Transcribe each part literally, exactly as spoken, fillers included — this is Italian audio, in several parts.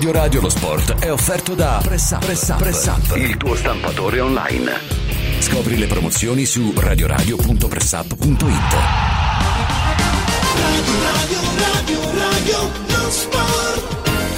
Radio Radio lo sport è offerto da Press Up, Press Up, Press Up, il tuo stampatore online. Scopri le promozioni su radioradio punto pressup punto it. Radio Radio Radio Radio lo sport.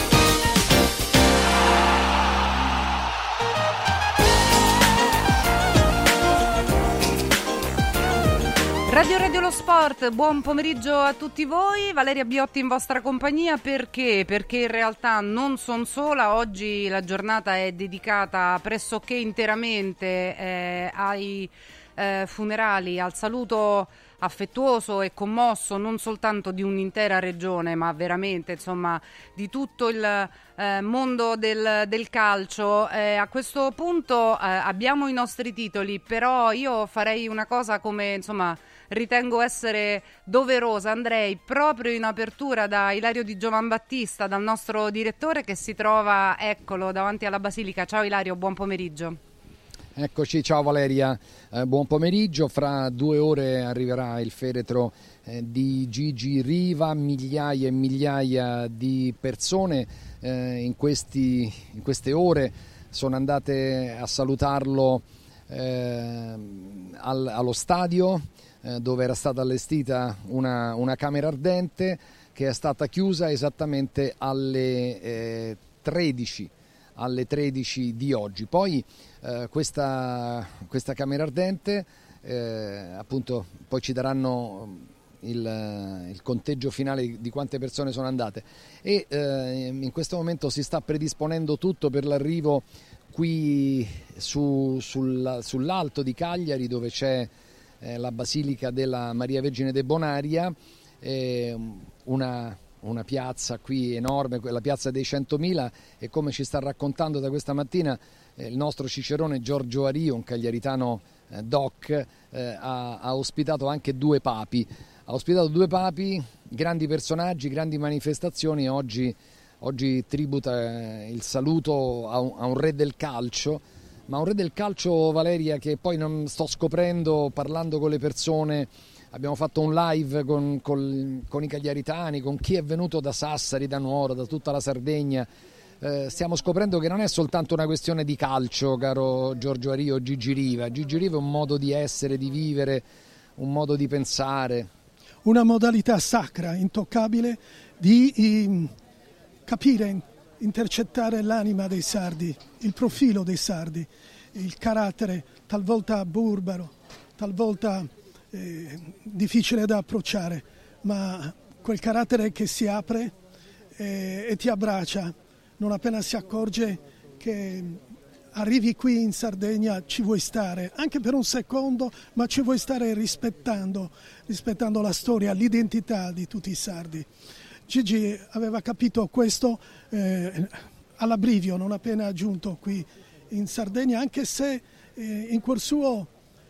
Radio Radio lo Sport, buon pomeriggio a tutti voi, Valeria Biotti in vostra compagnia. Perché? Perché in realtà non sono sola, oggi la giornata è dedicata pressoché interamente eh, ai eh, funerali, al saluto affettuoso e commosso non soltanto di un'intera regione, ma veramente insomma di tutto il eh, mondo del, del calcio. Eh, a questo punto eh, abbiamo i nostri titoli, però io farei una cosa come insomma ritengo essere doverosa. Andrei proprio in apertura da Ilario Di Giovanbattista, dal nostro direttore che si trova, eccolo, davanti alla Basilica. Ciao Ilario, buon pomeriggio. Eccoci, ciao Valeria, eh, buon pomeriggio. Fra due ore arriverà il feretro eh, di Gigi Riva, migliaia e migliaia di persone eh, in, questi, in queste ore sono andate a salutarlo eh, al, allo stadio eh, dove era stata allestita una, una camera ardente che è stata chiusa esattamente alle eh, tredici alle tredici di oggi. Poi eh, questa, questa camera ardente eh, appunto poi ci daranno il, il conteggio finale di quante persone sono andate e eh, in questo momento si sta predisponendo tutto per l'arrivo qui su, sul, sull'alto di Cagliari, dove c'è eh, la Basilica della Maria Vergine de Bonaria, eh, una una piazza qui enorme, la piazza dei centomila, e come ci sta raccontando da questa mattina eh, il nostro cicerone Giorgio Ario, un cagliaritano eh, doc, eh, ha, ha ospitato anche due papi, ha ospitato due papi, grandi personaggi, grandi manifestazioni. Oggi, oggi tributa eh, il saluto a un, a un re del calcio, ma un re del calcio, Valeria, che poi non sto scoprendo parlando con le persone. Abbiamo fatto un live con, con, con i cagliaritani, con chi è venuto da Sassari, da Nuoro, da tutta la Sardegna. Eh, stiamo scoprendo che non è soltanto una questione di calcio, caro Giorgio Ario, Gigi Riva. Gigi Riva è un modo di essere, di vivere, un modo di pensare. Una modalità sacra, intoccabile, di eh, capire, intercettare l'anima dei sardi, il profilo dei sardi, il carattere talvolta burbero, talvolta Eh, difficile da approcciare, ma quel carattere che si apre eh, e ti abbraccia non appena si accorge che arrivi qui in Sardegna. Ci vuoi stare anche per un secondo, ma ci vuoi stare rispettando rispettando la storia, l'identità di tutti i sardi. Gigi aveva capito questo eh, all'abbrivio non appena giunto qui in Sardegna, anche se eh, in cuor suo,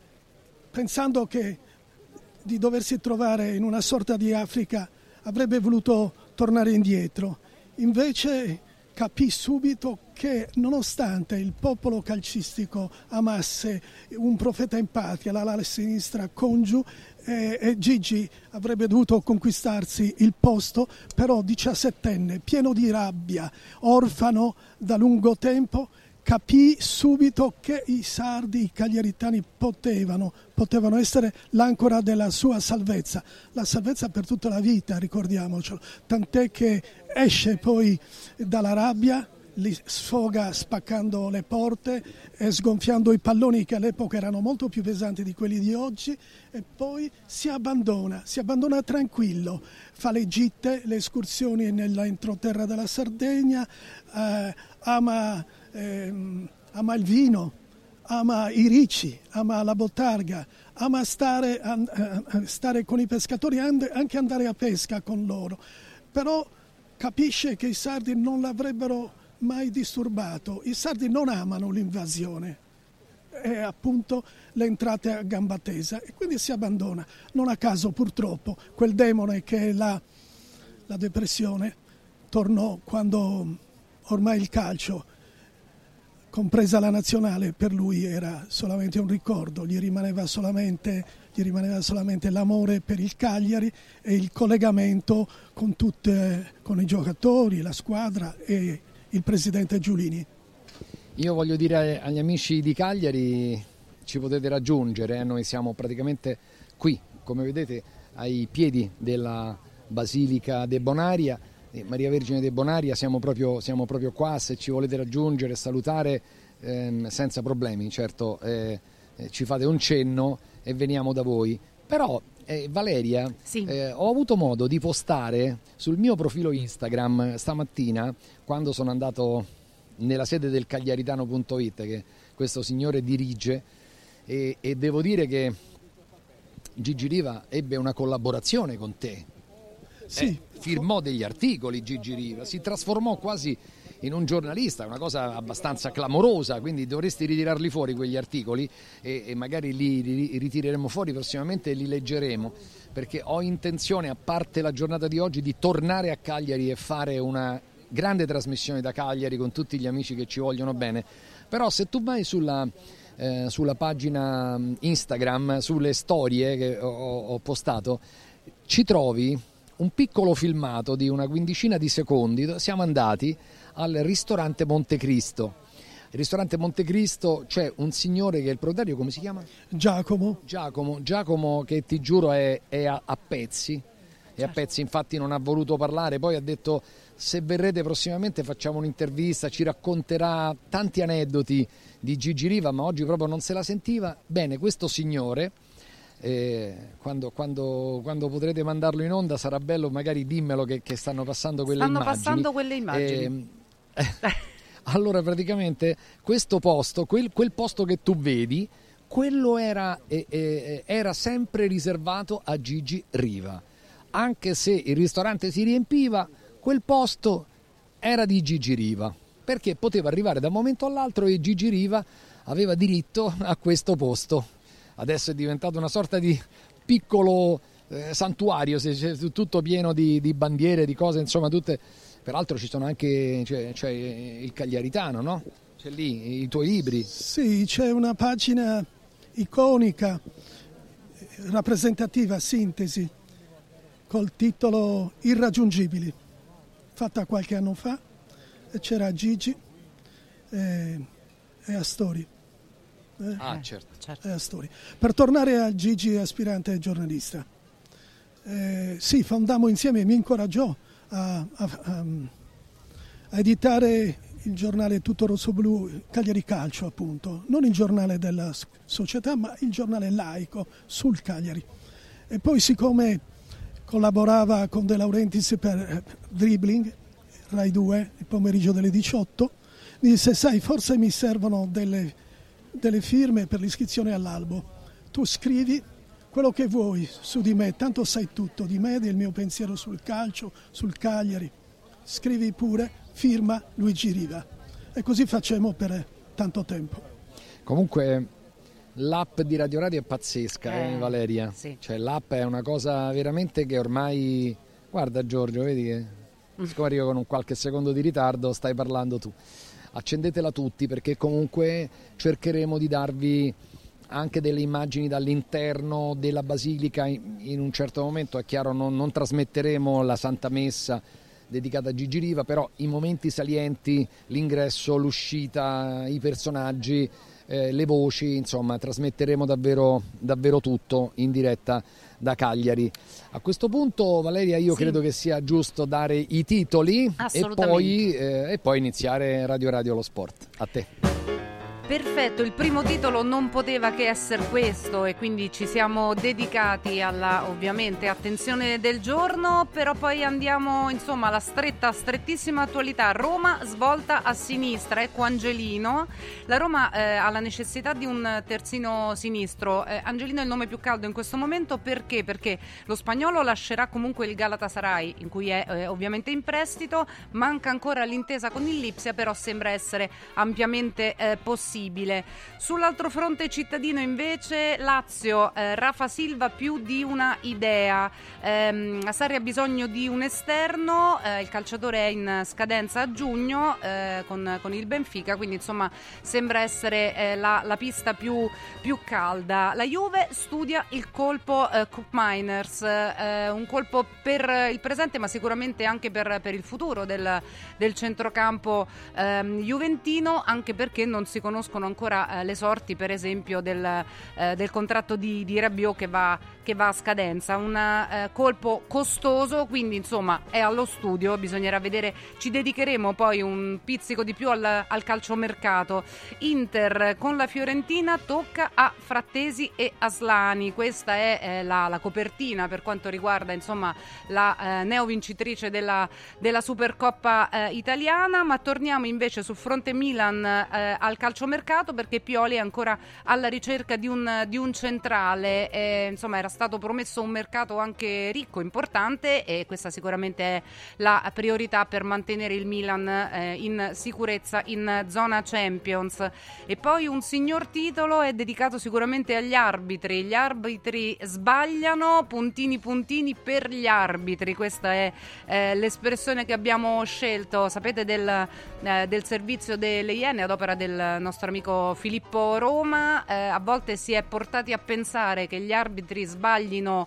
pensando che di doversi trovare in una sorta di Africa, avrebbe voluto tornare indietro. Invece capì subito che nonostante il popolo calcistico amasse un profeta in patria, l'ala sinistra Congiu, e, e Gigi avrebbe dovuto conquistarsi il posto, però diciassettenne, pieno di rabbia, orfano da lungo tempo, capì subito che i sardi, i cagliaritani potevano, potevano essere l'ancora della sua salvezza, la salvezza per tutta la vita, ricordiamocelo, tant'è che esce poi dalla rabbia, li sfoga spaccando le porte e sgonfiando i palloni che all'epoca erano molto più pesanti di quelli di oggi, e poi si abbandona, si abbandona tranquillo, fa le gitte, le escursioni nell'entroterra della Sardegna, eh, ama Eh, ama il vino, ama i ricci, ama la bottarga, ama stare, an, eh, stare con i pescatori, and, anche andare a pesca con loro, però capisce che i sardi non l'avrebbero mai disturbato. I sardi non amano l'invasione e appunto le entrate a gamba tesa, e quindi si abbandona. Non a caso purtroppo quel demone che è la, la depressione tornò quando ormai il calcio, compresa la nazionale, per lui era solamente un ricordo, gli rimaneva solamente, gli rimaneva solamente l'amore per il Cagliari e il collegamento con, tutte, con i giocatori, la squadra e il presidente Giulini. Io voglio dire agli amici di Cagliari, ci potete raggiungere, eh? Noi siamo praticamente qui, come vedete, ai piedi della Basilica de Bonaria, eh, Maria Vergine de Bonaria, siamo proprio, siamo proprio qua, se ci volete raggiungere, salutare ehm, senza problemi, certo eh, eh, ci fate un cenno e veniamo da voi. Però eh, Valeria, sì. eh, ho avuto modo di postare sul mio profilo Instagram stamattina, quando sono andato nella sede del cagliaritano punto it che questo signore dirige, e, e devo dire che Gigi Riva ebbe una collaborazione con te. Sì. Eh, firmò degli articoli Gigi Riva, si trasformò quasi in un giornalista, una cosa abbastanza clamorosa, quindi dovresti ritirarli fuori quegli articoli e, e magari li, li ritireremo fuori prossimamente e li leggeremo, perché ho intenzione, a parte la giornata di oggi, di tornare a Cagliari e fare una grande trasmissione da Cagliari con tutti gli amici che ci vogliono bene. Però se tu vai sulla, eh, sulla pagina Instagram, sulle storie che ho, ho postato, ci trovi un piccolo filmato di una quindicina di secondi. Siamo andati al ristorante Montecristo. Il ristorante Montecristo, c'è un signore che è il proprietario, come si chiama? Giacomo. Giacomo, Giacomo che ti giuro è, è a, a pezzi. E a pezzi, infatti non ha voluto parlare, poi ha detto: se verrete prossimamente facciamo un'intervista, ci racconterà tanti aneddoti di Gigi Riva, ma oggi proprio non se la sentiva. Bene, questo signore, eh, quando, quando, quando potrete mandarlo in onda sarà bello, magari dimmelo che, che stanno passando quelle stanno immagini. Stanno passando quelle immagini. Eh, allora praticamente questo posto, quel, quel posto che tu vedi, quello era, eh, eh, era sempre riservato a Gigi Riva. Anche se il ristorante si riempiva, quel posto era di Gigi Riva, perché poteva arrivare da un momento all'altro e Gigi Riva aveva diritto a questo posto. Adesso è diventato una sorta di piccolo eh, santuario, tutto pieno di, di bandiere, di cose, insomma tutte. Peraltro ci sono anche, c'è, c'è il Cagliaritano, no? C'è lì i tuoi libri. Sì, c'è una pagina iconica, rappresentativa, sintesi, col titolo Irraggiungibili, fatta qualche anno fa, e c'era Gigi e, e Astori. Eh, ah, certo. certo. E Astori. Per tornare a Gigi, aspirante giornalista, eh, sì, fondammo insieme, mi incoraggiò a, a, a, a editare il giornale Tutto Rossoblu, Cagliari Calcio, appunto, non il giornale della società, ma il giornale laico sul Cagliari. E poi, siccome collaborava con De Laurentiis per Dribbling, Rai due, il pomeriggio delle diciotto, mi disse: sai, forse mi servono delle, delle firme per l'iscrizione all'albo. Tu scrivi quello che vuoi su di me, tanto sai tutto di me, del mio pensiero sul calcio, sul Cagliari. Scrivi pure, firma Luigi Riva. E così facemmo per tanto tempo. Comunque l'app di Radio Radio è pazzesca, eh, eh Valeria? Sì. Cioè l'app è una cosa veramente che ormai... Guarda Giorgio, vedi che siccome arrivo con un qualche secondo di ritardo, stai parlando tu. Accendetela tutti, perché comunque cercheremo di darvi anche delle immagini dall'interno della Basilica. In un certo momento, è chiaro, non, non trasmetteremo la Santa Messa dedicata a Gigi Riva, però i momenti salienti, l'ingresso, l'uscita, i personaggi, eh, le voci, insomma trasmetteremo davvero, davvero tutto in diretta da Cagliari. A questo punto, Valeria, io sì. credo che sia giusto dare i titoli e poi, eh, e poi iniziare Radio Radio lo Sport. A te. Perfetto, il primo titolo non poteva che essere questo e quindi ci siamo dedicati alla, ovviamente, attenzione del giorno, però poi andiamo insomma alla stretta, strettissima attualità. Roma svolta a sinistra, ecco Angelino. La Roma eh, ha la necessità di un terzino sinistro. Eh, Angelino è il nome più caldo in questo momento, perché? Perché lo spagnolo lascerà comunque il Galatasaray, in cui è eh, ovviamente in prestito, manca ancora l'intesa con il Lipsia, però sembra essere ampiamente eh, possibile. possibile. Sull'altro fronte cittadino invece Lazio, eh, Rafa Silva più di una idea. ehm, Sarri ha bisogno di un esterno, eh, il calciatore è in scadenza a giugno eh, con, con il Benfica, quindi insomma sembra essere eh, la, la pista più, più calda. La Juve studia il colpo eh, Cup Miners, eh, un colpo per il presente ma sicuramente anche per, per il futuro del, del centrocampo ehm, juventino, anche perché non si conoscono ancora eh, le sorti per esempio del, eh, del contratto di, di Rabiot che va, che va a scadenza. Un eh, colpo costoso, quindi insomma è allo studio, bisognerà vedere, ci dedicheremo poi un pizzico di più al, al calciomercato. Inter con la Fiorentina tocca a Frattesi e Aslani, questa è eh, la, la copertina per quanto riguarda insomma la eh, neo vincitrice della, della Supercoppa eh, italiana, ma torniamo invece sul fronte Milan eh, al calciomercato, perché Pioli è ancora alla ricerca di un, di un centrale. Eh, insomma era stato promesso un mercato anche ricco, importante, e questa sicuramente è la priorità per mantenere il Milan eh, in sicurezza in zona Champions. E poi un signor titolo è dedicato sicuramente agli arbitri. Gli arbitri sbagliano, puntini puntini per gli arbitri, questa è eh, l'espressione che abbiamo scelto, sapete, del, eh, del servizio delle Iene ad opera del nostro amico Filippo Roma. Eh, a volte si è portati a pensare che gli arbitri sbaglino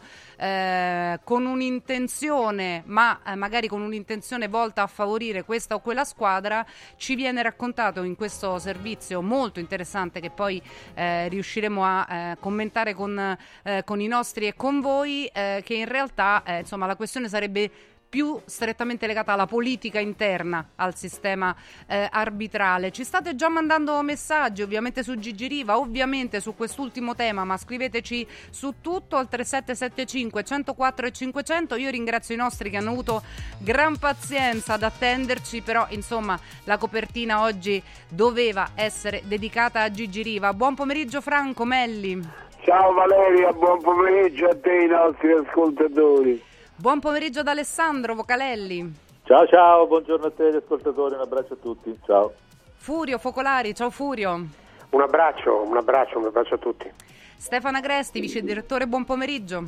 eh, con un'intenzione, ma eh, magari con un'intenzione volta a favorire questa o quella squadra. Ci viene raccontato in questo servizio molto interessante, che poi eh, riusciremo a eh, commentare con, eh, con i nostri e con voi, eh, che in realtà eh, insomma la questione sarebbe più strettamente legata alla politica interna al sistema eh, arbitrale. Ci state già mandando messaggi ovviamente su Gigi Riva, ovviamente su quest'ultimo tema, ma scriveteci su tutto al tre sette sette cinque uno zero quattro e cinquecento. Io ringrazio i nostri che hanno avuto gran pazienza ad attenderci, però insomma la copertina oggi doveva essere dedicata a Gigi Riva. Buon pomeriggio Franco Melli. Ciao Valeria, buon pomeriggio a te e ai nostri ascoltatori. Buon pomeriggio ad Alessandro Vocalelli. Ciao ciao, buongiorno a te gli ascoltatori, un abbraccio a tutti, ciao. Furio Focolari, ciao Furio. Un abbraccio, un abbraccio, un abbraccio a tutti. Stefano Agresti, vice direttore, buon pomeriggio.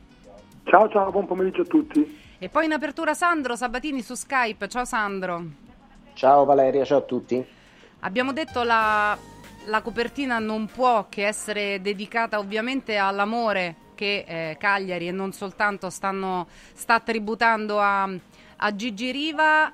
Ciao ciao, buon pomeriggio a tutti. E poi in apertura Sandro Sabatini su Skype, ciao Sandro. Ciao Valeria, ciao a tutti. Abbiamo detto la, la copertina non può che essere dedicata ovviamente all'amore che eh, Cagliari e non soltanto stanno, sta tributando a, a Gigi Riva.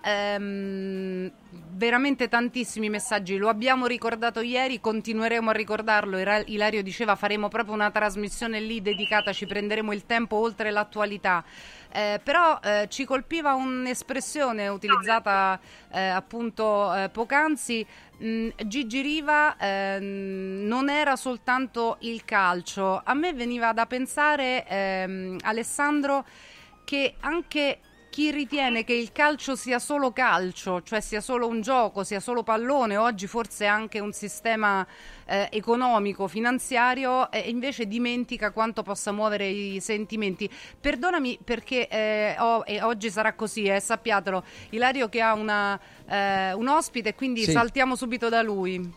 Ehm, veramente tantissimi messaggi, lo abbiamo ricordato ieri, continueremo a ricordarlo. Ilario diceva faremo proprio una trasmissione lì dedicata, ci prenderemo il tempo oltre l'attualità. Eh, però eh, ci colpiva un'espressione utilizzata eh, appunto eh, poc'anzi. mh, Gigi Riva eh, non era soltanto il calcio. A me veniva da pensare, ehm, Alessandro, che anche chi ritiene che il calcio sia solo calcio, cioè sia solo un gioco, sia solo pallone, oggi forse anche un sistema eh, economico, finanziario, e invece dimentica quanto possa muovere i sentimenti. Perdonami perché eh, oh, e oggi sarà così, eh, sappiatelo, Ilario che ha una, eh, un ospite, quindi sì. Saltiamo subito da lui.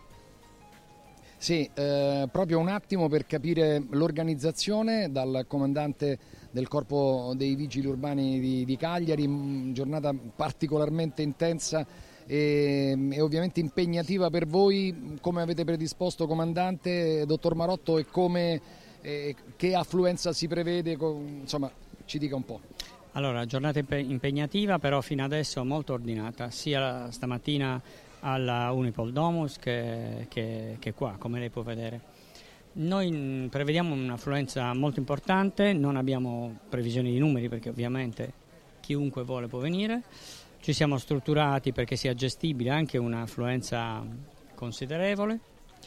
Sì, eh, proprio un attimo per capire l'organizzazione dal comandante del Corpo dei Vigili Urbani di, di Cagliari, giornata particolarmente intensa e, e ovviamente impegnativa per voi. Come avete predisposto, comandante, dottor Marotto, e come, eh, che affluenza si prevede? Con, insomma, ci dica un po'. Allora, giornata impegnativa, però fino adesso molto ordinata, sia stamattina alla Unipol Domus che, che, che qua, come lei può vedere. Noi prevediamo un'affluenza molto importante, non abbiamo previsioni di numeri perché ovviamente chiunque vuole può venire. Ci siamo strutturati perché sia gestibile anche un'affluenza considerevole,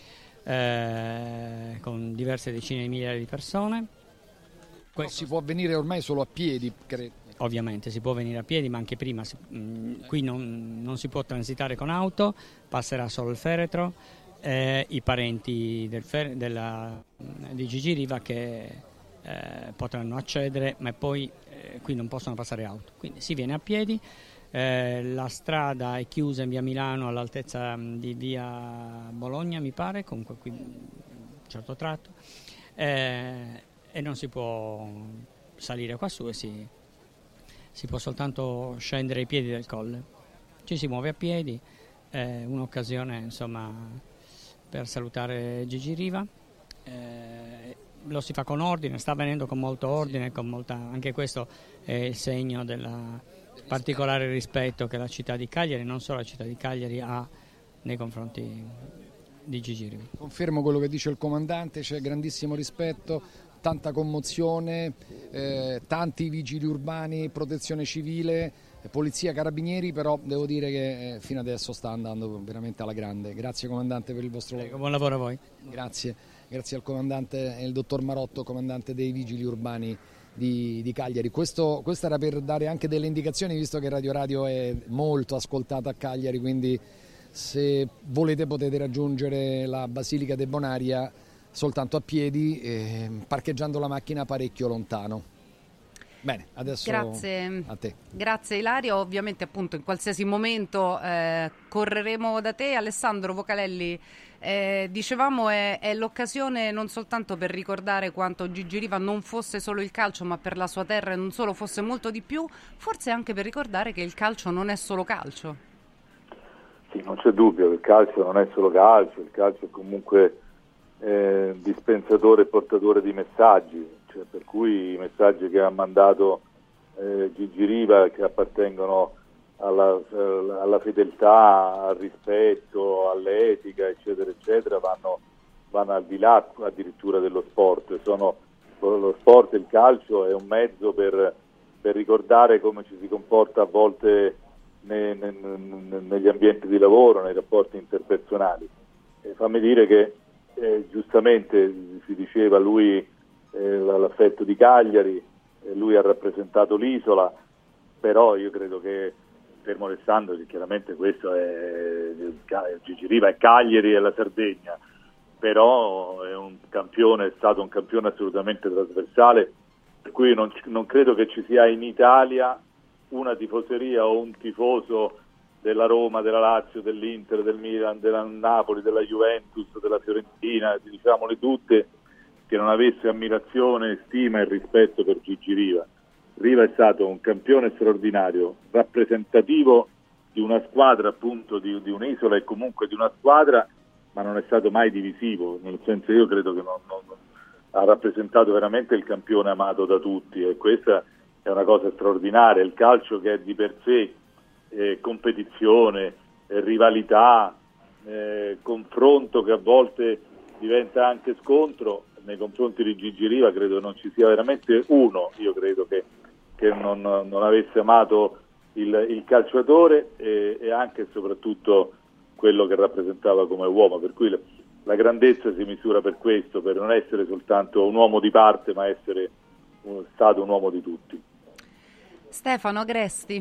eh, con diverse decine di migliaia di persone. Questo si può venire ormai solo a piedi, credo. Ovviamente si può venire a piedi, ma anche prima si, mh, qui non, non si può transitare con auto, passerà solo il feretro, eh, i parenti del fer- della, di Gigi Riva che eh, potranno accedere, ma poi eh, qui non possono passare auto, quindi si viene a piedi. Eh, la strada è chiusa in via Milano all'altezza di via Bologna, mi pare, comunque qui un certo tratto, eh, e non si può salire qua su e si, si può soltanto scendere ai piedi del colle. Ci si muove a piedi, è un'occasione insomma per salutare Gigi Riva. Eh, lo si fa con ordine, sta avvenendo con molto ordine, con molta, anche questo è il segno del particolare rispetto che la città di Cagliari, non solo la città di Cagliari, ha nei confronti di Gigi Riva. Confermo quello che dice il comandante, c'è grandissimo rispetto, tanta commozione, eh, tanti vigili urbani, protezione civile, polizia, carabinieri, però devo dire che eh, fino adesso sta andando veramente alla grande. Grazie comandante per il vostro lavoro. Buon lavoro a voi. Grazie, grazie al comandante e il dottor Marotto, comandante dei vigili urbani di, di Cagliari. Questo, questo era per dare anche delle indicazioni, visto che Radio Radio è molto ascoltata a Cagliari, quindi se volete potete raggiungere la Basilica de Bonaria soltanto a piedi, eh, parcheggiando la macchina parecchio lontano. Bene, adesso Grazie. a te. Grazie Ilario, ovviamente appunto in qualsiasi momento eh, correremo da te. Alessandro Vocalelli, eh, dicevamo è, è l'occasione non soltanto per ricordare quanto Gigi Riva non fosse solo il calcio, ma per la sua terra e non solo fosse molto di più, forse anche per ricordare che il calcio non è solo calcio. Sì, non c'è dubbio che il calcio non è solo calcio, il calcio è comunque eh, dispensatore e portatore di messaggi. Cioè, per cui i messaggi che ha mandato eh, Gigi Riva, che appartengono alla, eh, alla fedeltà, al rispetto, all'etica, eccetera, eccetera, vanno, vanno al di là addirittura dello sport. Sono, lo sport, il calcio è un mezzo per, per ricordare come ci si comporta a volte ne, ne, ne, negli ambienti di lavoro, nei rapporti interpersonali. E fammi dire che eh, giustamente si diceva lui l'affetto di Cagliari, lui ha rappresentato l'isola, però io credo che, fermo restando che chiaramente questo è Gigi Riva, è Cagliari e la Sardegna, però è un campione, è stato un campione assolutamente trasversale, per cui non, non credo che ci sia in Italia una tifoseria o un tifoso della Roma, della Lazio, dell'Inter, del Milan, della Napoli, della Juventus, della Fiorentina, diciamole tutte, che non avesse ammirazione, stima e rispetto per Gigi Riva. Riva è stato un campione straordinario, rappresentativo di una squadra, appunto di, di un'isola e comunque di una squadra, ma non è stato mai divisivo, nel senso io credo che non, non, ha rappresentato veramente il campione amato da tutti, e questa è una cosa straordinaria. Il calcio, che è di per sé eh, competizione, eh, rivalità, eh, confronto che a volte diventa anche scontro, nei confronti di Gigi Riva credo non ci sia veramente uno, io credo che, che non, non avesse amato il, il calciatore e, e anche e soprattutto quello che rappresentava come uomo, per cui la, la grandezza si misura per questo, per non essere soltanto un uomo di parte, ma essere un, stato un uomo di tutti. Stefano Agresti.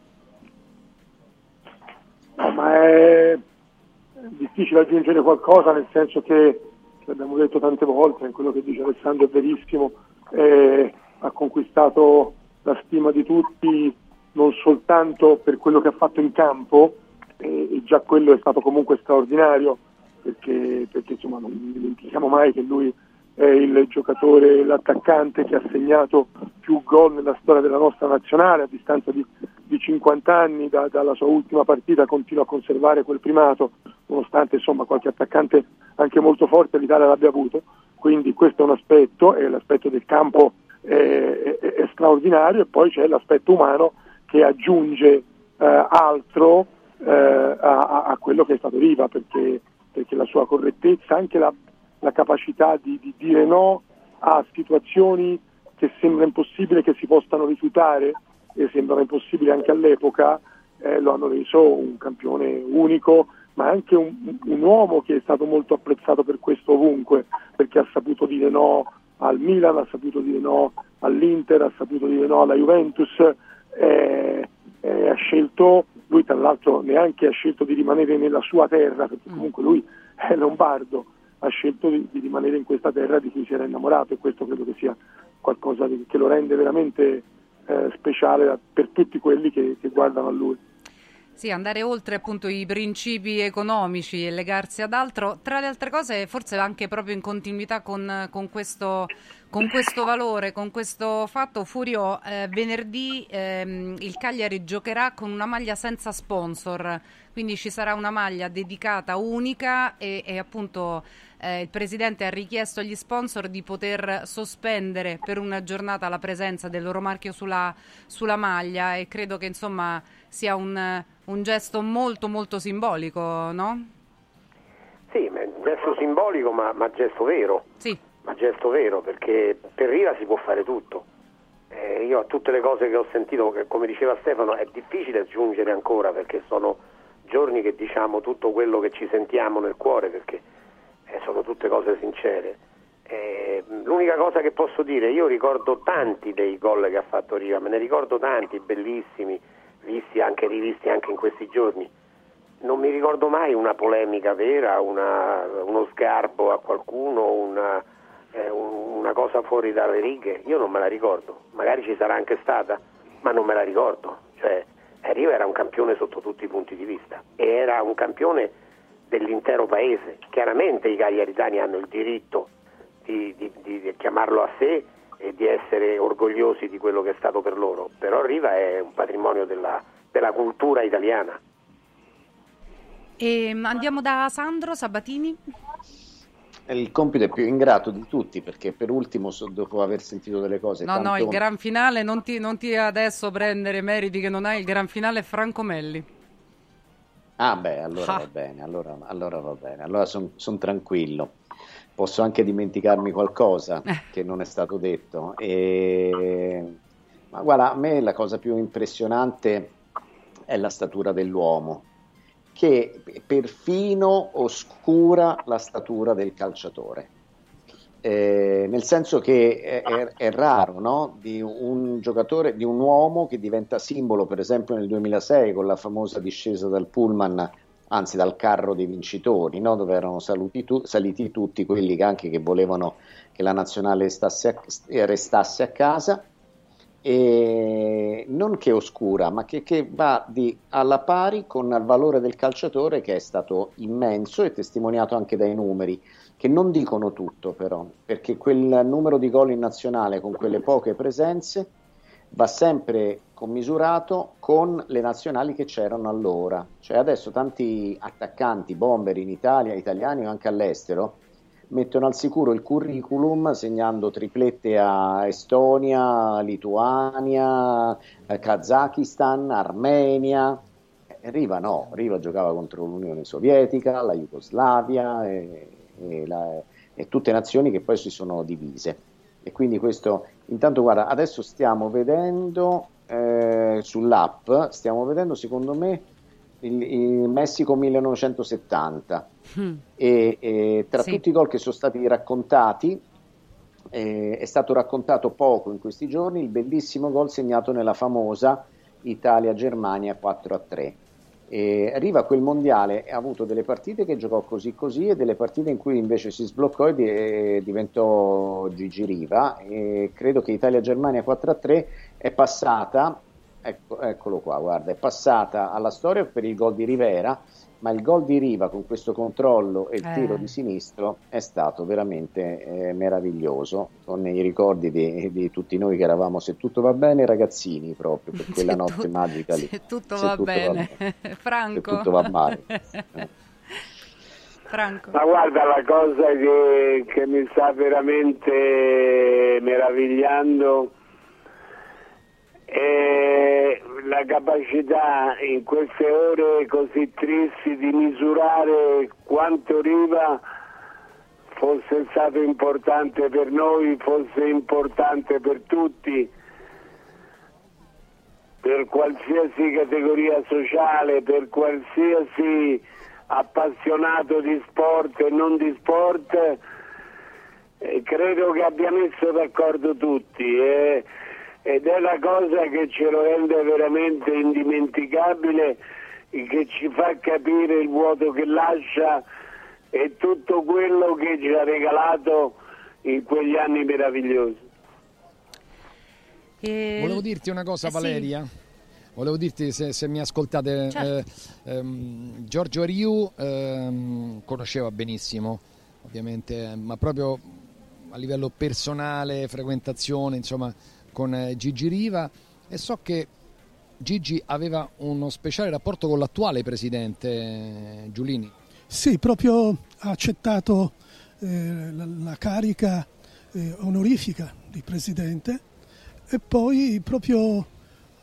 No, ma è difficile aggiungere qualcosa, nel senso che abbiamo detto tante volte, quello che dice Alessandro è verissimo, eh, ha conquistato la stima di tutti non soltanto per quello che ha fatto in campo, eh, e già quello è stato comunque straordinario, perché, perché insomma non dimentichiamo mai che lui è il giocatore, l'attaccante che ha segnato più gol nella storia della nostra nazionale, a distanza di, di cinquanta anni da, dalla sua ultima partita continua a conservare quel primato, nonostante insomma qualche attaccante anche molto forte l'Italia l'abbia avuto. Quindi questo è un aspetto, e l'aspetto del campo è, è, è straordinario, e poi c'è l'aspetto umano che aggiunge eh, altro eh, a, a quello che è stato Riva, perché, perché la sua correttezza, anche la, la capacità di, di dire no a situazioni che sembra impossibile che si possano rifiutare, e sembrava impossibile anche all'epoca, eh, lo hanno reso un campione unico, ma anche un, un uomo che è stato molto apprezzato per questo ovunque, perché ha saputo dire no al Milan, ha saputo dire no all'Inter, ha saputo dire no alla Juventus, eh, eh, ha scelto, lui tra l'altro neanche ha scelto di rimanere nella sua terra, perché comunque lui è lombardo, ha scelto di, di rimanere in questa terra di cui si era innamorato, e questo credo che sia qualcosa di, che lo rende veramente eh, speciale per tutti quelli che, che guardano a lui. Sì, andare oltre appunto i principi economici e legarsi ad altro, tra le altre cose forse anche proprio in continuità con, con, questo, con questo valore, con questo fatto. Furio, eh, venerdì ehm, il Cagliari giocherà con una maglia senza sponsor, quindi ci sarà una maglia dedicata unica e, e appunto eh, il Presidente ha richiesto agli sponsor di poter sospendere per una giornata la presenza del loro marchio sulla, sulla maglia, e credo che insomma sia un, un gesto molto molto simbolico, no? Sì, un gesto simbolico ma, ma gesto vero. Sì. Ma gesto vero, perché per Riva si può fare tutto. Eh, io a tutte le cose che ho sentito, che come diceva Stefano, è difficile aggiungere ancora, perché sono giorni che diciamo tutto quello che ci sentiamo nel cuore, perché eh, sono tutte cose sincere. Eh, l'unica cosa che posso dire, io ricordo tanti dei gol che ha fatto Riva, me ne ricordo tanti, bellissimi, visti anche rivisti anche in questi giorni. Non mi ricordo mai una polemica vera, una, uno sgarbo a qualcuno, una, eh, una cosa fuori dalle righe. Io non me la ricordo, magari ci sarà anche stata, ma non me la ricordo. Cioè, Riva era un campione sotto tutti i punti di vista e era un campione dell'intero paese. Chiaramente i cagliaritani hanno il diritto di, di, di chiamarlo a sé e di essere orgogliosi di quello che è stato per loro, però Riva è un patrimonio della, della cultura italiana. E andiamo da Sandro Sabatini. Il compito è più ingrato di tutti, perché per ultimo, dopo aver sentito delle cose no tanto... no il gran finale non ti, non ti adesso prendere meriti che non hai. Il gran finale è Franco Melli. Ah beh, allora ah. va bene, allora, allora va bene, allora sono son tranquillo. Posso anche dimenticarmi qualcosa che non è stato detto. E... Ma guarda, a me la cosa più impressionante è la statura dell'uomo, che perfino oscura la statura del calciatore. Eh, nel senso che è, è, è raro, no? Di un giocatore, di un uomo che diventa simbolo, per esempio nel duemilasei con la famosa discesa dal pullman, anzi dal carro dei vincitori, no? Dove erano saluti tu, saliti tutti quelli che anche che volevano che la nazionale stasse a, restasse a casa, e non che oscura, ma che, che va di, alla pari con il valore del calciatore, che è stato immenso e testimoniato anche dai numeri, che non dicono tutto però, perché quel numero di gol in nazionale con quelle poche presenze va sempre commisurato con le nazionali che c'erano allora. Cioè adesso tanti attaccanti, bomber in Italia, italiani o anche all'estero, mettono al sicuro il curriculum segnando triplette a Estonia, Lituania, Kazakistan, Armenia. Riva no, Riva giocava contro l'Unione Sovietica, la Jugoslavia e, e, la, e tutte nazioni che poi si sono divise. E quindi questo, intanto guarda, adesso stiamo vedendo eh, sull'app, stiamo vedendo secondo me il, il Messico millenovecentosettanta mm. e, e tra sì. tutti i gol che sono stati raccontati eh, è stato raccontato poco in questi giorni il bellissimo gol segnato nella famosa Italia-Germania quattro a tre. E Riva quel mondiale ha avuto delle partite che giocò così così e delle partite in cui invece si sbloccò e, di, e diventò Gigi Riva, e credo che Italia-Germania quattro a tre è passata, ecco, eccolo qua, guarda, è passata alla storia per il gol di Rivera, ma il gol di Riva con questo controllo e il eh. tiro di sinistro è stato veramente eh, meraviglioso, con i ricordi di, di tutti noi che eravamo, se tutto va bene, ragazzini proprio, per quella se notte tu, magica lì. Se tutto, se va, tutto bene. va bene. Franco. Se tutto va male. Eh. Franco. Ma guarda, la cosa che, che mi sta veramente meravigliando è la capacità in queste ore così tristi di misurare quanto Riva fosse stato importante per noi, fosse importante per tutti, per qualsiasi categoria sociale, per qualsiasi appassionato di sport e non di sport. Eh, credo che abbia messo d'accordo tutti eh, ed è la cosa che ce lo rende veramente indimenticabile, che ci fa capire il vuoto che lascia e tutto quello che ci ha regalato in quegli anni meravigliosi. E... Volevo dirti una cosa, eh, Valeria. Sì. Volevo dirti, se, se mi ascoltate, certo. eh, ehm, Giorgio Riu ehm, conosceva benissimo, ovviamente, ma proprio a livello personale, frequentazione, insomma, con eh, Gigi Riva, e so che Gigi aveva uno speciale rapporto con l'attuale presidente eh, Giulini. Sì, proprio ha accettato eh, la, la carica eh, onorifica di presidente, e poi proprio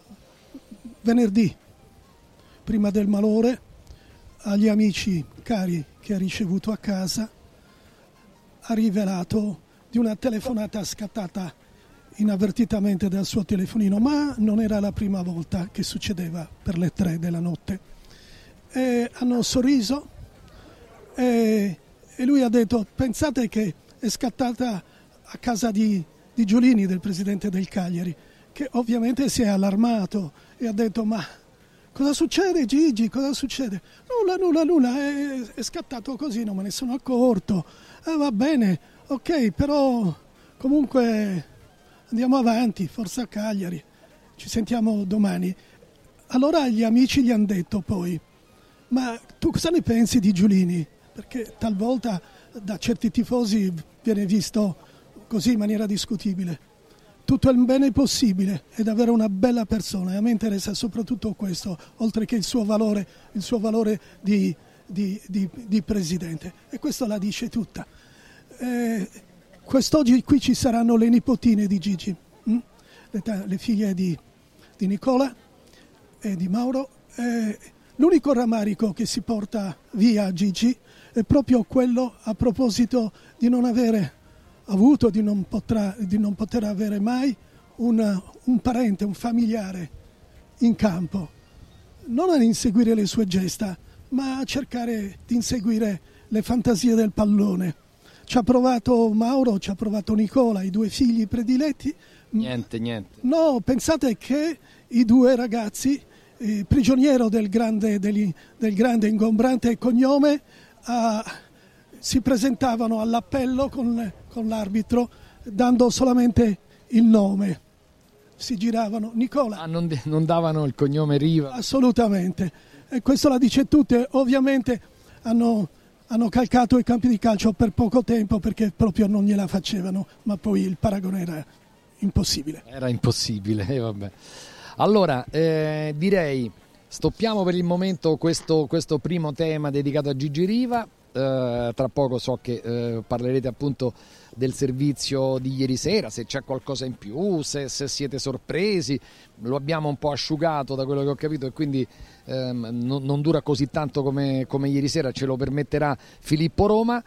venerdì, prima del malore, agli amici cari che ha ricevuto a casa, ha rivelato di una telefonata scattata inavvertitamente dal suo telefonino, ma non era la prima volta che succedeva per le tre della notte. E hanno sorriso e, e lui ha detto: pensate che è scattata a casa di, di Giulini, del presidente del Cagliari, che ovviamente si è allarmato e ha detto: ma cosa succede, Gigi, cosa succede? Nulla, nulla, nulla, è, è scattato così, non me ne sono accorto. Eh, va bene, ok, però comunque andiamo avanti, forza Cagliari, ci sentiamo domani. Allora gli amici gli hanno detto poi: ma tu cosa ne pensi di Giulini? Perché talvolta da certi tifosi viene visto così in maniera discutibile. Tutto il bene possibile è davvero una bella persona, e a me interessa soprattutto questo, oltre che il suo valore, il suo valore di, di, di, di presidente, e questo la dice tutta. Eh, quest'oggi qui ci saranno le nipotine di Gigi, hm? le, le figlie di, di Nicola e di Mauro. Eh, l'unico rammarico che si porta via a Gigi è proprio quello a proposito di non avere avuto, di non, potrà, di non poter avere mai un, un parente, un familiare in campo, non ad inseguire le sue gesta, ma a cercare di inseguire le fantasie del pallone. Ci ha provato Mauro, ci ha provato Nicola, i due figli prediletti. Niente, niente. No, pensate che i due ragazzi, eh, prigioniero del grande, degli, del grande ingombrante cognome, eh, si presentavano all'appello con, con l'arbitro dando solamente il nome. Si giravano. Nicola. Ah, non, non davano il cognome Riva? Assolutamente. E questo la dice tutte. Ovviamente hanno, hanno calcato i campi di calcio per poco tempo perché proprio non gliela facevano, ma poi il paragone era impossibile. Era impossibile, eh, vabbè. Allora, eh, direi, stoppiamo per il momento questo, questo primo tema dedicato a Gigi Riva. Uh, tra poco so che uh, parlerete appunto del servizio di ieri sera, se c'è qualcosa in più, se, se siete sorpresi. Lo abbiamo un po' asciugato da quello che ho capito, e quindi um, non, non dura così tanto come, come ieri sera, ce lo permetterà Filippo Roma,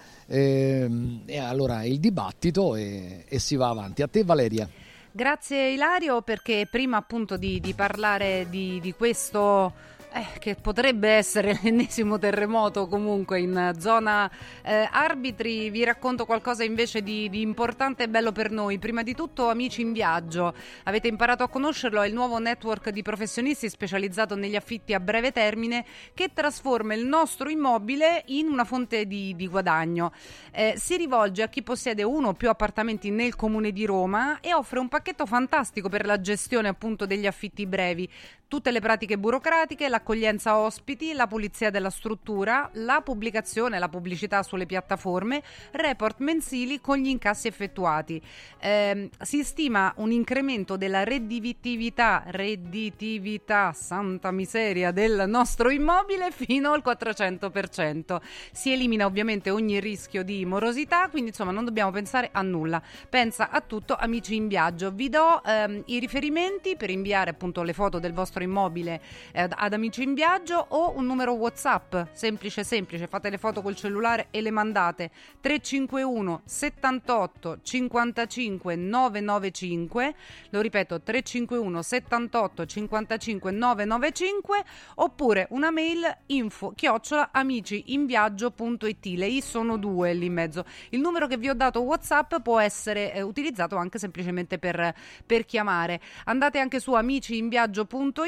e, e allora il dibattito e, e si va avanti. A te, Valeria. Grazie Ilario, perché prima appunto di, di parlare di, di questo Eh, che potrebbe essere l'ennesimo terremoto comunque in zona eh, arbitri, vi racconto qualcosa invece di, di importante e bello per noi. Prima di tutto Amici in Viaggio, avete imparato a conoscerlo, è il nuovo network di professionisti specializzato negli affitti a breve termine che trasforma il nostro immobile in una fonte di, di guadagno. Eh, si rivolge a chi possiede uno o più appartamenti nel comune di Roma e offre un pacchetto fantastico per la gestione appunto degli affitti brevi. Tutte le pratiche burocratiche, l'accoglienza ospiti, la pulizia della struttura, la pubblicazione e la pubblicità sulle piattaforme, report mensili con gli incassi effettuati. Eh, si stima un incremento della redditività, redditività, santa miseria, del nostro immobile fino al quattrocento per cento. Si elimina ovviamente ogni rischio di morosità, quindi insomma non dobbiamo pensare a nulla. Pensa a tutto Amici in Viaggio. Vi do ehm, i riferimenti per inviare appunto le foto del vostro immobile eh, ad Amici in Viaggio, o un numero WhatsApp semplice semplice, fate le foto col cellulare e le mandate tre cinque uno settantotto cinquantacinque novecentonovantacinque, lo ripeto tre cinque uno settantotto cinquantacinque novecentonovantacinque, oppure una mail info chiocciola amiciinviaggio punto it, le i sono due lì in mezzo. Il numero che vi ho dato WhatsApp può essere eh, utilizzato anche semplicemente per, per chiamare. Andate anche su amiciinviaggio punto it,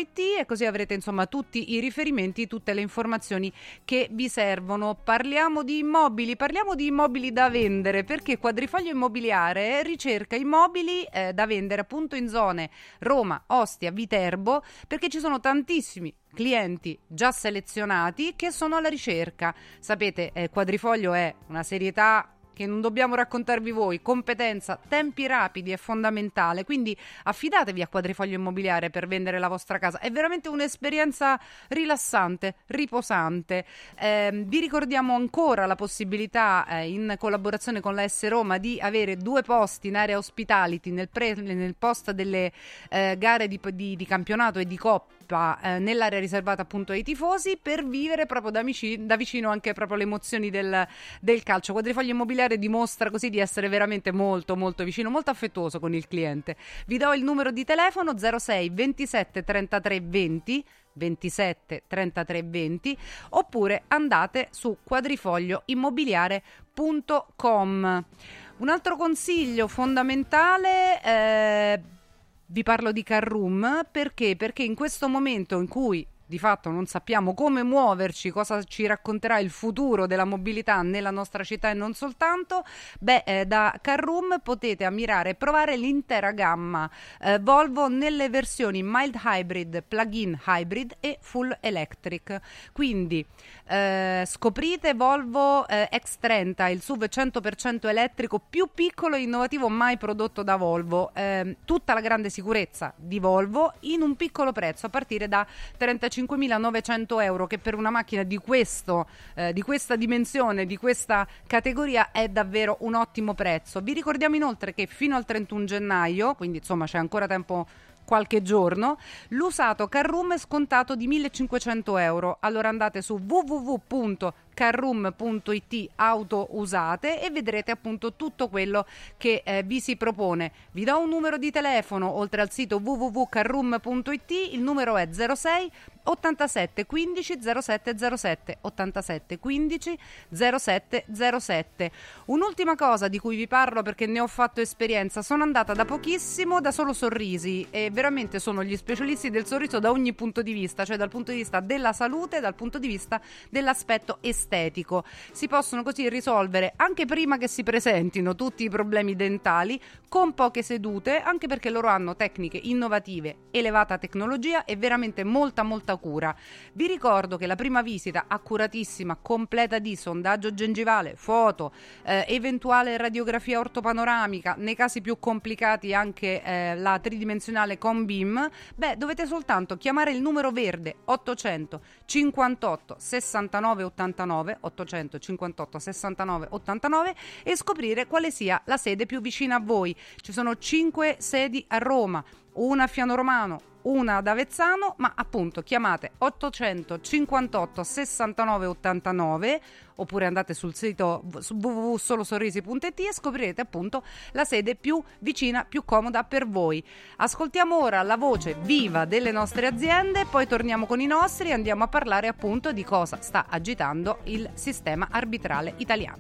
it e così avrete insomma tutti i riferimenti, tutte le informazioni che vi servono. Parliamo di immobili, parliamo di immobili da vendere, perché Quadrifoglio Immobiliare ricerca immobili eh, da vendere appunto in zone Roma, Ostia, Viterbo, perché ci sono tantissimi clienti già selezionati che sono alla ricerca. Sapete, eh, Quadrifoglio è una serietà che non dobbiamo raccontarvi voi, competenza, tempi rapidi è fondamentale, quindi affidatevi a Quadrifoglio Immobiliare per vendere la vostra casa, è veramente un'esperienza rilassante, riposante. Eh, vi ricordiamo ancora la possibilità eh, in collaborazione con la S Roma di avere due posti in area hospitality nel, pre, nel post delle eh, gare di, di, di campionato e di coppa eh, nell'area riservata appunto ai tifosi, per vivere proprio da, amici, da vicino anche proprio le emozioni del, del calcio. Quadrifoglio Immobiliare dimostra così di essere veramente molto molto vicino, molto affettuoso con il cliente. Vi do il numero di telefono zero sei ventisette trentatré venti ventisette trentatré venti, oppure andate su quadrifoglio immobiliare punto com. Un altro consiglio fondamentale, eh, vi parlo di Carroom, perché? Perché in questo momento in cui di fatto non sappiamo come muoverci, cosa ci racconterà il futuro della mobilità nella nostra città e non soltanto, beh, eh, da Carroom potete ammirare e provare l'intera gamma eh, Volvo nelle versioni mild hybrid, plug-in hybrid e full electric. Quindi eh, scoprite Volvo eh, X trenta, il S U V cento per cento elettrico più piccolo e innovativo mai prodotto da Volvo, eh, tutta la grande sicurezza di Volvo in un piccolo prezzo a partire da trentacinquemilanovecento euro, che per una macchina di questo eh, di questa dimensione, di questa categoria, è davvero un ottimo prezzo. Vi ricordiamo inoltre che fino al trentuno gennaio, quindi insomma c'è ancora tempo, qualche giorno, l'usato Carroom è scontato di millecinquecento euro. Allora andate su w w w punto carroom punto i t auto usate e vedrete appunto tutto quello che eh, vi si propone. Vi do un numero di telefono oltre al sito w w w punto carroom punto i t, il numero è zero sei ottantasette quindici zero sette zero sette ottantasette quindici zero sette zero sette. Un'ultima cosa di cui vi parlo perché ne ho fatto esperienza: sono andata da pochissimo da Solo Sorrisi e veramente sono gli specialisti del sorriso da ogni punto di vista, cioè dal punto di vista della salute, dal punto di vista dell'aspetto estetico. Si possono così risolvere anche prima che si presentino tutti i problemi dentali con poche sedute, anche perché loro hanno tecniche innovative, elevata tecnologia e veramente molta molta cura. Vi ricordo che la prima visita accuratissima, completa di sondaggio gengivale, foto, eh, eventuale radiografia ortopanoramica, nei casi più complicati anche eh, la tridimensionale con beam, beh, dovete soltanto chiamare il numero verde ottocento cinquantotto sessantanove ottantanove ottocento cinquantotto sessantanove ottantanove e scoprire quale sia la sede più vicina a voi. Ci sono cinque sedi a Roma, una a Fiano Romano, una ad Avezzano, ma appunto chiamate ottocento cinquantotto sessantanove ottantanove oppure andate sul sito w w w punto solosorrisi punto i t e scoprirete appunto la sede più vicina, più comoda per voi. Ascoltiamo ora la voce viva delle nostre aziende, poi torniamo con i nostri e andiamo a parlare appunto di cosa sta agitando il sistema arbitrale italiano.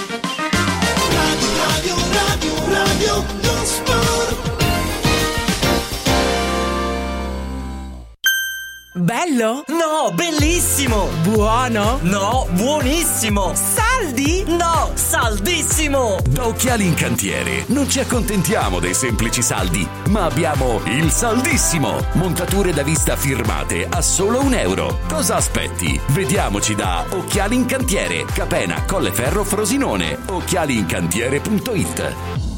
Radio, radio, radio, radio, lo sport. Bello? No, bellissimo! Buono? No, buonissimo! Saldi? No, saldissimo! Da Occhiali in Cantiere non ci accontentiamo dei semplici saldi, ma abbiamo il saldissimo! Montature da vista firmate a solo un euro. Cosa aspetti? Vediamoci da Occhiali in Cantiere, Capena, Colleferro, Frosinone. occhiali in cantiere punto i t.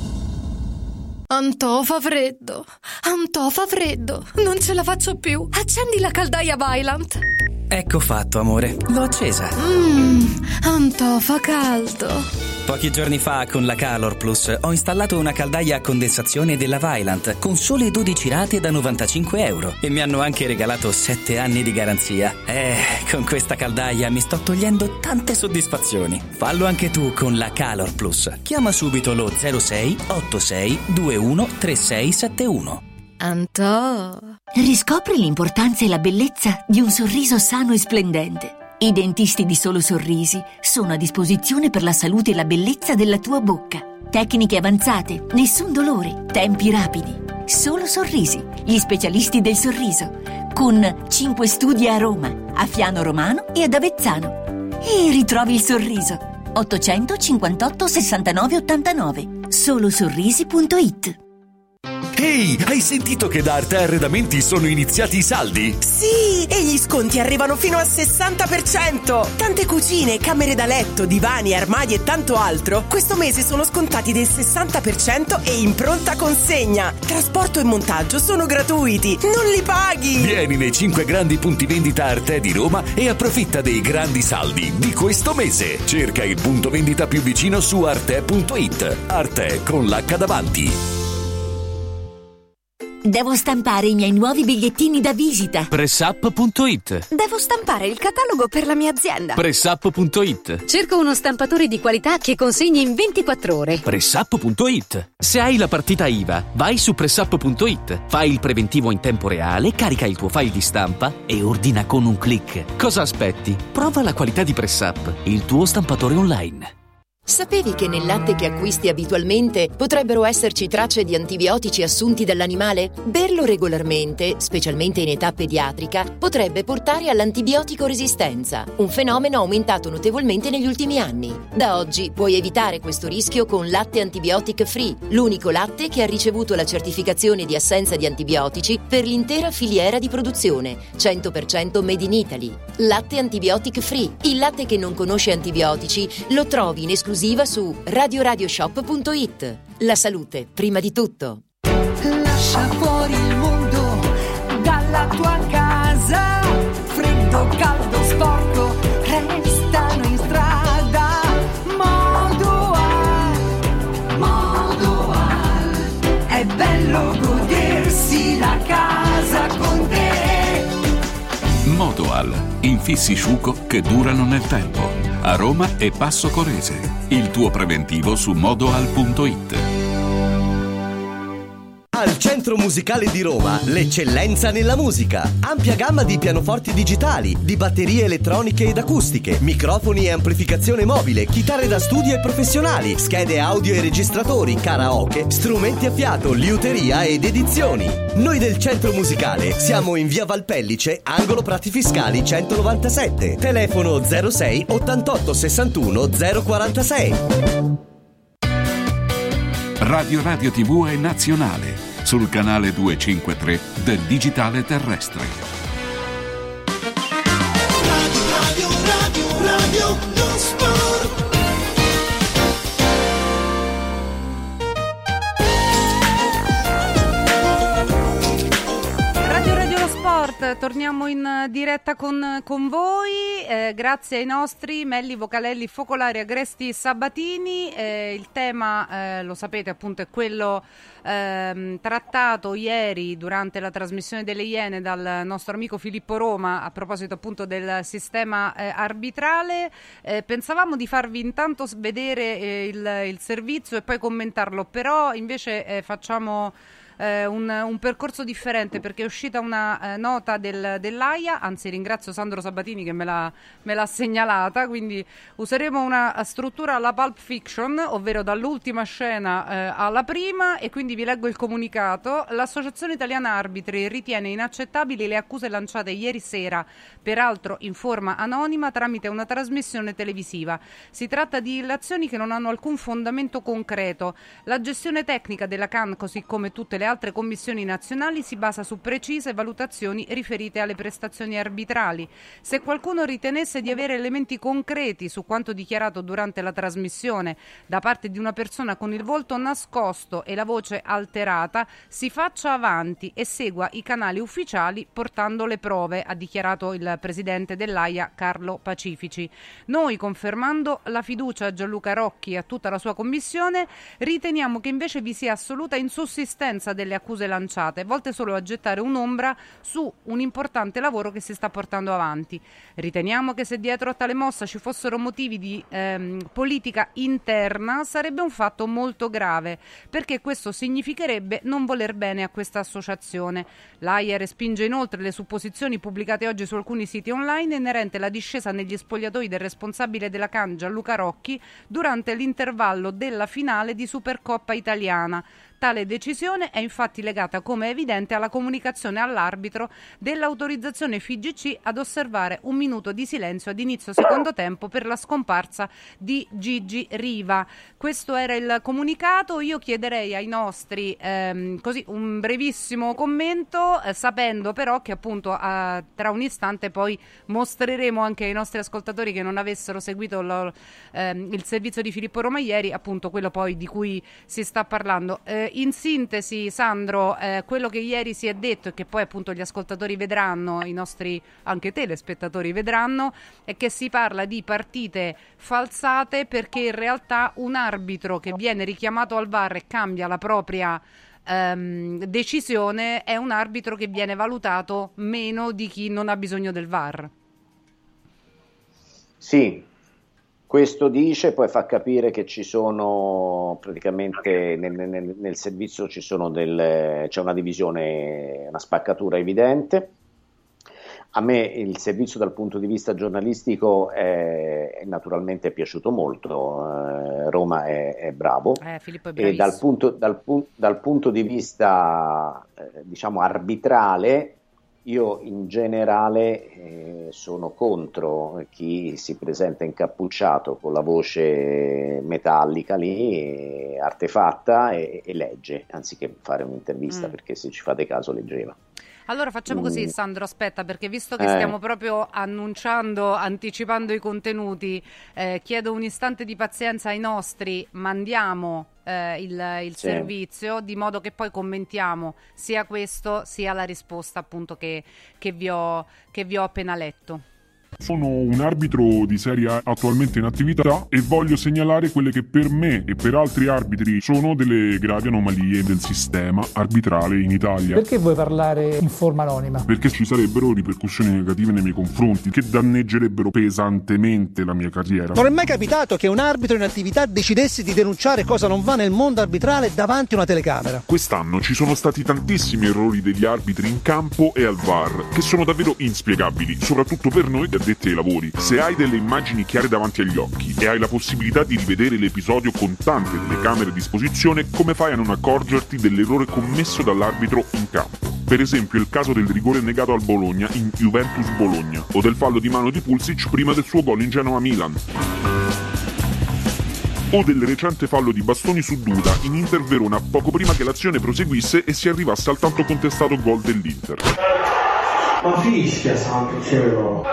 Antò fa freddo, Antò fa freddo, non ce la faccio più. Accendi la caldaia Vaillant. Ecco fatto, amore, l'ho accesa. Mmm, Antò fa caldo. Pochi giorni fa con la Calor Plus ho installato una caldaia a condensazione della Vaillant con sole dodici rate da novantacinque euro e mi hanno anche regalato sette anni di garanzia. Eh, con questa caldaia mi sto togliendo tante soddisfazioni. Fallo anche tu con la Calor Plus. Chiama subito lo zero sei ottantasei ventuno trentasei settantuno. Antò. Riscopri l'importanza e la bellezza di un sorriso sano e splendente. I dentisti di Solo Sorrisi sono a disposizione per la salute e la bellezza della tua bocca. Tecniche avanzate, nessun dolore, tempi rapidi. Solo Sorrisi, gli specialisti del sorriso. con cinque studi a Roma, a Fiano Romano e ad Avezzano. E ritrovi il sorriso. ottocentocinquantotto sessantanove ottantanove. solo sorrisi punto it. Ehi, hai sentito che da Arte Arredamenti sono iniziati i saldi? Sì, e gli sconti arrivano fino al sessanta per cento. Tante cucine, camere da letto, divani, armadi e tanto altro questo mese sono scontati del sessanta per cento e in pronta consegna. Trasporto e montaggio sono gratuiti, non li paghi. Vieni nei cinque grandi punti vendita Arte di Roma e approfitta dei grandi saldi di questo mese. Cerca il punto vendita più vicino su arte punto it. Arte con l'H davanti. Devo stampare i miei nuovi bigliettini da visita. Pressup punto it. Devo stampare il catalogo per la mia azienda. Pressup punto it. Cerco uno stampatore di qualità che consegni in ventiquattro ore. Pressup punto it. Se hai la partita I V A, vai su Pressup punto it, fai il preventivo in tempo reale, carica il tuo file di stampa e ordina con un click. Cosa aspetti? Prova la qualità di Pressup, il tuo stampatore online. Sapevi che nel latte che acquisti abitualmente potrebbero esserci tracce di antibiotici assunti dall'animale? Berlo regolarmente, specialmente in età pediatrica, potrebbe portare all'antibiotico resistenza, un fenomeno aumentato notevolmente negli ultimi anni. Da oggi puoi evitare questo rischio con Latte Antibiotic Free, l'unico latte che ha ricevuto la certificazione di assenza di antibiotici per l'intera filiera di produzione, cento per cento made in Italy. Latte Antibiotic Free, il latte che non conosce antibiotici, lo trovi in esclusiva su radio radio shop punto it. La salute, prima di tutto. Lascia fuori il mondo dalla tua casa. Freddo, caldo, sporco, restano in strada. Modoal, Modoal, è bello godersi la casa con te. Modoal, infissi Sciuco che durano nel tempo. A Roma e Passo Corese. Il tuo preventivo su modoal punto it. Al Centro Musicale di Roma, l'eccellenza nella musica. Ampia gamma di pianoforti digitali, di batterie elettroniche ed acustiche, microfoni e amplificazione mobile, chitarre da studio e professionali, schede audio e registratori, karaoke, strumenti a fiato, liuteria ed edizioni. Noi del Centro Musicale siamo in via Valpellice, angolo Prati Fiscali centonovantasette. Telefono zero sei ottantotto sessantuno zero quarantasei. Radio Radio tivù è nazionale sul canale duecentocinquantatré del digitale terrestre. Radio, radio, radio, radio, lo sport. Radio Radio Lo Sport, torniamo in diretta con, con voi, eh, grazie ai nostri Melli, Vocalelli, Focolari, Agresti, Sabatini. Eh, il tema, eh, lo sapete appunto, è quello ehm, trattato ieri durante la trasmissione delle Iene dal nostro amico Filippo Roma a proposito appunto del sistema eh, arbitrale. Eh, pensavamo di farvi intanto vedere eh, il, il servizio e poi commentarlo, però invece eh, facciamo Eh, un, un percorso differente, perché è uscita una eh, nota del, dell'AIA, anzi ringrazio Sandro Sabatini che me l'ha, me l'ha segnalata, quindi useremo una struttura alla Pulp Fiction, ovvero dall'ultima scena eh, alla prima, e quindi vi leggo il comunicato. L'Associazione Italiana Arbitri ritiene inaccettabili le accuse lanciate ieri sera, peraltro in forma anonima, tramite una trasmissione televisiva. Si tratta di illazioni che non hanno alcun fondamento concreto. La gestione tecnica della C A N, così come tutte le altre commissioni nazionali, si basa su precise valutazioni riferite alle prestazioni arbitrali. Se qualcuno ritenesse di avere elementi concreti su quanto dichiarato durante la trasmissione da parte di una persona con il volto nascosto e la voce alterata, si faccia avanti e segua i canali ufficiali portando le prove, ha dichiarato il presidente dell'AIA Carlo Pacifici. Noi, confermando la fiducia a Gianluca Rocchi e a tutta la sua commissione, riteniamo che invece vi sia assoluta insussistenza delle accuse lanciate, volte solo a gettare un'ombra su un importante lavoro che si sta portando avanti. Riteniamo che se dietro a tale mossa ci fossero motivi di ehm, politica interna, sarebbe un fatto molto grave, perché questo significherebbe non voler bene a questa associazione. L'AIA respinge inoltre le supposizioni pubblicate oggi su alcuni siti online inerente alla discesa negli spogliatoi del responsabile della C A N Gianluca Rocchi durante l'intervallo della finale di Supercoppa italiana. Tale decisione è infatti legata, come è evidente, alla comunicazione all'arbitro dell'autorizzazione F I G C ad osservare un minuto di silenzio ad inizio secondo tempo per la scomparsa di Gigi Riva. Questo era il comunicato. Io chiederei ai nostri ehm, così un brevissimo commento, eh, sapendo però che appunto eh, tra un istante poi mostreremo anche ai nostri ascoltatori che non avessero seguito lo, ehm, il servizio di Filippo Roma ieri, appunto quello poi di cui si sta parlando. Eh, in sintesi, Sandro, eh, quello che ieri si è detto e che poi appunto gli ascoltatori vedranno, i nostri anche telespettatori vedranno, è che si parla di partite falsate perché in realtà un arbitro che viene richiamato al V A R e cambia la propria ehm, decisione è un arbitro che viene valutato meno di chi non ha bisogno del V A R. Sì. Questo dice, poi fa capire che ci sono praticamente nel, nel, nel servizio ci sono del, c'è una divisione, una spaccatura evidente. A me il servizio dal punto di vista giornalistico è, è naturalmente piaciuto molto, eh, Roma è, è bravo eh, Filippo è e dal punto, dal, dal punto di vista eh, diciamo arbitrale. Io in generale eh, sono contro chi si presenta incappucciato con la voce metallica lì, artefatta e, e legge, anziché fare un'intervista, mm. perché se ci fate caso leggeva. Allora facciamo così, Sandro, aspetta, perché visto che eh. stiamo proprio annunciando, anticipando i contenuti, eh, chiedo un istante di pazienza ai nostri, mandiamo eh, il, il sì. servizio, di modo che poi commentiamo sia questo sia la risposta appunto che, che, vi, ho, che vi ho appena letto. Sono un arbitro di Serie A attualmente in attività e voglio segnalare quelle che per me e per altri arbitri sono delle gravi anomalie del sistema arbitrale in Italia. Perché vuoi parlare in forma anonima? Perché ci sarebbero ripercussioni negative nei miei confronti che danneggerebbero pesantemente la mia carriera. Non è mai capitato che un arbitro in attività decidesse di denunciare cosa non va nel mondo arbitrale davanti a una telecamera? Quest'anno ci sono stati tantissimi errori degli arbitri in campo e al V A R che sono davvero inspiegabili, soprattutto per noi addetti ai lavori. Se hai delle immagini chiare davanti agli occhi e hai la possibilità di rivedere l'episodio con tante telecamere a disposizione, come fai a non accorgerti dell'errore commesso dall'arbitro in campo? Per esempio il caso del rigore negato al Bologna in Juventus Bologna o del fallo di mano di Pulisic prima del suo gol in Genoa Milan, o del recente fallo di Bastoni su Duda in Inter Verona poco prima che l'azione proseguisse e si arrivasse al tanto contestato gol dell'Inter. Ma fischia, santo cielo!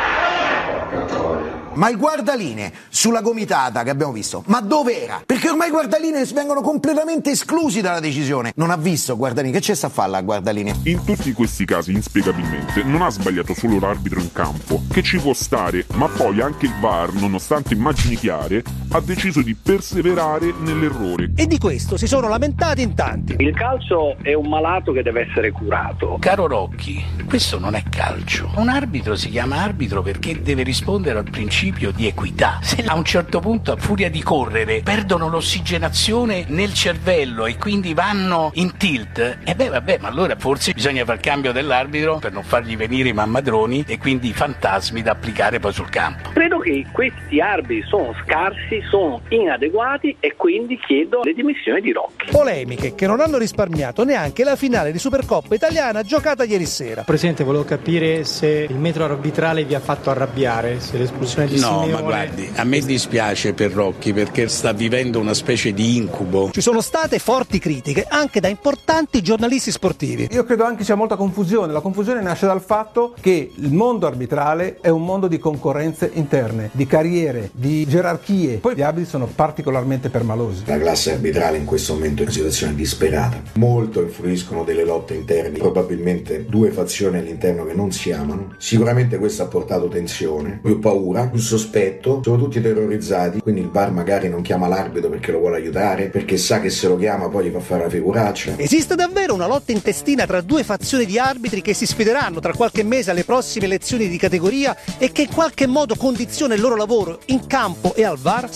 Ma il guardalinee sulla gomitata che abbiamo visto, ma dov'era? Perché ormai i guardalinee vengono completamente esclusi dalla decisione. Non ha visto guardalinee, che c'è sta a fare la guardalinee? In tutti questi casi, inspiegabilmente, non ha sbagliato solo l'arbitro in campo, che ci può stare, ma poi anche il V A R, nonostante immagini chiare, ha deciso di perseverare nell'errore. E di questo si sono lamentati in tanti. Il calcio è un malato che deve essere curato. Caro Rocchi, questo non è calcio. Un arbitro si chiama arbitro perché deve rispondere al principio di equità. Se a un certo punto, a furia di correre, perdono l'ossigenazione nel cervello e quindi vanno in tilt, e beh vabbè, ma allora forse bisogna far cambio dell'arbitro per non fargli venire i mammadroni e quindi i fantasmi da applicare poi sul campo. Credo che questi arbitri sono scarsi, sono inadeguati e quindi chiedo le dimissioni di Rocchi. Polemiche che non hanno risparmiato neanche la finale di Supercoppa italiana giocata ieri sera. Presidente, volevo capire se il metro arbitrale vi ha fatto arrabbiare, se l'espulsione di No, Simeone... ma guardi, a me dispiace per Rocchi perché sta vivendo una specie di incubo. Ci sono state forti critiche anche da importanti giornalisti sportivi. Io credo anche sia molta confusione. La confusione nasce dal fatto che il mondo arbitrale è un mondo di concorrenze interne, di carriere, di gerarchie. Poi gli arbitri sono particolarmente permalosi. La classe arbitrale in questo momento è in una situazione disperata. Molto influiscono delle lotte interne, probabilmente due fazioni all'interno che non si amano. Sicuramente questo ha portato tensione, più paura, più sospetto, sono tutti terrorizzati, quindi il V A R magari non chiama l'arbitro perché lo vuole aiutare, perché sa che se lo chiama poi gli fa fare la figuraccia. Esiste davvero una lotta intestina tra due fazioni di arbitri che si sfideranno tra qualche mese alle prossime elezioni di categoria e che in qualche modo condiziona il loro lavoro in campo e al V A R?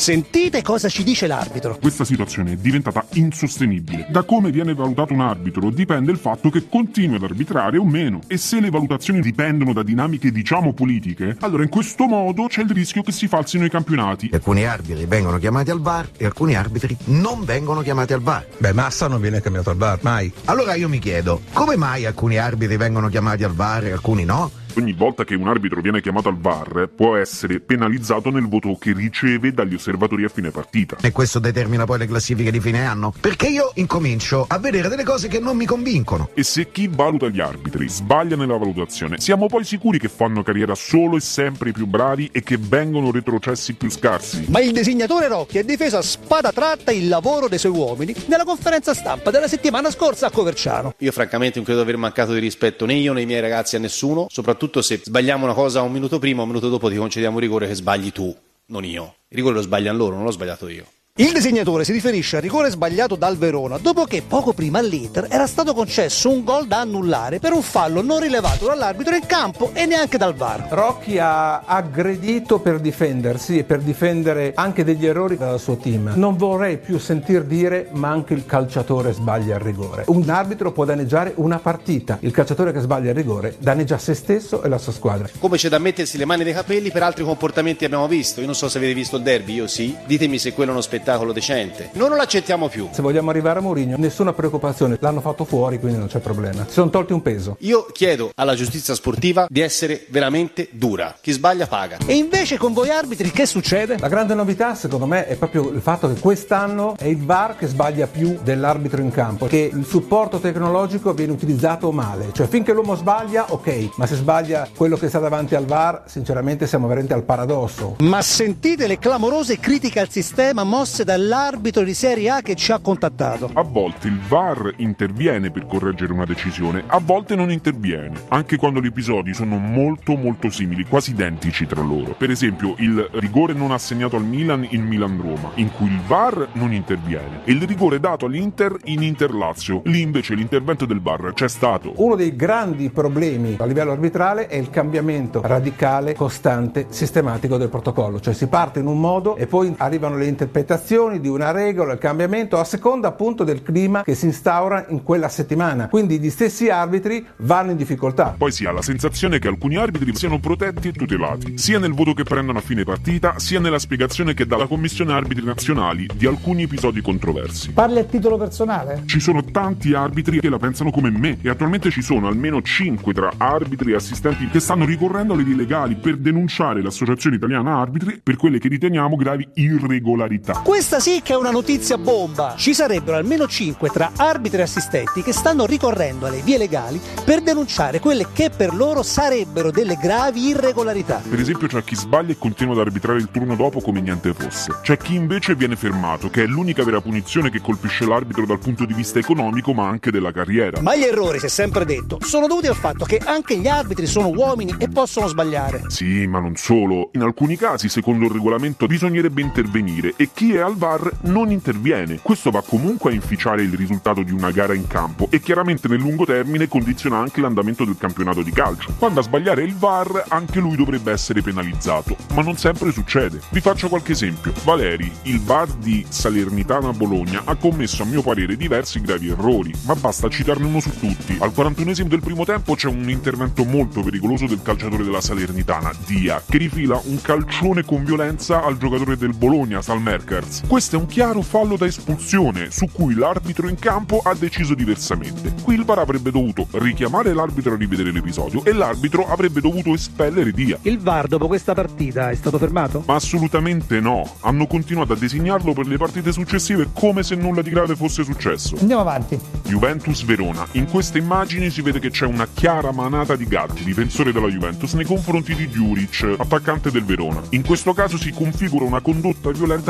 Sentite cosa ci dice l'arbitro. Questa situazione è diventata insostenibile. Da come viene valutato un arbitro dipende il fatto che continui ad arbitrare o meno. E se le valutazioni dipendono da dinamiche diciamo politiche, allora in questo modo c'è il rischio che si falsino i campionati. Alcuni arbitri vengono chiamati al V A R e alcuni arbitri non vengono chiamati al V A R. Beh, Massa non viene chiamato al V A R, mai. Allora io mi chiedo, come mai alcuni arbitri vengono chiamati al V A R e alcuni no? Ogni volta che un arbitro viene chiamato al V A R può essere penalizzato nel voto che riceve dagli osservatori a fine partita. E questo determina poi le classifiche di fine anno? Perché io incomincio a vedere delle cose che non mi convincono. E se chi valuta gli arbitri sbaglia nella valutazione, siamo poi sicuri che fanno carriera solo e sempre i più bravi e che vengono retrocessi più scarsi? Ma il disegnatore Rocchi ha difeso a spada tratta il lavoro dei suoi uomini nella conferenza stampa della settimana scorsa a Coverciano. Io francamente non credo aver mancato di rispetto né io né i miei ragazzi a nessuno, soprattutto se sbagliamo una cosa un minuto prima, un minuto dopo ti concediamo un rigore che sbagli tu, non io. Il rigore lo sbagliano loro, non l'ho sbagliato io. Il disegnatore si riferisce al rigore sbagliato dal Verona dopo che poco prima all'Inter era stato concesso un gol da annullare per un fallo non rilevato dall'arbitro in campo e neanche dal V A R. Rocchi ha aggredito per difendersi e per difendere anche degli errori dal suo team. Non vorrei più sentir dire ma anche il calciatore sbaglia il rigore. Un arbitro può danneggiare una partita, il calciatore che sbaglia il rigore danneggia se stesso e la sua squadra. Come c'è da mettersi le mani nei capelli per altri comportamenti abbiamo visto. Io non so se avete visto il derby, io sì. Ditemi se quello è uno spettacolo decente. Noi non l'accettiamo più. Se vogliamo arrivare a Mourinho, nessuna preoccupazione, l'hanno fatto fuori, quindi non c'è problema. Si sono tolti un peso. Io chiedo alla giustizia sportiva di essere veramente dura. Chi sbaglia paga. E invece con voi arbitri che succede? La grande novità secondo me è proprio il fatto che quest'anno è il V A R che sbaglia più dell'arbitro in campo, che il supporto tecnologico viene utilizzato male, cioè finché l'uomo sbaglia ok, ma se sbaglia quello che sta davanti al V A R sinceramente siamo veramente al paradosso. Ma sentite le clamorose critiche al sistema mosse dall'arbitro di Serie A che ci ha contattato. A volte il V A R interviene per correggere una decisione, a volte non interviene, anche quando gli episodi sono molto molto simili, quasi identici tra loro. Per esempio il rigore non assegnato al Milan in Milan-Roma, in cui il V A R non interviene, e il rigore dato all'Inter in Inter-Lazio, lì invece l'intervento del V A R c'è stato. Uno dei grandi problemi a livello arbitrale è il cambiamento radicale, costante, sistematico del protocollo, cioè si parte in un modo e poi arrivano le interpretazioni di una regola, il cambiamento a seconda appunto del clima che si instaura in quella settimana, quindi gli stessi arbitri vanno in difficoltà. Poi si ha la sensazione che alcuni arbitri siano protetti e tutelati, sia nel voto che prendono a fine partita, sia nella spiegazione che dà la Commissione Arbitri Nazionali di alcuni episodi controversi. Parli a titolo personale? Ci sono tanti arbitri che la pensano come me e attualmente ci sono almeno cinque tra arbitri e assistenti che stanno ricorrendo alle vie legali per denunciare l'Associazione Italiana Arbitri per quelle che riteniamo gravi irregolarità. Questa sì che è una notizia bomba! Ci sarebbero almeno cinque tra arbitri e assistenti che stanno ricorrendo alle vie legali per denunciare quelle che per loro sarebbero delle gravi irregolarità. Per esempio c'è chi sbaglia e continua ad arbitrare il turno dopo come niente fosse. C'è chi invece viene fermato, che è l'unica vera punizione che colpisce l'arbitro dal punto di vista economico ma anche della carriera. Ma gli errori, si è sempre detto, sono dovuti al fatto che anche gli arbitri sono uomini e possono sbagliare. Sì, ma non solo. In alcuni casi, secondo il regolamento, bisognerebbe intervenire e chi è al V A R non interviene. Questo va comunque a inficiare il risultato di una gara in campo e chiaramente nel lungo termine condiziona anche l'andamento del campionato di calcio. Quando a sbagliare il V A R anche lui dovrebbe essere penalizzato, ma non sempre succede. Vi faccio qualche esempio. Valeri, il V A R di Salernitana Bologna, ha commesso a mio parere diversi gravi errori, ma basta citarne uno su tutti. Al quarantunesimo del primo tempo c'è un intervento molto pericoloso del calciatore della Salernitana, Dia, che rifila un calcione con violenza al giocatore del Bologna, Salmerkers. Questo è un chiaro fallo da espulsione, su cui l'arbitro in campo ha deciso diversamente. Qui il V A R avrebbe dovuto richiamare l'arbitro a rivedere l'episodio e l'arbitro avrebbe dovuto espellere Dia. Il V A R dopo questa partita è stato fermato? Ma assolutamente no, hanno continuato a designarlo per le partite successive come se nulla di grave fosse successo. Andiamo avanti. Juventus Verona. In queste immagini si vede che c'è una chiara manata di gatti, difensore della Juventus, nei confronti di Djuric, attaccante del Verona. In questo caso si configura una condotta violenta che comunque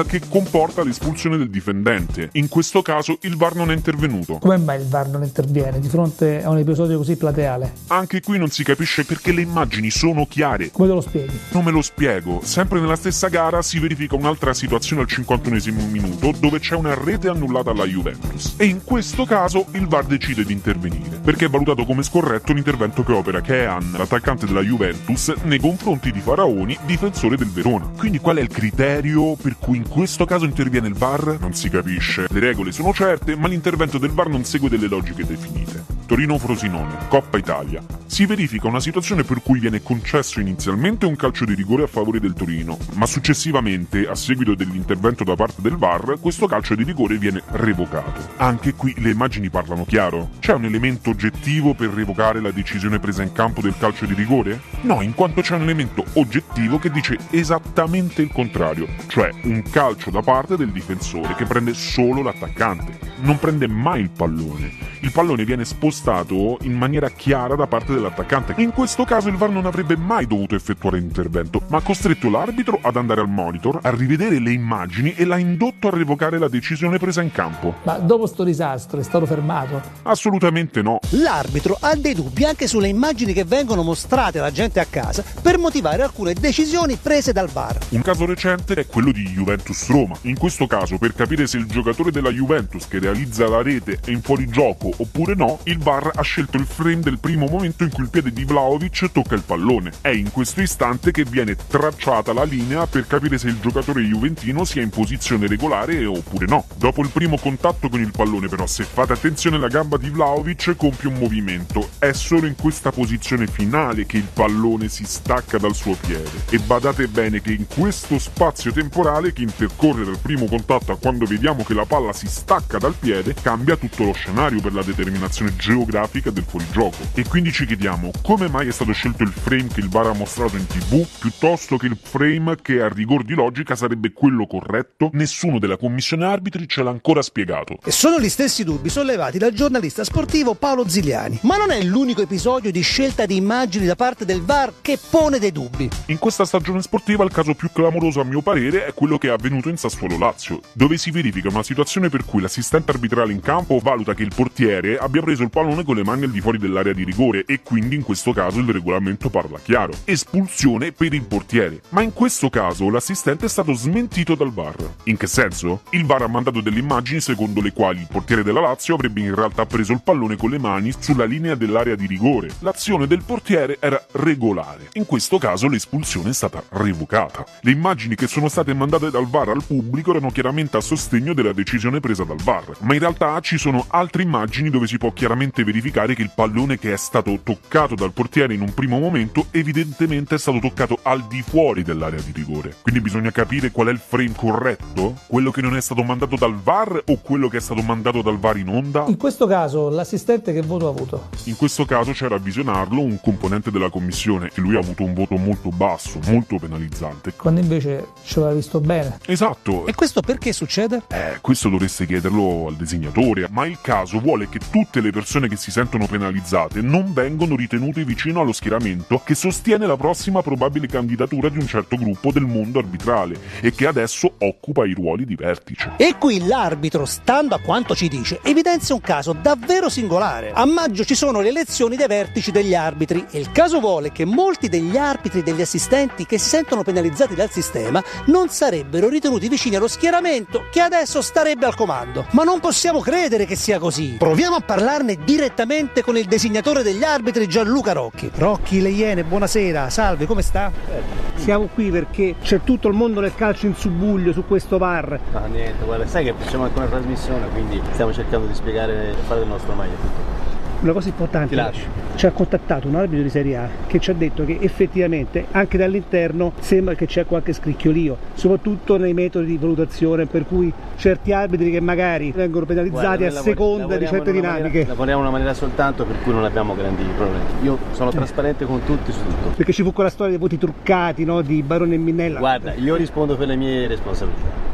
comporta l'espulsione del difendente. In questo caso il V A R non è intervenuto. Come mai il V A R non interviene di fronte a un episodio così plateale? Anche qui non si capisce perché le immagini sono chiare. Come te lo spieghi? Non me lo spiego. Sempre nella stessa gara si verifica un'altra situazione al cinquantunesimo minuto dove c'è una rete annullata alla Juventus. E in questo caso il V A R decide di intervenire, perché è valutato come scorretto l'intervento che opera Kean, l'attaccante della Juventus, nei confronti di Faraoni, difensore del Verona. Quindi qual è il criterio per cui in questo caso interviene il V A R? Non si capisce. Le regole sono certe, ma l'intervento del V A R non segue delle logiche definite. Torino-Frosinone, Coppa Italia. Si verifica una situazione per cui viene concesso inizialmente un calcio di rigore a favore del Torino, ma successivamente, a seguito dell'intervento da parte del V A R, questo calcio di rigore viene revocato. Anche qui le immagini parlano chiaro. C'è un elemento oggettivo per revocare la decisione presa in campo del calcio di rigore? No, in quanto c'è un elemento oggettivo che dice esattamente il contrario, cioè un calcio da parte del difensore che prende solo l'attaccante, non prende mai il pallone. Il pallone viene spostato in maniera chiara da parte dell'attaccante. In questo caso il V A R non avrebbe mai dovuto effettuare l'intervento, ma ha costretto l'arbitro ad andare al monitor, a rivedere le immagini e l'ha indotto a revocare la decisione presa in campo. Ma dopo sto disastro è stato fermato? Assolutamente no. L'arbitro ha dei dubbi anche sulle immagini che vengono mostrate alla gente a casa per motivare alcune decisioni prese dal V A R. Un caso recente è quello di Juventus-Roma. In questo caso, per capire se il giocatore della Juventus che realizza la rete è in fuorigioco oppure no, il V A R ha scelto il frame del primo momento in cui il piede di Vlahovic tocca il pallone. È in questo istante che viene tracciata la linea per capire se il giocatore juventino sia in posizione regolare oppure no. Dopo il primo contatto con il pallone, però, se fate attenzione, la gamba di Vlahovic compie un movimento. È solo in questa posizione finale che il pallone si stacca dal suo piede. E badate bene che in questo spazio temporale che intercorre dal primo contatto a quando vediamo che la palla si stacca dal piede, cambia tutto lo scenario per la determinazione geografica del fuorigioco. E quindi ci chiediamo come mai è stato scelto il frame che il V A R ha mostrato in tv piuttosto che il frame che a rigor di logica sarebbe quello corretto. Nessuno della commissione arbitri ce l'ha ancora spiegato. E sono gli stessi dubbi sollevati dal giornalista sportivo Paolo Ziliani. Ma non è l'unico episodio di scelta di immagini da parte del V A R che pone dei dubbi. In questa stagione sportiva il caso più clamoroso a mio parere è quello che è avvenuto in Sassuolo Lazio, dove si verifica una situazione per cui l'assistente arbitrale in campo valuta che il portiere abbia preso il pallone con le mani al di fuori dell'area di rigore e quindi in questo caso il regolamento parla chiaro. Espulsione per il portiere. Ma in questo caso l'assistente è stato smentito dal V A R. In che senso? Il V A R ha mandato delle immagini secondo le quali il portiere della Lazio avrebbe in realtà preso il pallone con le mani sulla linea dell'area di rigore. L'azione del portiere era regolare. In questo caso l'espulsione è stata revocata. Le immagini che sono state mandate dal V A R al pubblico erano chiaramente a sostegno della decisione presa dal V A R, ma in realtà ci sono altre immagini dove si può chiaramente verificare che il pallone che è stato toccato dal portiere in un primo momento evidentemente è stato toccato al di fuori dell'area di rigore. Quindi bisogna capire qual è il frame corretto, quello che non è stato mandato dal V A R o quello che è stato mandato dal V A R in onda. In questo caso l'assistente che voto ha avuto? In questo caso c'era a visionarlo un componente della commissione e lui ha avuto un voto molto basso, molto penalizzante. Quando invece ci aveva visto bene. Esatto. E questo perché succede? Eh, questo dovreste chiederlo al disegnatore, ma il caso vuole che tutte le persone che si sentono penalizzate non vengono ritenute vicino allo schieramento che sostiene la prossima probabile candidatura di un certo gruppo del mondo arbitrale e che adesso occupa i ruoli di vertice. E qui l'arbitro, stando a quanto ci dice, evidenzia un caso davvero singolare. A maggio ci sono le elezioni dei vertici degli arbitri e il caso vuole che molti degli arbitri e degli assistenti che si sentono penalizzati dal sistema non sarebbero ritenuti vicini allo schieramento che adesso starebbe al comando. Ma non possiamo credere che sia così. Proviamo a parlarne direttamente con il designatore degli arbitri Gianluca Rocchi. Rocchi, Le Iene, buonasera, salve, come sta? Siamo qui perché c'è tutto il mondo del calcio in subbuglio su questo V A R. No, niente, guarda, sai che facciamo anche una trasmissione, quindi stiamo cercando di spiegare e fare del nostro meglio tutto. Una cosa importante, ci ha contattato un arbitro di Serie A che ci ha detto che effettivamente anche dall'interno sembra che c'è qualche scricchiolio, soprattutto nei metodi di valutazione, per cui certi arbitri che magari vengono penalizzati Guarda, a seconda di certe dinamiche. Maniera, lavoriamo in una maniera soltanto per cui non abbiamo grandi problemi. Io sono eh. trasparente con tutti su tutto. Perché ci fu quella storia dei voti truccati, no? Di Barone e Minnella. Guarda, io rispondo per le mie responsabilità.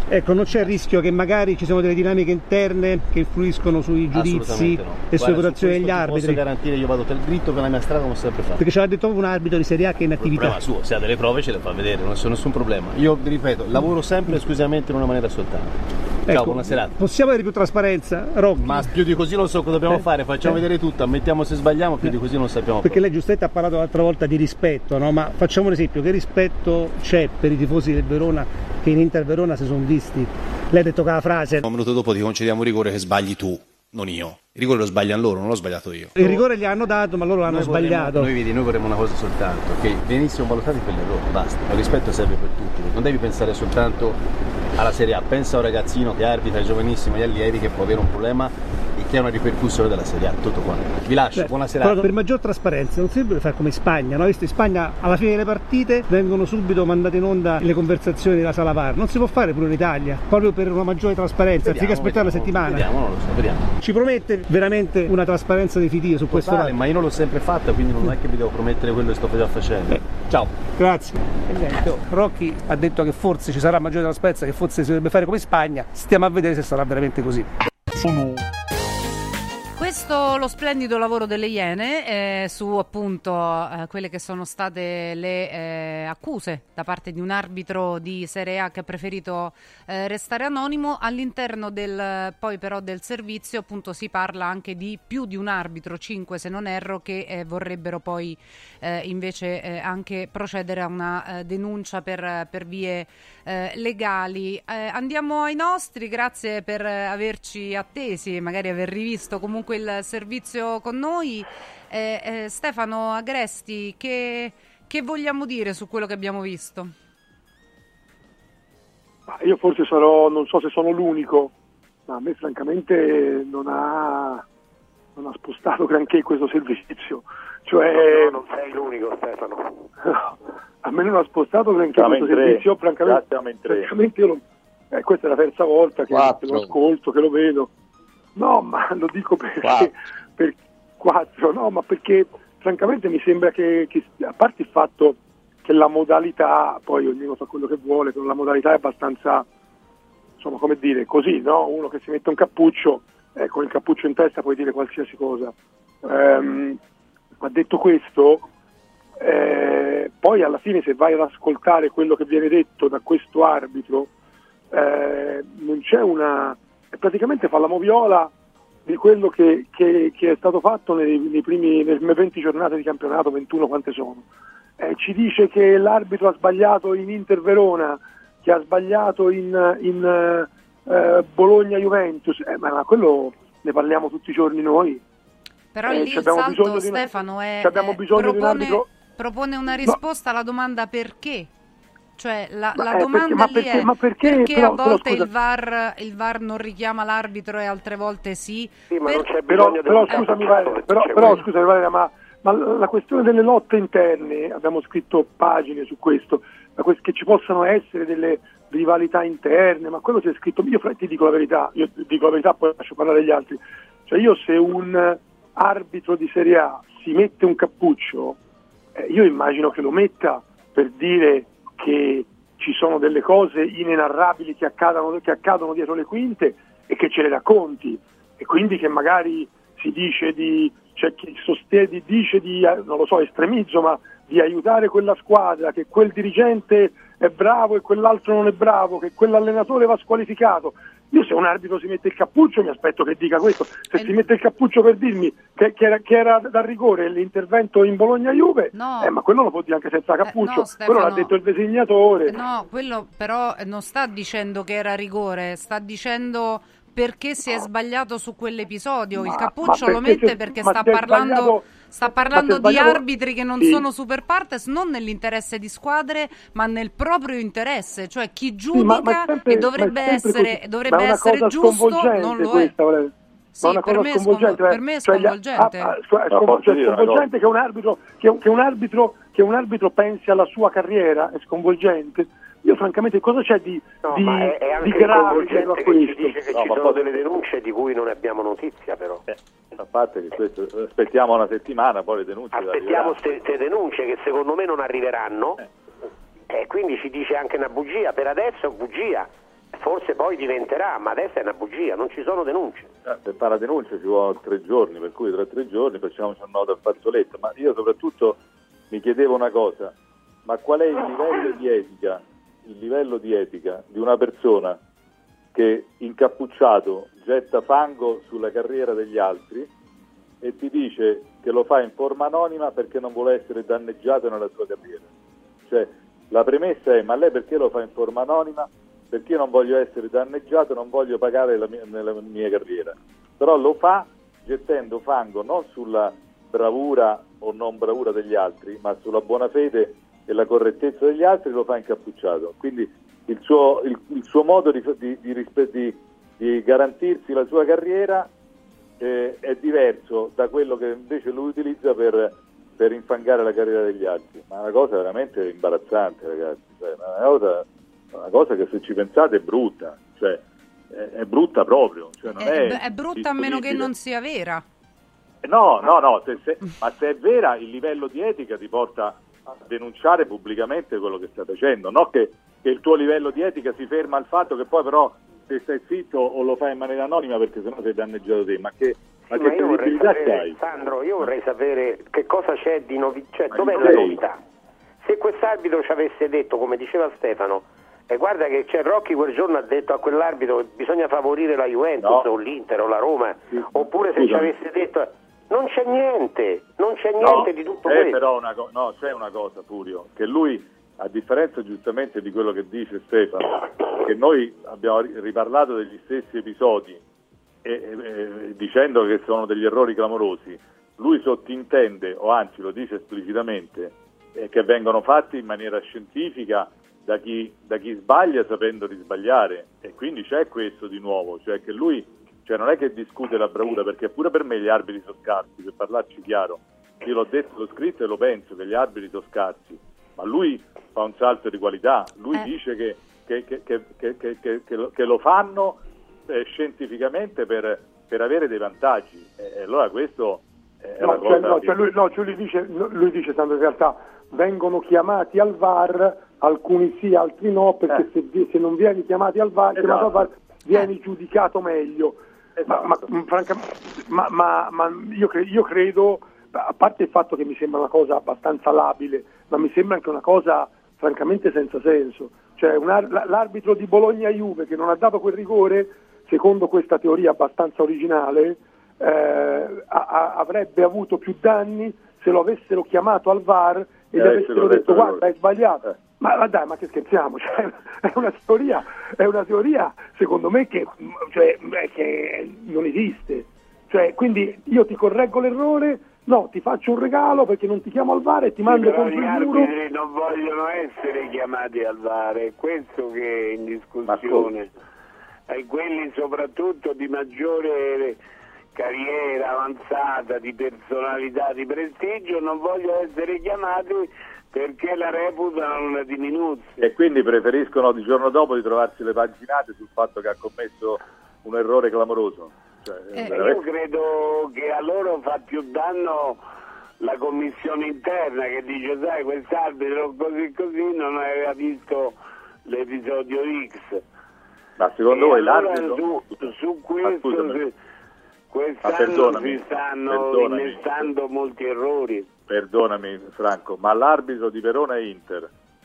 Ecco, non c'è il rischio che magari ci sono delle dinamiche interne che influiscono sui giudizi no. e sulle votazioni degli arbitri? Posso garantire, io vado dritto per la mia strada come ho sempre fatto. Perché ce l'ha detto un arbitro di Serie A che è in attività. Il problema suo, se ha delle prove ce le fa vedere, non c'è nessun problema. Io vi ripeto, lavoro sempre esclusivamente in una maniera soltanto. Ciao, ecco, buona serata. Possiamo avere più trasparenza, Rocchi? Ma più di così non so cosa dobbiamo eh, fare, facciamo eh. vedere tutto, ammettiamo se sbagliamo, più eh. di così non sappiamo. Perché proprio. lei giustamente ha parlato l'altra volta di rispetto, no? Ma facciamo un esempio, che rispetto c'è per i tifosi del Verona che in Inter Verona si sono visti? Lei ha detto che la frase... Un minuto dopo ti concediamo un rigore che sbagli tu, non io. Il rigore lo sbagliano loro, non l'ho sbagliato io. Il rigore gli hanno dato, ma loro l'hanno noi sbagliato. Vorremmo, noi vedi, noi vorremmo una cosa soltanto, che venissimo valutati per l'errore, basta. Il rispetto serve per tutti, non devi pensare soltanto alla Serie A, pensa a un ragazzino che arbitra, giovanissimo, gli allievi, che può avere un problema e che ha una ripercussione della Serie A, tutto qua. Vi lascio, Beh, buona serata. Per maggior trasparenza non si dovrebbe fare come in Spagna, no? Visto in Spagna alla fine delle partite vengono subito mandate in onda le conversazioni della sala V A R, non si può fare pure in Italia, proprio per una maggiore trasparenza, anziché aspettare una settimana. Vediamo, non lo so, vediamo. Ci promette veramente una trasparenza definitiva su questo Totale, ma io non l'ho sempre fatta, quindi non è che vi devo promettere quello che sto già facendo. Eh. Ciao. Grazie. E niente, Rocchi ha detto che forse ci sarà maggiore trasparenza, che forse si dovrebbe fare come in Spagna, stiamo a vedere se sarà veramente così. Sono... Questo lo splendido lavoro delle Iene eh, su appunto eh, quelle che sono state le eh, accuse da parte di un arbitro di Serie A che ha preferito eh, restare anonimo. All'interno del poi però del servizio appunto si parla anche di più di un arbitro, cinque se non erro, che eh, vorrebbero poi eh, invece eh, anche procedere a una eh, denuncia per, per vie eh, legali. Eh, andiamo ai nostri, grazie per averci attesi e magari aver rivisto comunque il servizio con noi. eh, eh, Stefano Agresti, che, che vogliamo dire su quello che abbiamo visto? Io forse sarò, non so se sono l'unico, ma a me francamente non ha, non ha spostato granché questo servizio, cioè no, no, non sei l'unico, Stefano. A me non ha spostato granché questo servizio, francamente, francamente io lo, eh, questa è la terza volta che, che lo ascolto, che lo vedo. No, ma lo dico perché per quattro, no, ma perché francamente mi sembra che, che a parte il fatto che la modalità, poi ognuno fa quello che vuole, però la modalità è abbastanza, insomma, come dire, così, no? Uno che si mette un cappuccio, eh, con il cappuccio in testa puoi dire qualsiasi cosa. Ehm, ma detto questo, eh, poi alla fine se vai ad ascoltare quello che viene detto da questo arbitro, eh, non c'è una... praticamente fa la moviola di quello che, che, che è stato fatto nei, nei primi nelle venti giornate di campionato, ventuno quante sono. Eh, ci dice che l'arbitro ha sbagliato in Inter Verona, che ha sbagliato in, in eh, Bologna Juventus, eh, ma, ma quello ne parliamo tutti i giorni noi. Però eh, lì il salto, Stefano, è, abbiamo bisogno propone, di un arbitro... propone una risposta no. alla domanda perché. Cioè la, la eh, domanda perché, lì perché, è ma perché, perché però, a volte però, il V A R il V A R non richiama l'arbitro e altre volte sì, sì ma per... non c'è però, bisogno però, del scusami, Valeria, però, però scusami Valeria, ma, ma la questione delle lotte interne, abbiamo scritto pagine su questo, ma que- che ci possano essere delle rivalità interne, ma quello si è scritto, io ti dico la verità, io dico la verità poi lascio parlare gli altri, cioè io se un arbitro di Serie A si mette un cappuccio, eh, io immagino che lo metta per dire che ci sono delle cose inenarrabili che accadono, che accadono dietro le quinte e che ce le racconti, e quindi che magari si dice di, cioè chi sostiene, dice di, non lo so, estremizzo, ma di aiutare quella squadra, che quel dirigente è bravo e quell'altro non è bravo, che quell'allenatore va squalificato. Io se un arbitro si mette il cappuccio mi aspetto che dica questo, se eh, si mette il cappuccio per dirmi che, che, era, che era da rigore l'intervento in Bologna-Juve, no. eh, ma quello lo può dire anche senza cappuccio, eh, no, Stefano, quello l'ha detto il designatore. No, quello però non sta dicendo che era rigore, sta dicendo perché si è sbagliato su quell'episodio. Ma, il cappuccio lo mette perché sta parlando, sta parlando di arbitri che non sì. sono super partes, non nell'interesse di squadre, ma nel proprio interesse, cioè chi giudica sì, ma, ma sempre, e dovrebbe essere, dovrebbe essere giusto non lo questa, è. Sì, ma una per, cosa me sconvolgente, per me è sconvolgente. Cioè, ah, ah, cioè, no, cioè, sconvolgente che un arbitro che, che un arbitro che un arbitro pensi alla sua carriera, è sconvolgente. Io francamente cosa c'è di, no, di, ma è, è anche di grave dietro a che questo? Ci dice che no, ci sono poi... delle denunce di cui non abbiamo notizia, però. Eh, a parte che questo, aspettiamo una settimana, poi le denunce aspettiamo queste denunce che secondo me non arriveranno, eh. e quindi ci dice anche una bugia, per adesso bugia. forse poi diventerà, ma adesso è una bugia, non ci sono denunce. Eh, per fare la denuncia ci vogliono tre giorni, per cui tra tre giorni facciamoci un nodo al fazzoletto. Ma io soprattutto mi chiedevo una cosa, ma qual è il livello di etica, il livello di etica di una persona che incappucciato getta fango sulla carriera degli altri e ti dice che lo fa in forma anonima perché non vuole essere danneggiato nella sua carriera? Cioè, la premessa è: ma lei perché lo fa in forma anonima? Perché io non voglio essere danneggiato, non voglio pagare la mia, nella mia carriera. Però lo fa gettendo fango non sulla bravura o non bravura degli altri, ma sulla buona fede e la correttezza degli altri, lo fa incappucciato. Quindi il suo, il, il suo modo di, di, di, di, di garantirsi la sua carriera eh, è diverso da quello che invece lui utilizza per, per infangare la carriera degli altri. Ma è una cosa veramente imbarazzante, ragazzi. Cioè, una cosa... una cosa che, se ci pensate, è brutta, cioè è, è brutta proprio, cioè non è, è, è brutta a meno che non sia vera. No, no, no, se, se, ma se è vera, il livello di etica ti porta a denunciare pubblicamente quello che stai facendo, no che, che il tuo livello di etica si ferma al fatto che poi però se stai zitto o lo fai in maniera anonima perché sennò sei danneggiato te, ma che ma sì, che ma io vorrei sapere, Sandro, io vorrei sapere che cosa c'è di novità, cioè ma dov'è la novità? Se quest'arbitro ci avesse detto, come diceva Stefano, e guarda che c'è Rocchi quel giorno ha detto a quell'arbitro che bisogna favorire la Juventus, no, o l'Inter o la Roma, sì, oppure se scusa, ci avesse detto non c'è niente, non c'è niente, no, di tutto questo. Però una co- no, c'è una cosa, Furio, che lui, a differenza giustamente di quello che dice Stefano, che noi abbiamo riparlato degli stessi episodi e, e, e, dicendo che sono degli errori clamorosi, lui sottintende, o anzi lo dice esplicitamente, eh, che vengono fatti in maniera scientifica da chi, da chi sbaglia sapendo di sbagliare, e quindi c'è questo di nuovo, cioè che lui, cioè non è che discute la bravura, perché pure per me gli arbitri sono scarsi, per parlarci chiaro, io l'ho detto, l'ho scritto e lo penso che gli arbitri sono scarsi, ma lui fa un salto di qualità, lui eh. dice che, che, che, che, che, che, che, che, lo, che lo fanno eh, scientificamente per, per avere dei vantaggi, e, e allora questo è no, la cioè, cosa no, che... cioè lui, no, cioè lui dice, lui dice tanto in realtà vengono chiamati al V A R, alcuni sì, altri no, perché eh. se, se non vieni chiamati al V A R, esatto. al V A R vieni giudicato meglio. Esatto. Ma, ma, francamente, ma, ma, ma io, cre- io credo, a parte il fatto che mi sembra una cosa abbastanza labile, ma mi sembra anche una cosa francamente senza senso. Cioè un ar- l'arbitro di Bologna-Juve che non ha dato quel rigore, secondo questa teoria abbastanza originale, eh, a- a- avrebbe avuto più danni se lo avessero chiamato al V A R e gli avessero detto guarda hai sbagliato, eh. ma, ma dai, ma che scherziamo, cioè, è una teoria è una teoria secondo me che, cioè, che non esiste, cioè, quindi io ti correggo l'errore, no, ti faccio un regalo perché non ti chiamo al V A R e ti mando sì, contro il muro. Gli arbitri non vogliono essere chiamati al V A R, è questo che è in discussione, e quelli soprattutto di maggiore carriera avanzata, di personalità, di prestigio, non vogliono essere chiamati perché la reputano una diminuzione. E quindi preferiscono di giorno dopo di trovarsi le paginate sul fatto che ha commesso un errore clamoroso. Cioè, eh, io credo che a loro fa più danno la commissione interna che dice sai quest'arbitro così così non aveva visto l'episodio X. Ma secondo e voi allora l'arbitro... Su, su questo... Quest'anno si stanno innestando molti errori. Perdonami Franco, ma l'arbitro di Verona e Inter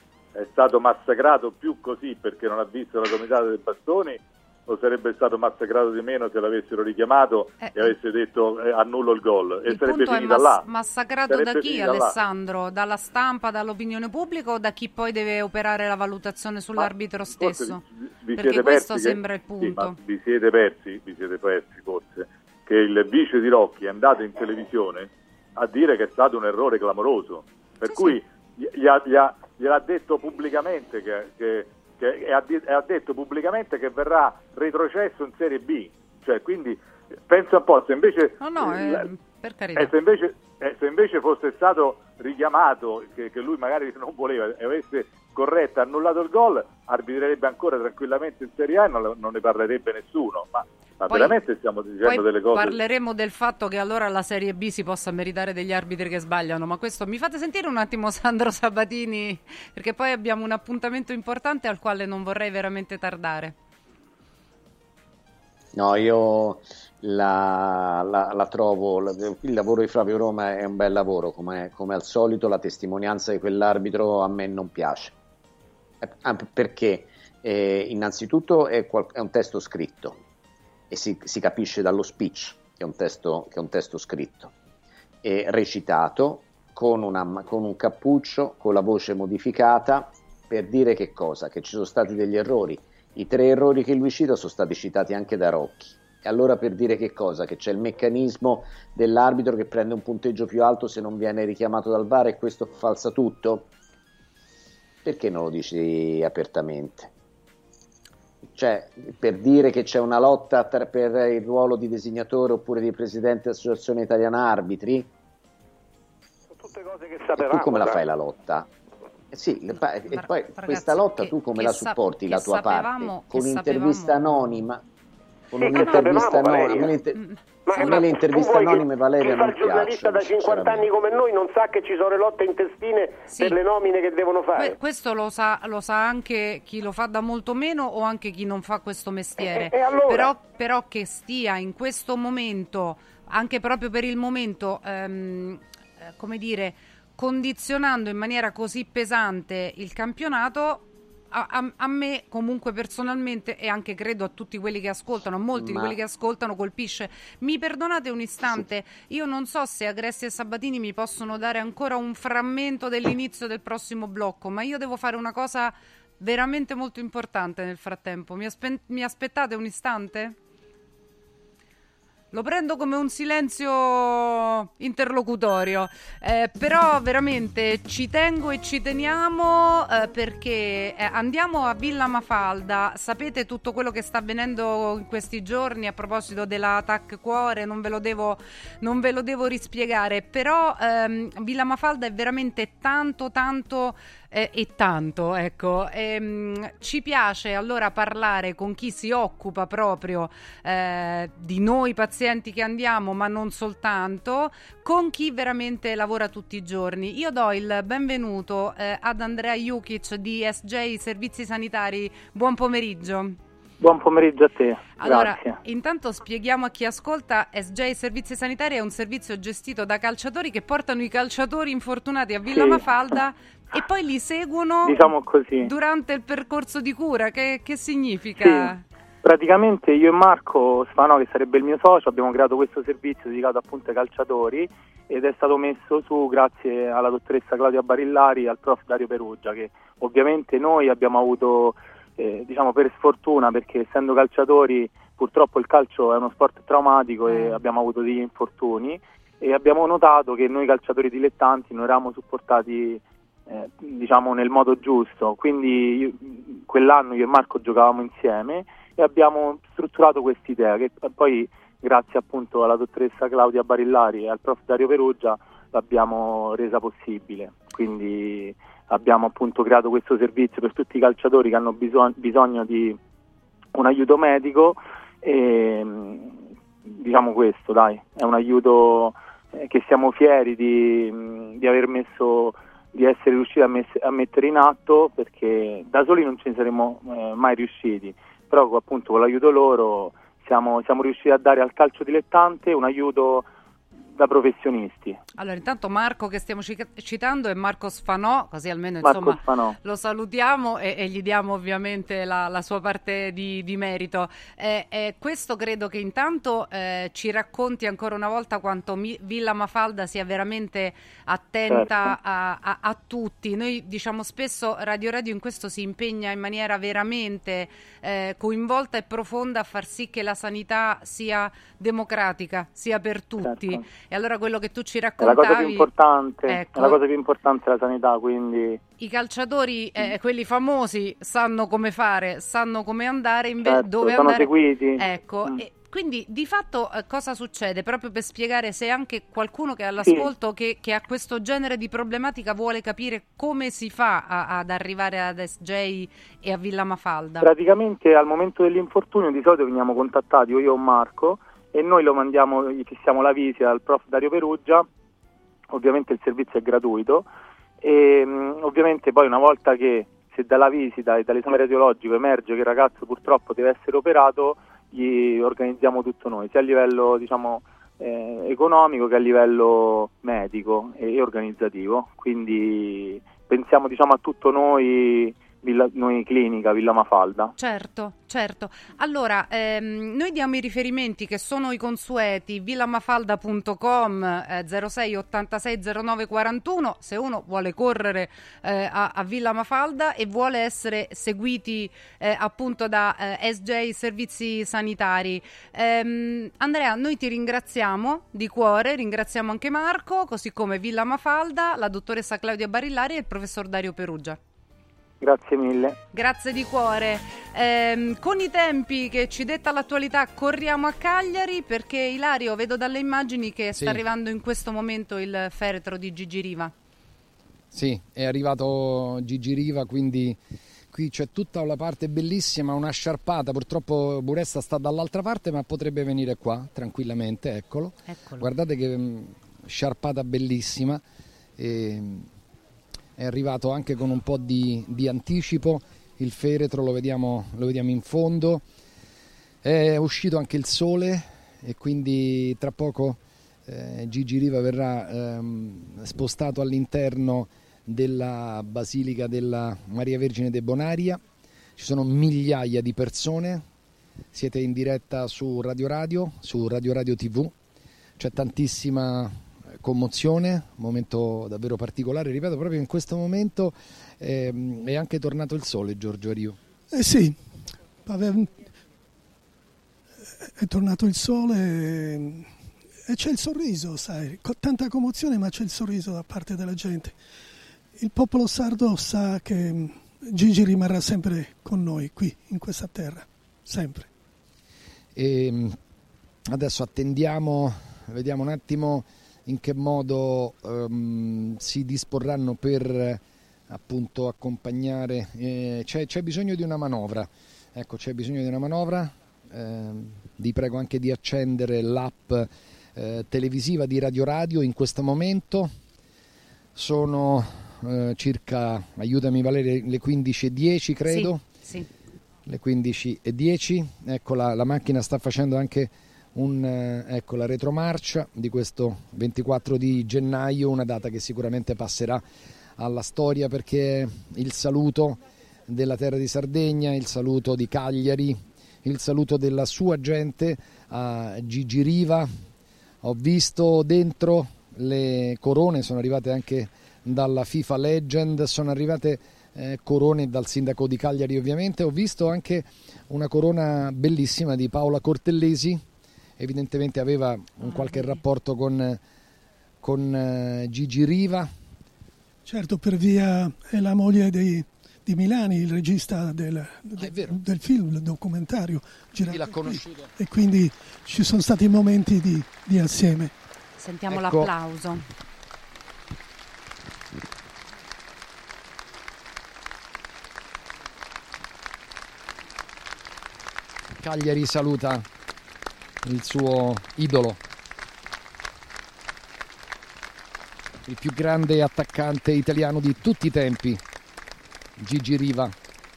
è stato massacrato più così perché non ha visto la comitata dei bastoni, o sarebbe stato massacrato di meno se l'avesse richiamato eh, e avesse detto eh, annullo il gol? E il sarebbe punto finita è mas- là. Massacrato sarebbe da chi, Alessandro? Là. Dalla stampa, dall'opinione pubblica o da chi poi deve operare la valutazione sull'arbitro ma stesso? Vi, vi perché questo sembra che, il punto. Sì, ma vi siete persi, vi siete persi forse, che il vice di Rocchi è andato in televisione a dire che è stato un errore clamoroso, per sì, cui sì. Gli, ha, gli ha, gliel'ha detto pubblicamente che, che, che e ha, e ha detto pubblicamente che verrà retrocesso in Serie B, cioè quindi pensa un po', se invece no, no, eh, eh, per carità. Eh, se invece eh, se invece fosse stato richiamato che, che lui magari non voleva e avesse corretto, annullato il gol, arbitrerebbe ancora tranquillamente in Serie A e non, non ne parlerebbe nessuno, ma Ma poi, veramente stiamo dicendo delle cose. Parleremo del fatto che allora la Serie B si possa meritare degli arbitri che sbagliano, ma questo mi fate sentire un attimo Sandro Sabatini, perché poi abbiamo un appuntamento importante al quale non vorrei veramente tardare. No, io la, la, la trovo, il lavoro di Flavio Roma è un bel lavoro, come, come al solito la testimonianza di quell'arbitro a me non piace, eh, perché eh, innanzitutto è, qual- è un testo scritto e si, si capisce dallo speech che è un testo, che è un testo scritto, e recitato con, una, con un cappuccio, con la voce modificata, per dire che cosa? Che ci sono stati degli errori. I tre errori che lui cita sono stati citati anche da Rocchi. E allora per dire che cosa? Che c'è il meccanismo dell'arbitro che prende un punteggio più alto se non viene richiamato dal V A R e questo falsa tutto? Perché non lo dici apertamente? Cioè, per dire che c'è una lotta tra, per il ruolo di designatore oppure di presidente dell'Associazione Italiana Arbitri? Sono tutte cose che sapevamo. Tu come la dai. fai la lotta? Eh sì, e poi ragazzi, questa lotta che, tu come che la sa- supporti, la tua sapevamo, parte? Con sapevamo... un'intervista anonima? Con Sì, un'intervista sapevamo, anonima? Valeria. A me le, Mm. a me le interviste anonime, Valeria, chi fa non il giornalista piacciono, da cinquanta anni come noi non sa che ci sono le lotte intestine Sì. per le nomine che devono fare. Que- questo lo sa, lo sa anche chi lo fa da molto meno o anche chi non fa questo mestiere. E- e allora? Però, però che stia in questo momento, anche proprio per il momento, ehm, eh, come dire, condizionando in maniera così pesante il campionato, a, a, a me comunque personalmente, e anche credo a tutti quelli che ascoltano, a molti Ma- di quelli che ascoltano, colpisce. Mi perdonate un istante, io non so se Agresti e Sabatini mi possono dare ancora un frammento dell'inizio del prossimo blocco, ma io devo fare una cosa veramente molto importante nel frattempo. Mi, aspe- mi aspettate un istante? Lo prendo come un silenzio interlocutorio, eh, però veramente ci tengo e ci teniamo eh, perché eh, andiamo a Villa Mafalda. Sapete tutto quello che sta avvenendo in questi giorni a proposito della T A C Cuore, non ve lo devo, non ve lo devo rispiegare, però ehm, Villa Mafalda è veramente tanto tanto eh, e tanto, ecco. Ehm, ci piace allora parlare con chi si occupa proprio eh, di noi pazienti che andiamo, ma non soltanto, con chi veramente lavora tutti i giorni. Io do il benvenuto eh, ad Andrea Jukic di S J Servizi Sanitari. Buon pomeriggio. Buon pomeriggio a te. Allora, Grazie. intanto spieghiamo a chi ascolta: S J Servizi Sanitari è un servizio gestito da calciatori che portano i calciatori infortunati a Villa Sì. Mafalda e poi li seguono, diciamo così, durante il percorso di cura. Che, che significa? Sì. Praticamente io e Marco Sfano, che sarebbe il mio socio, abbiamo creato questo servizio dedicato appunto ai calciatori ed è stato messo su grazie alla dottoressa Claudia Barillari e al prof Dario Perugia, che ovviamente noi abbiamo avuto, eh, diciamo per sfortuna, perché essendo calciatori purtroppo il calcio è uno sport traumatico e abbiamo avuto degli infortuni e abbiamo notato che noi calciatori dilettanti non eravamo supportati eh, diciamo nel modo giusto, quindi io, quell'anno io e Marco giocavamo insieme e abbiamo strutturato quest'idea che poi grazie appunto alla dottoressa Claudia Barillari e al prof Dario Perugia l'abbiamo resa possibile. Quindi abbiamo appunto creato questo servizio per tutti i calciatori che hanno bisogno, bisogno di un aiuto medico e diciamo questo, dai, è un aiuto eh, che siamo fieri di, di aver messo, di essere riusciti a, mess- a mettere in atto, perché da soli non ce ne saremmo eh, mai riusciti. Però appunto con l'aiuto loro siamo, siamo riusciti a dare al calcio dilettante un aiuto da professionisti. Allora, intanto Marco che stiamo citando è Marco Sfanò, così almeno Marco insomma Sfanò. Lo salutiamo e, e gli diamo ovviamente la, la sua parte di, di merito. Eh, eh, questo credo che intanto eh, ci racconti ancora una volta quanto Mi- Villa Mafalda sia veramente attenta certo. a, a, a tutti. Noi diciamo spesso Radio Radio in questo si impegna in maniera veramente eh, coinvolta e profonda a far sì che la sanità sia democratica, sia per tutti. Certo. E allora quello che tu ci È la raccontavi, cosa più importante, ecco, è la cosa più importante la sanità, quindi i calciatori, eh, quelli famosi, sanno come fare, sanno come andare, inve- certo, dove sono andare. seguiti. Ecco, Mm. e quindi di fatto eh, cosa succede? Proprio per spiegare se anche qualcuno che è all'ascolto Sì. che, che ha questo genere di problematica vuole capire come si fa a- ad arrivare ad S J e a Villa Mafalda. Praticamente al momento dell'infortunio di solito veniamo contattati, o io o Marco, e noi lo mandiamo, gli fissiamo la visita al prof Dario Perugia. Ovviamente il servizio è gratuito e mh, ovviamente poi una volta che, se dalla visita e dall'esame radiologico emerge che il ragazzo purtroppo deve essere operato, gli organizziamo tutto noi, sia a livello diciamo eh, economico che a livello medico e organizzativo, quindi pensiamo diciamo a tutto noi, Villa, noi clinica Villa Mafalda. Certo, certo. Allora, ehm, noi diamo i riferimenti che sono i consueti: villamafalda punto com, eh, zero sei ottantasei zero nove quarantuno, se uno vuole correre eh, a, a Villa Mafalda e vuole essere seguiti eh, appunto da eh, S J Servizi Sanitari. Ehm, Andrea, noi ti ringraziamo di cuore, ringraziamo anche Marco, così come Villa Mafalda, la dottoressa Claudia Barillari e il professor Dario Perugia. Grazie mille. Grazie di cuore. Eh, con i tempi che ci detta l'attualità corriamo a Cagliari, perché Ilario, vedo dalle immagini che sì. sta arrivando in questo momento il feretro di Gigi Riva. Sì, è arrivato Gigi Riva, quindi qui c'è tutta la parte bellissima, una sciarpata, purtroppo Buresta sta dall'altra parte ma potrebbe venire qua tranquillamente, eccolo. Eccolo. Guardate che mh, sciarpata bellissima. E è arrivato anche con un po' di, di anticipo, il feretro lo vediamo, lo vediamo in fondo, è uscito anche il sole e quindi tra poco eh, Gigi Riva verrà ehm, spostato all'interno della Basilica della Maria Vergine de Bonaria. Ci sono migliaia di persone, siete in diretta su Radio Radio, su Radio Radio tivù, c'è tantissima commozione, momento davvero particolare, ripeto, proprio in questo momento eh, è anche tornato il sole, Giorgio Ario. Eh sì, è tornato il sole e c'è il sorriso, sai, con tanta commozione ma c'è il sorriso da parte della gente. Il popolo sardo sa che Gigi rimarrà sempre con noi qui in questa terra, sempre. E adesso attendiamo, vediamo un attimo in che modo um, si disporranno per appunto accompagnare, eh, c'è, c'è bisogno di una manovra, ecco c'è bisogno di una manovra, eh, vi prego anche di accendere l'app eh, televisiva di Radio Radio in questo momento, sono eh, circa, aiutami Valeria, le quindici e dieci credo, sì, sì. Le quindici e dieci, ecco la, la macchina sta facendo anche Un, ecco la retromarcia di questo ventiquattro di gennaio, una data che sicuramente passerà alla storia perché è il saluto della terra di Sardegna, il saluto di Cagliari, il saluto della sua gente a Gigi Riva. Ho visto dentro le corone, sono arrivate anche dalla FIFA Legend, sono arrivate eh, corone dal sindaco di Cagliari ovviamente, ho visto anche una corona bellissima di Paola Cortellesi, evidentemente aveva un qualche rapporto con, con Gigi Riva. Certo, per via è la moglie di, di Milani, il regista del, del, del film, del documentario girato l'ha conosciuto. E quindi ci sono stati momenti di, di assieme. Sentiamo ecco. l'applauso. Cagliari saluta il suo idolo, il più grande attaccante italiano di tutti i tempi, Gigi Riva,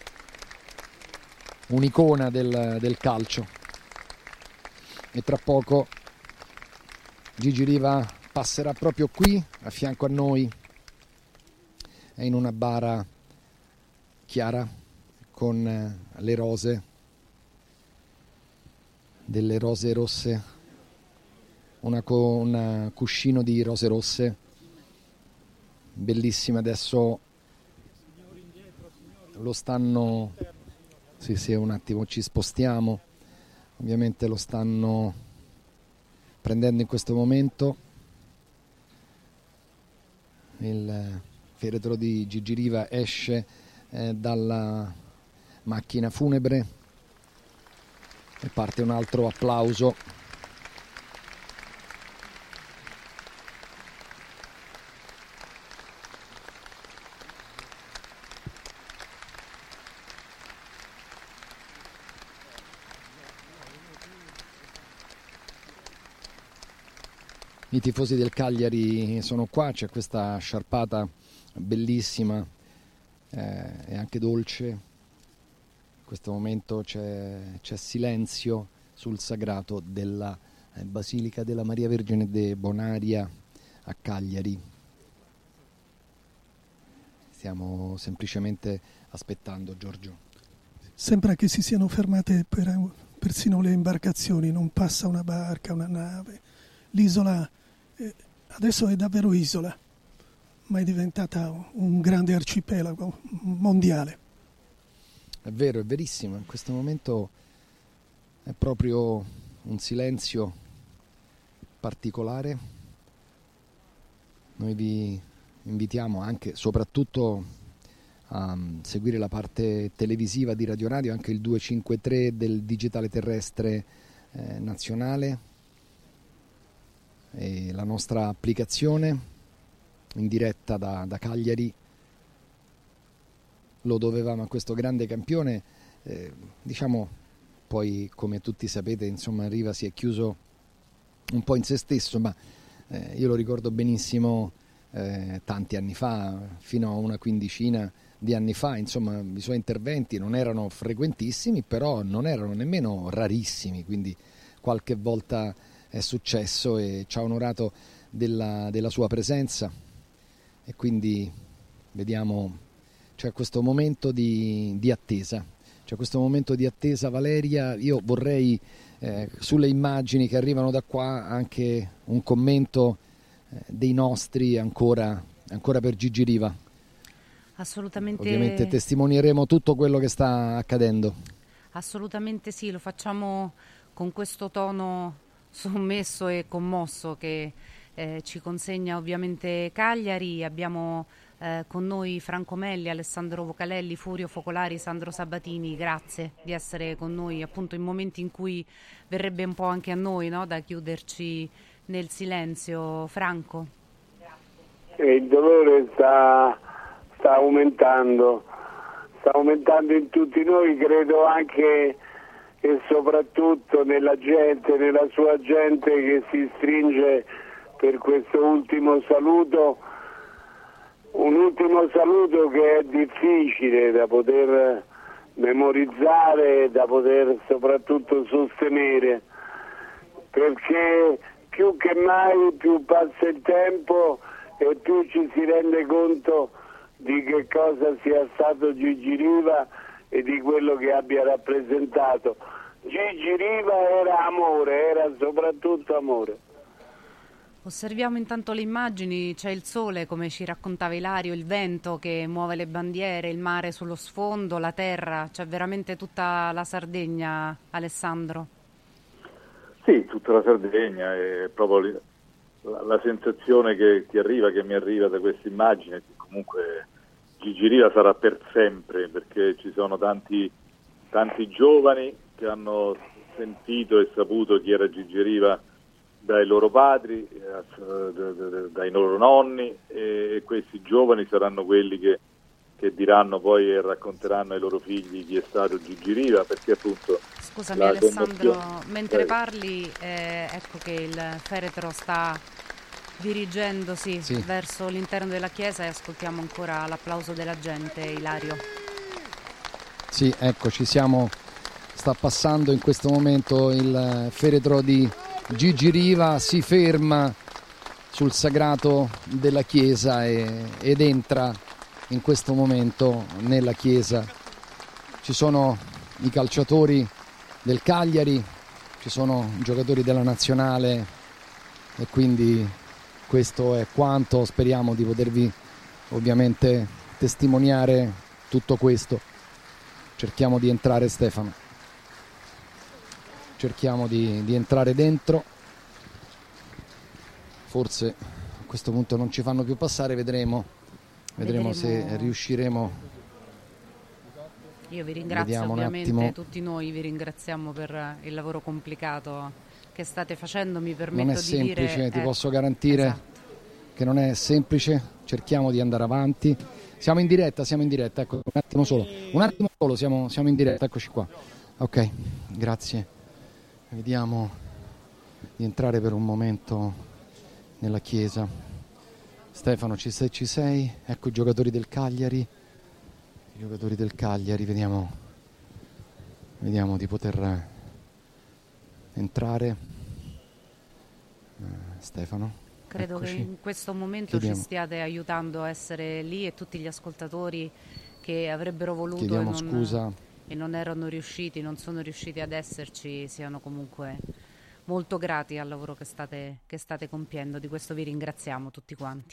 un'icona del, del calcio. E tra poco Gigi Riva passerà proprio qui a fianco a noi, è in una bara chiara con le rose, delle rose rosse, una un cuscino di rose rosse bellissime. Adesso lo stanno, sì sì un attimo ci spostiamo, ovviamente lo stanno prendendo in questo momento il feretro di Gigi Riva, esce eh, dalla macchina funebre e parte un altro applauso. I tifosi del Cagliari sono qua, c'è questa sciarpata bellissima eh, e anche dolce. In questo momento c'è, c'è silenzio sul sagrato della eh, Basilica della Maria Vergine de Bonaria a Cagliari. Stiamo semplicemente aspettando, Giorgio. Sembra che si siano fermate per, persino le imbarcazioni, non passa una barca, una nave. L'isola eh, adesso è davvero isola, ma è diventata un grande arcipelago mondiale. È vero, è verissimo, in questo momento è proprio un silenzio particolare. Noi vi invitiamo anche, soprattutto, a seguire la parte televisiva di Radio Radio, anche il duecentocinquantatré del digitale terrestre eh, nazionale, e la nostra applicazione in diretta da, da Cagliari. Lo dovevamo a questo grande campione, eh, diciamo, poi come tutti sapete, insomma, Riva si è chiuso un po' in se stesso, ma eh, io lo ricordo benissimo eh, tanti anni fa, fino a una quindicina di anni fa, insomma, i suoi interventi non erano frequentissimi, però non erano nemmeno rarissimi, quindi qualche volta è successo e ci ha onorato della, della sua presenza, e quindi vediamo. C'è questo momento di, di attesa, c'è questo momento di attesa, Valeria. Io vorrei eh, sulle immagini che arrivano da qua anche un commento eh, dei nostri ancora, ancora per Gigi Riva. Assolutamente. Ovviamente testimonieremo tutto quello che sta accadendo. Assolutamente sì, lo facciamo con questo tono sommesso e commosso che eh, ci consegna ovviamente Cagliari. Abbiamo Eh, con noi Franco Melli, Alessandro Vocalelli, Furio Focolari, Sandro Sabatini. Grazie di essere con noi appunto in momenti in cui verrebbe un po' anche a noi, no, da chiuderci nel silenzio. Franco? E il dolore sta, sta aumentando, sta aumentando in tutti noi, credo anche e soprattutto nella gente, nella sua gente che si stringe per questo ultimo saluto. Un ultimo saluto che è difficile da poter memorizzare, da poter soprattutto sostenere, perché più che mai più passa il tempo e più ci si rende conto di che cosa sia stato Gigi Riva e di quello che abbia rappresentato. Gigi Riva era amore, era soprattutto amore. Osserviamo intanto le immagini, c'è il sole, come ci raccontava Ilario, il vento che muove le bandiere, il mare sullo sfondo, la terra, c'è veramente tutta la Sardegna, Alessandro. Sì, tutta la Sardegna, è proprio la, la sensazione che ti arriva, che mi arriva da queste immagini, che comunque Gigi Riva sarà per sempre, perché ci sono tanti, tanti giovani che hanno sentito e saputo chi era Gigi Riva dai loro padri, dai loro nonni, e questi giovani saranno quelli che, che diranno poi e racconteranno ai loro figli chi è stato Gigi Riva, perché appunto... Scusami Alessandro, mentre Prego. parli, eh, ecco che il feretro sta dirigendosi sì. verso l'interno della chiesa e ascoltiamo ancora l'applauso della gente. Ilario. Sì, ecco, ci siamo, sta passando in questo momento il feretro di Gigi Riva, si ferma sul sagrato della chiesa e, ed entra in questo momento nella chiesa. Ci sono i calciatori del Cagliari, ci sono i giocatori della nazionale, e quindi questo è quanto. Speriamo di potervi ovviamente testimoniare tutto questo. Cerchiamo di entrare, Stefano. Cerchiamo di, di entrare dentro. Forse a questo punto non ci fanno più passare, vedremo. Vedremo, vedremo. se riusciremo. Io vi ringrazio, Vediamo ovviamente tutti noi vi ringraziamo per il lavoro complicato che state facendo. Mi permetto non è di semplice, dire, ti eh, posso garantire esatto. che non è semplice. Cerchiamo di andare avanti. Siamo in diretta, siamo in diretta, ecco, un attimo solo. Un attimo solo, siamo, siamo in diretta, eccoci qua. Ok, grazie. Vediamo di entrare per un momento nella chiesa. Stefano, ci sei? Ci sei? Ecco i giocatori del Cagliari. I giocatori del Cagliari, vediamo, vediamo di poter entrare. Uh, Stefano? Credo eccoci. Che in questo momento Chiediamo. ci stiate aiutando a essere lì, e tutti gli ascoltatori che avrebbero voluto e Chiediamo non, scusa. e non erano riusciti, non sono riusciti ad esserci, siano comunque molto grati al lavoro che state, che state compiendo. Di questo vi ringraziamo tutti quanti.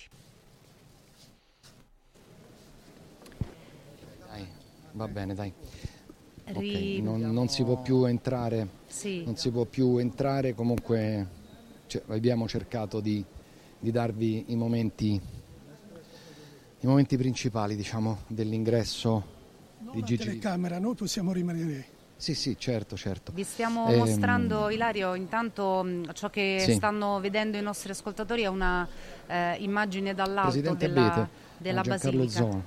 Dai, va bene, dai. Ri- Okay, non, non si può più entrare, Sì. non si può più entrare, comunque cioè, abbiamo cercato di, di darvi i momenti, i momenti principali, diciamo, dell'ingresso Non di la Gigi. telecamera, noi possiamo rimanere. Sì, sì, certo, certo. Vi stiamo Ehm, mostrando, Ilario, intanto mh, ciò che Sì. stanno vedendo i nostri ascoltatori è una eh, immagine dall'alto Presidente della, Abete, della Giancarlo Basilica. Zona.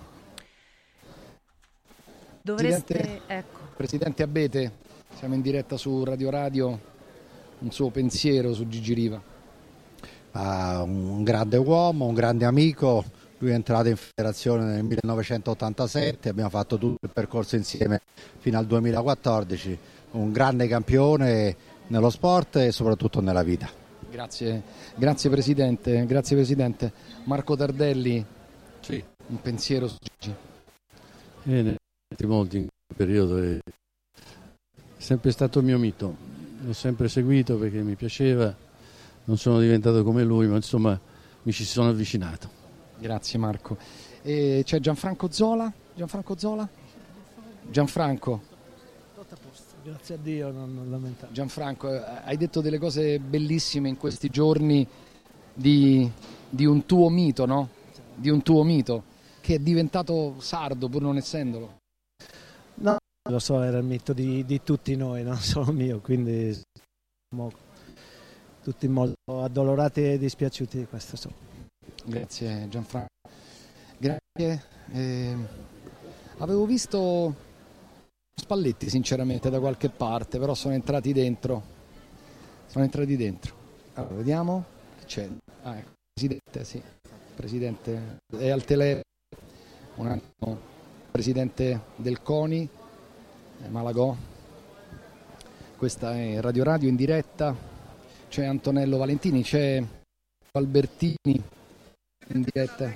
Dovreste, Presidente- ecco, Presidente Abete, siamo in diretta su Radio Radio, un suo pensiero su Gigi Riva. Ah, un grande uomo, un grande amico, lui è entrato in federazione nel millenovecentottantasette, abbiamo fatto tutto il percorso insieme fino al duemilaquattordici, un grande campione nello sport e soprattutto nella vita. Grazie, grazie Presidente, grazie Presidente. Marco Tardelli, Sì. un pensiero su Gigi. E ne ho molti in quel periodo, è sempre stato il mio mito, l'ho sempre seguito perché mi piaceva, non sono diventato come lui, ma insomma mi ci sono avvicinato. Grazie Marco. E c'è Gianfranco Zola? Gianfranco Zola? Gianfranco. Tutto a posto, grazie a Dio, non, non lamentare. Gianfranco, eh, hai detto delle cose bellissime in questi giorni di, di un tuo mito, no? Di un tuo mito che è diventato sardo pur non essendolo. No, lo so, era il mito di, di tutti noi, non solo mio, quindi siamo tutti molto addolorati e dispiaciuti di questo. So. Grazie Gianfranco. Grazie. Eh, avevo visto Spalletti sinceramente da qualche parte, però sono entrati dentro. Sono entrati dentro. Allora, vediamo che c'è. Ah, ecco, Presidente, sì. Presidente è al telefono. Un attimo. Presidente del CONI, eh, Malagò. Questa è Radio Radio in diretta. C'è Antonello Valentini, c'è Albertini in diretta.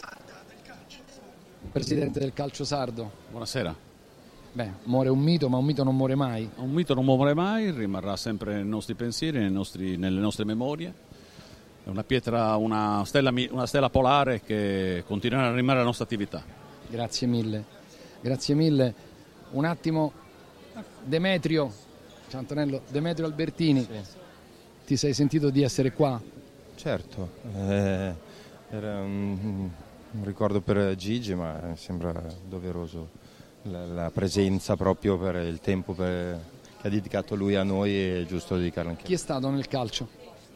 Presidente del calcio sardo. Buonasera. Beh, muore un mito, ma un mito non muore mai. Un mito non muore mai, rimarrà sempre nei nostri pensieri, nei nostri, nelle nostre memorie. È una pietra, una stella, una stella polare che continuerà a rimanere la nostra attività. Grazie mille. Grazie mille. Un attimo, Demetrio, ciao Antonello, Demetrio Albertini, sì. Ti sei sentito di essere qua? Certo, eh, era un, un ricordo per Gigi, ma sembra doveroso la, la presenza proprio per il tempo per, che ha dedicato lui a noi, è giusto dedicarlo anche a Chi è stato nel calcio?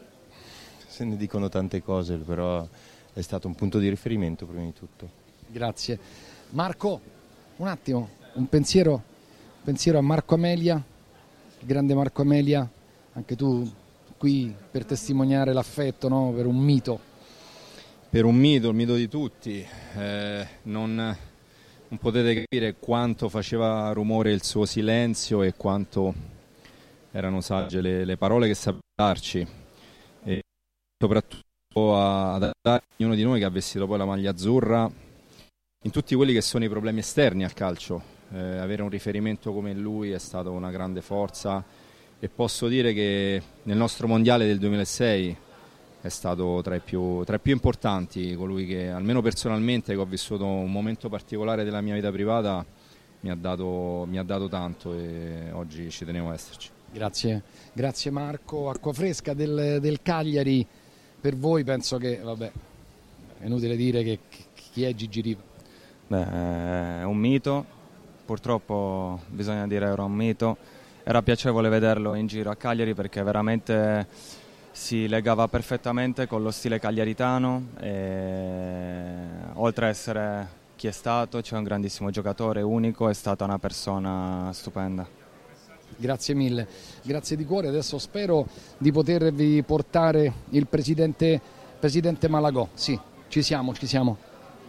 Se ne dicono tante cose, però è stato un punto di riferimento prima di tutto. Grazie. Marco, un attimo, un pensiero, pensiero a Marco Amelia, il grande Marco Amelia, anche tu qui per testimoniare l'affetto, no? Per un mito. Per un mito, il mito di tutti, eh, non, non potete capire quanto faceva rumore il suo silenzio e quanto erano sagge le, le parole che sapeva darci, e soprattutto ad ognuno di noi che ha vestito poi la maglia azzurra, in tutti quelli che sono i problemi esterni al calcio. Eh, avere un riferimento come lui è stata una grande forza. E posso dire che nel nostro mondiale del duemilasei è stato tra i più, tra i più importanti, colui che almeno personalmente, che ho vissuto un momento particolare della mia vita privata, mi ha dato, mi ha dato tanto, e oggi ci tenevo a esserci. Grazie, grazie Marco. Acqua fresca del, del Cagliari, per voi penso che, vabbè, è inutile dire che chi è Gigi Riva. Beh, è un mito, purtroppo bisogna dire era un mito. Era piacevole vederlo in giro a Cagliari perché veramente si legava perfettamente con lo stile cagliaritano, e oltre a essere chi è stato, c'è un grandissimo giocatore, unico, è stata una persona stupenda. Grazie mille, grazie di cuore. Adesso spero di potervi portare il presidente, presidente Malagò. Sì, ci siamo, ci siamo.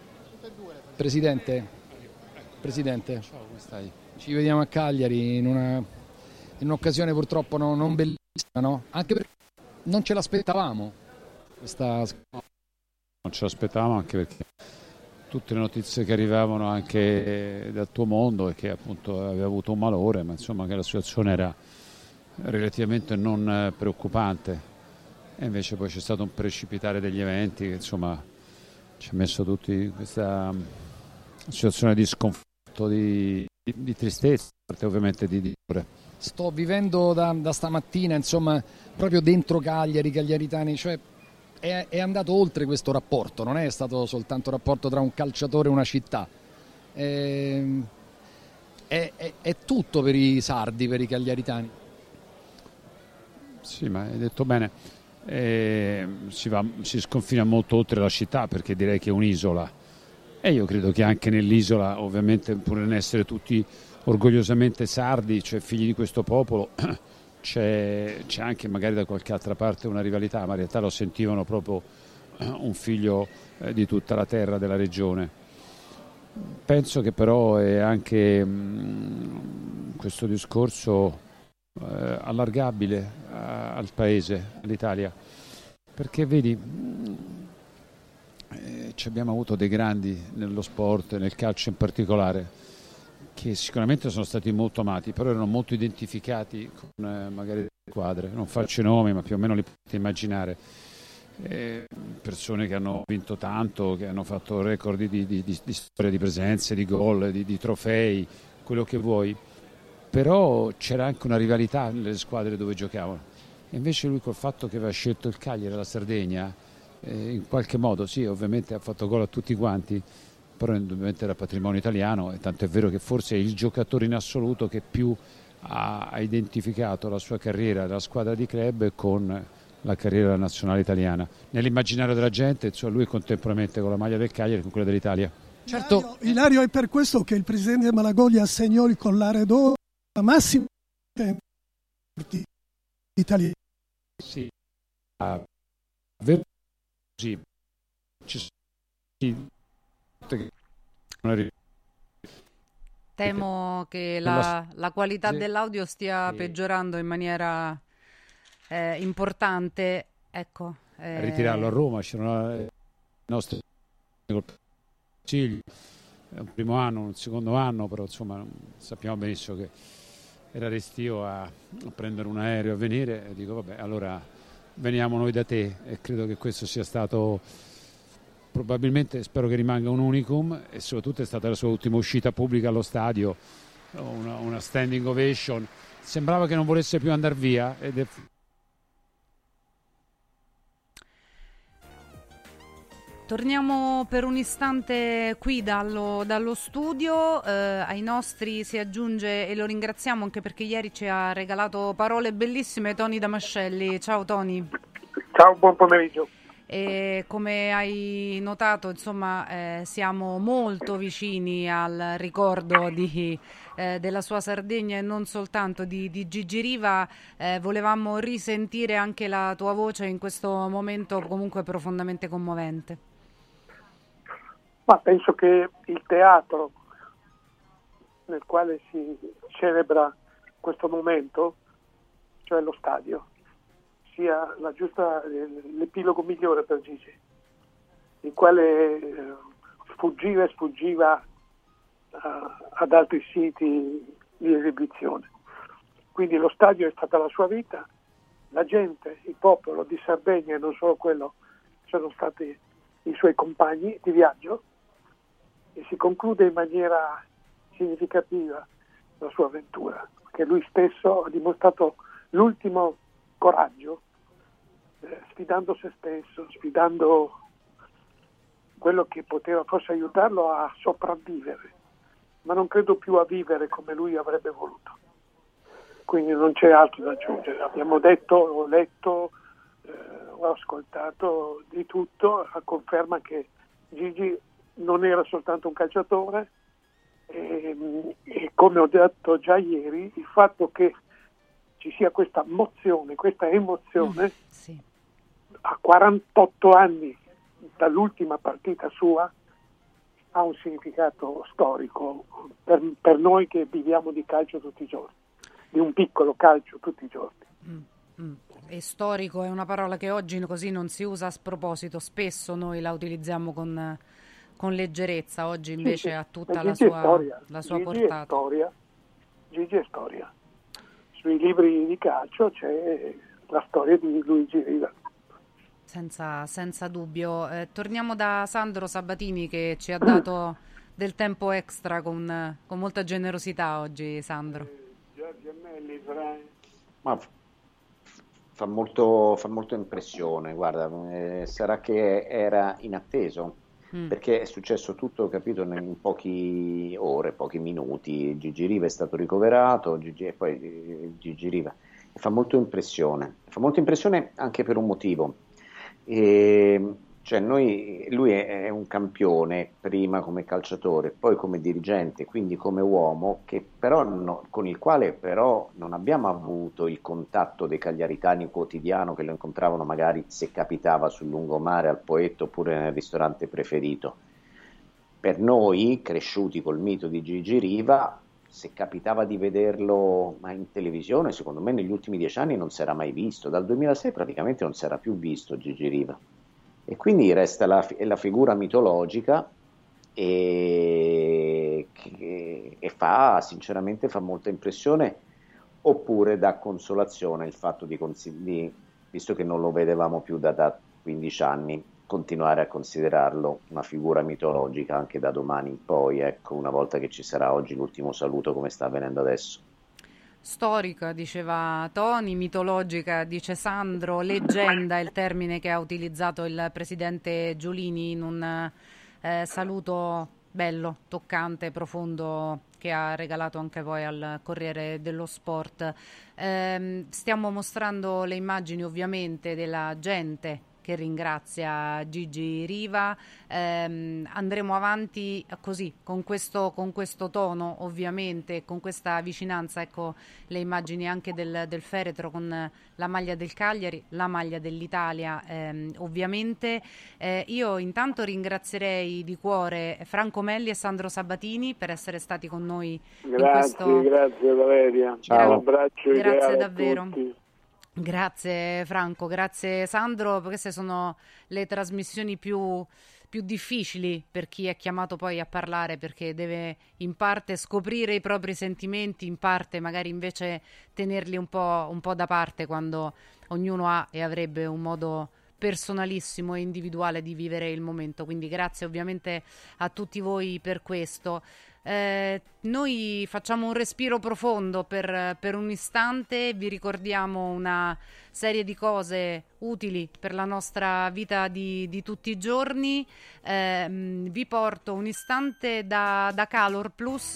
Presidente, Presidente, ciao, come stai? Ci vediamo a Cagliari in una... in un'occasione purtroppo no, non bellissima, no? Anche perché non ce l'aspettavamo questa... Non ce l'aspettavamo anche perché tutte le notizie che arrivavano anche dal tuo mondo è che appunto aveva avuto un malore, ma insomma che la situazione era relativamente non preoccupante, e invece poi c'è stato un precipitare degli eventi che insomma ci ha messo tutti in questa situazione di sconforto, di, di, di tristezza, ovviamente di dolore. Sto vivendo da, da stamattina, insomma, proprio dentro Cagliari, cagliaritani, cioè è, è andato oltre questo rapporto, non è stato soltanto un rapporto tra un calciatore e una città, è, è, è, è tutto per i sardi, per i cagliaritani. Sì, ma hai detto bene, eh, si, va, si sconfina molto oltre la città, perché direi che è un'isola, e io credo che anche nell'isola, ovviamente pur nell'essere tutti orgogliosamente sardi, cioè figli di questo popolo, c'è, c'è anche magari da qualche altra parte una rivalità, ma in realtà lo sentivano proprio un figlio eh, di tutta la terra della regione. Penso che però è anche mh, questo discorso eh, allargabile a, al paese, all'Italia, perché vedi, eh, ci abbiamo avuto dei grandi nello sport, nel calcio in particolare, che sicuramente sono stati molto amati, però erano molto identificati con eh, magari le squadre. Non faccio i nomi, ma più o meno li potete immaginare. Eh, persone che hanno vinto tanto, che hanno fatto record di, di, di, di storia, di presenze, di gol, di, di trofei, quello che vuoi. Però c'era anche una rivalità nelle squadre dove giocavano. E invece lui, col fatto che aveva scelto il Cagliari e la Sardegna, eh, in qualche modo, sì, ovviamente ha fatto gol a tutti quanti, però indubbiamente era patrimonio italiano, e tanto è vero che forse è il giocatore in assoluto che più ha, ha identificato la sua carriera della squadra di club con la carriera nazionale italiana. Nell'immaginario della gente, insomma, lui contemporaneamente con la maglia del Cagliari e con quella dell'Italia. Certo. Ilario, Ilario, è per questo che il presidente Malagoglia assegnò il collare d'oro a massimo tempo italiano. Sì, uh, sì. Ci sono... Temo che la, la qualità dell'audio stia peggiorando in maniera eh, importante. Ecco, eh... ritirarlo a Roma, c'erano i nostri consigli, è un primo anno, un secondo anno, però insomma sappiamo benissimo che era restio a, a prendere un aereo, a venire, e dico vabbè, allora veniamo noi da te, e credo che questo sia stato probabilmente, spero che rimanga un unicum, e soprattutto è stata la sua ultima uscita pubblica allo stadio, una, una standing ovation, sembrava che non volesse più andare via, ed è... Torniamo per un istante qui dallo, dallo studio, eh, ai nostri si aggiunge, e lo ringraziamo anche perché ieri ci ha regalato parole bellissime, Tony Damascelli. Ciao Tony. Ciao, buon pomeriggio. E come hai notato, insomma, eh, siamo molto vicini al ricordo di, eh, della sua Sardegna e non soltanto di, di Gigi Riva. Eh, volevamo risentire anche la tua voce in questo momento comunque profondamente commovente. Ma penso che il teatro nel quale si celebra questo momento, cioè lo stadio, sia la giusta, l'epilogo migliore per Gigi, il quale sfuggiva e sfuggiva uh, ad altri siti di esibizione. Quindi lo stadio è stata la sua vita, la gente, il popolo di Sardegna, e non solo quello, sono stati i suoi compagni di viaggio, e si conclude in maniera significativa la sua avventura, perché lui stesso ha dimostrato l'ultimo coraggio, eh, sfidando se stesso, sfidando quello che poteva forse aiutarlo a sopravvivere, ma non credo più a vivere come lui avrebbe voluto. Quindi non c'è altro da aggiungere. Abbiamo detto, ho letto, eh, ho ascoltato di tutto, a conferma che Gigi non era soltanto un calciatore, e, e come ho detto già ieri, il fatto che ci sia questa mozione, questa emozione, mm, sì. a quarantotto anni dall'ultima partita sua, ha un significato storico per, per noi che viviamo di calcio tutti i giorni, di un piccolo calcio tutti i giorni. Mm. Mm. E storico è una parola che oggi così non si usa a sproposito, spesso noi la utilizziamo con, con leggerezza, oggi invece sì, ha tutta la sua, la sua Gigi portata. È storia. Gigi è storia. Sui libri di calcio c'è la storia di Luigi Riva. Senza, senza dubbio. Eh, torniamo da Sandro Sabatini che ci ha dato del tempo extra con, con molta generosità oggi, Sandro. Giorgio Amelli, fra... Ma fa molto, fa molto impressione, guarda, eh, sarà che era inatteso, mm. perché è successo tutto, capito, in poche ore, pochi minuti. Gigi Riva è stato ricoverato, Gigi, e poi eh, Gigi Riva. Fa molto impressione, fa molto impressione anche per un motivo. E, cioè noi, lui è, è un campione, prima come calciatore, poi come dirigente, quindi come uomo, che però no, con il quale però non abbiamo avuto il contatto dei cagliaritani quotidiano che lo incontravano magari se capitava sul lungomare al Poetto oppure nel ristorante preferito. Per noi, cresciuti col mito di Gigi Riva, se capitava di vederlo ma in televisione, secondo me negli ultimi dieci anni non si era mai visto, dal duemilasei praticamente non si era più visto Gigi Riva, e quindi resta la, la figura mitologica e, che, e fa sinceramente fa molta impressione, oppure dà consolazione il fatto di, di visto che non lo vedevamo più da, da quindici anni, continuare a considerarlo una figura mitologica anche da domani in poi, ecco, una volta che ci sarà oggi l'ultimo saluto come sta avvenendo adesso. Storica, diceva Tony, mitologica, dice Sandro, leggenda è il termine che ha utilizzato il presidente Giulini in un eh, saluto bello, toccante, profondo che ha regalato anche poi al Corriere dello Sport. Eh, stiamo mostrando le immagini ovviamente della gente che ringrazia Gigi Riva. Eh, andremo avanti così, con questo, con questo tono ovviamente, con questa vicinanza. Ecco le immagini anche del, del feretro con la maglia del Cagliari, la maglia dell'Italia ehm, ovviamente. Eh, io intanto ringrazierei di cuore Franco Melli e Sandro Sabatini per essere stati con noi. Grazie, in questo... grazie Valeria. Ciao. Un abbraccio Grazie a davvero. Tutti. Grazie Franco, grazie Sandro. Queste sono le trasmissioni più, più difficili per chi è chiamato poi a parlare, perché deve in parte scoprire i propri sentimenti, in parte magari invece tenerli un po', un po' da parte, quando ognuno ha e avrebbe un modo personalissimo e individuale di vivere il momento. Quindi grazie ovviamente a tutti voi per questo. Eh, noi facciamo un respiro profondo per, per un istante, vi ricordiamo una serie di cose utili per la nostra vita di, di tutti i giorni. Eh, vi porto un istante da, da Calor Plus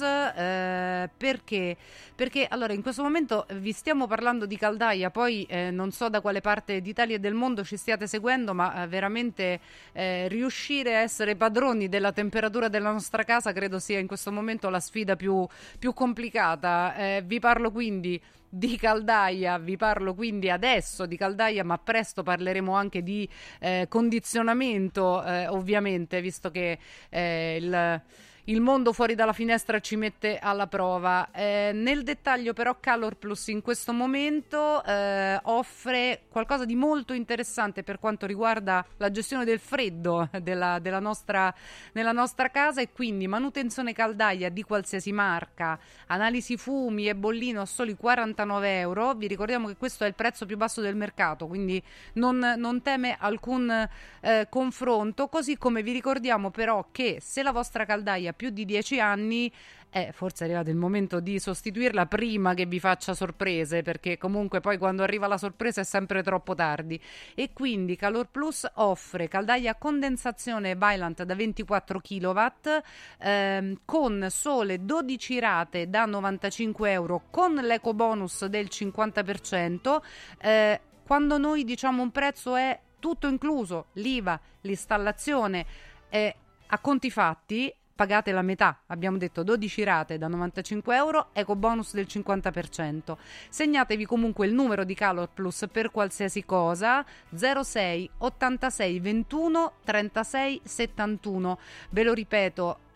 eh, perché? Perché allora in questo momento vi stiamo parlando di caldaia, poi eh, non so da quale parte d'Italia e del mondo ci stiate seguendo, ma eh, veramente eh, riuscire a essere padroni della temperatura della nostra casa credo sia in questo momento la sfida più, più complicata. Eh, vi parlo quindi di caldaia, vi parlo quindi adesso di caldaia, ma presto parleremo anche di eh, condizionamento eh, ovviamente, visto che eh, il... il mondo fuori dalla finestra ci mette alla prova. Eh, nel dettaglio però Calor Plus in questo momento eh, offre qualcosa di molto interessante per quanto riguarda la gestione del freddo della, della nostra, nella nostra casa, e quindi manutenzione caldaia di qualsiasi marca, analisi fumi e bollino a soli quarantanove euro. Vi ricordiamo che questo è il prezzo più basso del mercato, quindi non, non teme alcun eh, confronto, così come vi ricordiamo però che se la vostra caldaia più di dieci anni, eh, forse è arrivato il momento di sostituirla prima che vi faccia sorprese, perché comunque poi quando arriva la sorpresa è sempre troppo tardi. E quindi Calor Plus offre caldaia a condensazione Vaillant da ventiquattro chilowatt ehm, con sole dodici rate da novantacinque euro, con l'eco bonus del cinquanta per cento. Eh, quando noi diciamo un prezzo è tutto incluso, l'I V A, l'installazione, eh, a conti fatti pagate la metà, abbiamo detto dodici rate da novantacinque euro, eco bonus del cinquanta per cento. Segnatevi comunque il numero di Calor Plus per qualsiasi cosa, zero sei ottantasei ventuno trentasei settantuno. Ve lo ripeto,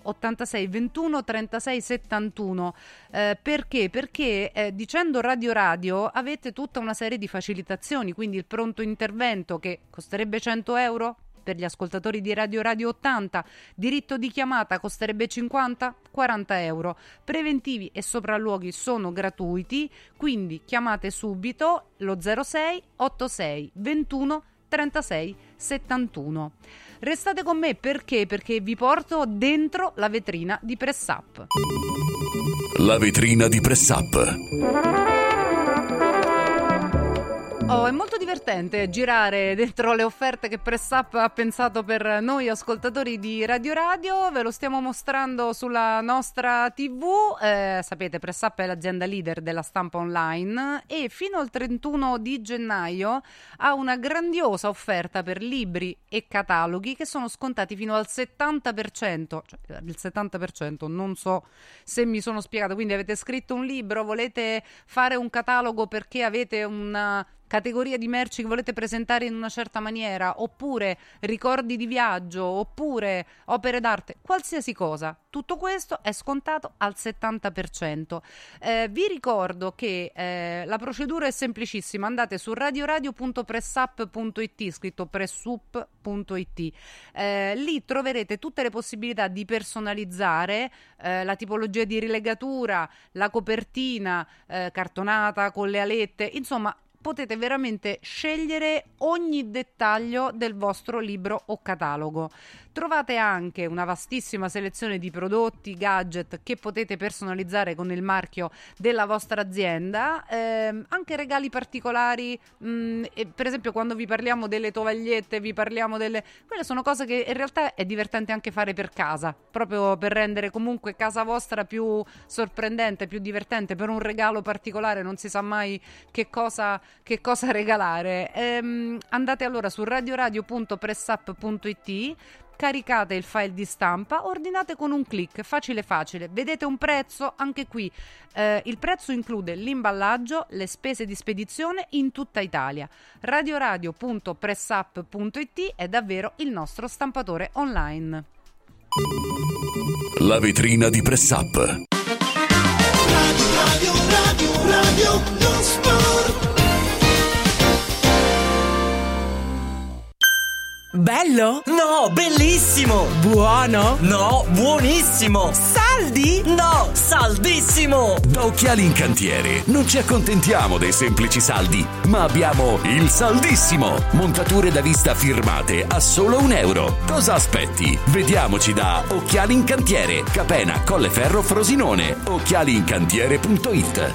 ottantasei ventuno trentasei settantuno. Eh, perché? Perché eh, dicendo Radio Radio avete tutta una serie di facilitazioni, quindi il pronto intervento che costerebbe cento euro per gli ascoltatori di Radio Radio ottanta, diritto di chiamata costerebbe cinquanta, quaranta euro, preventivi e sopralluoghi sono gratuiti, quindi chiamate subito lo zero sei ottantasei ventuno trentasei settantuno. Restate con me perché? Perché vi porto dentro la vetrina di Press Up. La vetrina di Press Up. Oh, è molto divertente girare dentro le offerte che Press Up ha pensato per noi ascoltatori di Radio Radio. Ve lo stiamo mostrando sulla nostra tivù. Eh, sapete, Press Up è l'azienda leader della stampa online e fino al trentuno di gennaio ha una grandiosa offerta per libri e cataloghi che sono scontati fino al settanta per cento. Cioè, il settanta per cento, non so se mi sono spiegata. Quindi avete scritto un libro, volete fare un catalogo perché avete una categoria di merci che volete presentare in una certa maniera, oppure ricordi di viaggio, oppure opere d'arte, qualsiasi cosa, tutto questo è scontato al settanta per cento. Eh, vi ricordo che eh, la procedura è semplicissima, andate su radioradio punto pressup punto it, scritto pressup punto it, eh, lì troverete tutte le possibilità di personalizzare eh, la tipologia di rilegatura, la copertina eh, cartonata con le alette, insomma potete veramente scegliere ogni dettaglio del vostro libro o catalogo. Trovate anche una vastissima selezione di prodotti, gadget che potete personalizzare con il marchio della vostra azienda, eh, anche regali particolari, mh, e per esempio quando vi parliamo delle tovagliette, vi parliamo delle... quelle sono cose che in realtà è divertente anche fare per casa, proprio per rendere comunque casa vostra più sorprendente, più divertente, per un regalo particolare, non si sa mai che cosa, che cosa regalare. Ehm, andate allora su radioradio punto pressup punto it, caricate il file di stampa, ordinate con un click, facile facile, vedete un prezzo, anche qui eh, il prezzo include l'imballaggio, le spese di spedizione in tutta Italia. radioradio punto pressup punto it è davvero il nostro stampatore online. La vetrina di Press Up. Radio, radio, radio, radio, lo sport. Bello? No, bellissimo! Buono? No, buonissimo! Saldi? No, saldissimo! Da Occhiali in Cantiere non ci accontentiamo dei semplici saldi, ma abbiamo il saldissimo! Montature da vista firmate a solo un euro. Cosa aspetti? Vediamoci da Occhiali in Cantiere, Capena, Colleferro, Frosinone. occhiali in cantiere punto it.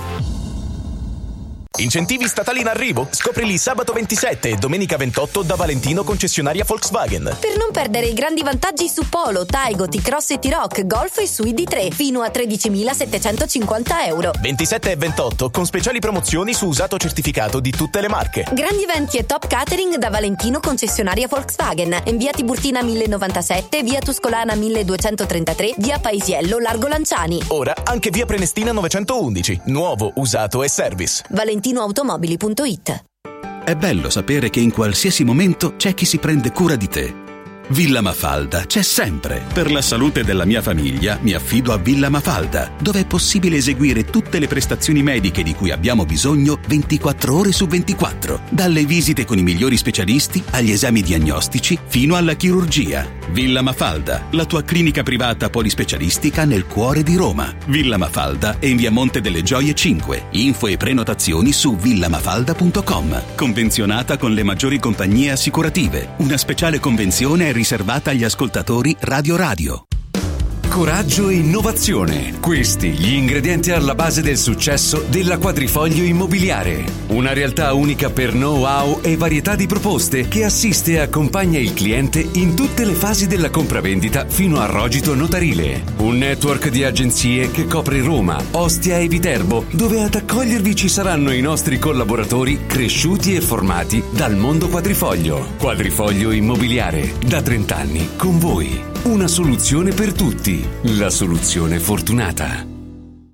Incentivi statali in arrivo? Scoprili sabato ventisette e domenica ventotto da Valentino concessionaria Volkswagen. Per non perdere i grandi vantaggi su Polo, Taigo, T-Cross e T-Roc, Golf e Sui D tre fino a tredicimilasettecentocinquanta euro. ventisette e ventotto con speciali promozioni su usato certificato di tutte le marche. Grandi eventi e top catering da Valentino concessionaria Volkswagen. In via Tiburtina mille novantasette, via Tuscolana milleduecentotrentatré, via Paisiello, Largo Lanciani. Ora anche via Prenestina novecentoundici. Nuovo, usato e service. Valentino automobili punto it. È bello sapere che in qualsiasi momento c'è chi si prende cura di te. Villa Mafalda c'è sempre. Per la salute della mia famiglia mi affido a Villa Mafalda, dove è possibile eseguire tutte le prestazioni mediche di cui abbiamo bisogno ventiquattro ore su ventiquattro, dalle visite con i migliori specialisti agli esami diagnostici fino alla chirurgia. Villa Mafalda, la tua clinica privata polispecialistica nel cuore di Roma. Villa Mafalda è in via Monte delle Gioie cinque. Info e prenotazioni su villamafalda punto com. Convenzionata con le maggiori compagnie assicurative. Una speciale convenzione è riservata agli ascoltatori Radio Radio. Coraggio e innovazione. Questi gli ingredienti alla base del successo della Quadrifoglio Immobiliare. Una realtà unica per know-how e varietà di proposte che assiste e accompagna il cliente in tutte le fasi della compravendita fino al rogito notarile. Un network di agenzie che copre Roma, Ostia e Viterbo, dove ad accogliervi ci saranno i nostri collaboratori cresciuti e formati dal mondo Quadrifoglio. Quadrifoglio Immobiliare, da trent'anni con voi. Una soluzione per tutti. La soluzione fortunata. Il centro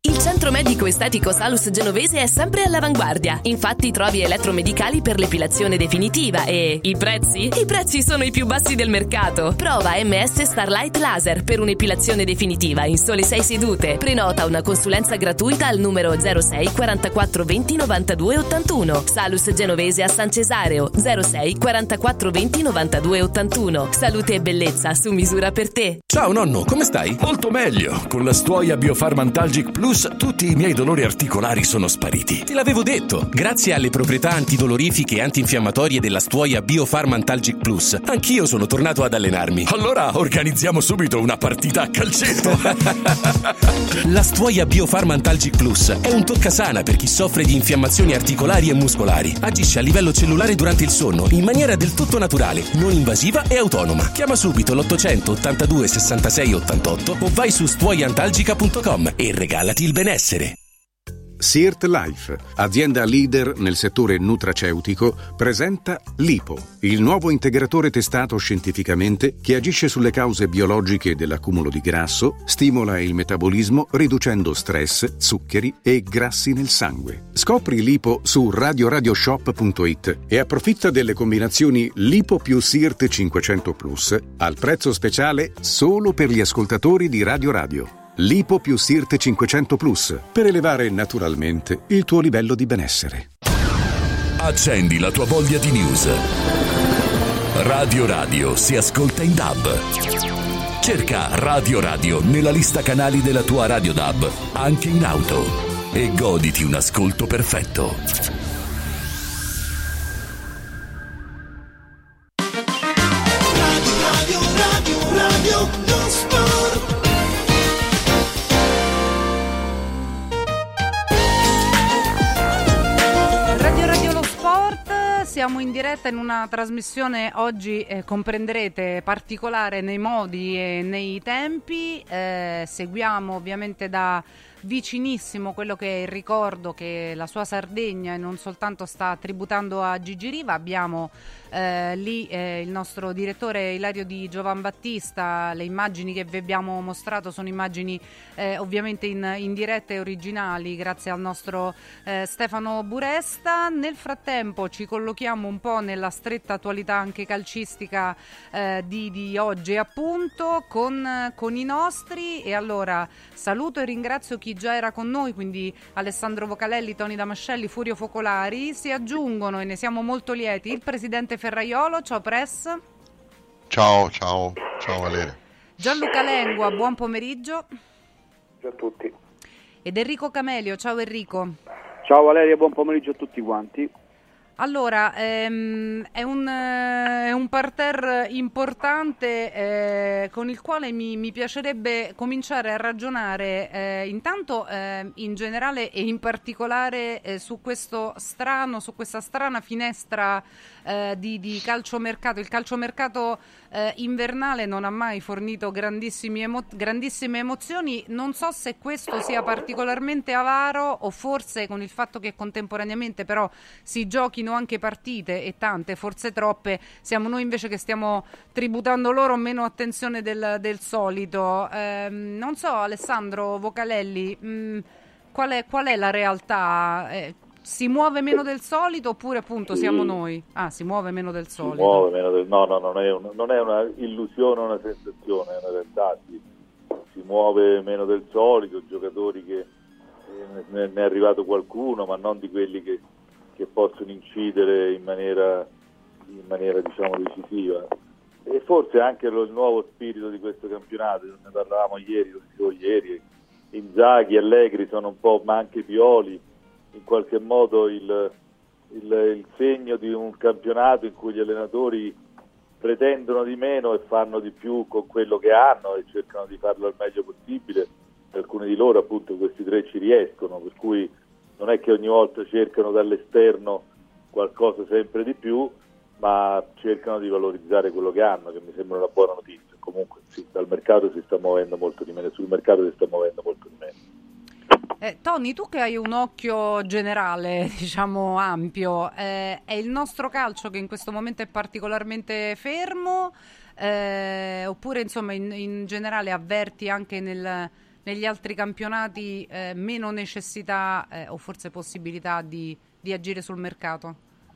centro medico estetico Salus Genovese è sempre all'avanguardia. Infatti trovi elettromedicali per l'epilazione definitiva e i prezzi? I prezzi sono i più bassi del mercato. Prova M S Starlight Laser per un'epilazione definitiva in sole sei sedute. Prenota una consulenza gratuita al numero zero sei quarantaquattro venti novantadue ottantuno. Salus Genovese a San Cesareo zero sei quarantaquattro venti novantadue ottantuno. Salute e bellezza su misura per te. Ciao nonno, come stai? Molto meglio. Con la Stuoia Biofarmantalgic Plus tutti i miei dolori articolari sono spariti. Te l'avevo detto. Grazie alle proprietà antidolorifiche e antinfiammatorie della Stuoia Biofarmantalgic Plus, anch'io sono tornato ad allenarmi. Allora organizziamo subito una partita a calcetto. La Stuoia Biofarmantalgic Plus è un toccasana per chi soffre di infiammazioni articolari e muscolari. Agisce a livello cellulare durante il sonno in maniera del tutto naturale, non invasiva e autonoma. Chiama subito l'ottocento ottantadue sessantasei ottantotto o vai su stuoiantalgica punto com e regalati il benessere. Sirt Life, azienda leader nel settore nutraceutico, presenta Lipo, il nuovo integratore testato scientificamente che agisce sulle cause biologiche dell'accumulo di grasso, stimola il metabolismo riducendo stress, zuccheri e grassi nel sangue. Scopri Lipo su radio radio shop punto it e approfitta delle combinazioni Lipo più Sirt cinquecento Plus al prezzo speciale solo per gli ascoltatori di Radio Radio. Lipo più Sirt cinquecento Plus per elevare naturalmente il tuo livello di benessere. Accendi la tua voglia di news. Radio Radio si ascolta in D A B. Cerca Radio Radio nella lista canali della tua Radio D A B, anche in auto, e goditi un ascolto perfetto. Radio, radio, radio, radio, lo sport. Siamo in diretta in una trasmissione oggi, eh, comprenderete, particolare nei modi e nei tempi. Eh, seguiamo ovviamente da vicinissimo quello che è il ricordo che la sua Sardegna e non soltanto sta tributando a Gigi Riva. Abbiamo eh, lì eh, il nostro direttore Ilario Di Giovan Battista. Le immagini che vi abbiamo mostrato sono immagini eh, ovviamente in, in diretta e originali grazie al nostro eh, Stefano Buresta. Nel frattempo ci collochiamo un po' nella stretta attualità anche calcistica eh, di, di oggi appunto con, con i nostri, e allora saluto e ringrazio chi già era con noi, quindi Alessandro Vocalelli, Toni Damascelli, Furio Focolari. Si aggiungono, e ne siamo molto lieti, il presidente Ferraiolo. Ciao Press. Ciao, ciao, ciao Valeria. Gianluca Lengua, buon pomeriggio. Ciao a tutti. Ed Enrico Camelio. Ciao Enrico. Ciao Valeria, buon pomeriggio a tutti quanti. Allora, ehm, è, un, eh, è un parterre importante eh, con il quale mi, mi piacerebbe cominciare a ragionare eh, intanto eh, in generale e in particolare eh, su questo strano, su questa strana finestra eh, di, di calciomercato. Il calciomercato eh, invernale non ha mai fornito grandissimi emo- grandissime emozioni. Non so se questo sia particolarmente avaro o forse con il fatto che contemporaneamente però si giochino anche partite, e tante, forse troppe, siamo noi invece che stiamo tributando loro meno attenzione del, del solito. Eh, non so, Alessandro Vocalelli, mh, qual è, qual è la realtà? Eh, si muove meno del solito oppure appunto sì. Siamo noi? Ah, si muove meno del solito. Si muove meno del... No, no, non è, un, non è una illusione, una sensazione, è una realtà. Si, si muove meno del solito, giocatori che eh, ne, ne è arrivato qualcuno, ma non di quelli che che possono incidere in maniera, in maniera diciamo decisiva, e forse anche lo, il nuovo spirito di questo campionato. Ne parlavamo ieri, lo dicevo ieri, Inzaghi, Allegri sono un po', ma anche Pioli, in qualche modo il, il, il segno di un campionato in cui gli allenatori pretendono di meno e fanno di più con quello che hanno e cercano di farlo al meglio possibile. Alcuni di loro, appunto, questi tre ci riescono, per cui non è che ogni volta cercano dall'esterno qualcosa sempre di più, ma cercano di valorizzare quello che hanno, che mi sembra una buona notizia. Comunque sì, dal mercato si sta muovendo molto di meno, sul mercato si sta muovendo molto di meno. Eh, Tony, tu che hai un occhio generale, diciamo ampio, eh, è il nostro calcio che in questo momento è particolarmente fermo, eh, oppure insomma in, in generale avverti anche nel... negli altri campionati eh, meno necessità eh, o forse possibilità di, di agire sul mercato?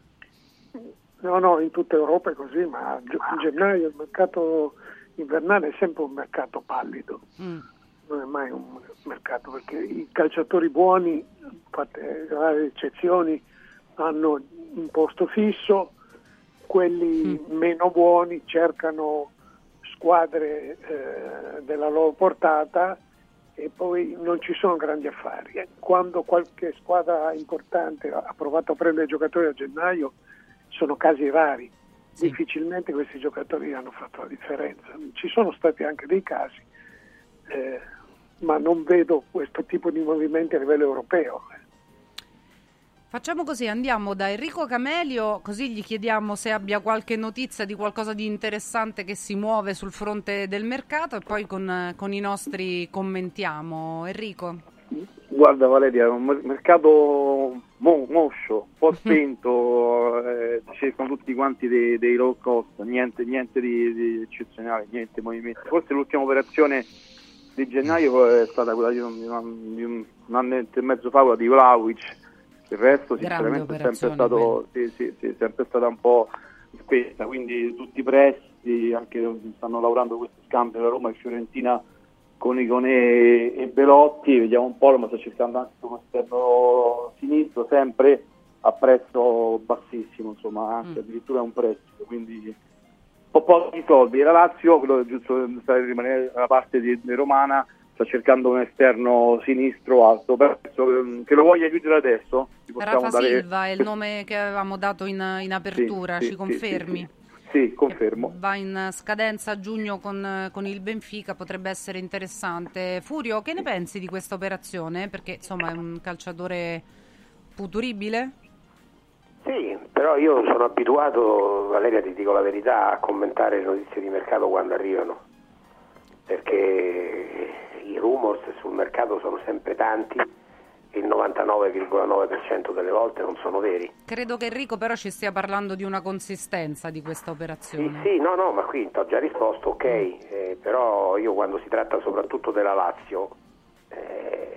No, no, in tutta Europa è così, ma in gennaio il mercato invernale è sempre un mercato pallido, mm. non è mai un mercato, perché i calciatori buoni, fatte rare eccezioni, hanno un posto fisso, quelli mm. meno buoni cercano squadre eh, della loro portata e poi non ci sono grandi affari. Quando qualche squadra importante ha provato a prendere giocatori a gennaio, sono casi rari, sì. Difficilmente questi giocatori hanno fatto la differenza. Ci sono stati anche dei casi, eh, ma non vedo questo tipo di movimenti a livello europeo. Facciamo così, andiamo da Enrico Camelio, così gli chiediamo se abbia qualche notizia di qualcosa di interessante che si muove sul fronte del mercato e poi con, con i nostri commentiamo. Enrico? Guarda Valeria, è un mercato mo- moscio, un po' spento, eh, cercano tutti quanti dei, dei low cost, niente, niente di, di eccezionale, niente movimento. Forse l'ultima operazione di gennaio è stata quella di un, di un, di un, un anno e mezzo fa, quella di Vlahovic. Il resto sinceramente è sempre stato sì, sì, sì, sempre stata un po' spesa, quindi tutti i prestiti, anche stanno lavorando questi scambi la Roma e Fiorentina con Iconè e Belotti, vediamo un po', ma sta cercando anche un esterno sinistro, sempre a prezzo bassissimo, insomma, anche mm. addirittura un prestito, quindi un po' pochi soldi. E la Lazio, quello giusto per rimanere dalla parte di, di Romana, sta cercando un esterno sinistro alto, penso che lo voglia chiudere adesso. Rafa dare... Silva è il nome che avevamo dato in, in apertura, sì, ci sì, confermi? Sì, sì, sì, confermo. Va in scadenza a giugno con, con il Benfica, potrebbe essere interessante. Furio, che ne pensi di questa operazione? Perché insomma è un calciatore futuribile? Sì, però io sono abituato, Valeria ti dico la verità, a commentare le notizie di mercato quando arrivano, perché i rumors sul mercato sono sempre tanti e il novantanove virgola nove per cento delle volte non sono veri. Credo che Enrico però ci stia parlando di una consistenza di questa operazione. Sì, sì, no, no, ma qui ti ho già risposto, ok, eh, però io quando si tratta soprattutto della Lazio, eh,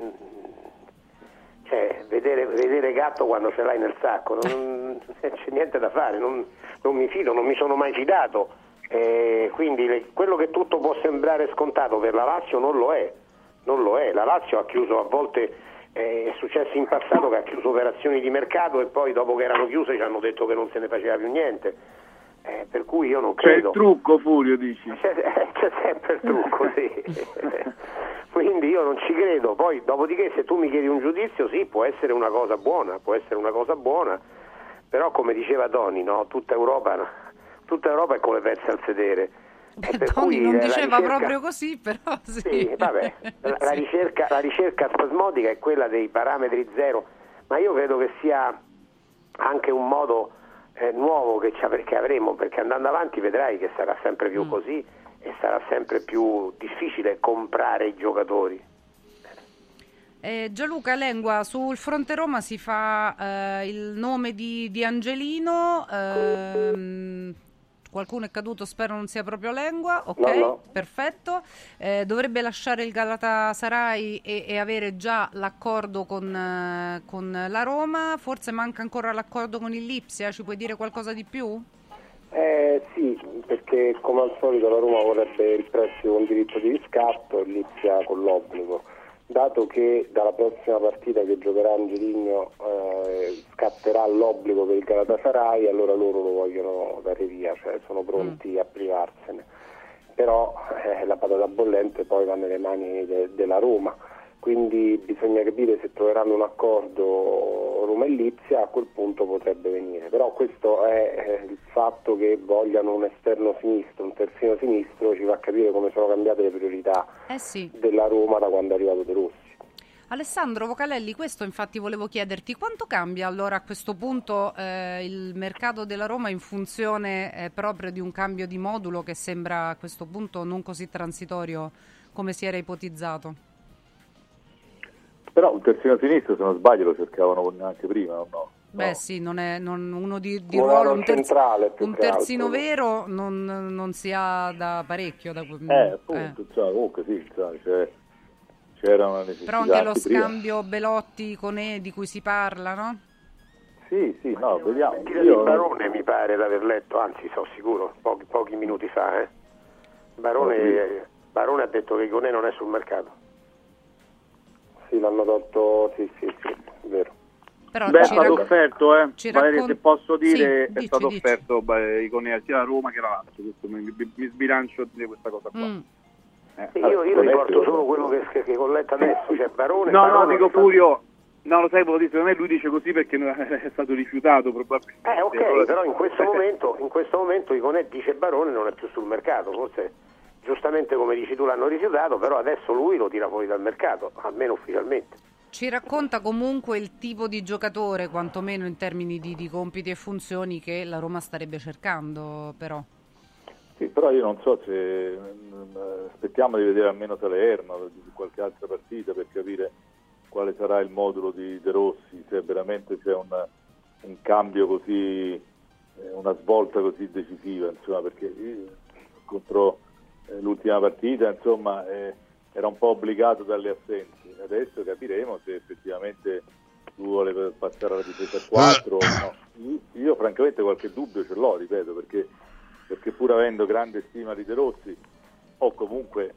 cioè vedere, vedere gatto quando ce l'hai nel sacco, non, non c'è niente da fare, non, non mi fido, non mi sono mai fidato. Eh, quindi le, quello che tutto può sembrare scontato per la Lazio non lo è, non lo è. La Lazio ha chiuso a volte, eh, è successo in passato che ha chiuso operazioni di mercato e poi dopo che erano chiuse ci hanno detto che non se ne faceva più niente, eh, per cui io non credo. C'è il trucco, Furio, dici? C'è, c'è sempre il trucco, sì. Quindi io non ci credo. Poi dopodiché se tu mi chiedi un giudizio, sì, può essere una cosa buona, può essere una cosa buona, però come diceva Toni, no, tutta Europa tutta Europa è come pezzi al sedere. Eh, per Toni cui non diceva ricerca... proprio così, però sì. Sì, vabbè, la, la, ricerca, la ricerca spasmodica è quella dei parametri zero, ma io credo che sia anche un modo eh, nuovo che, che avremo, perché andando avanti vedrai che sarà sempre più mm. così e sarà sempre più difficile comprare i giocatori. Eh, Gianluca Lengua, sul fronte Roma si fa eh, il nome di, di Angelino, ehm, qualcuno è caduto, spero non sia proprio Lengua, ok, no, no. Perfetto, eh, dovrebbe lasciare il Galatasaray e, e avere già l'accordo con, eh, con la Roma, forse manca ancora l'accordo con il Lipsia, ci puoi dire qualcosa di più? Eh, sì, perché come al solito la Roma vorrebbe il prestito con diritto di riscatto e il Lipsia con l'obbligo. Dato che dalla prossima partita che giocherà Angelino eh, scatterà l'obbligo per il Galatasaray, allora loro lo vogliono dare via, cioè sono pronti mm. a privarsene. Però eh, la patata bollente poi va nelle mani de- della Roma, quindi bisogna capire se troveranno un accordo Roma e Lipsia, a quel punto potrebbe venire. Però questo è eh, il fatto che vogliano un esterno sinistro, un terzino sinistro, ci fa capire come sono cambiate le priorità eh sì. della Roma da quando è arrivato De Rossi. Alessandro Vocalelli, questo infatti volevo chiederti, quanto cambia allora a questo punto eh, il mercato della Roma in funzione eh, proprio di un cambio di modulo che sembra a questo punto non così transitorio come si era ipotizzato? Però un terzino sinistro, se non sbaglio, lo cercavano anche prima, o no? Beh no. sì, non è non, uno di, di ruolo, un, terz, centrale, un terzino altro. Vero non, non si ha da parecchio. Da, eh, appunto, eh. Cioè, comunque sì, cioè, c'era una necessità. Però anche lo prima. scambio Belotti-Conè di cui si parla, no? Sì, sì, no, vediamo. Mentira Io... di Barone mi pare di aver letto, anzi sono sicuro, pochi, pochi minuti fa. Eh. Barone, eh, Barone ha detto che Conè non è sul mercato. Sì, l'hanno tolto, sì, sì, sì, è vero. Però Beh, è ci stato racc- offerto, eh. ci Valeria, raccon- se posso dire, Sì, è dici, stato dici. offerto beh, Iconea sia a Roma che a Lazio. Questo mi, mi, mi sbilancio a dire questa cosa qua. Mm. Eh. Sì, io, io riporto solo quello che, che, che colletta adesso, cioè Barone. No, Barone no, dico sta- Furio. No, lo sai, volevo dire, secondo me lui dice così perché non è stato rifiutato probabilmente. Eh, ok, però in questo momento, in questo momento Iconè dice Barone non è più sul mercato, forse giustamente come dici tu l'hanno rifiutato, però adesso lui lo tira fuori dal mercato, almeno ufficialmente. Ci racconta comunque il tipo di giocatore, quantomeno in termini di, di compiti e funzioni, che la Roma starebbe cercando, però. Sì, però io non so se aspettiamo di vedere almeno Salerno, di qualche altra partita per capire quale sarà il modulo di De Rossi, se veramente c'è un, un cambio così, una svolta così decisiva, insomma, perché contro eh, l'ultima partita, insomma, eh, era un po' obbligato dalle assenze. Adesso capiremo se effettivamente vuole passare alla difesa a quattro. No. Io, io francamente qualche dubbio ce l'ho, ripeto, perché, perché pur avendo grande stima di De Rossi, ho comunque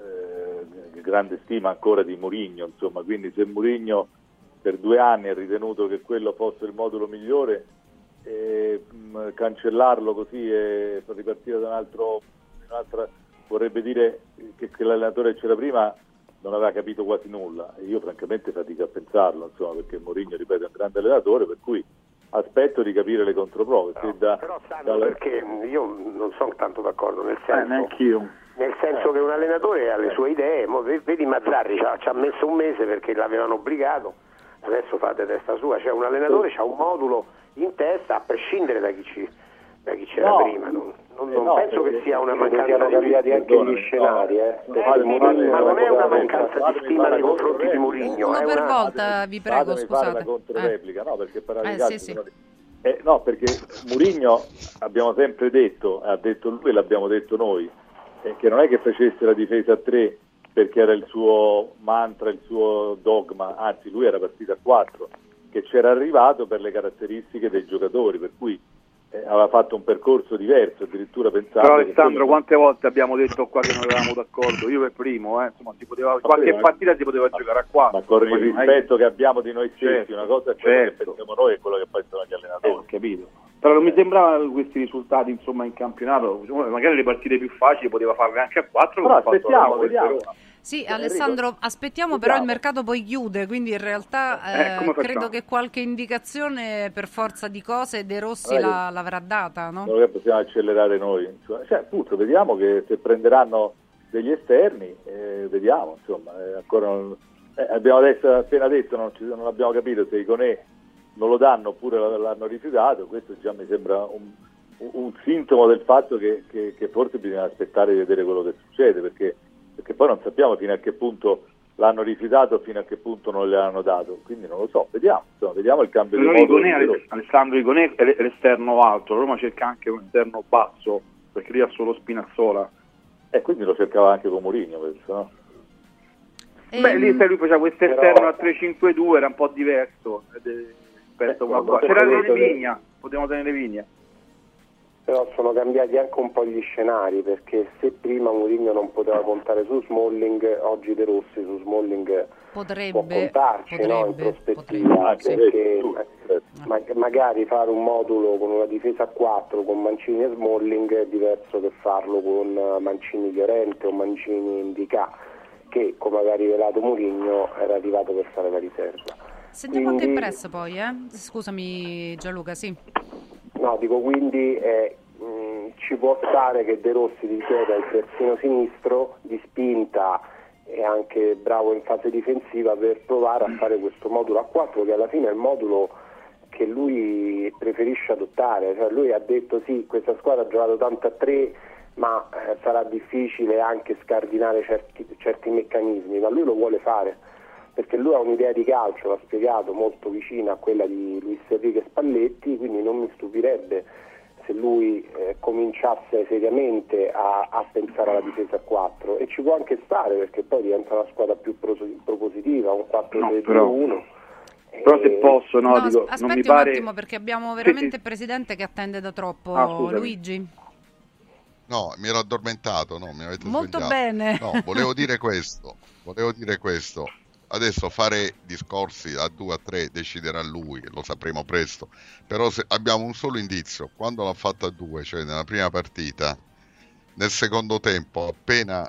eh, grande stima ancora di Mourinho, insomma, quindi se Mourinho per due anni ha ritenuto che quello fosse il modulo migliore, eh, mh, cancellarlo così e ripartire da un altro, un'altra, vorrebbe dire che, che l'allenatore che c'era prima non aveva capito quasi nulla, e io francamente fatico a pensarlo, insomma, perché Mourinho, ripeto, è un grande allenatore, per cui aspetto di capire le controprove. Però, se da, però sanno dalla... perché io non sono tanto d'accordo, nel senso, Eh, neanch'io. nel senso che un allenatore ha le sue idee, mo vedi Mazzarri ci ha, ci ha messo un mese perché l'avevano obbligato, adesso fate testa sua, cioè un allenatore c'ha un modulo in testa a prescindere da chi, ci, da chi c'era no, prima, non, non, eh non no, penso che sia una mancanza siano di cambiati anche Perdone, gli scenari, eh. Eh, sì, ma, ma non è una mancanza di stima nei confronti di Mourinho, Uno è per una... volta, vi prego, Fatemi fare scusate. la controreplica, Eh. no, perché per Eh, ragazzi sì, sì. sono... eh, no, perché Mourinho, abbiamo sempre detto, ha detto lui e l'abbiamo detto noi, eh, che non è che facesse la difesa a tre perché era il suo mantra, il suo dogma, anzi lui era partito a quattro, che c'era arrivato per le caratteristiche dei giocatori, per cui eh, aveva fatto un percorso diverso, addirittura pensando... Però Alessandro, quello... quante volte abbiamo detto qua che non eravamo d'accordo? Io per primo, eh, insomma, si poteva, qualche ma... partita si poteva ma... giocare a quattro. Ma con il rispetto che abbiamo di noi stessi, certo, una cosa è quello certo. che pensiamo noi e quello che poi sono gli allenatori. Eh, ho capito. Però non mi sembravano questi risultati, insomma, in campionato, magari le partite più facili poteva farle anche a quattro. Però aspettiamo, vediamo. Sì, Alessandro, aspettiamo, però il mercato poi chiude, quindi in realtà eh, eh, credo che qualche indicazione per forza di cose De Rossi la, l'avrà data, no? Non è che possiamo accelerare noi, cioè, appunto, vediamo che se prenderanno degli esterni, eh, vediamo, insomma, eh, ancora non, eh, abbiamo adesso, appena detto, non, ci, non abbiamo capito se Iconè non lo danno oppure l'hanno rifiutato, questo già mi sembra un, un sintomo del fatto che, che, che forse bisogna aspettare di vedere quello che succede, perché perché poi non sappiamo fino a che punto l'hanno rifiutato, fino a che punto non le hanno dato, quindi non lo so, vediamo, insomma, vediamo il cambio di modo. Iconè, Alessandro Iconè è l'esterno alto, Roma cerca anche un esterno basso, perché lì ha solo Spinazzola. E eh, quindi lo cercava anche con Mourinho, penso, no? Ehm... Beh, lì sai, lui faceva questo esterno Però... a tre cinque due, era un po' diverso rispetto eh, a qua. C'era tenere Vigna, potevamo tenere Vigna. Però sono cambiati anche un po' gli scenari, perché se prima Mourinho non poteva contare su Smalling, oggi De Rossi su Smalling potrebbe, può contarci, potrebbe, no, in prospettiva, potrebbe, perché sì. ma, magari fare un modulo con una difesa a quattro con Mancini e Smalling è diverso che farlo con Mancini Llorente o Mancini Indica, che come aveva rivelato Mourinho era arrivato per fare la riserva. Sentiamo Quindi... anche il press poi, eh? Scusami Gianluca, sì. No, dico quindi eh, mh, ci può stare che De Rossi richieda il terzino sinistro di spinta e anche bravo in fase difensiva per provare a fare questo modulo a quattro, che alla fine è il modulo che lui preferisce adottare. Cioè, lui ha detto sì, questa squadra ha giocato tanto a tre, ma eh, sarà difficile anche scardinare certi, certi meccanismi, ma lui lo vuole fare, perché lui ha un'idea di calcio, l'ha spiegato, molto vicina a quella di Luis Enrique Spalletti, quindi non mi stupirebbe se lui eh, cominciasse seriamente a, a pensare alla difesa a quattro, e ci può anche stare perché poi diventa una squadra più pros- propositiva, un quattro tre due uno. Però se posso, no, no dico, aspetti non mi un pare... attimo perché abbiamo veramente sì, il presidente che attende da troppo. Ah, scusami. Luigi? No, mi ero addormentato, no, mi avete Molto svegliato. bene. No, volevo dire questo, volevo dire questo. Adesso fare discorsi a due a tre deciderà lui, lo sapremo presto. Però se abbiamo un solo indizio, quando l'ha fatta a due, cioè nella prima partita, nel secondo tempo, appena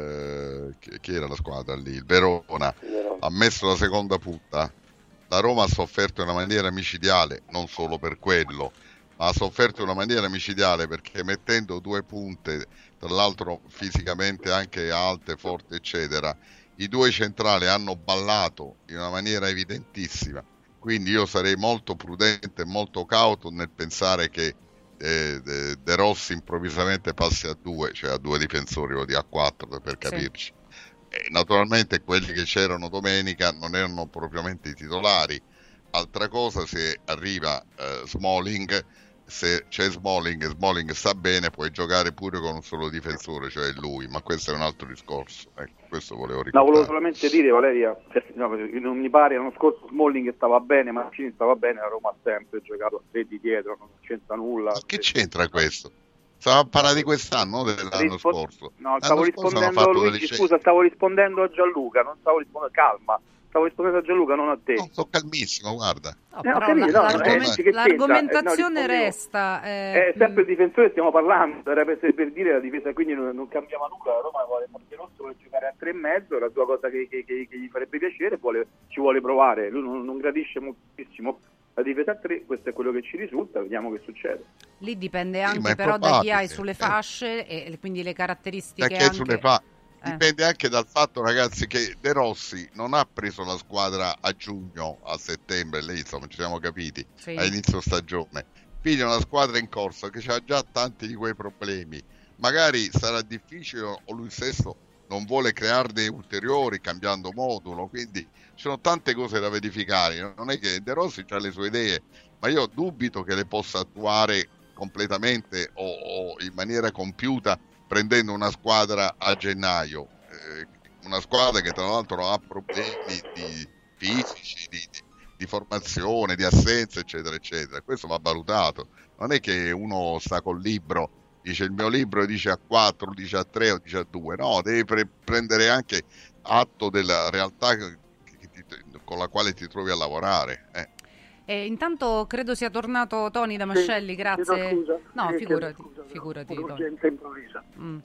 eh, chi, chi era la squadra lì? Il Verona ha messo la seconda punta, la Roma ha sofferto in una maniera micidiale, non solo per quello, ma ha sofferto in una maniera micidiale perché mettendo due punte, tra l'altro fisicamente anche alte, forti, eccetera, i due centrali hanno ballato in una maniera evidentissima. Quindi io sarei molto prudente e molto cauto nel pensare che eh, De, De Rossi improvvisamente passi a due, cioè a due difensori o di a quattro per capirci. Sì. E naturalmente quelli che c'erano domenica non erano propriamente i titolari. Altra cosa se arriva eh, Smalling, se c'è Smalling e Smalling sta bene, puoi giocare pure con un solo difensore, cioè lui, ma questo è un altro discorso. Ecco, questo volevo ricordare. No, volevo solamente dire, Valeria, no, non mi pare, l'anno scorso Smalling stava bene, Mancini stava bene, la Roma ha sempre giocato a tre di dietro, non c'entra nulla. Ma che c'entra questo? Stiamo a parlare di quest'anno, dell'anno Rispo- scorso. No, l'anno stavo rispondendo, Luigi, scusa, stavo rispondendo a Gianluca, non stavo rispondendo, calma. Stavo rispondendo a Gianluca, non a te. No, sto calmissimo, guarda. No, però capito, la, no, l'argoment- eh, l'argomentazione no, resta. Eh, Eh, è sempre il difensore stiamo parlando, era per, per dire la difesa, quindi non, non cambiava nulla. La Roma vuole Monterosso, vuole giocare a tre e mezzo, è la sua cosa che, che, che, che gli farebbe piacere, vuole, ci vuole provare. Lui non, non gradisce moltissimo la difesa a tre, questo è quello che ci risulta, vediamo che succede. Lì dipende anche sì, però da chi hai sulle fasce eh. e quindi le caratteristiche Perché anche... sulle fa- eh. Dipende anche dal fatto, ragazzi, che De Rossi non ha preso la squadra a giugno, a settembre, lì insomma ci siamo capiti, sì. a inizio stagione. Piglia una squadra in corsa che ha già tanti di quei problemi. Magari sarà difficile o lui stesso non vuole crearne ulteriori cambiando modulo, quindi ci sono tante cose da verificare. Non è che De Rossi ha le sue idee, ma io dubito che le possa attuare completamente o, o in maniera compiuta prendendo una squadra a gennaio, eh, una squadra che tra l'altro ha problemi di fisici, di, di, di formazione, di assenza, eccetera, eccetera. Questo va valutato. Non è che uno sta col libro, dice il mio libro dice a quattro, dice a tre o dice a due, no, devi pre- prendere anche atto della realtà che, che ti, con la quale ti trovi a lavorare. Eh. Eh, intanto credo sia tornato Tony da Mascelli, sì, grazie. Scusa, no, sì, figurati, scusa, figurati. Un'urgenza improvvisa. Mm.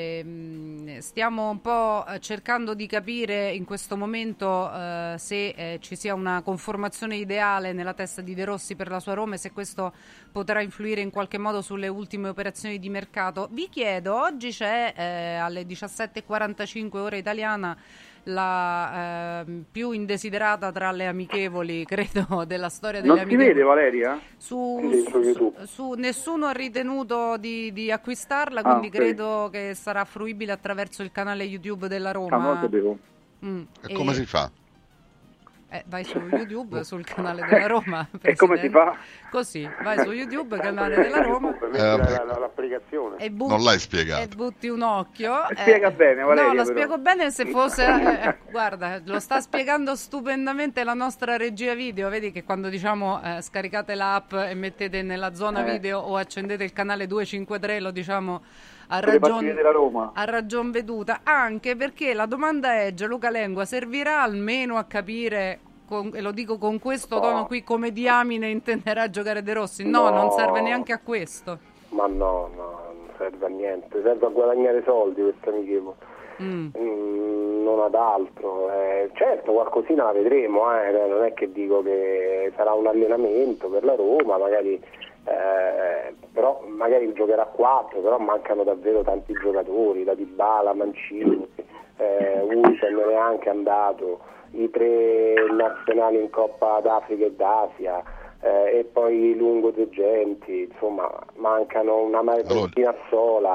Beh, stiamo un po' cercando di capire in questo momento eh, se eh, ci sia una conformazione ideale nella testa di De Rossi per la sua Roma e se questo potrà influire in qualche modo sulle ultime operazioni di mercato. Vi chiedo, oggi c'è eh, alle diciassette e quarantacinque ora italiana la eh, più indesiderata tra le amichevoli, credo, della storia delle non amichevoli. Non si vede, Valeria? Su, sì, su, su, su nessuno ha ritenuto di, di acquistarla, quindi ah, okay. credo che sarà fruibile attraverso il canale YouTube della Roma. Ah, non lo sapevo. Mm, e, e come si fa? Eh, vai su YouTube, sul canale della Roma. E come si fa? Così, vai su YouTube, canale della Roma. Eh, la, la, l'applicazione. E butti, non l'hai spiegato. E butti un occhio. Eh, spiega bene, Valeria. No, lo però. spiego bene se fosse... Eh, guarda, lo sta spiegando stupendamente la nostra regia video. Vedi che quando diciamo eh, scaricate l'app e mettete nella zona eh. video o accendete il canale duecentocinquantatré, lo diciamo... Ha ragione, ha ragion veduta, anche perché la domanda è, Gianluca Lengua, servirà almeno a capire, con, e lo dico con questo tono qui, come diamine intenderà giocare De Rossi? No, no, non serve neanche a questo. Ma no, no, non serve a niente, serve a guadagnare soldi questo amichevole. Mm. Mm, non ad altro. Eh, certo, qualcosina la vedremo, eh. Non è che dico che sarà un allenamento per la Roma, magari... Eh, però magari giocherà a quattro, però mancano davvero tanti giocatori, da Dybala, Mancini, eh, Wilson non è neanche andato, i tre nazionali in Coppa d'Africa e d'Asia, eh, e poi i lungotegenti, insomma mancano una Martina sola,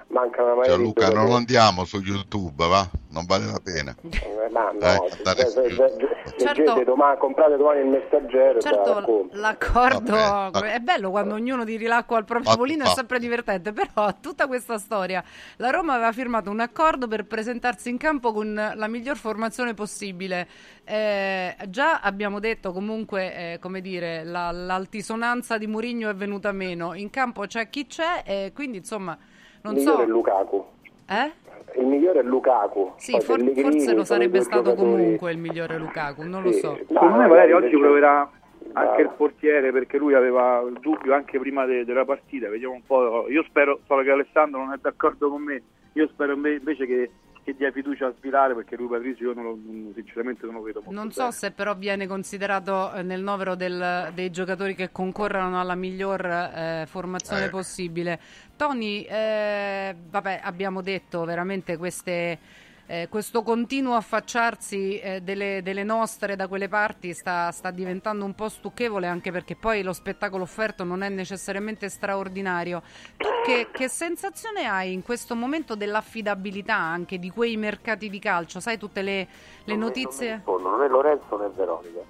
manca una marea Gianluca, di non andiamo su YouTube, va? Non vale la pena. Eh, ma no, Eh, se- andare se- su se- YouTube. se- Certo. leggete domani, comprate domani il Messaggero, te la Certo, racconto. l'accordo Vabbè. è bello quando ognuno tira l'acqua al proprio Fatto, mulino, è fatto. sempre divertente, però tutta questa storia, la Roma aveva firmato un accordo per presentarsi in campo con la miglior formazione possibile. Eh, già abbiamo detto comunque, eh, come dire, la- l'altisonanza di Mourinho è venuta meno, in campo c'è chi c'è, e quindi insomma non Il migliore so. è Lukaku. Eh? Il migliore è Lukaku. Sì, Poi for- Pellegrini forse lo sono i sarebbe due stato giocatori- comunque il migliore Lukaku, non lo Sì. so. Secondo me magari oggi invece- proverà anche Bravo. il portiere, perché lui aveva il dubbio anche prima de- della partita. Vediamo un po'. Io spero, so che Alessandro non è d'accordo con me, io spero inve- invece che, che dia fiducia a Svilare, perché lui Patrizio io non lo, non- sinceramente non lo vedo molto Non so bene. se però viene considerato eh, nel novero del- dei giocatori che concorrono alla miglior eh, formazione Eh. possibile. Tony, eh, vabbè, abbiamo detto veramente queste, eh, questo continuo affacciarsi eh, delle, delle nostre da quelle parti sta, sta diventando un po' stucchevole, anche perché poi lo spettacolo offerto non è necessariamente straordinario. Tu che, che sensazione hai in questo momento dell'affidabilità anche di quei mercati di calcio? Sai, tutte le, le Non mi- notizie... Non mi rispondono né Lorenzo né Veronica.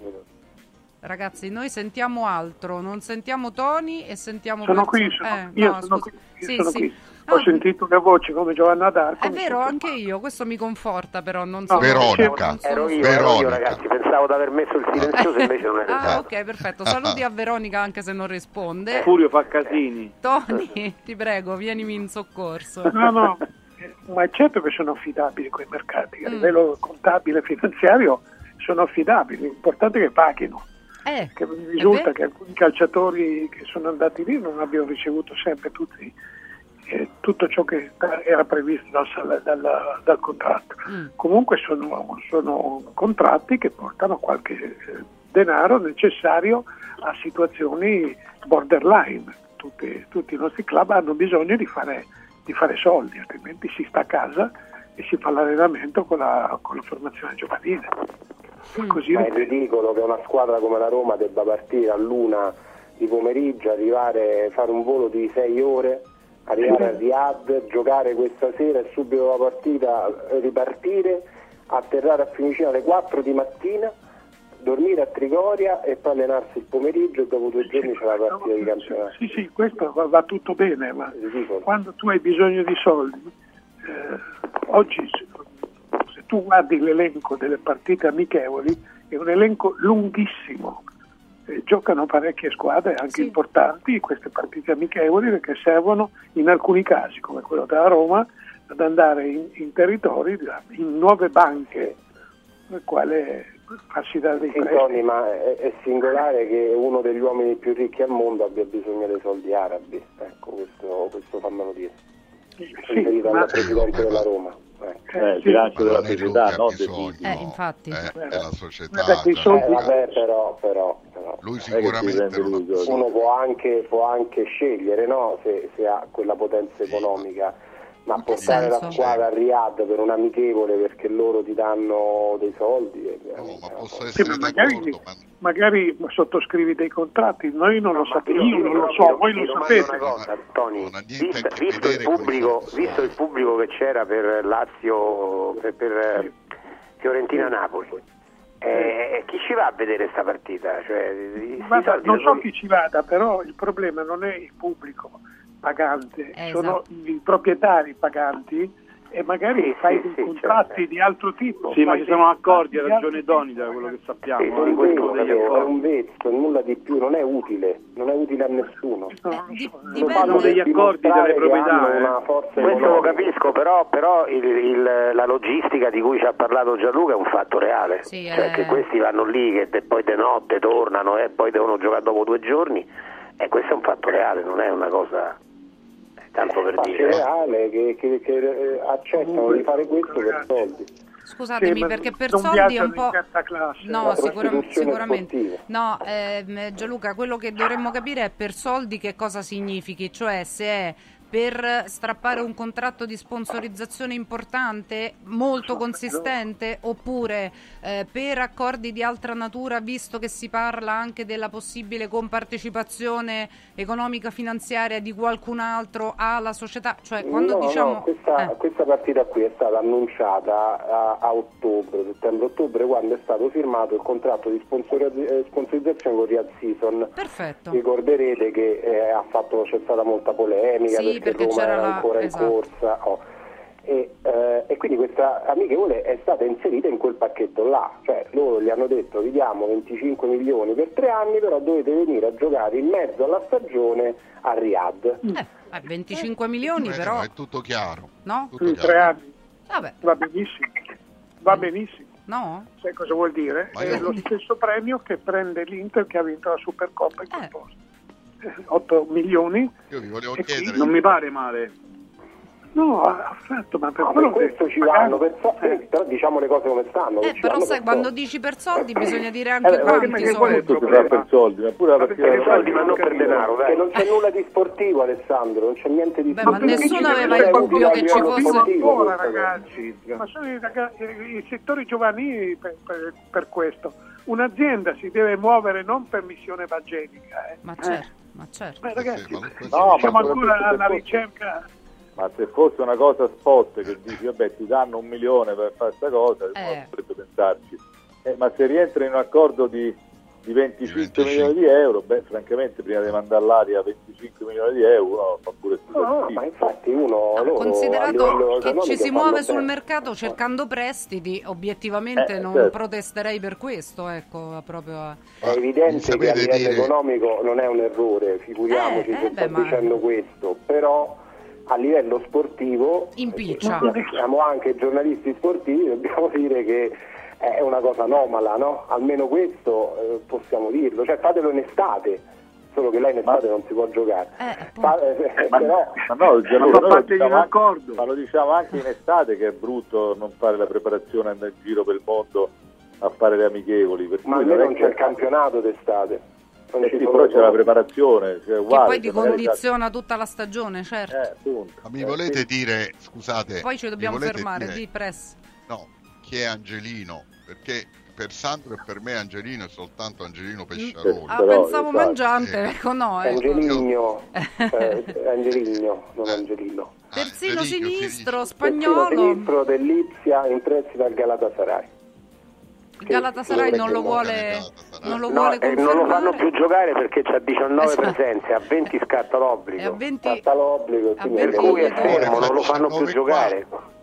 Ragazzi, noi sentiamo altro, non sentiamo Tony e sentiamo... Sono perso- qui, sono, eh, io no, sono scusa. qui, io Sì, sono sì. qui. No, Ho sentito le voci come Giovanna d'Arco. è mi vero, sono anche io, questo mi conforta, però non No, so... Veronica. non sono- Ero io, Veronica. ero io ragazzi, pensavo di aver messo il silenzioso invece non era Ah, esatto. ok, perfetto. Saluti a Veronica anche se non risponde. Furio fa casini. Tony, ti prego, vienimi in soccorso. No, no, ma è certo che sono affidabili quei mercati, a Mm. livello contabile e finanziario sono affidabili, l'importante è che paghino. Eh, Che mi risulta vero. che alcuni calciatori che sono andati lì non abbiano ricevuto sempre tutti, eh, tutto ciò che era previsto dal, sal- dal- dal contratto. Mm. Comunque sono, sono contratti che portano qualche eh, denaro necessario a situazioni borderline. Tutti, tutti i nostri club hanno bisogno di fare, di fare soldi, altrimenti si sta a casa e si fa l'allenamento con la, con la formazione giovanile. Così Ma è ridicolo che una squadra come la Roma debba partire a l'una di pomeriggio, arrivare, fare un volo di sei ore, arrivare a Riyadh, giocare questa sera e subito dopo la partita ripartire, atterrare a Fiumicino alle quattro di mattina, dormire a Trigoria e poi allenarsi il pomeriggio e dopo due giorni c'è la partita di campionato. Sì, sì, questo va, va tutto bene, ma quando tu hai bisogno di soldi, eh, oggi se, se tu guardi l'elenco delle partite amichevoli, è un elenco lunghissimo. Eh, giocano parecchie squadre, anche Sì. importanti, queste partite amichevoli, perché servono in alcuni casi, come quello della Roma, ad andare in, in territori, in nuove banche, nel quale farsi dare dei Sì, prestiti. Tony, ma è, è singolare che uno degli uomini più ricchi al mondo abbia bisogno dei soldi arabi. Ecco, questo, questo fammelo dire. Riferito ma- al Presidente della Roma. Ecco. Eh, il bilancio della Ma non è lui società, che ha no? bisogno, Eh, infatti. eh, è la società. Guarda, quei cioè, soldi- Eh, vabbè, però, però, però. lui Non è che si sicuramente prende non ha lui i soldi. Uno può anche, può anche scegliere, no? se, se ha quella potenza economica, ma In che portare la senso? squadra a Riyadh per un amichevole perché loro ti danno dei soldi è No, veramente ma una posso cosa- Sì, essere ma magari, d'accordo, ma magari sottoscrivi dei contratti, noi non lo Ma sappiamo, io- io non lo io- so, io- voi io lo domando sapete. una cosa, Tony, Non ha niente visto, a che visto il vedere con i pubblico, soldi. visto il pubblico che c'era per Lazio, per, per eh, Fiorentina-Napoli, eh, chi ci va a vedere sta partita? Cioè, i- i Guarda, soldi non so sono- chi ci vada, però il problema non è il pubblico pagante, Eh, sono esatto. i proprietari paganti e magari Sì, fai sì, dei sì, contratti certo. di altro tipo. Sì, ma fai ci dei sono accordi, ha contratti di ragione altro Toni, tipo. da quello che Sì, sappiamo. sì, eh, quello, questo degli capito, è accordi. un vezzo, nulla di più, non è utile, non è utile a nessuno. No, Eh, non di- so, Lo dipende- fanno fanno per degli accordi dimostrare delle che proprietà, hanno eh. una forza Questo lo economica. capisco, però, però il- il- la logistica di cui ci ha parlato Gianluca è un fatto reale. Sì, cioè eh. che questi vanno lì che de- poi de notte tornano e poi devono giocare dopo due giorni, e questo è un fatto reale, non è una cosa eh, tanto per Fatto dire. reale che, che, che eh, accettano di fare questo per soldi. Scusatemi, Sì, ma perché per non soldi è un viaggiano po'... in terza classe. No, La sicura- prostituzione sicuramente. sportiva. No, ehm, Gianluca, quello che dovremmo capire è per soldi che cosa significhi, cioè se è per strappare un contratto di sponsorizzazione importante, molto consistente, oppure eh, per accordi di altra natura, visto che si parla anche della possibile compartecipazione economica finanziaria di qualcun altro alla società? Cioè, quando no, diciamo no, questa, eh. questa partita qui è stata annunciata a, a ottobre, settembre-ottobre, quando è stato firmato il contratto di sponsorizzazione sponsorizzazione con Riyadh Season. Perfetto. Ricorderete che eh, ha fatto, c'è stata molta polemica, sì, perché, perché Roma c'era era la... ancora esatto. in corsa. Oh. E, eh, e quindi questa amichevole è stata inserita in quel pacchetto là, cioè loro gli hanno detto: vi diamo venticinque milioni per tre anni, però dovete venire a giocare in mezzo alla stagione a Riyadh. Eh, venticinque milioni, Eh, però no, è tutto chiaro. no? Tutto In chiaro. tre anni. Vabbè. Va benissimo, va benissimo. No? Sai cosa vuol dire? Ma È io- lo stesso premio che prende l'Inter che ha vinto la Supercoppa in quel posto. otto milioni. Io vi volevo E chiedere. quindi- Non mi pare male. No, affatto, ma per, No, quello per questo che- ci vanno, per so- eh, però diciamo le cose come stanno. Eh, ci però vanno sai, per quando soldi. dici per soldi bisogna dire anche Eh, ma quanti che- che sono. vuole il Tutto si fa problema? per soldi, ma pure la Ma partita perché da i soldi calcio. Ma non per capito. denaro, dai. Che non c'è nulla di sportivo, Alessandro, non c'è niente di Beh, sportivo. ma nessuno C'è aveva utile il dubbio a che ci livello fosse- sportivo, ancora, questa cosa. ragazzi, ma sono i, ragazzi, i settori giovanili per, per- per questo. Un'azienda si deve muovere non per missione evangelica. Eh. Ma certo, ma certo. Eh, ragazzi, Sì, ma non- No, siamo ma ancora soprattutto alla se fosse- ricerca. Ma se fosse una cosa spot che dici, vabbè, ti danno un milione per fare questa cosa, uno Eh. potrebbe pensarci. Eh, ma se rientra in un accordo di, di venticinque Di venticinque. milioni di euro, beh, francamente, prima di mandare all'aria venticinque milioni di euro, no, fa pure No, no, schifo. ma infatti uno loro a Considerato livello che ci economico si fanno muove sul bene. mercato cercando prestiti, obiettivamente Eh, non certo. protesterei per questo, ecco, proprio a... È evidente Mi che a sapete livello dire- economico non è un errore, figuriamoci Eh, se eh, sto beh, ma- dicendo questo, però a livello sportivo, Impiccia. perché siamo anche giornalisti sportivi, dobbiamo dire che è una cosa anomala, no? Almeno questo eh, possiamo dirlo, cioè fatelo in estate, solo che là in estate non si può giocare. Eh, Fa- eh, Ma, però, ma no, Gianluca, Ma fa noi lo parte di diciamo un anche- accordo. ma lo diciamo anche in estate che è brutto non fare la preparazione nel giro per il mondo a fare le amichevoli. Per ma cui almeno è non che- c'è il campionato d'estate. Non Eh ci sì, sono però c'è la giochi. preparazione, cioè, che uguale, poi ti se magari- condiziona tutta la stagione, certo. Eh, appunto. Ma mi Eh, volete quindi- dire, scusate, Poi ci mi dobbiamo volete fermare, dire- di press. No, chi è Angelino? Perché per Sandro e per me Angelino è soltanto Angelino Pesciaroli. Ah, Però, pensavo infatti, mangiante, eh. ecco, no, ecco. Angeligno, eh, Angeligno, non Angelino. Terzino Ah, Angelino, sinistro, si dice. Terzino spagnolo. sinistro dell'Ipsia in prestito al Galatasaray. Galatasaray non lo vuole, Galatasaray. non lo No, vuole eh, non lo fanno confermare. più giocare perché c'ha diciannove Esatto. presenze, a venti scatta E a l'obbligo. venti Scatta l'obbligo, a quindi Per venti cui è vedo- fermo, non lo fanno più diciannove giocare.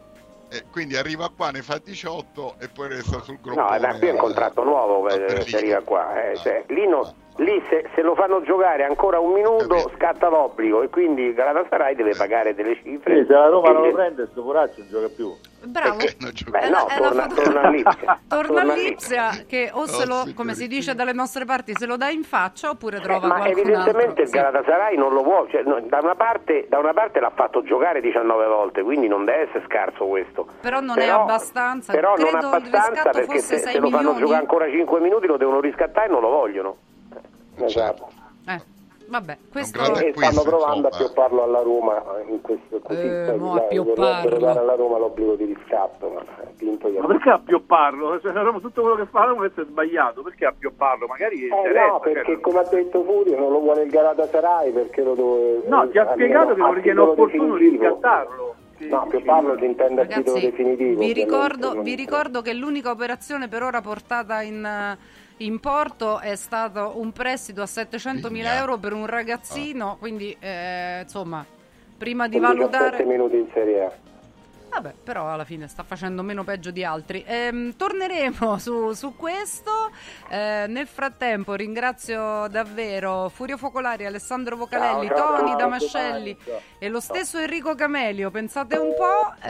E quindi arriva qua, ne fa diciotto e poi resta sul No, groppone. è qui è un contratto nuovo a eh, Berlino. se arriva qua. eh, Ah, cioè, lì no- ah, lì se, se lo fanno giocare ancora un minuto Capito. scatta l'obbligo e quindi Galatasaray deve pagare delle cifre. Sì, se la Roma non lo Quindi- prende, sto poraccio non gioca più. Bravo. non gioca. Beh, È no, la- è la torna, foto- torna all'Ipsia. Torna Torna all'Ipsia che o se Oh, lo, sì, come si sì. dice dalle nostre parti, se lo dà in faccia oppure Eh, trova ma qualcun evidentemente altro. il Sì. Galatasaray non lo vuole, cioè, no, da, una parte, da una parte l'ha fatto giocare diciannove volte, quindi non deve essere scarso questo. Però non è abbastanza, Però credo non il abbastanza riscatto perché fosse se, sei se lo fanno milioni. giocare ancora cinque minuti lo devono riscattare e non lo vogliono. Esatto. Eh, vabbè, questo grande E stanno acquisto, provando insomma. a piopparlo alla Roma in questo così, Eh, poi mo là, a piopparlo. vorrebbero dare alla Roma l'obbligo di riscatto, ma eh, Pinto gli ha Ma perché appiopparlo? Se tutto quello che fa la Roma è sbagliato, perché appiopparlo? Magari Eh interessa. no, perché cioè, come ha detto Furio non lo vuole il Galatasaray perché lo dove no, ti ha spiegato che non ritiene opportuno riscattarlo. No, più parlo si intende a titolo Ragazzi, definitivo. vi ovviamente, ricordo, non- vi ricordo che l'unica operazione per ora portata in, eh, in porto è stato un prestito a settecentomila Vigna. euro per un ragazzino, quindi eh, insomma, prima di con diciassette valutare... minuti in Serie A. Vabbè, però alla fine sta facendo meno peggio di altri. Ehm, torneremo su, su questo. Eh, nel frattempo ringrazio davvero Furio Focolari, Alessandro Vocalelli, Ciao, ciao, Toni ciao, Damascelli ciao. e lo stesso Enrico Camelio. Pensate un po'.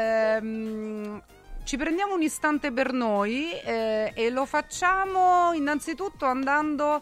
ehm, ci prendiamo un istante per noi eh, e lo facciamo innanzitutto andando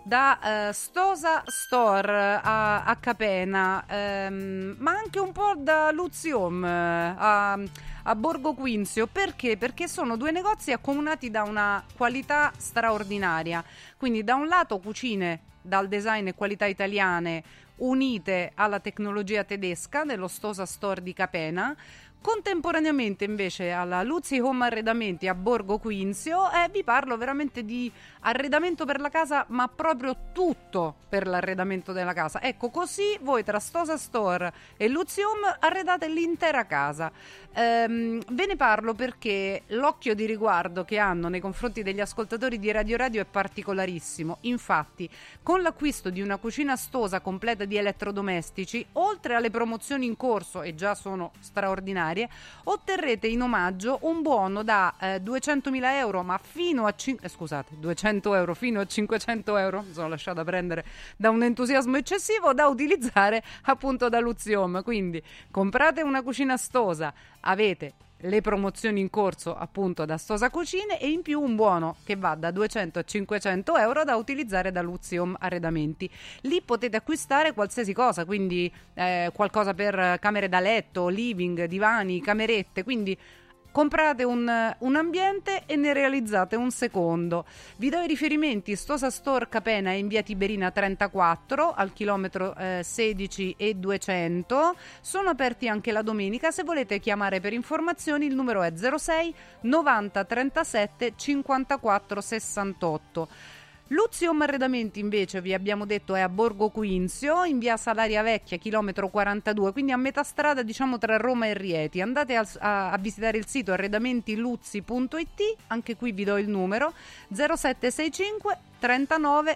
da eh, Stosa Store a, a Capena, ehm, ma anche un po' da Luzium eh, a, a Borgo Quinzio. Perché? Perché sono due negozi accomunati da una qualità straordinaria. Quindi da un lato cucine dal design e qualità italiane unite alla tecnologia tedesca nello Stosa Store di Capena. Contemporaneamente invece alla Luzzi Home Arredamenti a Borgo Quinzio e eh, vi parlo veramente di arredamento per la casa, ma proprio tutto per l'arredamento della casa. Ecco, così voi tra Stosa Store e Luzzi Home arredate l'intera casa. Ehm, ve ne parlo perché l'occhio di riguardo che hanno nei confronti degli ascoltatori di Radio Radio è particolarissimo. Infatti, con l'acquisto di una cucina Stosa completa di elettrodomestici, oltre alle promozioni in corso, e già sono straordinarie, otterrete in omaggio un buono da eh, duecentomila euro, ma fino a cin- eh, scusate, duecento euro fino a cinquecento euro, mi sono lasciata prendere da un entusiasmo eccessivo, da utilizzare appunto da Luzzi Home. Quindi comprate una cucina Stosa, avete le promozioni in corso appunto da Stosa Cucine e in più un buono che va da duecento a cinquecento euro da utilizzare da Luzzi Home Arredamenti. Lì potete acquistare qualsiasi cosa, quindi eh, qualcosa per camere da letto, living, divani, camerette, quindi comprate un, un ambiente e ne realizzate un secondo. Vi do i riferimenti: Stosa Store Capena in via Tiberina trentaquattro al chilometro eh, sedici e duecento. Sono aperti anche la domenica. Se volete chiamare per informazioni il numero è zero sei novanta trentasette cinquantaquattro sessantotto. Luzzi Home Arredamenti invece vi abbiamo detto è a Borgo Quinzio in via Salaria Vecchia chilometro quarantadue, quindi a metà strada diciamo tra Roma e Rieti. Andate al, a, a visitare il sito arredamentiluzzi punto it, anche qui vi do il numero zero sette sei cinque trentanove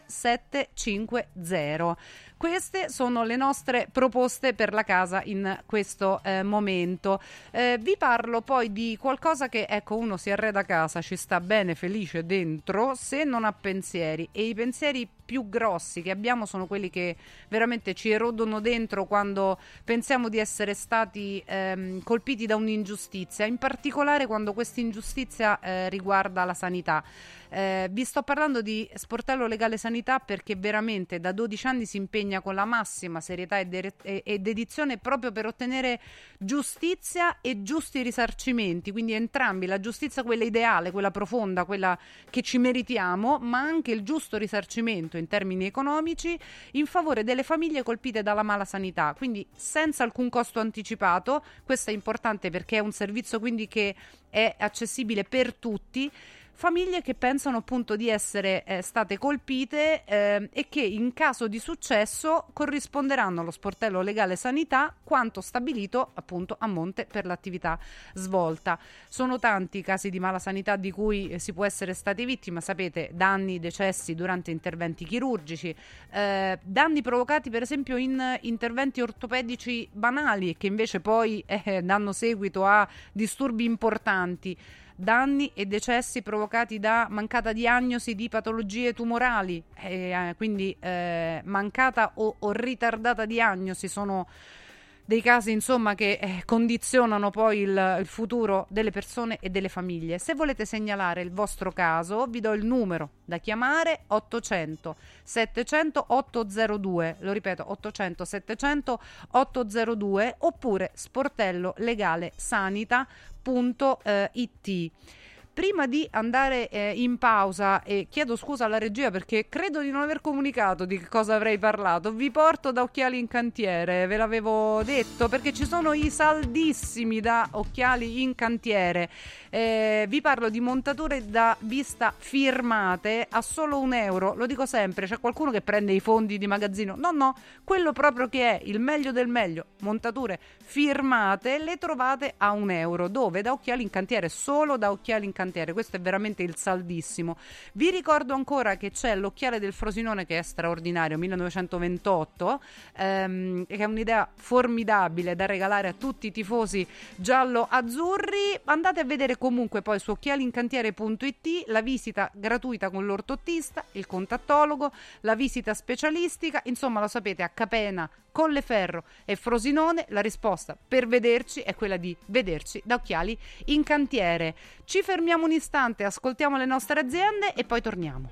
settecentocinquanta. Queste sono le nostre proposte per la casa in questo eh, momento. Eh, vi parlo poi di qualcosa che, ecco, uno si arreda a casa, ci sta bene, felice dentro, se non ha pensieri, e i pensieri più grossi che abbiamo sono quelli che veramente ci erodono dentro quando pensiamo di essere stati ehm, colpiti da un'ingiustizia, in particolare quando questa ingiustizia eh, riguarda la sanità. Eh, vi sto parlando di Sportello Legale Sanità perché veramente da dodici anni si impegna con la massima serietà e, de- e dedizione proprio per ottenere giustizia e giusti risarcimenti, quindi entrambi, la giustizia quella ideale, quella profonda, quella che ci meritiamo, ma anche il giusto risarcimento in termini economici in favore delle famiglie colpite dalla mala sanità, quindi senza alcun costo anticipato. Questo è importante perché è un servizio quindi che è accessibile per tutti. Famiglie che pensano appunto di essere eh, state colpite eh, e che in caso di successo corrisponderanno allo Sportello Legale Sanità quanto stabilito appunto a monte per l'attività svolta. Sono tanti i casi di mala sanità di cui eh, si può essere stati vittima, sapete, danni, decessi durante interventi chirurgici, eh, danni provocati per esempio in interventi ortopedici banali che invece poi eh, danno seguito a disturbi importanti. Danni e decessi provocati da mancata diagnosi di patologie tumorali, eh, quindi eh, mancata o, o ritardata diagnosi sono dei casi insomma che eh, condizionano poi il, il futuro delle persone e delle famiglie. Se volete segnalare il vostro caso vi do il numero da chiamare: ottocento settecento ottocentodue, lo ripeto, ottocento settecento ottocentodue, oppure sportello legale sanita punto it. Prima di andare eh, in pausa, e chiedo scusa alla regia perché credo di non aver comunicato di che cosa avrei parlato, vi porto da Occhiali in Cantiere, ve l'avevo detto, perché ci sono i saldissimi da Occhiali in Cantiere. Eh, vi parlo di montature da vista firmate a solo un euro. Lo dico sempre, c'è qualcuno che prende i fondi di magazzino. No, no, quello proprio che è il meglio del meglio. Montature firmate le trovate a un euro. Dove? Da Occhiali in Cantiere, solo da Occhiali in Cantiere. Questo è veramente il saldissimo. Vi ricordo ancora che c'è l'Occhiale del Frosinone, che è straordinario, millenovecentoventotto, ehm, che è un'idea formidabile da regalare a tutti i tifosi giallo-azzurri. Andate a vedere comunque poi su occhialincantiere punto it la visita gratuita con l'ortottista, il contattologo, la visita specialistica. Insomma, lo sapete, a Capena, Colleferro e Frosinone la risposta per vederci è quella di vederci da Occhiali in Cantiere. Ci fermiamo un istante, ascoltiamo le nostre aziende e poi torniamo.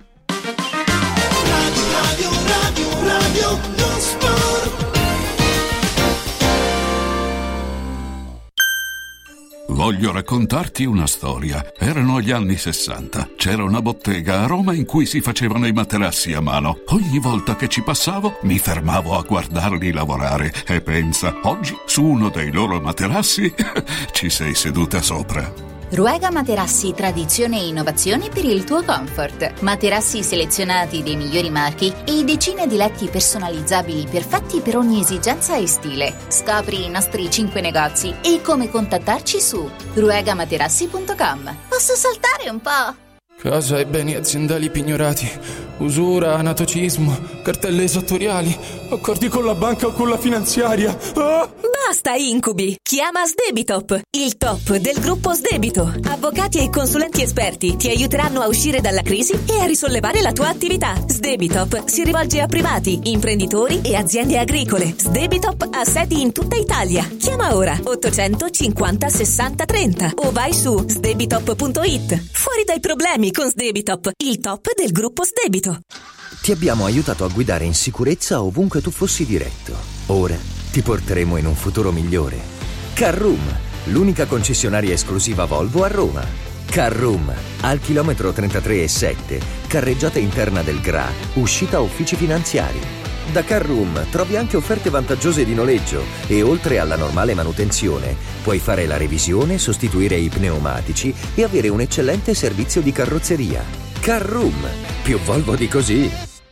Radio, radio, radio, radio, lo sport. Voglio raccontarti una storia. Erano gli anni sessanta. C'era una bottega a Roma in cui si facevano i materassi a mano. Ogni volta che ci passavo mi fermavo a guardarli lavorare e pensa, oggi su uno dei loro materassi ci sei seduta sopra. Ruega Materassi, tradizione e innovazione per il tuo comfort. Materassi selezionati dei migliori marchi e decine di letti personalizzabili perfetti per ogni esigenza e stile. Scopri i nostri cinque negozi e come contattarci su ruega materassi punto com. Posso saltare un po'? Casa e beni aziendali pignorati, usura, anatocismo, cartelle esattoriali, accordi con la banca o con la finanziaria. Ah! Basta incubi! Chiama Sdebitop, il top del gruppo Sdebito. Avvocati e consulenti esperti ti aiuteranno a uscire dalla crisi e a risollevare la tua attività. Sdebitop si rivolge a privati, imprenditori e aziende agricole. Sdebitop ha sedi in tutta Italia. Chiama ora ottocentocinquanta sessanta trenta o vai su sdebitop punto it. Fuori dai problemi con Sdebitop, il top del gruppo Sdebito. Ti abbiamo aiutato a guidare in sicurezza ovunque tu fossi diretto. Ora ti porteremo in un futuro migliore. Carroom, l'unica concessionaria esclusiva Volvo a Roma. Carroom, al chilometro trentatré e sette, carreggiata interna del Gra, uscita uffici finanziari. Da Carroom trovi anche offerte vantaggiose di noleggio e oltre alla normale manutenzione puoi fare la revisione, sostituire i pneumatici e avere un eccellente servizio di carrozzeria. Carroom, più Volvo di così.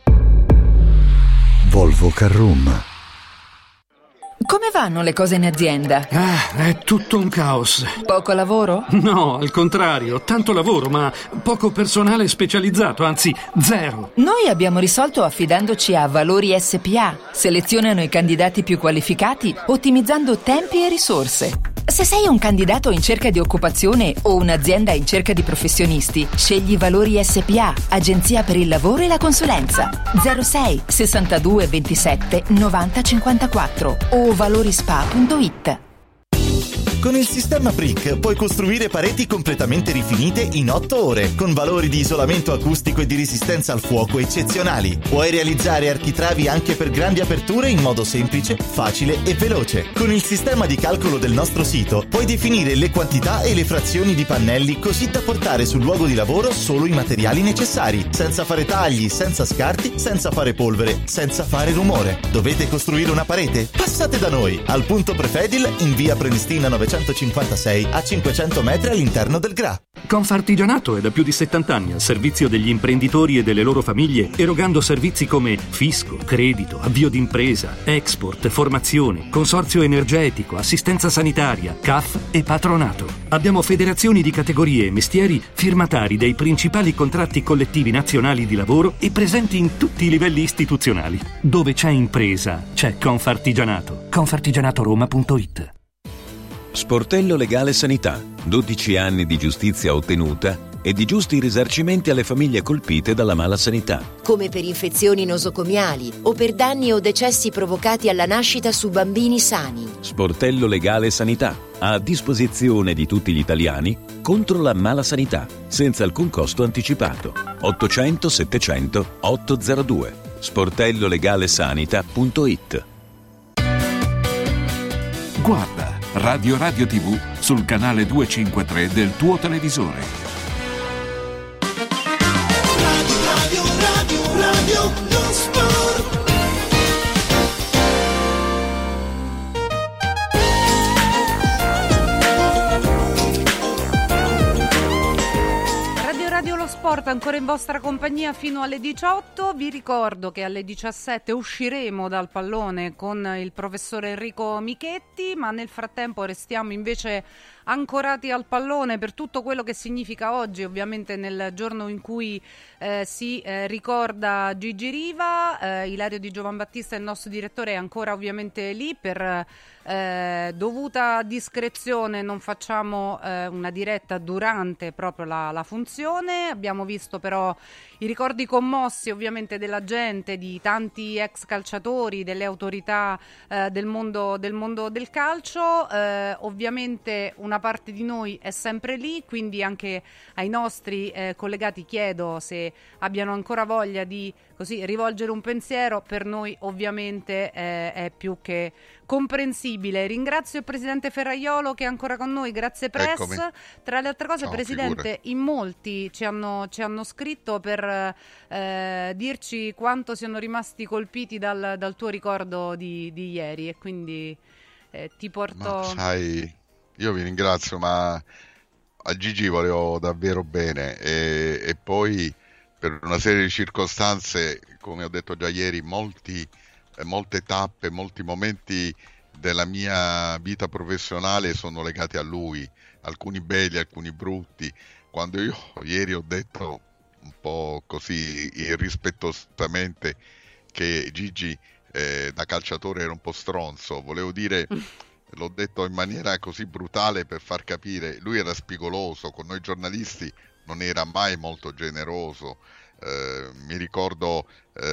Volvo Carroom. Come vanno le cose in azienda? Ah, è tutto un caos. Poco lavoro? No, al contrario, tanto lavoro, ma poco personale specializzato, anzi zero. Noi abbiamo risolto affidandoci a Valori S P A. Selezionano i candidati più qualificati, ottimizzando tempi e risorse. Se sei un candidato in cerca di occupazione o un'azienda in cerca di professionisti, scegli Valori S P A, agenzia per il lavoro e la consulenza. zero sei sessantadue ventisette novanta cinquantaquattro o valorispa punto it. Con il sistema Brick puoi costruire pareti completamente rifinite in otto ore, con valori di isolamento acustico e di resistenza al fuoco eccezionali. Puoi realizzare architravi anche per grandi aperture in modo semplice, facile e veloce. Con il sistema di calcolo del nostro sito puoi definire le quantità e le frazioni di pannelli così da portare sul luogo di lavoro solo i materiali necessari, senza fare tagli, senza scarti, senza fare polvere, senza fare rumore. Dovete costruire una parete? Passate da noi, al punto Prefedil in via Prenestina novecentocinquantasei a cinquecento metri all'interno del Gra. Confartigianato è da più di settanta anni al servizio degli imprenditori e delle loro famiglie, erogando servizi come fisco, credito, avvio d'impresa, export, formazione, consorzio energetico, assistenza sanitaria, C A F e patronato. Abbiamo federazioni di categorie e mestieri firmatari dei principali contratti collettivi nazionali di lavoro e presenti in tutti i livelli istituzionali. Dove c'è impresa, c'è Confartigianato. confartigianatoroma punto it. Sportello Legale Sanità. dodici anni di giustizia ottenuta e di giusti risarcimenti alle famiglie colpite dalla mala sanità. Come per infezioni nosocomiali o per danni o decessi provocati alla nascita su bambini sani. Sportello Legale Sanità. A disposizione di tutti gli italiani contro la mala sanità, senza alcun costo anticipato. ottocento settecento ottocentodue. sportello legale sanità punto it. Guarda Radio Radio tivù sul canale duecentocinquantatré del tuo televisore. Radio, radio, radio, radio, lo sport. Radio Lo Sport ancora in vostra compagnia fino alle diciotto. Vi ricordo che alle diciassette usciremo dal pallone con il professore Enrico Michetti, ma nel frattempo restiamo invece ancorati al pallone per tutto quello che significa oggi, ovviamente nel giorno in cui eh, si eh, ricorda Gigi Riva. eh, Ilario Di Giovanbattista, il nostro direttore, è ancora ovviamente lì per eh, dovuta discrezione. Non facciamo eh, una diretta durante proprio la, la funzione. Abbiamo visto però i ricordi commossi ovviamente della gente, di tanti ex calciatori, delle autorità eh, del mondo del mondo del calcio. eh, ovviamente una parte di noi è sempre lì, quindi anche ai nostri eh, collegati chiedo se abbiano ancora voglia di così rivolgere un pensiero. Per noi ovviamente eh, è più che comprensibile. Ringrazio il presidente Ferraiolo che è ancora con noi, grazie Press. Eccomi. Tra le altre cose, Ciao, presidente, figure. in molti ci hanno, ci hanno scritto per eh, dirci quanto siano rimasti colpiti dal, dal tuo ricordo di, di ieri, e quindi eh, ti porto... Ma sai, io vi ringrazio, ma a Gigi volevo davvero bene, e, e poi per una serie di circostanze, come ho detto già ieri, molti, eh, molte tappe, molti momenti della mia vita professionale sono legati a lui, alcuni belli, alcuni brutti. Quando io ieri ho detto un po' così irrispettosamente che Gigi eh, da calciatore era un po' stronzo, volevo dire, l'ho detto in maniera così brutale per far capire, lui era spigoloso, con noi giornalisti non era mai molto generoso. Eh, mi ricordo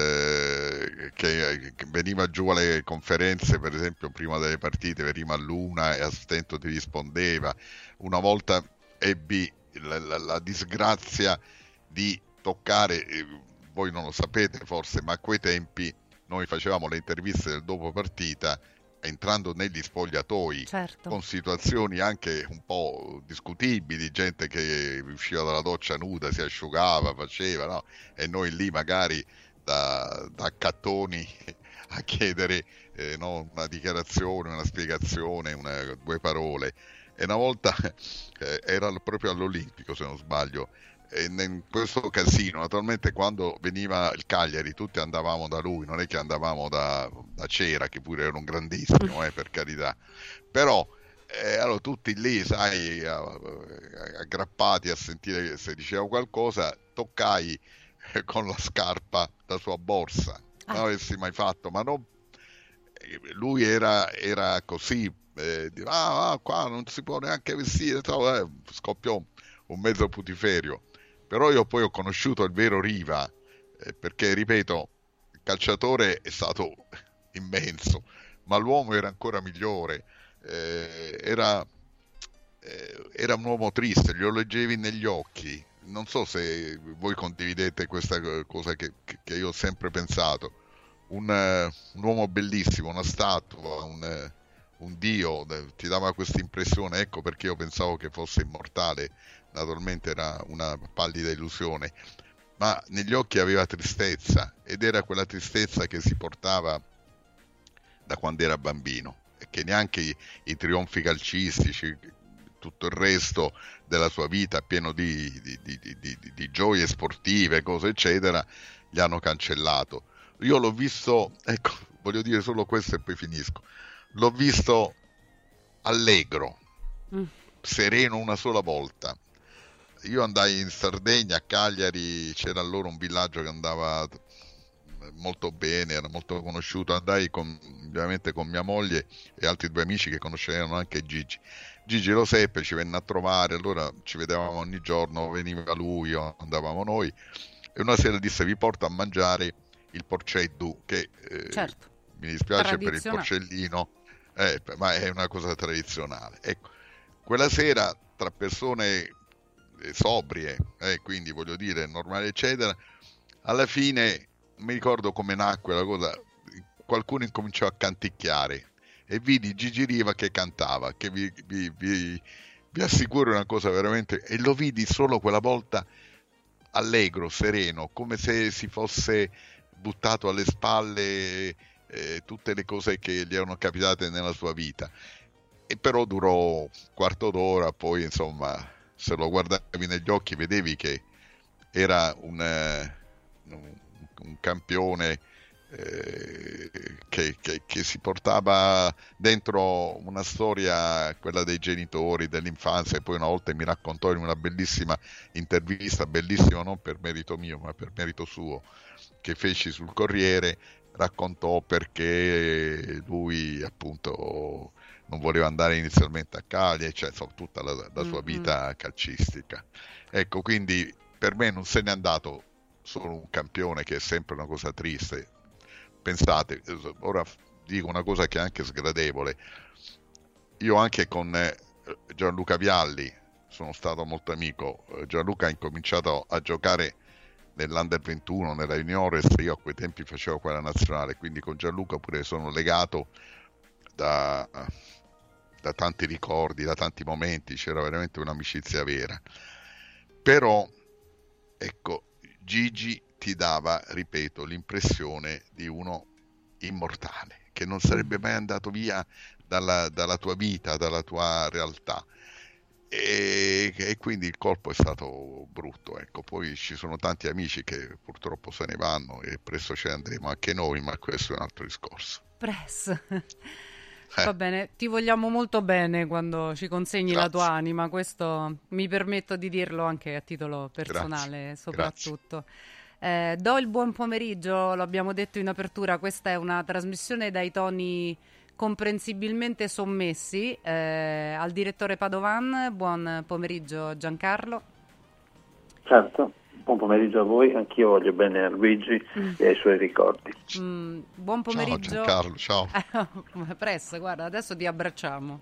eh, che, che veniva giù alle conferenze, per esempio prima delle partite, veniva all'una e a stento ti rispondeva. Una volta ebbi la, la, la disgrazia di toccare, eh, voi non lo sapete forse, ma a quei tempi noi facevamo le interviste del dopo partita entrando negli spogliatoi, certo, con situazioni anche un po' discutibili, gente che usciva dalla doccia nuda, si asciugava, faceva, no? E noi lì magari da, da cattoni a chiedere eh, no, una dichiarazione, una spiegazione, una, due parole. E una volta eh, era proprio all'Olimpico, se non sbaglio, e in questo casino, naturalmente, quando veniva il Cagliari tutti andavamo da lui, non è che andavamo da, da Cera, che pure era un grandissimo, eh, per carità, però eh, allora tutti lì, sai, aggrappati a sentire se diceva qualcosa. Toccai eh, con la scarpa la sua borsa, ah. non avessi mai fatto, ma non, lui era, era così, eh, ah, ah, qua non si può neanche vestire, eh, scoppiò un mezzo putiferio. Però io poi ho conosciuto il vero Riva, eh, perché, ripeto, il calciatore è stato immenso, ma l'uomo era ancora migliore, eh, era, eh, era un uomo triste, glielo leggevi negli occhi. Non so se voi condividete questa cosa che, che io ho sempre pensato, un, uh, un uomo bellissimo, una statua, un, uh, un dio, ti dava questa impressione, ecco perché io pensavo che fosse immortale. Naturalmente era una pallida illusione, ma negli occhi aveva tristezza, ed era quella tristezza che si portava da quando era bambino, e che neanche i, i trionfi calcistici, tutto il resto della sua vita pieno di, di, di, di, di, di gioie sportive, cose eccetera, gli hanno cancellato. Io l'ho visto, ecco, voglio dire solo questo e poi finisco, l'ho visto allegro, mm. sereno una sola volta. Io andai in Sardegna, a Cagliari, c'era allora un villaggio che andava molto bene, era molto conosciuto, andai con, ovviamente con mia moglie e altri due amici che conoscevano anche Gigi. Gigi lo seppe, ci venne a trovare, allora ci vedevamo ogni giorno, veniva lui, andavamo noi, e una sera disse: vi porto a mangiare il porceddu, che eh, certo, mi dispiace per il porcellino, eh, ma è una cosa tradizionale. Ecco, quella sera, tra persone sobrie, eh, quindi voglio dire normale eccetera, alla fine mi ricordo come nacque la cosa, qualcuno incominciò a canticchiare e vidi Gigi Riva che cantava, che vi, vi, vi, vi assicuro una cosa veramente, e lo vidi solo quella volta allegro, sereno, come se si fosse buttato alle spalle eh, tutte le cose che gli erano capitate nella sua vita. E però durò un quarto d'ora, poi insomma, se lo guardavi negli occhi vedevi che era un, un, un campione eh, che, che, che si portava dentro una storia, quella dei genitori, dell'infanzia, e poi una volta mi raccontò in una bellissima intervista, bellissima non per merito mio ma per merito suo, che feci sul Corriere, raccontò perché lui appunto non voleva andare inizialmente a Cagliari, cioè insomma, tutta la, la sua vita mm-hmm. calcistica. Ecco, quindi per me non se n'è andato solo un campione, che è sempre una cosa triste. Pensate, ora dico una cosa che è anche sgradevole, io anche con Gianluca Vialli sono stato molto amico. Gianluca ha incominciato a giocare nell'Under ventuno, nella Juniores, io a quei tempi facevo quella nazionale, quindi con Gianluca pure sono legato da, da tanti ricordi, da tanti momenti, c'era veramente un'amicizia vera. Però, ecco, Gigi ti dava, ripeto, l'impressione di uno immortale, che non sarebbe mai andato via dalla, dalla tua vita, dalla tua realtà. E, e quindi il colpo è stato brutto, ecco. Poi ci sono tanti amici che purtroppo se ne vanno e presto ce ne andremo anche noi, ma questo è un altro discorso. Presto. Eh. Va bene, ti vogliamo molto bene quando ci consegni Grazie. La tua anima, questo mi permetto di dirlo anche a titolo personale. Grazie. Soprattutto. Eh, do il buon pomeriggio, lo abbiamo detto in apertura, questa è una trasmissione dai toni comprensibilmente sommessi, eh, al direttore Padovan. Buon pomeriggio Giancarlo. Certo, buon pomeriggio a voi, anch'io voglio bene a Luigi mm. e ai suoi ricordi. Mm, buon pomeriggio. Ciao Giancarlo, ciao. Presto, guarda, adesso ti abbracciamo.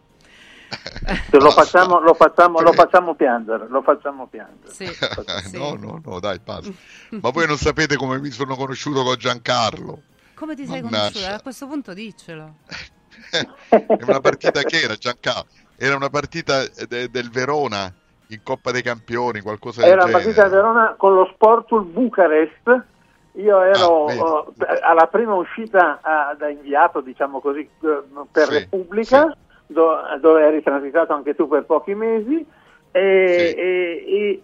lo facciamo, lo facciamo, lo facciamo piangere, lo facciamo piangere. Sì, sì. No, no, no, dai, basta. Ma voi non sapete come mi sono conosciuto con Giancarlo? Come ti sei Mannaggia. conosciuto? A questo punto diccelo. È una partita che era Giancarlo? Era una partita de- del Verona in Coppa dei Campioni, qualcosa del genere. Era una genere. partita del Verona con lo Sportul Bucarest. Io ero ah, uh, alla prima uscita uh, da inviato, diciamo così, uh, per sì, Repubblica, sì. Do- dove eri transitato anche tu per pochi mesi. E, sì. e, e,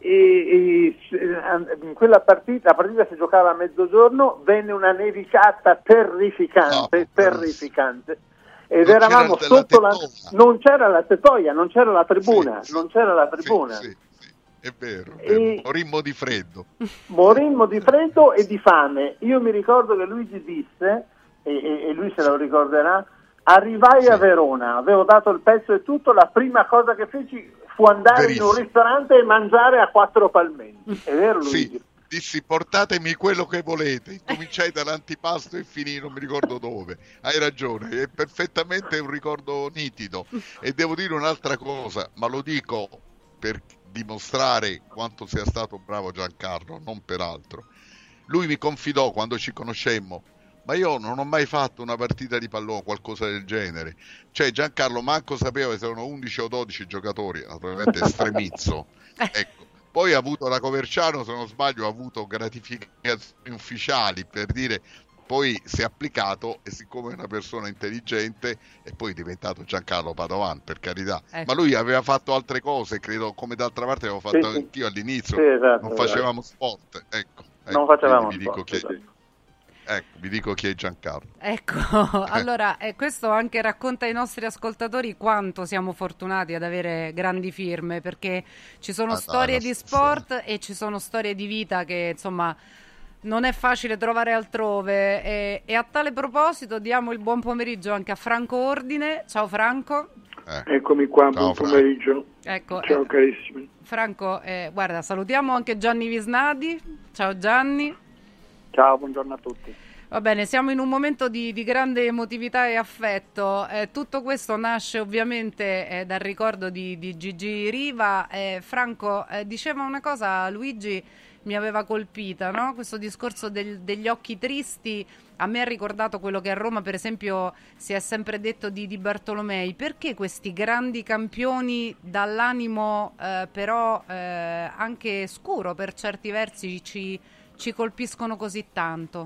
e, e in quella partita, la partita si giocava a mezzogiorno, venne una nevicata terrificante, oh, terrificante. Ed non eravamo sotto la, non c'era la tettoia, non c'era la tribuna, sì, non c'era la tribuna. Sì, sì, sì. È vero, è vero. E morimmo di freddo. Morimmo di freddo e di fame. Io mi ricordo che Luigi disse, e, e, e lui se lo ricorderà, arrivai sì. a Verona, avevo dato il pezzo e tutto, la prima cosa che feci fu andare Verissimo. in un ristorante e mangiare a quattro palmenti. È vero Luigi? Sì. Dissi portatemi quello che volete, cominciai dall'antipasto e finì non mi ricordo dove. Hai ragione, è perfettamente un ricordo nitido. E devo dire un'altra cosa, ma lo dico per dimostrare quanto sia stato bravo Giancarlo, non per altro. Lui mi confidò quando ci conoscemmo, ma io non ho mai fatto una partita di pallone, qualcosa del genere. Cioè Giancarlo manco sapeva se erano undici o dodici giocatori, naturalmente estremizzo. Ecco. Poi ha avuto la Coverciano, se non sbaglio, ha avuto gratificazioni ufficiali, per dire, poi si è applicato e siccome è una persona intelligente è poi diventato Giancarlo Padovan, per carità. Ecco. Ma lui aveva fatto altre cose, credo, come d'altra parte avevo fatto sì, anch'io all'inizio, sì, esatto, non facevamo esatto. sport. Ecco, ecco, non facevamo vi sport. Dico che... Esatto. Ecco, vi dico chi è Giancarlo. Ecco, allora eh, questo anche racconta ai nostri ascoltatori quanto siamo fortunati ad avere grandi firme, perché ci sono ah, storie no, di sport sì. e ci sono storie di vita che insomma non è facile trovare altrove. E, e a tale proposito diamo il buon pomeriggio anche a Franco Ordine. Ciao Franco. Eh. Eccomi qua, Ciao, buon Franco. pomeriggio. Ecco, Ciao eh, carissimi. Franco, eh, guarda, salutiamo anche Gianni Visnadi. Ciao Gianni. Ciao, buongiorno a tutti. Va bene, siamo in un momento di, di grande emotività e affetto. Eh, tutto questo nasce ovviamente eh, dal ricordo di, di Gigi Riva. Eh, Franco, eh, diceva una cosa, Luigi mi aveva colpita, no? Questo discorso del, degli occhi tristi. A me ha ricordato quello che a Roma, per esempio, si è sempre detto di, di Bartolomei. Perché questi grandi campioni dall'animo eh, però eh, anche scuro per certi versi ci... ci colpiscono così tanto?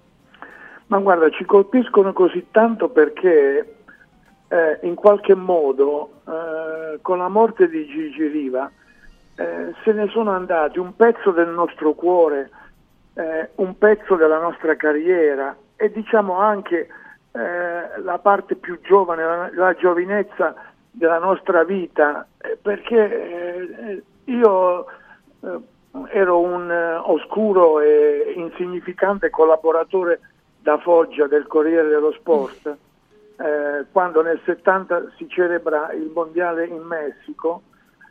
Ma guarda, ci colpiscono così tanto perché eh, in qualche modo eh, con la morte di Gigi Riva eh, se ne sono andati un pezzo del nostro cuore, eh, un pezzo della nostra carriera e diciamo anche eh, la parte più giovane, la, la giovinezza della nostra vita, eh, perché eh, io eh, ero un uh, oscuro e insignificante collaboratore da Foggia del Corriere dello Sport eh, quando nel settanta si celebra il mondiale in Messico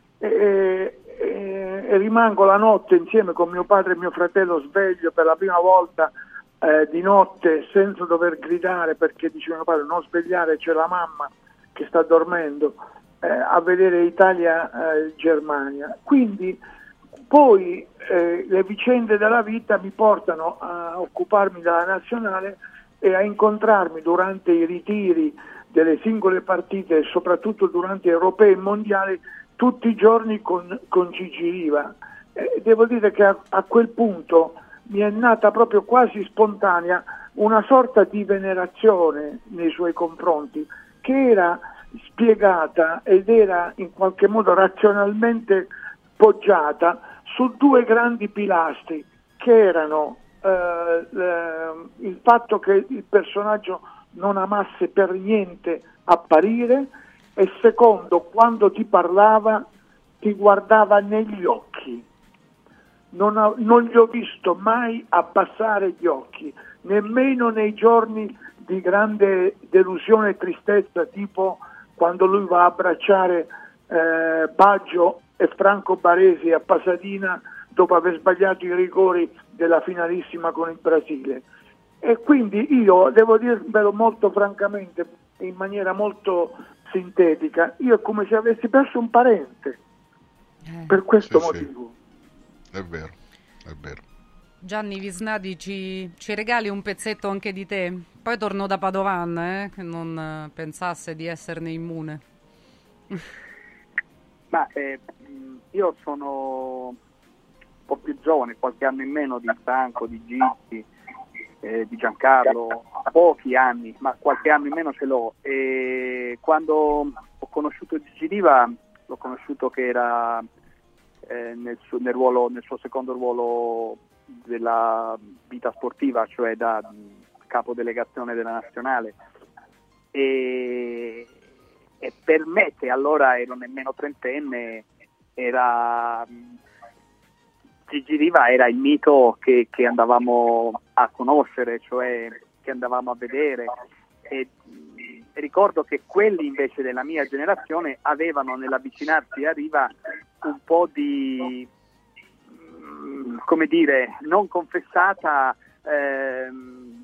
e, e, e rimango la notte insieme con mio padre e mio fratello sveglio per la prima volta eh, di notte senza dover gridare perché diceva mio padre non svegliare, c'è la mamma che sta dormendo, eh, a vedere Italia-Germania. Eh, quindi poi eh, le vicende della vita mi portano a occuparmi della nazionale e a incontrarmi durante i ritiri delle singole partite, soprattutto durante europei e mondiali, tutti i giorni con, con Gigi Riva. Eh, devo dire che a, a quel punto mi è nata proprio quasi spontanea una sorta di venerazione nei suoi confronti, che era spiegata ed era in qualche modo razionalmente poggiata su due grandi pilastri, che erano eh, il fatto che il personaggio non amasse per niente apparire, e secondo, quando ti parlava ti guardava negli occhi. Non, ha, non gli ho visto mai abbassare gli occhi, nemmeno nei giorni di grande delusione e tristezza, tipo quando lui va a abbracciare eh, Baggio e Franco Baresi a Pasadena dopo aver sbagliato i rigori della finalissima con il Brasile. E quindi io devo dirvelo molto francamente, in maniera molto sintetica, io è come se avessi perso un parente, eh. per questo sì, motivo. Sì. È vero, è vero. Gianni Visnadi, ci, ci regali un pezzetto anche di te? Poi torno da Padovan, eh, che non pensasse di esserne immune. Ma eh, io sono un po' più giovane, qualche anno in meno di Franco, di Gigi, eh, di Giancarlo, pochi anni, ma qualche anno in meno ce l'ho. E quando ho conosciuto Gigi Riva, l'ho conosciuto che era eh, nel, suo, nel, ruolo, nel suo secondo ruolo della vita sportiva, cioè da capodelegazione della nazionale, e, e per me, che allora ero nemmeno trentenne, era Gigi Riva era il mito che, che andavamo a conoscere, cioè che andavamo a vedere, e ricordo che quelli invece della mia generazione avevano nell'avvicinarsi a Riva un po' di, come dire, non confessata ehm,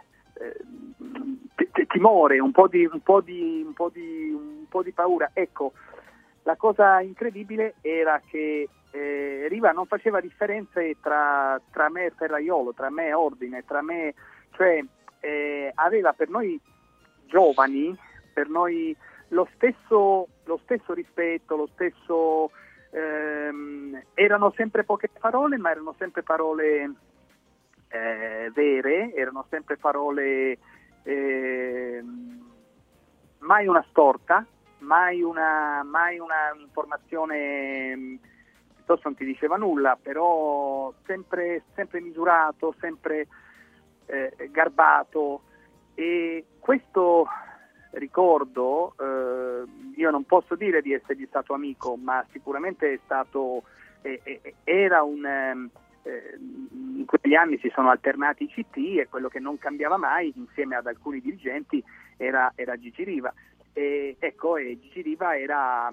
eh, timore, un po' di un po' di un po' di un po' di paura. Ecco, la cosa incredibile era che eh, Riva non faceva differenze tra tra me e Ferraiolo, tra me e Ordine, tra me, cioè eh, aveva per noi giovani, per noi lo stesso lo stesso rispetto, lo stesso ehm, erano sempre poche parole, ma erano sempre parole eh, vere, erano sempre parole eh, mai una storta, mai una mai una informazione piuttosto non ti diceva nulla, però sempre sempre misurato, sempre eh, garbato. E questo ricordo, eh, io non posso dire di essergli stato amico, ma sicuramente è stato, eh, eh, era un, eh, in quegli anni si sono alternati i C T e quello che non cambiava mai insieme ad alcuni dirigenti era, era Gigi Riva. E, ecco, e Gigi Riva era,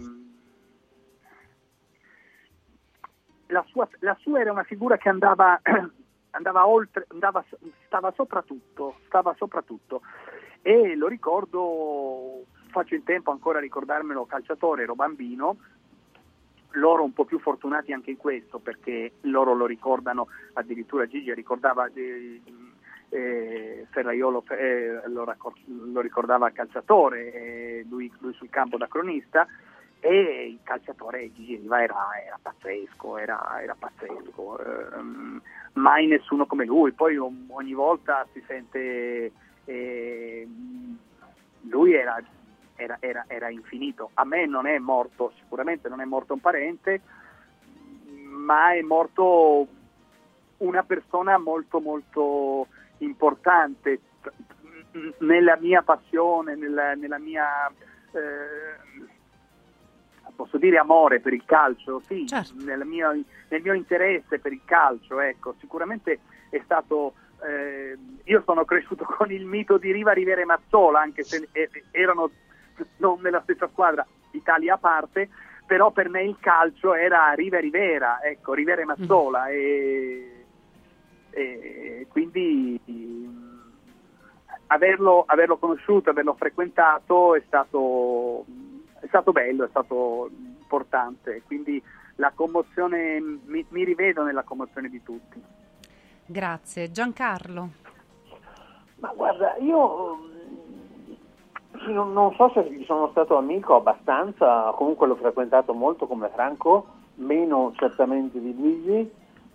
la sua, la sua era una figura che andava... andava oltre, andava, stava sopra tutto, stava sopra tutto. E lo ricordo, faccio in tempo ancora a ricordarmelo, calciatore, ero bambino, loro un po' più fortunati anche in questo, perché loro lo ricordano, addirittura Gigi ricordava eh, eh, Ferraiolo, eh, lo, raccor- lo ricordava calciatore, eh, lui, lui sul campo da cronista, e il calciatore Gigi Riva era, era pazzesco, era, era pazzesco, eh, mai nessuno come lui. Poi ogni volta si sente, eh, lui era, era, era, era infinito. A me non è morto, sicuramente non è morto un parente, ma è morto una persona molto molto importante nella mia passione, nella, nella mia... Eh, posso dire amore per il calcio, sì, certo. nel, mio, nel mio interesse per il calcio, ecco, sicuramente è stato, eh, io sono cresciuto con il mito di Riva, Rivera e Mazzola, anche se eh, erano non nella stessa squadra, Italia a parte, però per me il calcio era Riva e Rivera, ecco, Rivera e Mazzola, mm. e, e quindi averlo, averlo conosciuto, averlo frequentato è stato... è stato bello, è stato importante, quindi la commozione, mi, mi rivedo nella commozione di tutti. Grazie. Giancarlo. Ma guarda, io sì, non, non so se gli sono stato amico abbastanza, comunque l'ho frequentato molto come Franco, meno certamente di Luigi,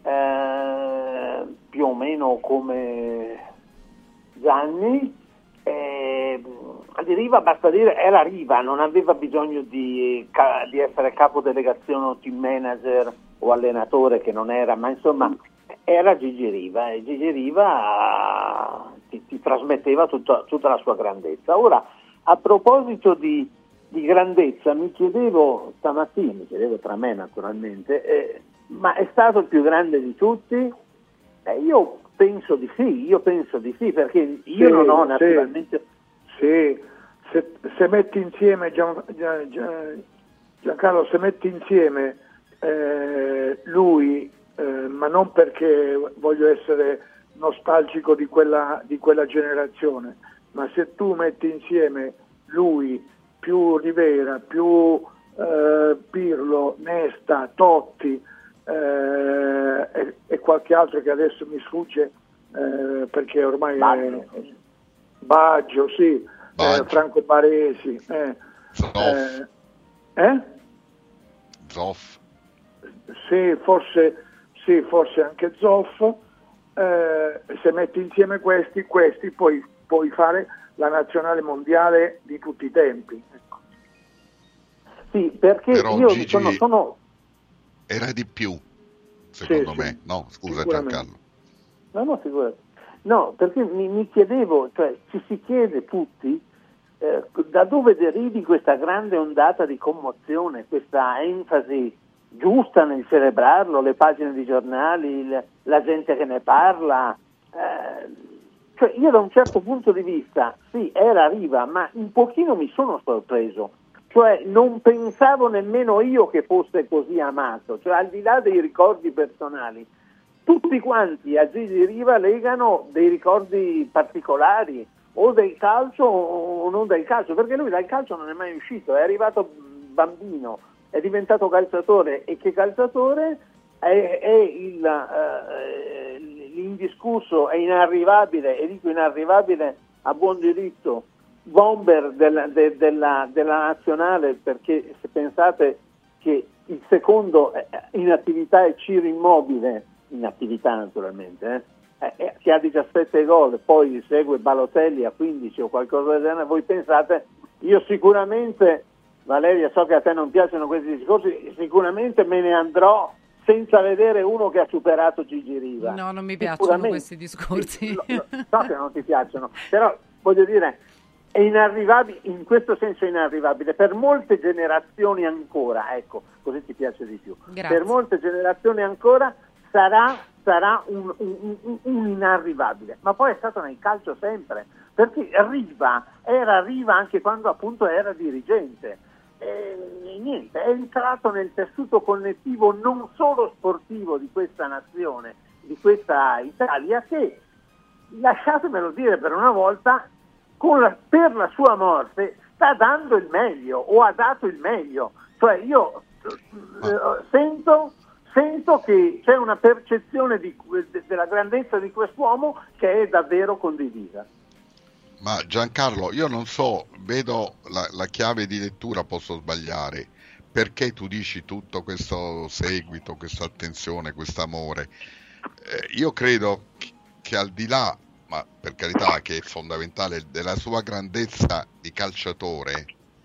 eh, più o meno come Gianni. Eh, di Riva basta dire era Riva, non aveva bisogno di, di essere capodelegazione o team manager o allenatore, che non era, ma insomma era Gigi Riva, e Gigi Riva ti, ti trasmetteva tutta, tutta la sua grandezza. Ora, a proposito di, di grandezza, mi chiedevo stamattina, mi chiedevo tra me naturalmente, eh, ma è stato il più grande di tutti? Eh, io penso di sì, io penso di sì, perché io sì, non ho sì, naturalmente... Sì, se, se metti insieme, Gian, Gian, Gian, Giancarlo, se metti insieme eh, lui, eh, ma non perché voglio essere nostalgico di quella, di quella generazione, ma se tu metti insieme lui più Rivera, più eh, Pirlo, Nesta, Totti eh, e, e qualche altro che adesso mi sfugge eh, perché ormai Baggio, è Baggio, sì, Baggio. Eh, Franco Baresi, eh, Zoff. eh, eh? Zoff. Sì, forse, sì, forse anche Zoff. Eh, se metti insieme questi, questi puoi, puoi fare la nazionale mondiale di tutti i tempi. Ecco. Sì, perché Però io Gigi sono, sono... era di più, secondo Sì, me. sì. No, scusa Sicuramente. Giancarlo. No, no, figurati. No, perché mi, mi chiedevo, cioè ci si chiede tutti eh, da dove derivi questa grande ondata di commozione, questa enfasi giusta nel celebrarlo, le pagine di giornali, il, la gente che ne parla. Eh, cioè io da un certo punto di vista, sì, era Riva, ma un pochino mi sono sorpreso. Cioè non pensavo nemmeno io che fosse così amato, cioè al di là dei ricordi personali. Tutti quanti a Gigi Riva legano dei ricordi particolari, o del calcio o non del calcio, perché lui dal calcio non è mai uscito, è arrivato bambino, è diventato calciatore, e che calciatore è, è il, eh, l'indiscusso, è inarrivabile, e dico inarrivabile a buon diritto, bomber della, de, della, della nazionale, perché se pensate che il secondo in attività è Ciro Immobile, in attività naturalmente, eh, eh, che ha diciassette gol, poi segue Balotelli a quindici o qualcosa del genere. Voi pensate, io sicuramente, Valeria, so che a te non piacciono questi discorsi, sicuramente me ne andrò senza vedere uno che ha superato Gigi Riva. No, non mi piacciono questi discorsi. Lo, lo, so che non ti piacciono, però voglio dire, è inarrivabile, in questo senso è inarrivabile per molte generazioni ancora, ecco, così ti piace di più. Grazie. Per molte generazioni ancora sarà, sarà un, un, un, un inarrivabile, ma poi è stato nel calcio sempre, perché Riva era Riva anche quando appunto era dirigente, e niente, è entrato nel tessuto connettivo non solo sportivo di questa nazione, di questa Italia, che, lasciatemelo dire per una volta, con la, per la sua morte sta dando il meglio, o ha dato il meglio. Cioè io eh, sento sento che c'è una percezione di, de, della grandezza di quest'uomo che è davvero condivisa. Ma Giancarlo, io non so, vedo la, la chiave di lettura, posso sbagliare, perché tu dici tutto questo seguito, questa attenzione, questo amore. Eh, io credo che al di là, ma per carità che è fondamentale, della sua grandezza di calciatore,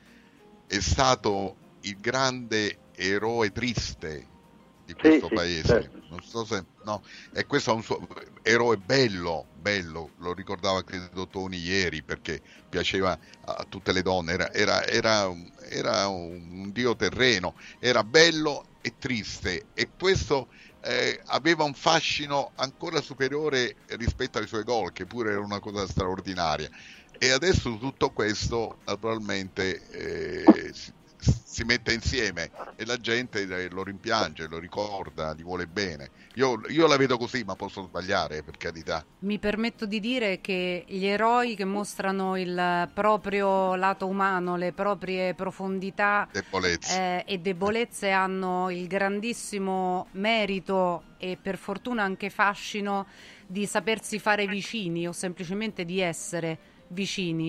è stato il grande eroe triste di questo sì, paese, sì, certo. Non so se no, e questo è un suo eroe bello, bello, lo ricordava credo Toni ieri, perché piaceva a tutte le donne, era, era, era, era un dio terreno, era bello e triste, e questo eh, aveva un fascino ancora superiore rispetto ai suoi gol, che pure era una cosa straordinaria. E adesso tutto questo naturalmente eh, si, si mette insieme e la gente lo rimpiange, lo ricorda, gli vuole bene. Io, io la vedo così, ma posso sbagliare, per carità. Mi permetto di dire che gli eroi che mostrano il proprio lato umano, le proprie profondità debolezze. Eh, e debolezze hanno il grandissimo merito e per fortuna anche fascino di sapersi fare vicini o semplicemente di essere vicini.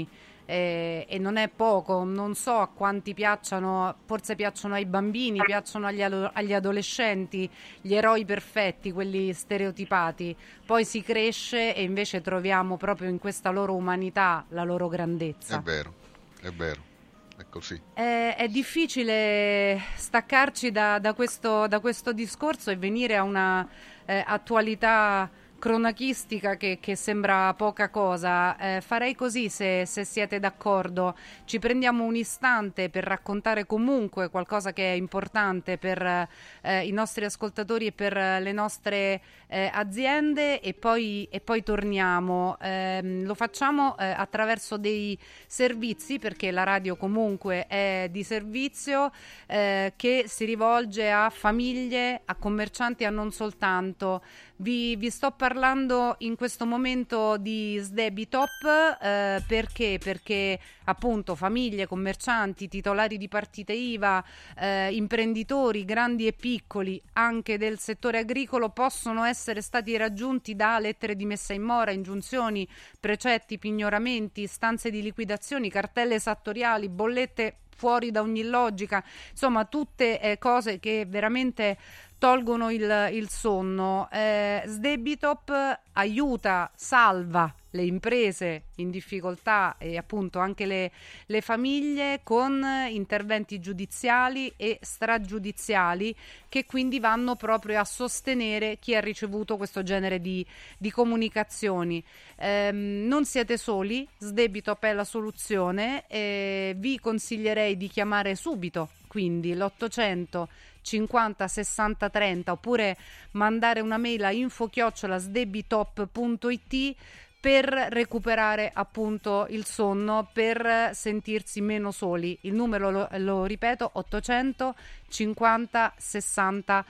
eh, e non è poco. Non so a quanti piacciono, forse piacciono ai bambini, piacciono agli, agli adolescenti, gli eroi perfetti, quelli stereotipati. Poi si cresce e invece troviamo proprio in questa loro umanità la loro grandezza. È vero, è vero. È così. È, è difficile staccarci da, da, questo, da questo discorso e venire a una eh, attualità cronachistica che, che sembra poca cosa. Eh, farei così, se, se siete d'accordo. Ci prendiamo un istante per raccontare comunque qualcosa che è importante per eh, i nostri ascoltatori e per le nostre eh, aziende e poi, e poi torniamo. Eh, lo facciamo eh, attraverso dei servizi, perché la radio comunque è di servizio, eh, che si rivolge a famiglie, a commercianti, a non soltanto. Vi, vi sto parlando in questo momento di Sdebitop eh, perché? Perché appunto famiglie, commercianti, titolari di partite I V A, eh, imprenditori grandi e piccoli anche del settore agricolo possono essere stati raggiunti da lettere di messa in mora, ingiunzioni, precetti, pignoramenti, stanze di liquidazioni, cartelle esattoriali, bollette fuori da ogni logica, insomma tutte eh, cose che veramente tolgono il, il sonno. Eh, Sdebitop aiuta, salva le imprese in difficoltà e appunto anche le, le famiglie con interventi giudiziali e stragiudiziali che quindi vanno proprio a sostenere chi ha ricevuto questo genere di, di comunicazioni. Eh, non siete soli, Sdebitop è la soluzione, eh, vi consiglierei di chiamare subito quindi l'ottocento cinquanta sessanta trenta oppure mandare una mail a info chiocciola sdebitop punto it per recuperare appunto il sonno, per sentirsi meno soli. Il numero lo, lo ripeto, ottocento cinquanta sessanta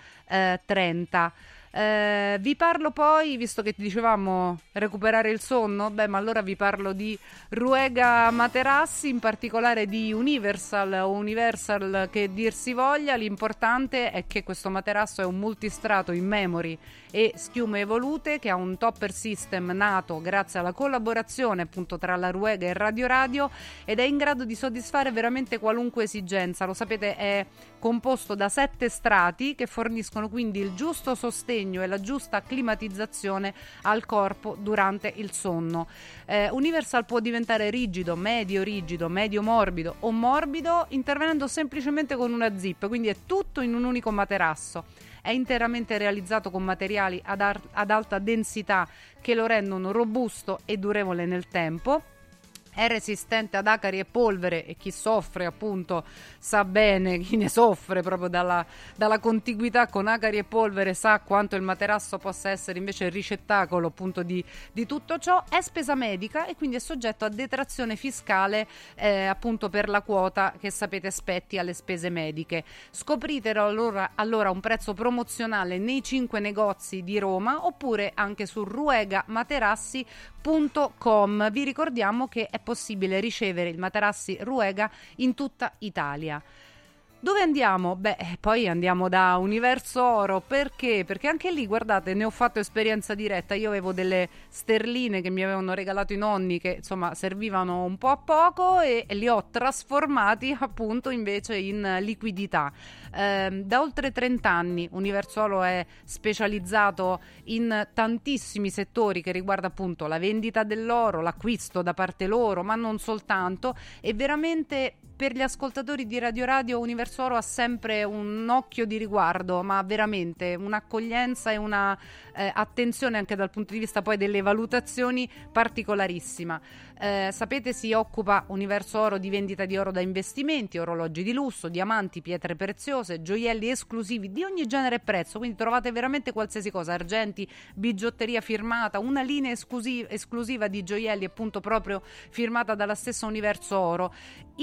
trenta. Eh, vi parlo poi, visto che dicevamo recuperare il sonno, beh ma allora vi parlo di Ruega Materassi, in particolare di Universal o Universal che dir si voglia. L'importante è che questo materasso è un multistrato in memory e schiume evolute, che ha un topper system nato grazie alla collaborazione appunto tra la Ruega e Radio Radio ed è in grado di soddisfare veramente qualunque esigenza. Lo sapete, è composto da sette strati che forniscono quindi il giusto sostegno e la giusta climatizzazione al corpo durante il sonno. Eh, Universal può diventare rigido, medio rigido, medio morbido o morbido intervenendo semplicemente con una zip, quindi è tutto in un unico materasso. È interamente realizzato con materiali ad, ar- ad alta densità che lo rendono robusto e durevole nel tempo. È resistente ad acari e polvere e chi soffre appunto sa bene, chi ne soffre proprio dalla, dalla contiguità con acari e polvere sa quanto il materasso possa essere invece il ricettacolo appunto di, di tutto ciò. È spesa medica e quindi è soggetto a detrazione fiscale eh, appunto per la quota che sapete spetti alle spese mediche. Scopritelo allora, allora un prezzo promozionale nei cinque negozi di Roma oppure anche su ruega materassi punto com. Vi ricordiamo che è possibile ricevere il materassi Ruega in tutta Italia. Dove andiamo? Beh, poi andiamo da Universo Oro. Perché? Perché anche lì, guardate, ne ho fatto esperienza diretta. Io avevo delle sterline che mi avevano regalato i nonni che, insomma, servivano un po' a poco e, e li ho trasformati appunto invece in liquidità. Eh, da oltre trenta anni Universo Oro è specializzato in tantissimi settori che riguarda appunto la vendita dell'oro, l'acquisto da parte loro, ma non soltanto, e veramente per gli ascoltatori di Radio Radio Universo Oro ha sempre un occhio di riguardo, ma veramente un'accoglienza e una eh, attenzione anche dal punto di vista poi delle valutazioni particolarissima. Eh, sapete, si occupa Universo Oro di vendita di oro da investimenti, orologi di lusso, diamanti, pietre preziose, gioielli esclusivi di ogni genere e prezzo, quindi trovate veramente qualsiasi cosa, argenti, bigiotteria firmata, una linea esclusiva, esclusiva di gioielli appunto proprio firmata dalla stessa Universo Oro. In particolare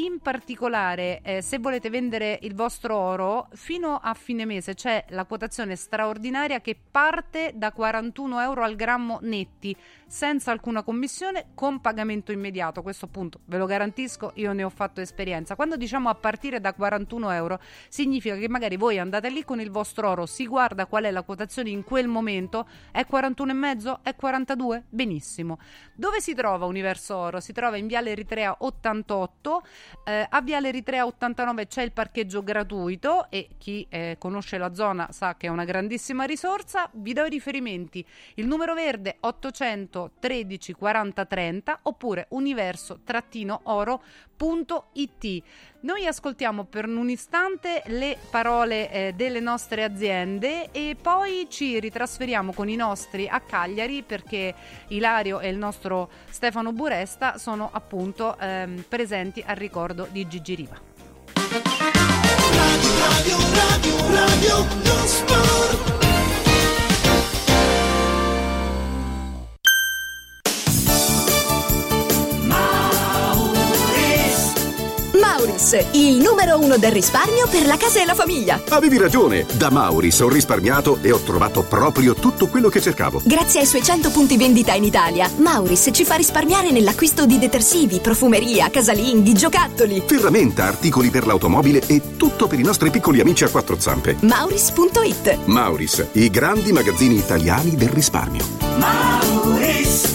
particolare, eh, se volete vendere il vostro oro, fino a fine mese c'è la quotazione straordinaria che parte da quarantuno euro al grammo netti, senza alcuna commissione, con pagamento immediato. Questo appunto ve lo garantisco, io ne ho fatto esperienza. Quando diciamo a partire da quarantuno euro, significa che magari voi andate lì con il vostro oro, si guarda qual è la quotazione in quel momento, è quarantuno e mezzo, è quarantadue? Benissimo. Dove si trova Universo Oro? Si trova in Viale Eritrea ottantotto, eh, a Viale Eritrea ottantanove c'è il parcheggio gratuito e chi eh, conosce la zona sa che è una grandissima risorsa. Vi do i riferimenti: il numero verde ottocento tredici quaranta trenta oppure universo oro punto it. Noi ascoltiamo per un istante le parole eh, delle nostre aziende e poi ci ritrasferiamo con i nostri a Cagliari, perché Ilario e il nostro Stefano Buresta sono appunto ehm, presenti al ricordo di Gigi Riva. Radio, radio, radio, radio, non sport. Mauris, il numero uno del risparmio per la casa e la famiglia. Avevi ragione, da Mauris ho risparmiato e ho trovato proprio tutto quello che cercavo. Grazie ai suoi cento punti vendita in Italia, Mauris ci fa risparmiare nell'acquisto di detersivi, profumeria, casalinghi, giocattoli, ferramenta, articoli per l'automobile e tutto per i nostri piccoli amici a quattro zampe. Mauris punto it. Mauris, i grandi magazzini italiani del risparmio. Mauris.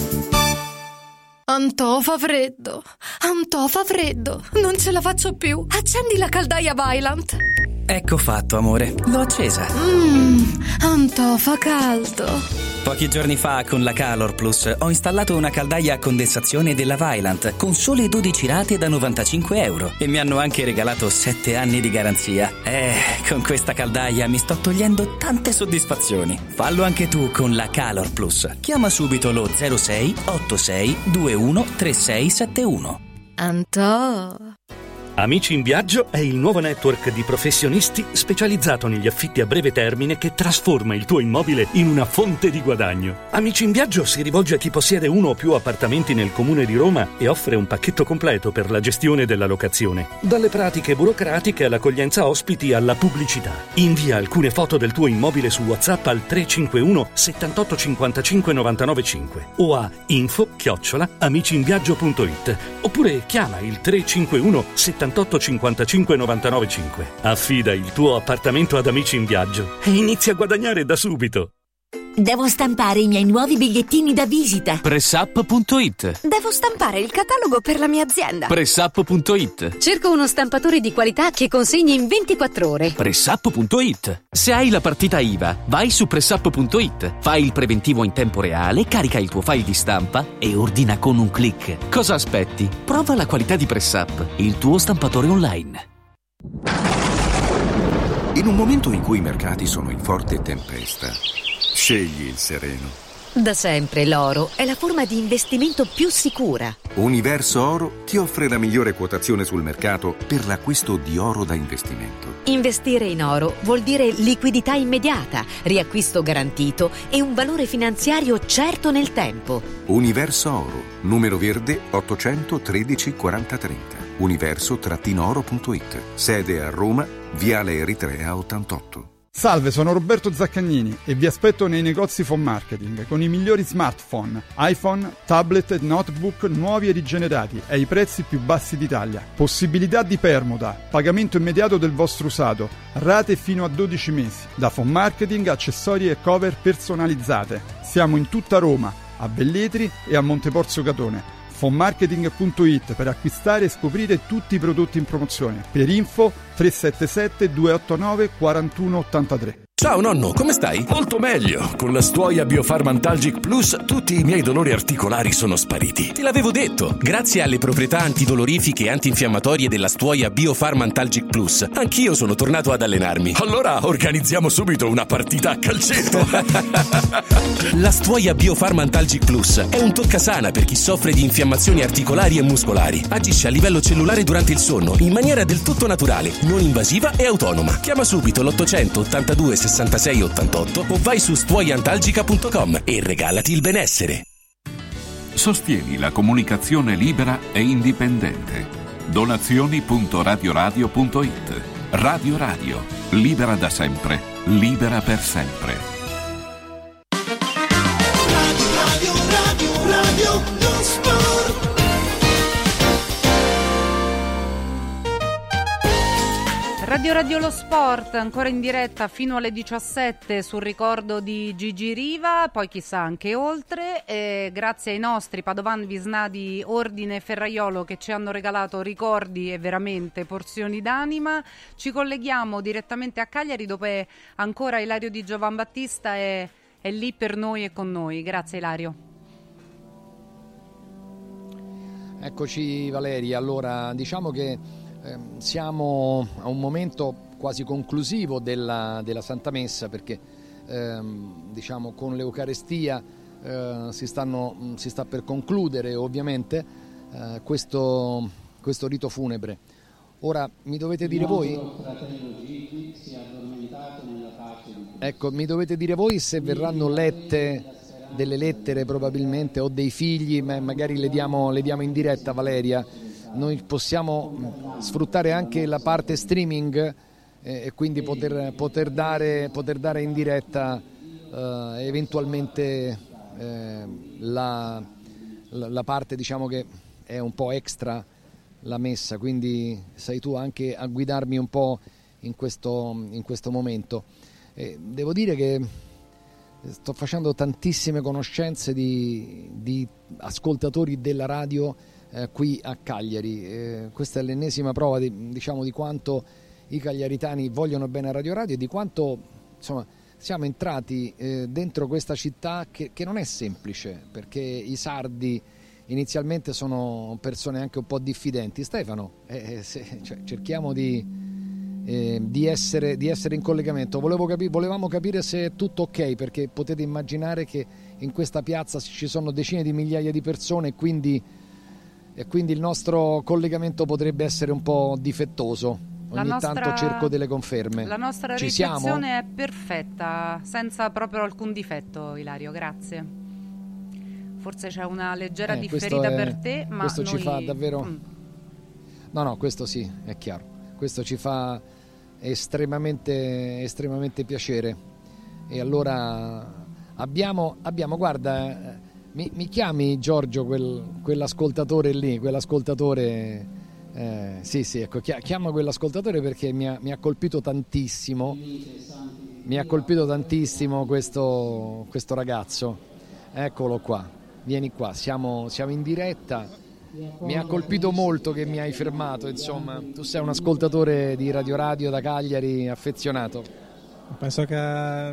Antò fa freddo, Antò fa freddo, non ce la faccio più. Accendi la caldaia Vaillant. Ecco fatto, amore, l'ho accesa. Mmm, Antò fa caldo. Pochi giorni fa con la Calor Plus ho installato una caldaia a condensazione della Vaillant con sole dodici rate da novantacinque euro e mi hanno anche regalato sette anni di garanzia. Eh, con questa caldaia mi sto togliendo tante soddisfazioni. Fallo anche tu con la Calor Plus. Chiama subito lo zero sei otto sei due uno tre sei sette uno. Antò. Amici in Viaggio è il nuovo network di professionisti specializzato negli affitti a breve termine che trasforma il tuo immobile in una fonte di guadagno. Amici in Viaggio si rivolge a chi possiede uno o più appartamenti nel comune di Roma e offre un pacchetto completo per la gestione della locazione. Dalle pratiche burocratiche all'accoglienza ospiti alla pubblicità. Invia alcune foto del tuo immobile su WhatsApp al tre cinque uno settantotto cinquantacinque novantanove cinque o a info chiocciola amicinviaggio punto it oppure chiama il tre cinque uno settantotto cinquantacinque novantanove cinque. Affida il tuo appartamento ad Amici in Viaggio e inizia a guadagnare da subito. Devo stampare i miei nuovi bigliettini da visita. Pressup punto it. Devo stampare il catalogo per la mia azienda. Pressup punto it. Cerco uno stampatore di qualità che consegni in ventiquattro ore. Pressup punto it. Se hai la partita I V A, vai su Pressup punto it. Fai il preventivo in tempo reale, carica il tuo file di stampa e ordina con un click. Cosa aspetti? Prova la qualità di Pressup, il tuo stampatore online. In un momento in cui i mercati sono in forte tempesta, scegli il sereno. Da sempre l'oro è la forma di investimento più sicura. Universo Oro ti offre la migliore quotazione sul mercato per l'acquisto di oro da investimento. Investire in oro vuol dire liquidità immediata, riacquisto garantito e un valore finanziario certo nel tempo. Universo Oro, numero verde ottocento tredici quaranta trenta. universo oro punto it. Sede a Roma, Viale Eritrea ottantotto. Salve, sono Roberto Zaccagnini e vi aspetto nei negozi Phone Marketing con i migliori smartphone, iPhone, tablet e notebook nuovi e rigenerati ai prezzi più bassi d'Italia. Possibilità di permuta, pagamento immediato del vostro usato, rate fino a dodici mesi. Da Phone Marketing, accessori e cover personalizzate. Siamo in tutta Roma, a Velletri e a Monteporzio Catone. phone marketing punto it per acquistare e scoprire tutti i prodotti in promozione. Per info tre sette sette due otto nove quattro uno otto tre. Ciao nonno, come stai? Molto meglio. Con la Stuoia Biofarmantalgic Plus tutti i miei dolori articolari sono spariti. Te l'avevo detto. Grazie alle proprietà antidolorifiche e antinfiammatorie della Stuoia Biofarmantalgic Plus, anch'io sono tornato ad allenarmi. Allora organizziamo subito una partita a calcetto. La Stuoia Biofarmantalgic Plus è un toccasana per chi soffre di infiammazioni articolari e muscolari. Agisce a livello cellulare durante il sonno in maniera del tutto naturale, non invasiva e autonoma. Chiama subito l'ottocento ottantadue sessantasei ottantotto o vai su stuoiantalgica punto com e regalati il benessere. Sostieni la comunicazione libera e indipendente. donazioni punto radio radio punto it. Radio Radio, libera da sempre, libera per sempre. Radio, radio, radio, radio, lo sport. Radio Radio Lo Sport, ancora in diretta fino alle diciassette sul ricordo di Gigi Riva, poi chissà anche oltre. E grazie ai nostri Padovan, Visnadi, Ordine e Ferraiolo che ci hanno regalato ricordi e veramente porzioni d'anima. Ci colleghiamo direttamente a Cagliari dove ancora Ilario Di Giovan Battista è, è lì per noi e con noi. Grazie Ilario. Eccoci Valeria, allora diciamo che eh, siamo a un momento quasi conclusivo della, della Santa Messa perché ehm, diciamo con l'Eucarestia eh, si, stanno, si sta per concludere ovviamente eh, questo, questo rito funebre. Ora mi dovete dire voi, ecco, mi dovete dire voi se verranno lette delle lettere probabilmente o dei figli, ma magari le diamo, le diamo in diretta Valeria. Noi possiamo sfruttare anche la parte streaming eh, e quindi poter, poter, dare, poter dare in diretta eh, eventualmente eh, la, la, la parte diciamo che è un po' extra la messa, quindi sei tu anche a guidarmi un po' in questo, in questo momento. Eh, devo dire che sto facendo tantissime conoscenze di, di ascoltatori della radio eh, qui a Cagliari. Eh, questa è l'ennesima prova di, diciamo, di quanto i cagliaritani vogliono bene a Radio Radio e di quanto insomma, siamo entrati eh, dentro questa città che, che non è semplice, perché i sardi inizialmente sono persone anche un po' diffidenti. Stefano, eh, se, cioè, cerchiamo di... Eh, di, essere, di essere in collegamento. Volevo capi- volevamo capire se è tutto ok, perché potete immaginare che in questa piazza ci sono decine di migliaia di persone e quindi, e quindi il nostro collegamento potrebbe essere un po' difettoso. Ogni nostra, tanto cerco delle conferme. La nostra Ci ricezione siamo? è perfetta, senza proprio alcun difetto, Ilario, grazie. Forse c'è una leggera eh, differita è, per te, ma questo noi... ci fa davvero mm. no no questo sì, è chiaro, questo ci fa estremamente estremamente piacere. E allora abbiamo, abbiamo guarda, mi, mi chiami Giorgio quel, quell'ascoltatore lì, quell'ascoltatore eh, sì sì ecco, chiama quell'ascoltatore perché mi ha, mi ha colpito tantissimo mi ha colpito tantissimo questo, questo ragazzo. Eccolo qua, vieni qua, siamo, siamo in diretta. Mi ha colpito molto che mi hai fermato, insomma, tu sei un ascoltatore di Radio Radio da Cagliari affezionato. Penso che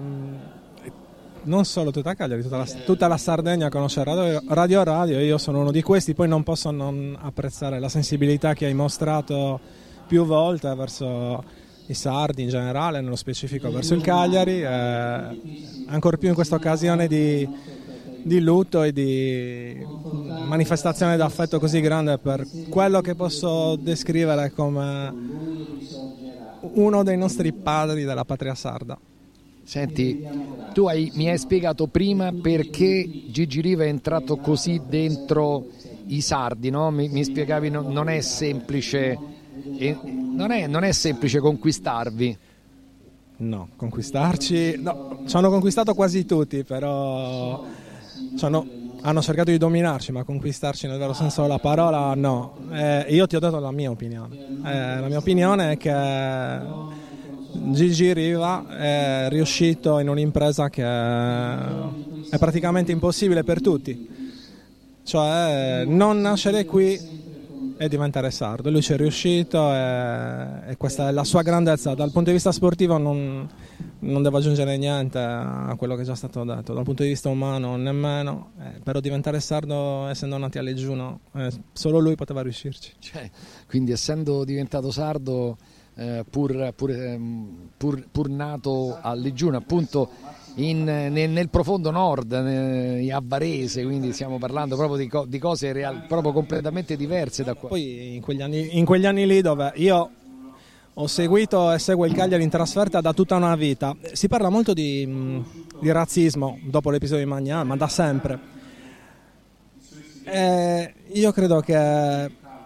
non solo tutta Cagliari, tutta la, tutta la Sardegna conosce Radio Radio, Radio e io sono uno di questi, poi non posso non apprezzare la sensibilità che hai mostrato più volte verso i sardi in generale, nello specifico verso il Cagliari, e ancor più in questa occasione di di lutto e di manifestazione d'affetto così grande per quello che posso descrivere come uno dei nostri padri della patria sarda. Senti, tu hai, mi hai spiegato prima perché Gigi Riva è entrato così dentro i sardi, no? Mi, mi spiegavi no, non è semplice eh, non, è, non è semplice conquistarvi. No, conquistarci no, ci hanno conquistato quasi tutti, però Hanno, hanno cercato di dominarci, ma conquistarci nel vero senso della parola no. Eh, io ti ho dato la mia opinione. Eh, la mia opinione è che Gigi Riva è riuscito in un'impresa che è praticamente impossibile per tutti, cioè non nascere qui e diventare sardo. Lui ci è riuscito e, e questa è la sua grandezza. Dal punto di vista sportivo non, non devo aggiungere niente a quello che è già stato detto, dal punto di vista umano nemmeno, eh, però diventare sardo essendo nati a Leggiuno eh, solo lui poteva riuscirci. Cioè, quindi essendo diventato sardo eh, pur, pur, pur, pur nato a Leggiuno appunto in, nel, nel profondo nord, eh, a Varese, quindi stiamo parlando proprio di, co- di cose real, proprio completamente diverse da qua. Poi in quegli anni, in quegli anni lì dove io ho seguito e seguo il Cagliari in trasferta da tutta una vita, si parla molto di, di razzismo dopo l'episodio di Magnano, ma da sempre. E io credo che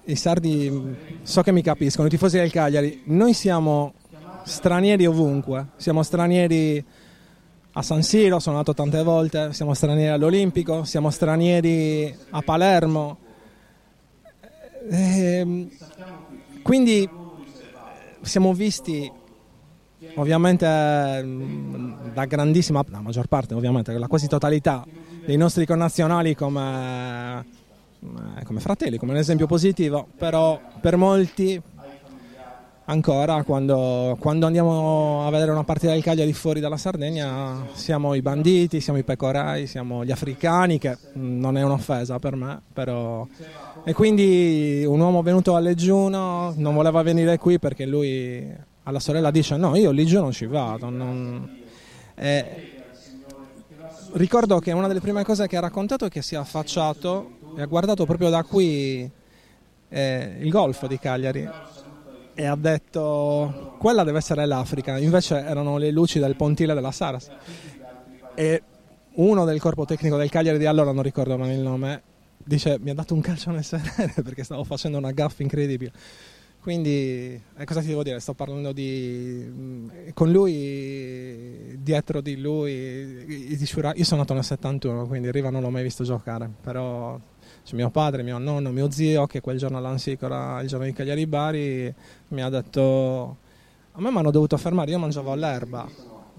i sardi so che mi capiscono, i tifosi del Cagliari, noi siamo stranieri ovunque, siamo stranieri a San Siro, sono andato tante volte, siamo stranieri all'Olimpico, siamo stranieri a Palermo, e quindi siamo visti ovviamente da grandissima, la maggior parte ovviamente, la quasi totalità dei nostri connazionali come, come fratelli, come un esempio positivo, però per molti ancora quando, quando andiamo a vedere una partita del Cagliari fuori dalla Sardegna siamo i banditi, siamo i pecorai, siamo gli africani, che non è un'offesa per me, però... E quindi un uomo venuto a Leggiuno non voleva venire qui perché lui alla sorella dice no, io lì giù non ci vado. Non... Eh, ricordo che una delle prime cose che ha raccontato è che si è affacciato e ha guardato proprio da qui eh, il golfo di Cagliari e ha detto quella deve essere l'Africa, invece erano le luci del pontile della Saras. E uno del corpo tecnico del Cagliari di allora, non ricordo mai il nome, dice mi ha dato un calcio nel sedere perché stavo facendo una gaffa incredibile. Quindi eh, cosa ti devo dire? Sto parlando di con lui, dietro di lui, io sono nato nel settantuno, quindi Riva non l'ho mai visto giocare, però c'è mio padre, mio nonno, mio zio che quel giorno all'Ansicora, il giorno di Cagliari Bari, mi ha detto a me mi hanno dovuto fermare, io mangiavo l'erba.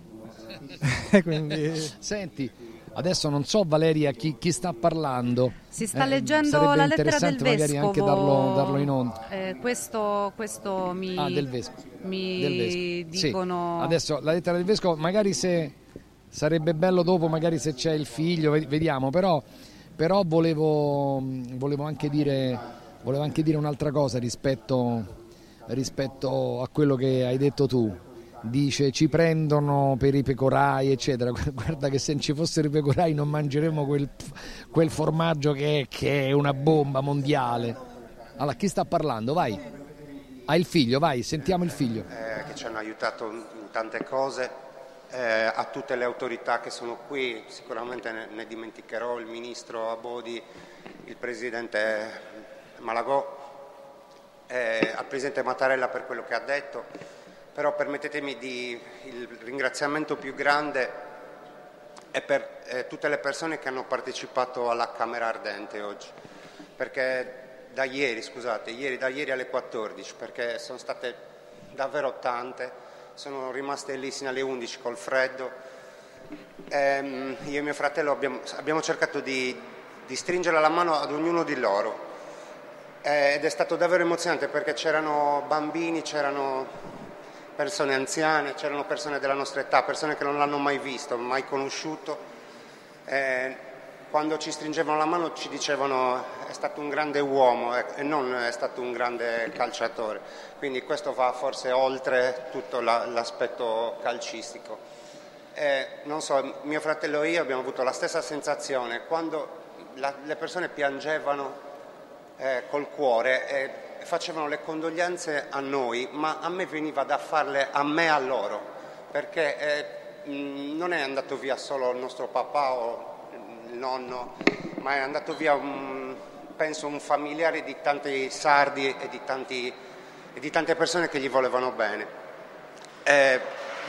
Quindi... Senti, adesso non so Valeria chi, chi sta parlando. Si sta eh, leggendo la lettera del vescovo. Magari anche darlo, darlo in onda. Eh, questo, questo mi, ah, del vescovo. mi del vescovo. dicono. Sì. Adesso la lettera del vescovo, magari se sarebbe bello dopo, magari se c'è il figlio, vediamo, però, però volevo, volevo anche dire, volevo anche dire un'altra cosa rispetto, rispetto a quello che hai detto tu. Dice ci prendono per i pecorai eccetera, guarda che se non ci fossero i pecorai non mangeremo quel, quel formaggio che è, che è una bomba mondiale. Allora chi sta parlando? Vai, hai il figlio, vai, sentiamo il figlio. Eh, che ci hanno aiutato in tante cose, eh, a tutte le autorità che sono qui, sicuramente ne, ne dimenticherò il ministro Abodi, il presidente Malagò, eh, al presidente Mattarella per quello che ha detto. Però permettetemi di, il ringraziamento più grande è per eh, tutte le persone che hanno partecipato alla Camera Ardente oggi, perché da ieri, scusate, ieri, da ieri alle quattordici, perché sono state davvero tante, sono rimaste lì sino alle undici col freddo. Ehm, io e mio fratello abbiamo, abbiamo cercato di, di stringere la mano ad ognuno di loro eh, ed è stato davvero emozionante perché c'erano bambini, c'erano persone anziane, c'erano persone della nostra età, persone che non l'hanno mai visto, mai conosciuto. Eh, quando ci stringevano la mano ci dicevano è stato un grande uomo eh, e non è stato un grande calciatore. Quindi questo va forse oltre tutto la, l'aspetto calcistico. Eh, non so, mio fratello e io abbiamo avuto la stessa sensazione quando la, le persone piangevano eh, col cuore e facevano le condoglianze a noi, ma a me veniva da farle a me e a loro, perché eh, mh, non è andato via solo il nostro papà o il nonno, ma è andato via un, penso un familiare di tanti sardi e di, tanti, e di tante persone che gli volevano bene. Eh,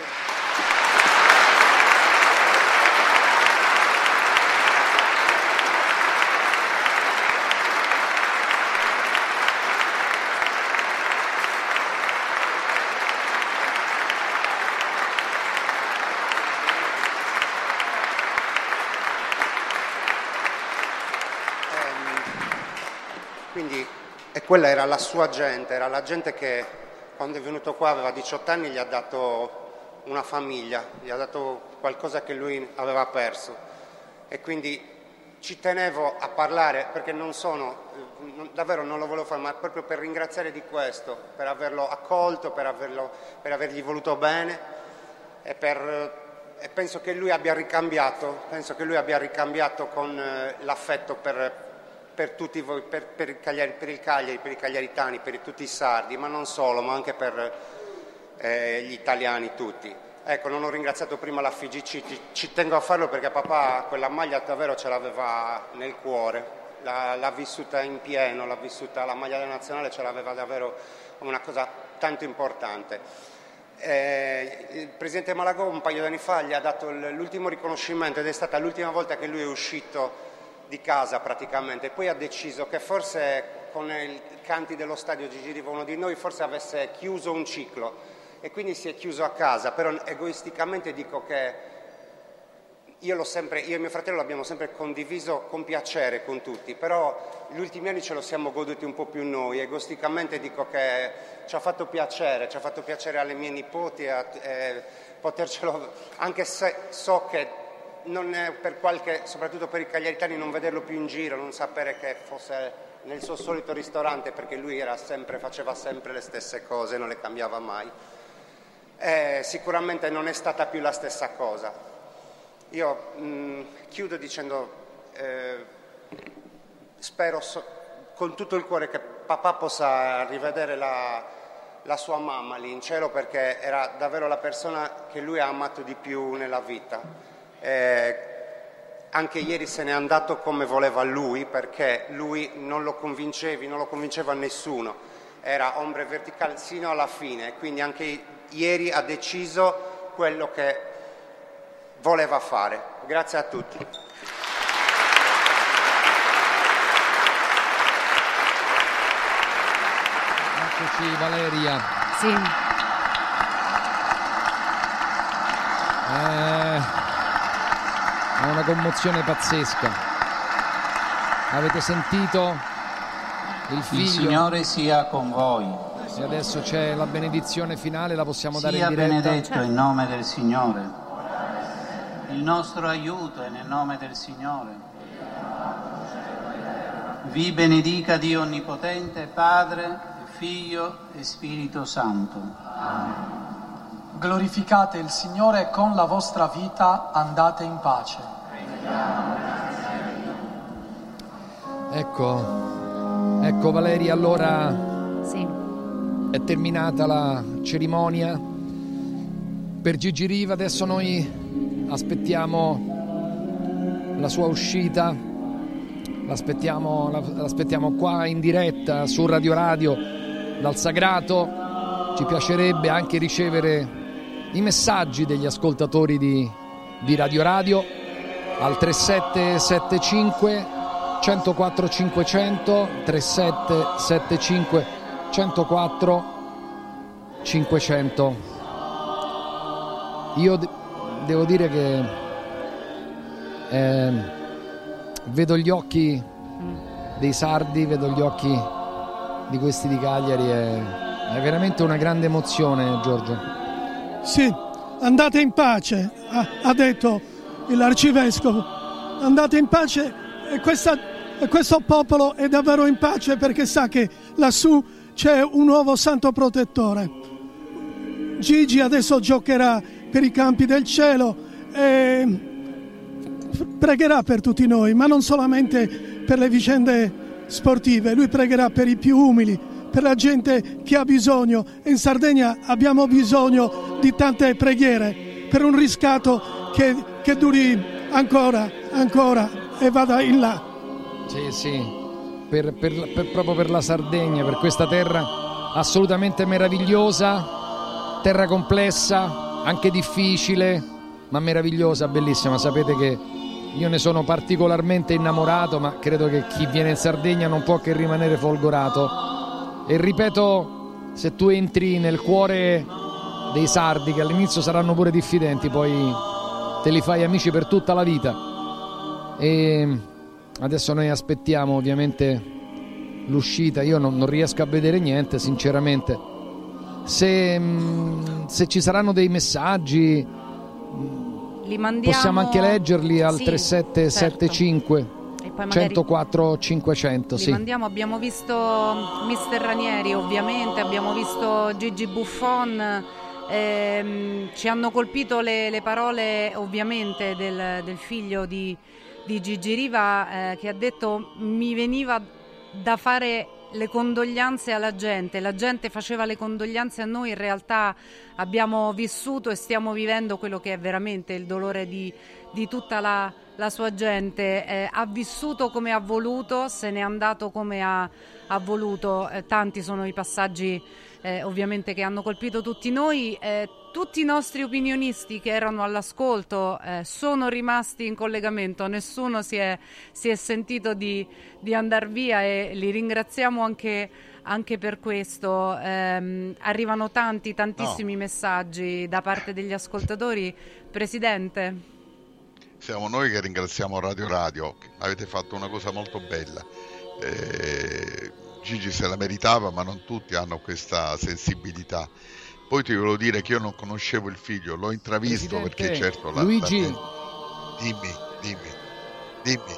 Quindi, e quella era la sua gente, era la gente che quando è venuto qua aveva diciotto anni, gli ha dato una famiglia, gli ha dato qualcosa che lui aveva perso e quindi ci tenevo a parlare perché non sono, davvero non lo volevo fare, ma proprio per ringraziare di questo, per averlo accolto, per, averlo, per avergli voluto bene e, per, e penso che lui abbia ricambiato, penso che lui abbia ricambiato con eh, l'affetto per per tutti voi, per, per, il Cagliari, per il Cagliari, per i cagliaritani, per tutti i sardi, ma non solo, ma anche per eh, gli italiani tutti. Ecco, non ho ringraziato prima l'A F G C, ci, ci tengo a farlo perché papà quella maglia davvero ce l'aveva nel cuore l'ha, l'ha vissuta in pieno, l'ha vissuta, la maglia della nazionale ce l'aveva davvero una cosa tanto importante. Eh, il presidente Malagò un paio di anni fa gli ha dato l'ultimo riconoscimento ed è stata l'ultima volta che lui è uscito di casa praticamente, poi ha deciso che forse con i canti dello stadio Gigi Riva uno di noi forse avesse chiuso un ciclo e quindi si è chiuso a casa, però egoisticamente dico che io l'ho sempre, io e mio fratello l'abbiamo sempre condiviso con piacere con tutti, però gli ultimi anni ce lo siamo goduti un po' più noi, egoisticamente dico che ci ha fatto piacere, ci ha fatto piacere alle mie nipoti a, eh, potercelo, anche se so che non è per qualche, soprattutto per i cagliaritani, non vederlo più in giro, non sapere che fosse nel suo solito ristorante, perché lui era sempre, faceva sempre le stesse cose, non le cambiava mai. Eh, sicuramente non è stata più la stessa cosa. Io mh, chiudo dicendo, eh, spero so, con tutto il cuore che papà possa rivedere la, la sua mamma lì in cielo, perché era davvero la persona che lui ha amato di più nella vita. Eh, anche ieri se n'è andato come voleva lui, perché lui non lo convincevi, non lo convinceva nessuno, era ombre verticale sino alla fine, quindi anche ieri ha deciso quello che voleva fare. Grazie a tutti. Eccoci Valeria. Sì. Eh... È una commozione pazzesca. Avete sentito il figlio? Il Signore sia con voi. E adesso c'è la benedizione finale, la possiamo sia dare in diretta. Sia benedetto in nome del Signore. Il nostro aiuto è nel nome del Signore. Vi benedica Dio Onnipotente, Padre, Figlio e Spirito Santo. Amen. Glorificate il Signore con la vostra vita, andate in pace. Ecco, ecco Valeria, allora sì. È terminata la cerimonia per Gigi Riva, adesso noi aspettiamo la sua uscita, l'aspettiamo, l'aspettiamo qua in diretta su Radio Radio dal Sagrato. Ci piacerebbe anche ricevere i messaggi degli ascoltatori di, di Radio Radio al tre sette sette cinque uno zero quattro cinquecento, tre sette sette cinque uno zero quattro cinquecento. Io de- devo dire che eh, vedo gli occhi dei sardi, vedo gli occhi di questi di Cagliari, è, è veramente una grande emozione, Giorgio. Sì, andate in pace, ha, ha detto l'arcivescovo, andate in pace e, questa, e questo popolo è davvero in pace perché sa che lassù c'è un nuovo santo protettore. Gigi adesso giocherà per i campi del cielo e pregherà per tutti noi, ma non solamente per le vicende sportive, lui pregherà per i più umili, per la gente che ha bisogno. In Sardegna abbiamo bisogno di tante preghiere per un riscatto che, che duri ancora, ancora e vada in là. Sì, sì, per, per, per, proprio per la Sardegna, per questa terra assolutamente meravigliosa, terra complessa, anche difficile, ma meravigliosa, bellissima. Sapete che io ne sono particolarmente innamorato, ma credo che chi viene in Sardegna non può che rimanere folgorato. E ripeto, se tu entri nel cuore dei sardi, che all'inizio saranno pure diffidenti, poi te li fai amici per tutta la vita. E adesso noi aspettiamo ovviamente l'uscita. Io non, non riesco a vedere niente, sinceramente. Se, se ci saranno dei messaggi, li mandiamo... possiamo anche leggerli al sì, tre sette sette cinque certo. uno zero quattro cinquecento. Li sì. mandiamo, abbiamo visto mister Ranieri ovviamente, abbiamo visto Gigi Buffon, ehm, ci hanno colpito le, le parole ovviamente del, del figlio di, di Gigi Riva, eh, che ha detto: mi veniva da fare le condoglianze alla gente, la gente faceva le condoglianze a noi, in realtà abbiamo vissuto e stiamo vivendo quello che è veramente il dolore di, di tutta la, la sua gente. Eh, ha vissuto come ha voluto, se n'è andato come ha, ha voluto. Eh, tanti sono i passaggi eh, ovviamente che hanno colpito tutti noi. Eh, tutti i nostri opinionisti che erano all'ascolto eh, sono rimasti in collegamento, nessuno si è, si è sentito di, di andar via, e li ringraziamo anche, anche per questo. Eh, arrivano tanti, tantissimi no. messaggi da parte degli ascoltatori. Presidente. Siamo noi che ringraziamo Radio Radio, avete fatto una cosa molto bella. Eh, Gigi se la meritava, ma non tutti hanno questa sensibilità. Poi ti volevo dire che io non conoscevo il figlio, l'ho intravisto Presidente, perché certo la, Luigi la... dimmi, dimmi, dimmi.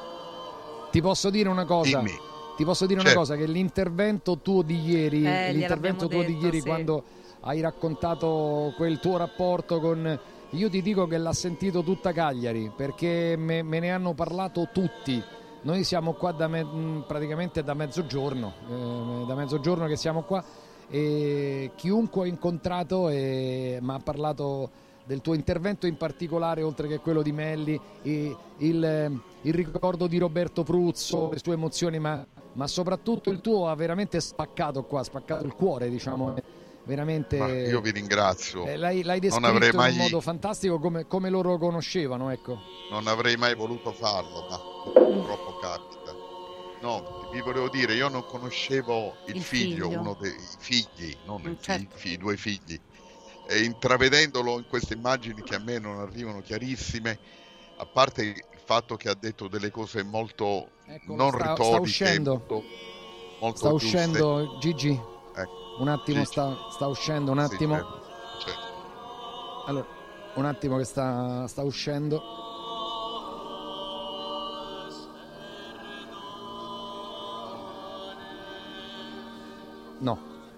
Ti posso dire una cosa? Dimmi. Ti posso dire certo. una cosa, che l'intervento tuo di ieri, eh, l'intervento tuo detto, di ieri sì. quando hai raccontato quel tuo rapporto con, io ti dico che l'ha sentito tutta Cagliari, perché me, me ne hanno parlato tutti. Noi siamo qua da me, praticamente da mezzogiorno, eh, da mezzogiorno che siamo qua, e chiunque ho incontrato mi ha parlato del tuo intervento in particolare, oltre che quello di Melli, e il, il ricordo di Roberto Pruzzo, le sue emozioni, ma, ma soprattutto il tuo ha veramente spaccato qua, spaccato il cuore, diciamo, veramente. Ma io vi ringrazio. Eh, l'hai, l'hai descritto non avrei mai... in un modo fantastico, come, come loro conoscevano, ecco. Non avrei mai voluto farlo, ma purtroppo capita. No, vi volevo dire, io non conoscevo il, il figlio, figlio, uno dei figli, non mm, certo. i, i due figli, e intravedendolo in queste immagini che a me non arrivano chiarissime, a parte il fatto che ha detto delle cose molto Eccolo, non sta, retoriche, sta uscendo. molto, molto sta giuste. uscendo Gigi, ecco, un attimo Gigi. Sta, sta uscendo, un attimo. Sì, certo, certo. Allora, un attimo che sta, sta uscendo. No,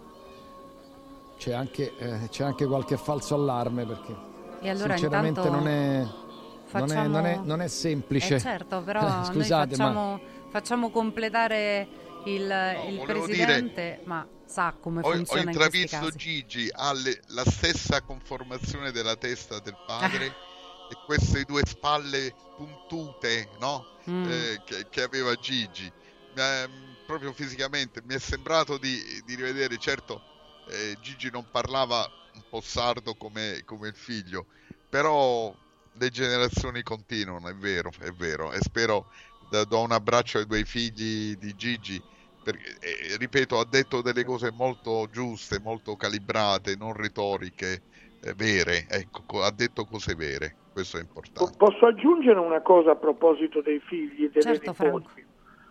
c'è anche, eh, c'è anche qualche falso allarme, perché e allora sinceramente non è, facciamo... non, è, non, è, non è semplice. Eh certo, però Scusate, noi facciamo, ma... facciamo completare il, no, il presidente, dire, ma sa come ho, funziona. Ho intravisto in Gigi ha le, la stessa conformazione della testa del padre e queste due spalle puntute, no? Mm. Eh, che, che aveva Gigi. Eh, proprio fisicamente mi è sembrato di, di rivedere, certo eh, Gigi non parlava un po' sardo come, come il figlio, però le generazioni continuano, è vero, è vero, e spero, da, do un abbraccio ai due figli di Gigi, perché eh, ripeto, ha detto delle cose molto giuste, molto calibrate, non retoriche, eh, vere, ecco, ha detto cose vere, questo è importante. Posso aggiungere una cosa a proposito dei figli e delle certo, nipoti?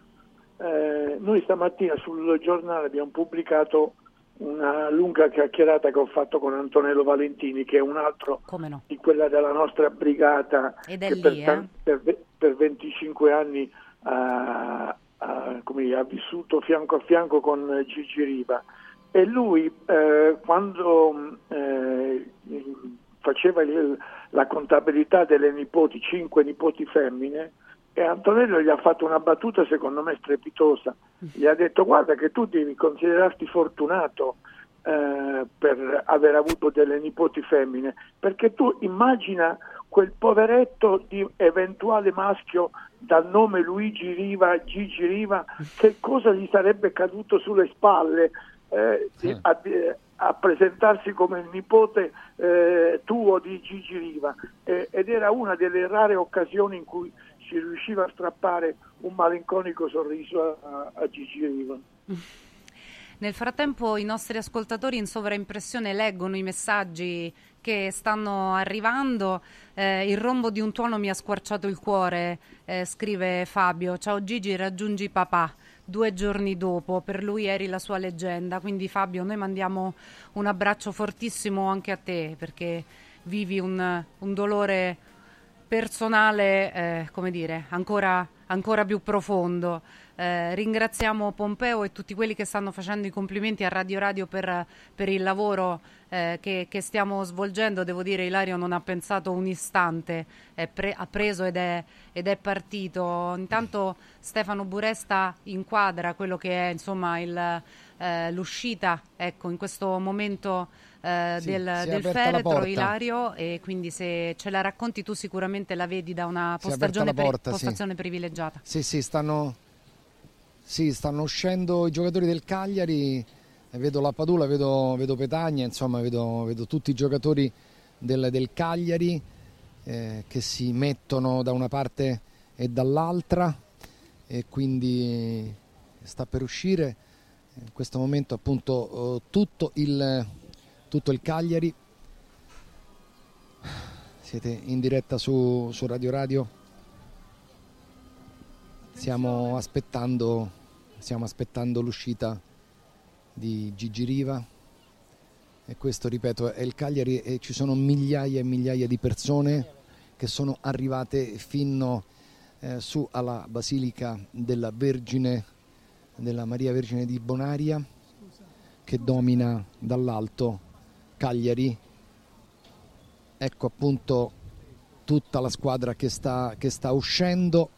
Eh, noi stamattina sul giornale abbiamo pubblicato una lunga chiacchierata che ho fatto con Antonello Valentini, che è un altro no? di quella della nostra brigata, Ed è che lì, per, eh? per, per venticinque anni ha, ha, come dire, ha vissuto fianco a fianco con Gigi Riva, e lui eh, quando eh, faceva il, la contabilità delle nipoti, cinque nipoti femmine, e Antonello gli ha fatto una battuta secondo me strepitosa, gli ha detto: guarda che tu devi considerarti fortunato eh, per aver avuto delle nipoti femmine, perché tu immagina quel poveretto di eventuale maschio dal nome Luigi Riva, Gigi Riva, che cosa gli sarebbe caduto sulle spalle eh, sì. a, a presentarsi come il nipote eh, tuo di Gigi Riva, eh, ed era una delle rare occasioni in cui si riusciva a strappare un malinconico sorriso a, a Gigi Riva. Nel frattempo i nostri ascoltatori in sovraimpressione leggono i messaggi che stanno arrivando. Eh, il rombo di un tuono mi ha squarciato il cuore, eh, scrive Fabio. Ciao Gigi, raggiungi papà due giorni dopo, per lui eri la sua leggenda. Quindi Fabio, noi mandiamo un abbraccio fortissimo anche a te, perché vivi un, un dolore personale, eh, come dire, ancora, ancora più profondo. Eh, ringraziamo Pompeo e tutti quelli che stanno facendo i complimenti a Radio Radio per, per il lavoro eh, che, che stiamo svolgendo. Devo dire, Ilario non ha pensato un istante, è pre- ha preso ed è, ed è partito. Intanto Stefano Buresta inquadra quello che è, insomma, il, eh, l'uscita, ecco, in questo momento eh, sì, del, del feretro, Ilario, e quindi se ce la racconti tu sicuramente la vedi da una postazione, porta, pri- postazione sì. privilegiata. Sì, sì, stanno, sì, stanno uscendo i giocatori del Cagliari, vedo la Padula, vedo, vedo Petagna, insomma vedo, vedo tutti i giocatori del, del Cagliari eh, che si mettono da una parte e dall'altra, e quindi sta per uscire in questo momento appunto uh, tutto il tutto il Cagliari. Siete in diretta su, su Radio Radio, stiamo aspettando stiamo aspettando l'uscita di Gigi Riva, e questo, ripeto, è il Cagliari, e ci sono migliaia e migliaia di persone che sono arrivate fino eh, su alla Basilica della Vergine, della Maria Vergine di Bonaria, che domina dall'alto Cagliari. Ecco appunto tutta la squadra che sta, che sta uscendo,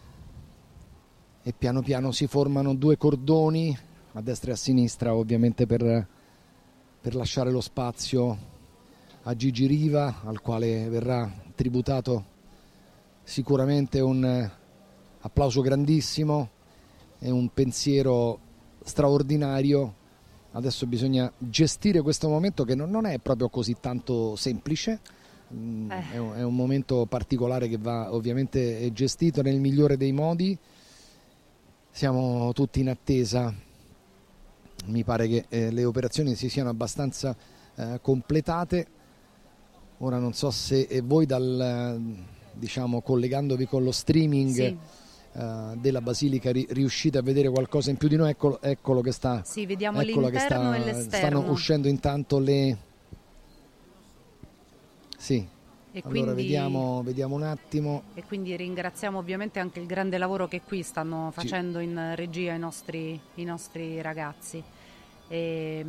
e piano piano si formano due cordoni a destra e a sinistra, ovviamente per, per lasciare lo spazio a Gigi Riva, al quale verrà tributato sicuramente un applauso grandissimo e un pensiero straordinario. Adesso bisogna gestire questo momento, che non, non è proprio così tanto semplice, mm, eh. è, un, è un momento particolare che va ovviamente gestito nel migliore dei modi. Siamo tutti in attesa, mi pare che eh, le operazioni si siano abbastanza eh, completate. Ora non so se eh, voi dal, diciamo, collegandovi con lo streaming, sì, Uh, della Basilica ri- riuscite a vedere qualcosa in più di noi. Eccolo, eccolo che sta, sì, vediamo l'interno che sta, e l'esterno. Stanno uscendo intanto le sì e allora quindi, vediamo, vediamo un attimo, e quindi ringraziamo ovviamente anche il grande lavoro che qui stanno facendo, sì, in regia i nostri, i nostri ragazzi. E,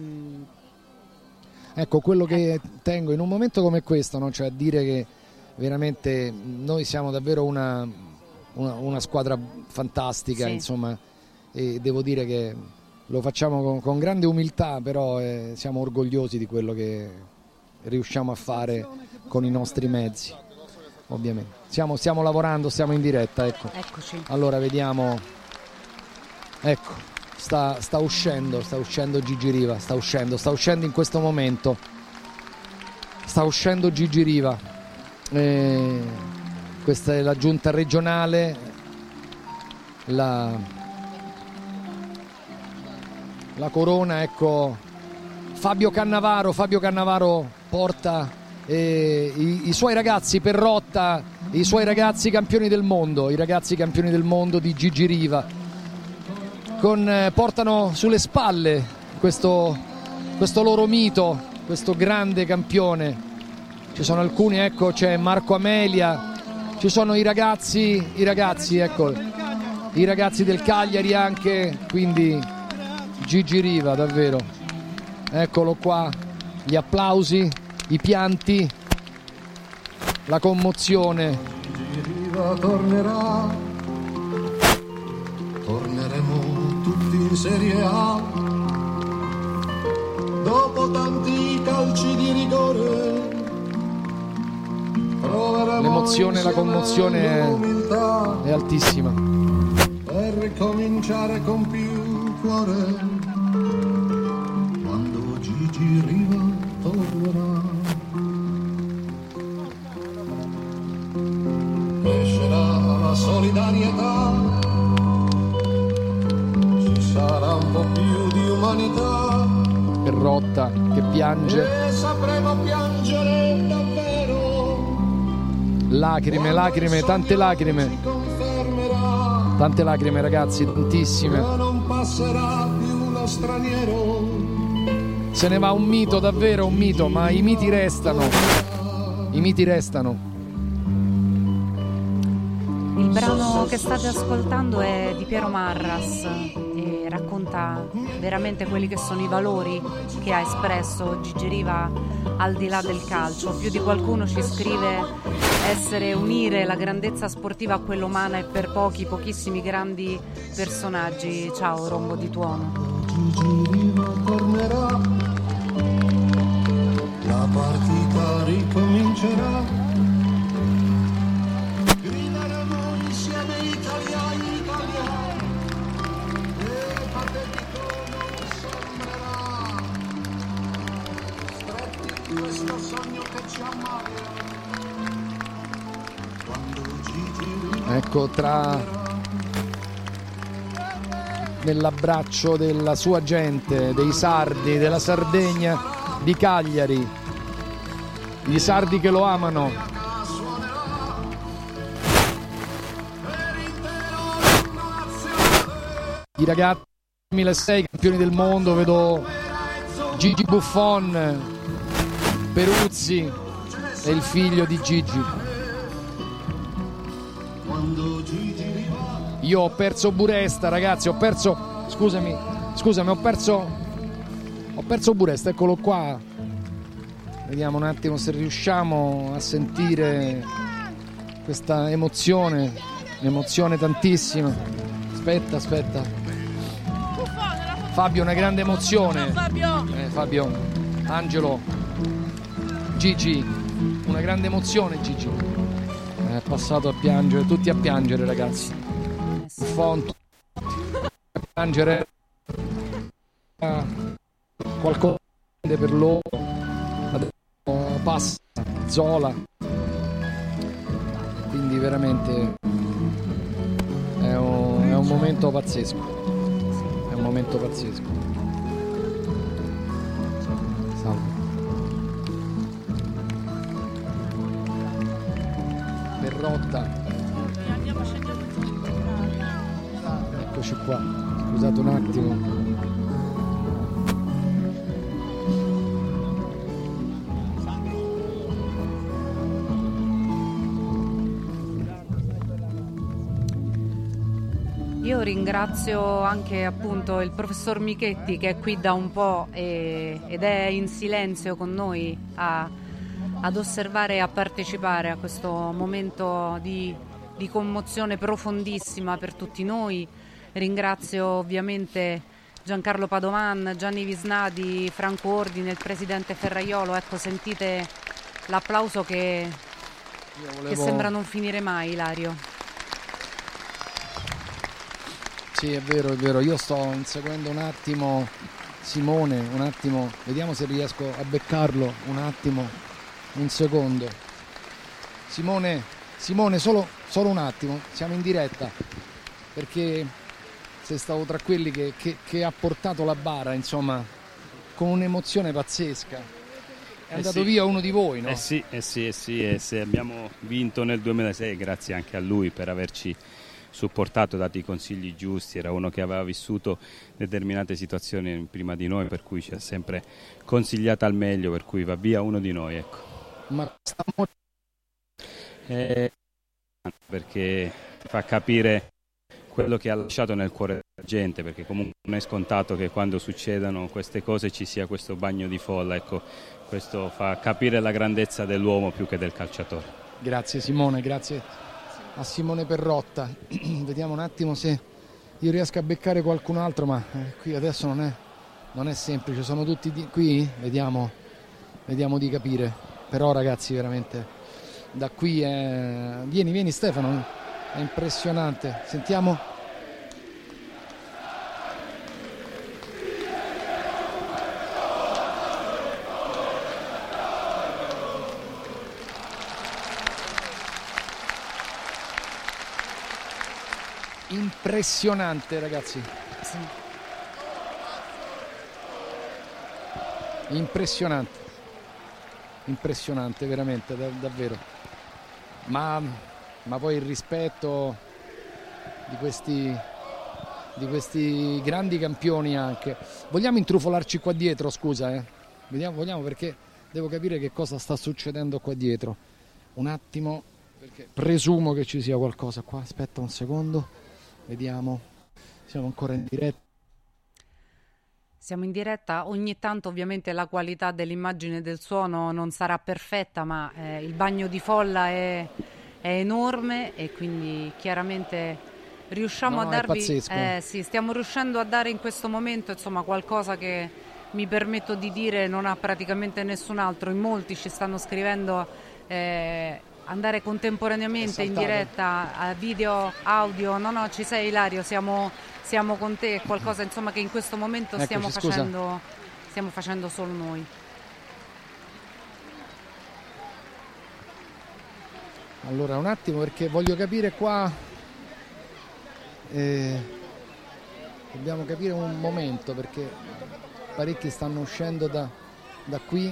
ecco quello che ecco. tengo in un momento come questo, no? Cioè a dire che veramente noi siamo davvero una Una, una squadra fantastica, sì, insomma, e devo dire che lo facciamo con, con grande umiltà, però eh, siamo orgogliosi di quello che riusciamo a fare con i nostri mezzi, ovviamente. Stiamo, stiamo lavorando, stiamo in diretta, ecco. Eccoci. Allora vediamo, ecco, sta, sta uscendo, sta uscendo Gigi Riva, sta uscendo, sta uscendo in questo momento, sta uscendo Gigi Riva. E... Questa è la giunta regionale, la, la corona, ecco Fabio Cannavaro, Fabio Cannavaro porta eh, i, i suoi ragazzi per rotta, i suoi ragazzi campioni del mondo, i ragazzi campioni del mondo di Gigi Riva, con, eh, portano sulle spalle questo, questo loro mito, questo grande campione. Ci sono alcuni, ecco, c'è Marco Amelia. Ci sono i ragazzi, i ragazzi, ecco, i ragazzi del Cagliari anche, quindi Gigi Riva, davvero. Eccolo qua, gli applausi, i pianti, la commozione. Gigi Riva tornerà, torneremo tutti in Serie A, dopo tanti calci di rigore. L'emozione, la commozione è, è altissima. Per ricominciare con più cuore, quando Gigi Riva tornerà, crescerà la solidarietà, ci sarà un po' più di umanità, che rotta, che piange, e sapremo piangere davvero. Lacrime, lacrime, tante lacrime, tante lacrime ragazzi, tantissime. Non passerà più uno straniero. Se ne va un mito, davvero un mito, ma i miti restano, i miti restano. Il brano che state ascoltando è di Piero Marras e racconta veramente quelli che sono i valori che ha espresso Gigi Riva al di là del calcio. Più di qualcuno ci scrive essere unire la grandezza sportiva a quella umana, e per pochi, pochissimi grandi personaggi. Ciao Rombo di Tuono. Gigi Riva tornerà, partita ricomincerà. Grideremo insieme italiani, italiani, e patetico non sembrerà, stretti in questo sogno che ci ammalia. Quando Gigi ecco, tra nell'abbraccio della sua gente, dei sardi, della Sardegna, di Cagliari, gli sardi che lo amano. I ragazzi duemilasei campioni del mondo, vedo Gigi Buffon, Peruzzi è il figlio di Gigi. Io ho perso Buresta, ragazzi, ho perso, scusami, scusami, ho perso, ho perso Buresta, eccolo qua. Vediamo un attimo se riusciamo a sentire questa emozione, emozione tantissima. Aspetta, aspetta. Fabio, una grande emozione. Eh, Fabio, Angelo, Gigi, una grande emozione, Gigi. È passato a piangere, tutti a piangere, ragazzi. Fonto a piangere, qualcosa per loro. Adesso passa Zola, quindi veramente è un, è un momento pazzesco, è un momento pazzesco. Salve. Perrotta, eccoci qua, scusate un attimo. Io ringrazio anche appunto il professor Michetti che è qui da un po' e, ed è in silenzio con noi a, ad osservare e a partecipare a questo momento di, di commozione profondissima per tutti noi. Ringrazio ovviamente Giancarlo Padovan, Gianni Visnadi, Franco Ordine, il presidente Ferraiolo. Ecco, sentite l'applauso che, volevo... che sembra non finire mai, Ilario. Sì, è vero, è vero. Io sto inseguendo un attimo Simone, un attimo, vediamo se riesco a beccarlo, un attimo, un secondo. Simone, Simone, solo, solo un attimo, siamo in diretta, perché sei stato tra quelli che, che, che ha portato la bara, insomma, con un'emozione pazzesca. È andato eh sì. via uno di voi, no? Eh sì, eh sì, eh sì, e se abbiamo vinto nel duemilasei, grazie anche a lui per averci supportato, dato i consigli giusti. Era uno che aveva vissuto determinate situazioni prima di noi, per cui ci ha sempre consigliato al meglio, per cui va via uno di noi, ecco. Ma stiamo... eh, perché fa capire quello che ha lasciato nel cuore della gente, perché comunque non è scontato che quando succedano queste cose ci sia questo bagno di folla, ecco, questo fa capire la grandezza dell'uomo più che del calciatore. Grazie Simone, grazie a Simone Perrotta. Vediamo un attimo se io riesco a beccare qualcun altro, ma eh, qui adesso non è, non è semplice, sono tutti di, qui, vediamo, vediamo di capire, però ragazzi veramente da qui è... vieni, vieni Stefano, è impressionante, sentiamo. Impressionante, ragazzi. Sì. Impressionante. Impressionante, veramente, da, davvero. Ma, ma poi il rispetto di questi, di questi grandi campioni anche. Vogliamo intrufolarci qua dietro, scusa, eh? Vediamo, vogliamo, perché devo capire che cosa sta succedendo qua dietro. Un attimo, perché presumo che ci sia qualcosa qua. Aspetta un secondo. Vediamo, siamo ancora in diretta. Siamo in diretta, ogni tanto ovviamente la qualità dell'immagine e del suono non sarà perfetta, ma eh, il bagno di folla è, è enorme e quindi chiaramente riusciamo no, a no, darvi... È pazzesco. Eh, sì, stiamo riuscendo a dare in questo momento insomma qualcosa che mi permetto di dire non ha praticamente nessun altro, in molti ci stanno scrivendo eh, andare contemporaneamente in diretta a video, audio, no no ci sei Ilario, siamo, siamo con te, è qualcosa insomma che in questo momento Eccoci, stiamo scusa. facendo, stiamo facendo solo noi. Allora un attimo, perché voglio capire qua, eh, dobbiamo capire un momento, perché parecchi stanno uscendo da, da qui.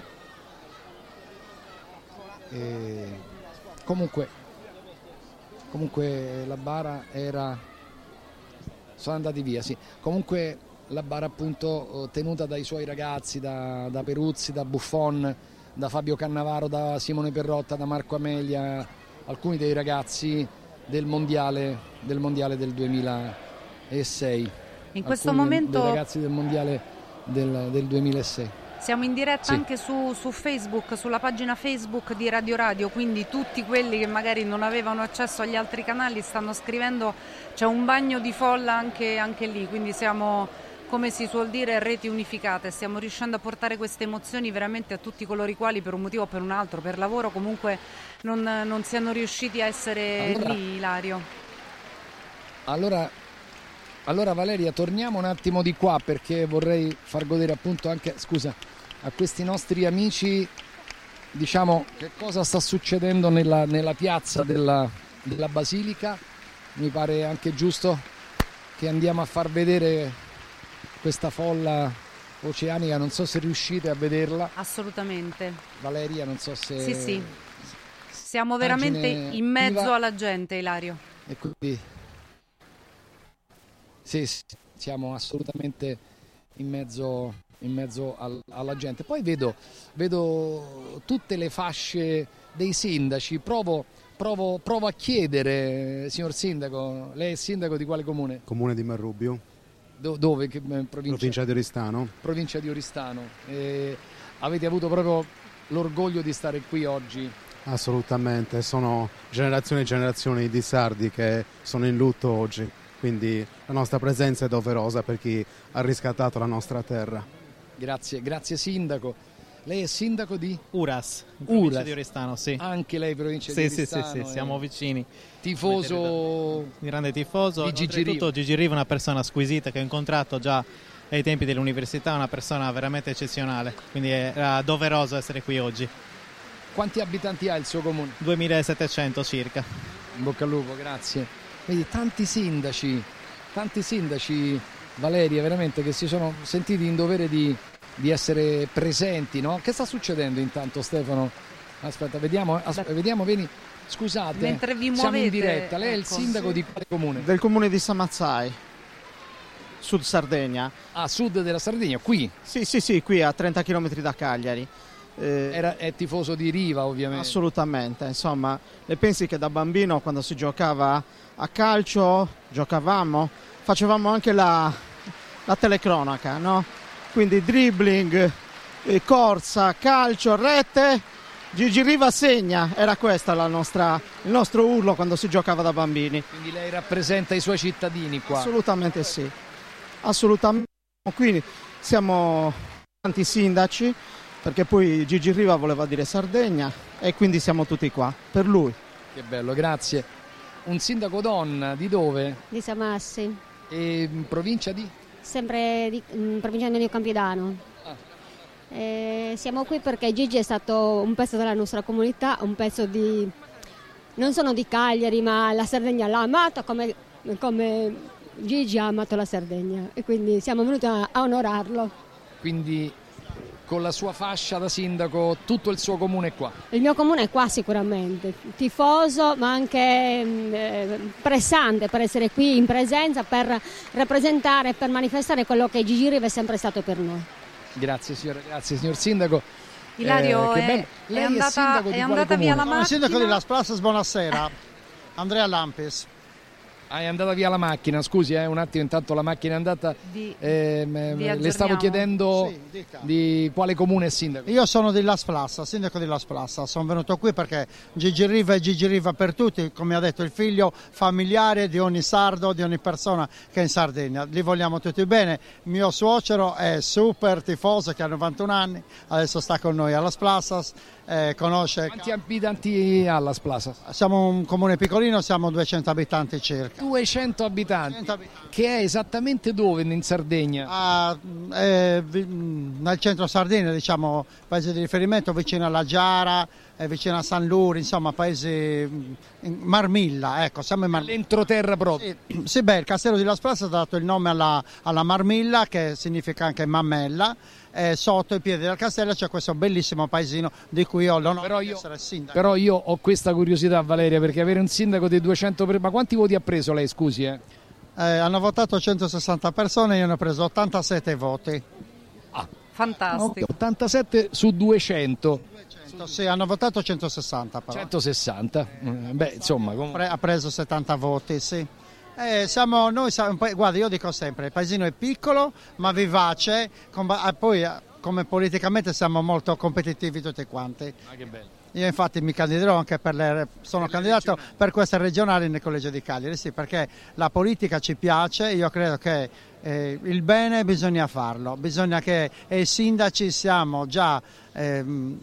E comunque comunque la bara era, sono andati via, sì, comunque la bara appunto tenuta dai suoi ragazzi, da, da Peruzzi, da Buffon, da Fabio Cannavaro, da Simone Perrotta, da Marco Amelia, alcuni dei ragazzi del mondiale del, mondiale del duemilasei, In questo alcuni momento dei ragazzi del mondiale del, del duemilasei. siamo in diretta Sì. anche su, su Facebook, sulla pagina Facebook di Radio Radio, quindi tutti quelli che magari non avevano accesso agli altri canali stanno scrivendo, c'è un bagno di folla anche, anche lì, quindi siamo, come si suol dire, reti unificate, stiamo riuscendo a portare queste emozioni veramente a tutti coloro i quali per un motivo o per un altro, per lavoro comunque non, non siano riusciti a essere Allora- lì, Ilario. Allora, allora Valeria, torniamo un attimo di qua, perché vorrei far godere appunto anche, scusa, a questi nostri amici, diciamo, che cosa sta succedendo nella, nella piazza della, della Basilica. Mi pare anche giusto che andiamo a far vedere questa folla oceanica, non so se riuscite a vederla. Assolutamente. Valeria, non so se... Sì, sì. Siamo veramente Immagine in mezzo viva. alla gente, Ilario. E quindi sì, sì, siamo assolutamente in mezzo, in mezzo al- alla gente. Poi vedo, vedo tutte le fasce dei sindaci. Provo, provo, provo a chiedere, signor sindaco, lei è sindaco di quale comune? Comune di Marrubbio, Do- dove? Che, eh, provincia? provincia di Oristano. Provincia di Oristano. E avete avuto proprio l'orgoglio di stare qui oggi? Assolutamente, sono generazioni e generazioni di sardi che sono in lutto oggi, quindi la nostra presenza è doverosa per chi ha riscattato la nostra terra. Grazie, grazie sindaco. Lei è sindaco di? Uras, in provincia Uras. di Oristano, sì. Anche lei provincia Sì, di sì, Oristano. sì, sì, eh. siamo vicini. Tifoso grande tifoso, di Gigi oltretutto Riva. Gigi Riva è una persona squisita che ho incontrato già ai tempi dell'università, una persona veramente eccezionale, quindi era doveroso essere qui oggi. Quanti abitanti ha il suo comune? duemilasettecento circa. In bocca al lupo, grazie. Vedi, tanti sindaci, tanti sindaci, Valeria, veramente, che si sono sentiti in dovere di, di essere presenti, no? Che sta succedendo intanto, Stefano? Aspetta, vediamo, asp- vediamo, vieni. Scusate, Mentre vi siamo in muovete, diretta. Lei è il ecco. sindaco di quale comune? Del comune di Samazzai, Sud Sardegna. A sud della Sardegna, qui? Sì, sì, sì, qui a trenta chilometri da Cagliari. Eh, Era, è tifoso di Riva, ovviamente. Assolutamente, insomma, le pensi che da bambino quando si giocava a calcio, giocavamo, facevamo anche la, la telecronaca, no? Quindi dribbling, eh, corsa, calcio, rete, Gigi Riva segna, era questa la nostra, il nostro urlo quando si giocava da bambini. Quindi lei rappresenta i suoi cittadini qua? Assolutamente sì, assolutamente. Quindi siamo tanti sindaci, perché poi Gigi Riva voleva dire Sardegna e quindi siamo tutti qua, per lui. Che bello, grazie. Un sindaco donna, di dove? Di Samassi, E in provincia di? sempre di, in provincia di Campidano. Eh, siamo qui perché Gigi è stato un pezzo della nostra comunità, un pezzo di, non solo di Cagliari, ma la Sardegna l'ha amata come, come Gigi ha amato la Sardegna e quindi siamo venuti a, a onorarlo. Quindi con la sua fascia da sindaco tutto il suo comune è qua? Il mio comune è qua sicuramente, tifoso ma anche eh, pressante per essere qui in presenza, per rappresentare, per manifestare quello che Gigi Riva è sempre stato per noi. Grazie signora, grazie signor sindaco. Ilario, che è- bello. è Lei andata- sindaco di è quale andata via comune? la Sono il sindaco di Las Plasas, buonasera. Andrea Lampes. Ah, è andata via la macchina, scusi eh, un attimo, intanto la macchina è andata. Di, eh, le stavo chiedendo sì, di quale comune è sindaco. Io sono di Las Plassa, sindaco di Las Plassa, sono venuto qui perché Gigi Riva è Gigi Riva per tutti, come ha detto il figlio familiare di ogni sardo, di ogni persona che è in Sardegna, li vogliamo tutti bene. Mio suocero è super tifoso che ha novantuno anni, adesso sta con noi a Las Plassas. Eh, conosce... Quanti abitanti ha Las Plassas? Siamo un comune piccolino, siamo duecento abitanti circa. duecento abitanti, duecento abitanti. Che è esattamente dove in Sardegna? Ah, eh, nel centro Sardegna, diciamo, paese di riferimento, vicino alla Giara, eh, vicino a San Luri, insomma, paesi in Marmilla, ecco, siamo in Marmilla. L'entroterra proprio. Sì, sì, beh, il castello di Las Plassas ha dato il nome alla, alla Marmilla, che significa anche mammella. Eh, sotto i piedi del castello c'è questo bellissimo paesino di cui ho l'onore di essere sindaco. Però io ho questa curiosità, Valeria, perché avere un sindaco di duecento... Ma quanti voti ha preso lei, scusi? Eh? Eh, hanno votato centosessanta persone, io ne ho preso ottantasette voti. Ah, fantastico. Okay, ottantasette su duecento. duecento, sì, hanno votato centosessanta però. centosessanta, beh insomma... Comunque... Ha preso settanta voti, sì. Eh, siamo, noi siamo, guarda, io dico sempre, il paesino è piccolo ma vivace, com- poi come politicamente siamo molto competitivi tutti quanti. Ah, che bello. Io infatti mi candiderò anche per le, sono per candidato le per queste regionali nel Collegio di Cagliari, sì, perché la politica ci piace, io credo che eh, il bene bisogna farlo, bisogna che i sindaci siamo già eh,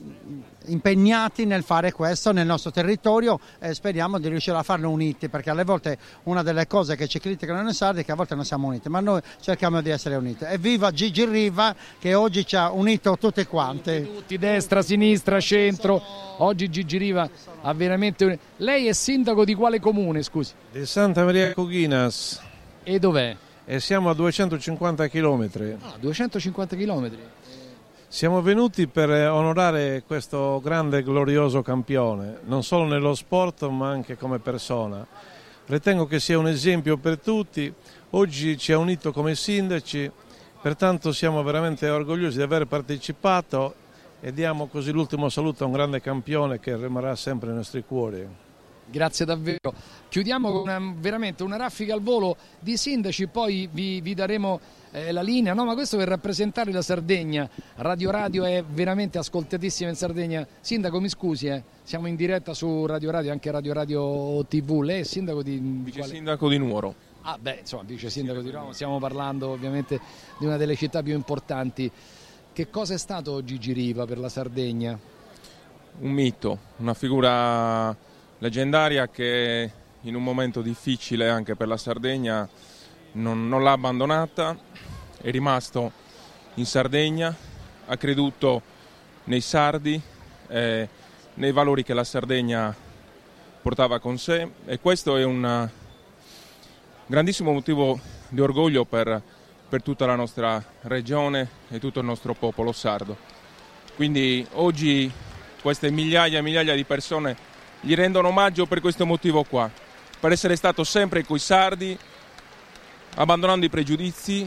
impegnati nel fare questo nel nostro territorio e speriamo di riuscire a farlo uniti, perché alle volte una delle cose che ci criticano noi sardi è che a volte non siamo uniti, ma noi cerchiamo di essere uniti. E viva Gigi Riva che oggi ci ha unito tutti quanti. Tutti, tutti destra, sinistra, centro. Oggi Gigi Riva ha veramente un... Lei è sindaco di quale comune, scusi? Di Santa Maria Coghinas. E dov'è? E siamo a duecentocinquanta chilometri. Ah, duecentocinquanta chilometri. Siamo venuti per onorare questo grande e glorioso campione, non solo nello sport ma anche come persona. Ritengo che sia un esempio per tutti, oggi ci ha unito come sindaci, pertanto siamo veramente orgogliosi di aver partecipato e diamo così l'ultimo saluto a un grande campione che rimarrà sempre nei nostri cuori. Grazie davvero. Chiudiamo con una, veramente una raffica al volo di sindaci, poi vi, vi daremo eh, la linea, no, ma questo per rappresentare la Sardegna. Radio Radio è veramente ascoltatissima in Sardegna. Sindaco, mi scusi, eh, siamo in diretta su Radio Radio, anche Radio Radio tivù. Lei è sindaco di... Vice sindaco di Nuoro. Ah beh, insomma, vice sindaco di Roma, stiamo parlando ovviamente di una delle città più importanti. Che cosa è stato Gigi Riva per la Sardegna? Un mito, una figura leggendaria che in un momento difficile anche per la Sardegna non, non l'ha abbandonata, è rimasto in Sardegna, ha creduto nei sardi, eh, nei valori che la Sardegna portava con sé e questo è un grandissimo motivo di orgoglio per, per tutta la nostra regione e tutto il nostro popolo sardo. Quindi oggi queste migliaia e migliaia di persone gli rendono omaggio per questo motivo qua, per essere stato sempre coi sardi, abbandonando i pregiudizi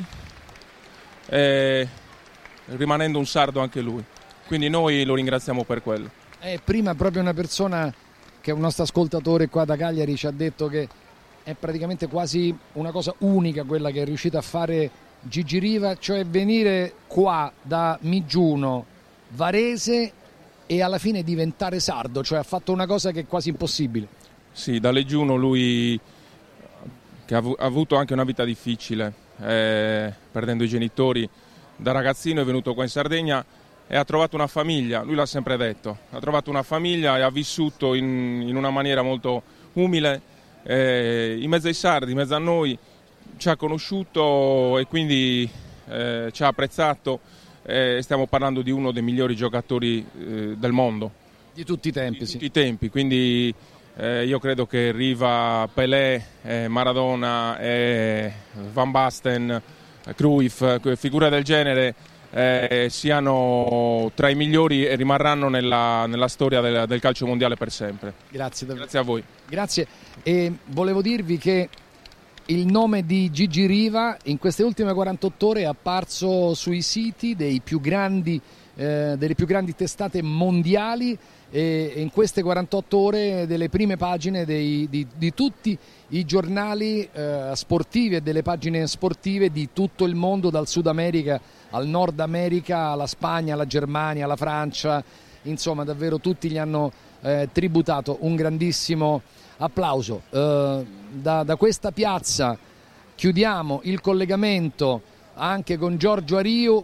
e rimanendo un sardo anche lui. Quindi noi lo ringraziamo per quello. Eh, prima proprio una persona che è un nostro ascoltatore qua da Cagliari ci ha detto che è praticamente quasi una cosa unica quella che è riuscita a fare Gigi Riva, cioè venire qua da Migiuno, Varese e alla fine diventare sardo, cioè ha fatto una cosa che è quasi impossibile. Sì, da Leggiuno lui che ha avuto anche una vita difficile, eh, perdendo i genitori, da ragazzino è venuto qua in Sardegna e ha trovato una famiglia, lui l'ha sempre detto, ha trovato una famiglia e ha vissuto in, in una maniera molto umile, eh, in mezzo ai sardi, in mezzo a noi, ci ha conosciuto e quindi eh, ci ha apprezzato. Eh, stiamo parlando di uno dei migliori giocatori eh, del mondo. Di tutti i tempi, di sì. tutti i tempi, quindi eh, io credo che Riva, Pelé, eh, Maradona, eh, Van Basten, Cruyff, figure del genere eh, siano tra i migliori e rimarranno nella, nella storia del, del calcio mondiale per sempre. Grazie davvero. Grazie a voi. Grazie. E volevo dirvi che il nome di Gigi Riva in queste ultime quarantotto ore è apparso sui siti dei più grandi, eh, delle più grandi testate mondiali e in queste quarantotto ore delle prime pagine dei, di, di tutti i giornali eh, sportivi e delle pagine sportive di tutto il mondo, dal Sud America al Nord America, alla Spagna, alla Germania, alla Francia, insomma davvero tutti gli hanno eh, tributato un grandissimo applauso. Eh, da, da questa piazza chiudiamo il collegamento anche con Giorgio Ariu.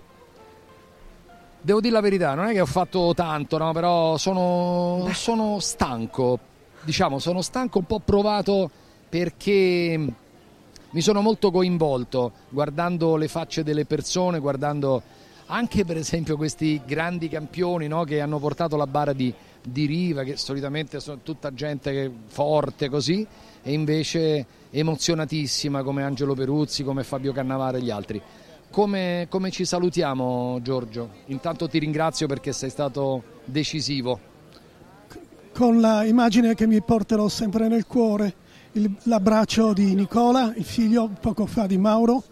Devo dire la verità, non è che ho fatto tanto, no? Però sono, sono stanco, diciamo, sono stanco, un po' provato, perché mi sono molto coinvolto guardando le facce delle persone, guardando anche per esempio questi grandi campioni, no? Che hanno portato la bara di, di Riva, che solitamente sono tutta gente forte così, e invece emozionatissima come Angelo Peruzzi, come Fabio Cannavaro e gli altri. Come, come ci salutiamo, Giorgio? Intanto ti ringrazio perché sei stato decisivo. Con la immagine che mi porterò sempre nel cuore, il, l'abbraccio di Nicola, il figlio poco fa di Mauro,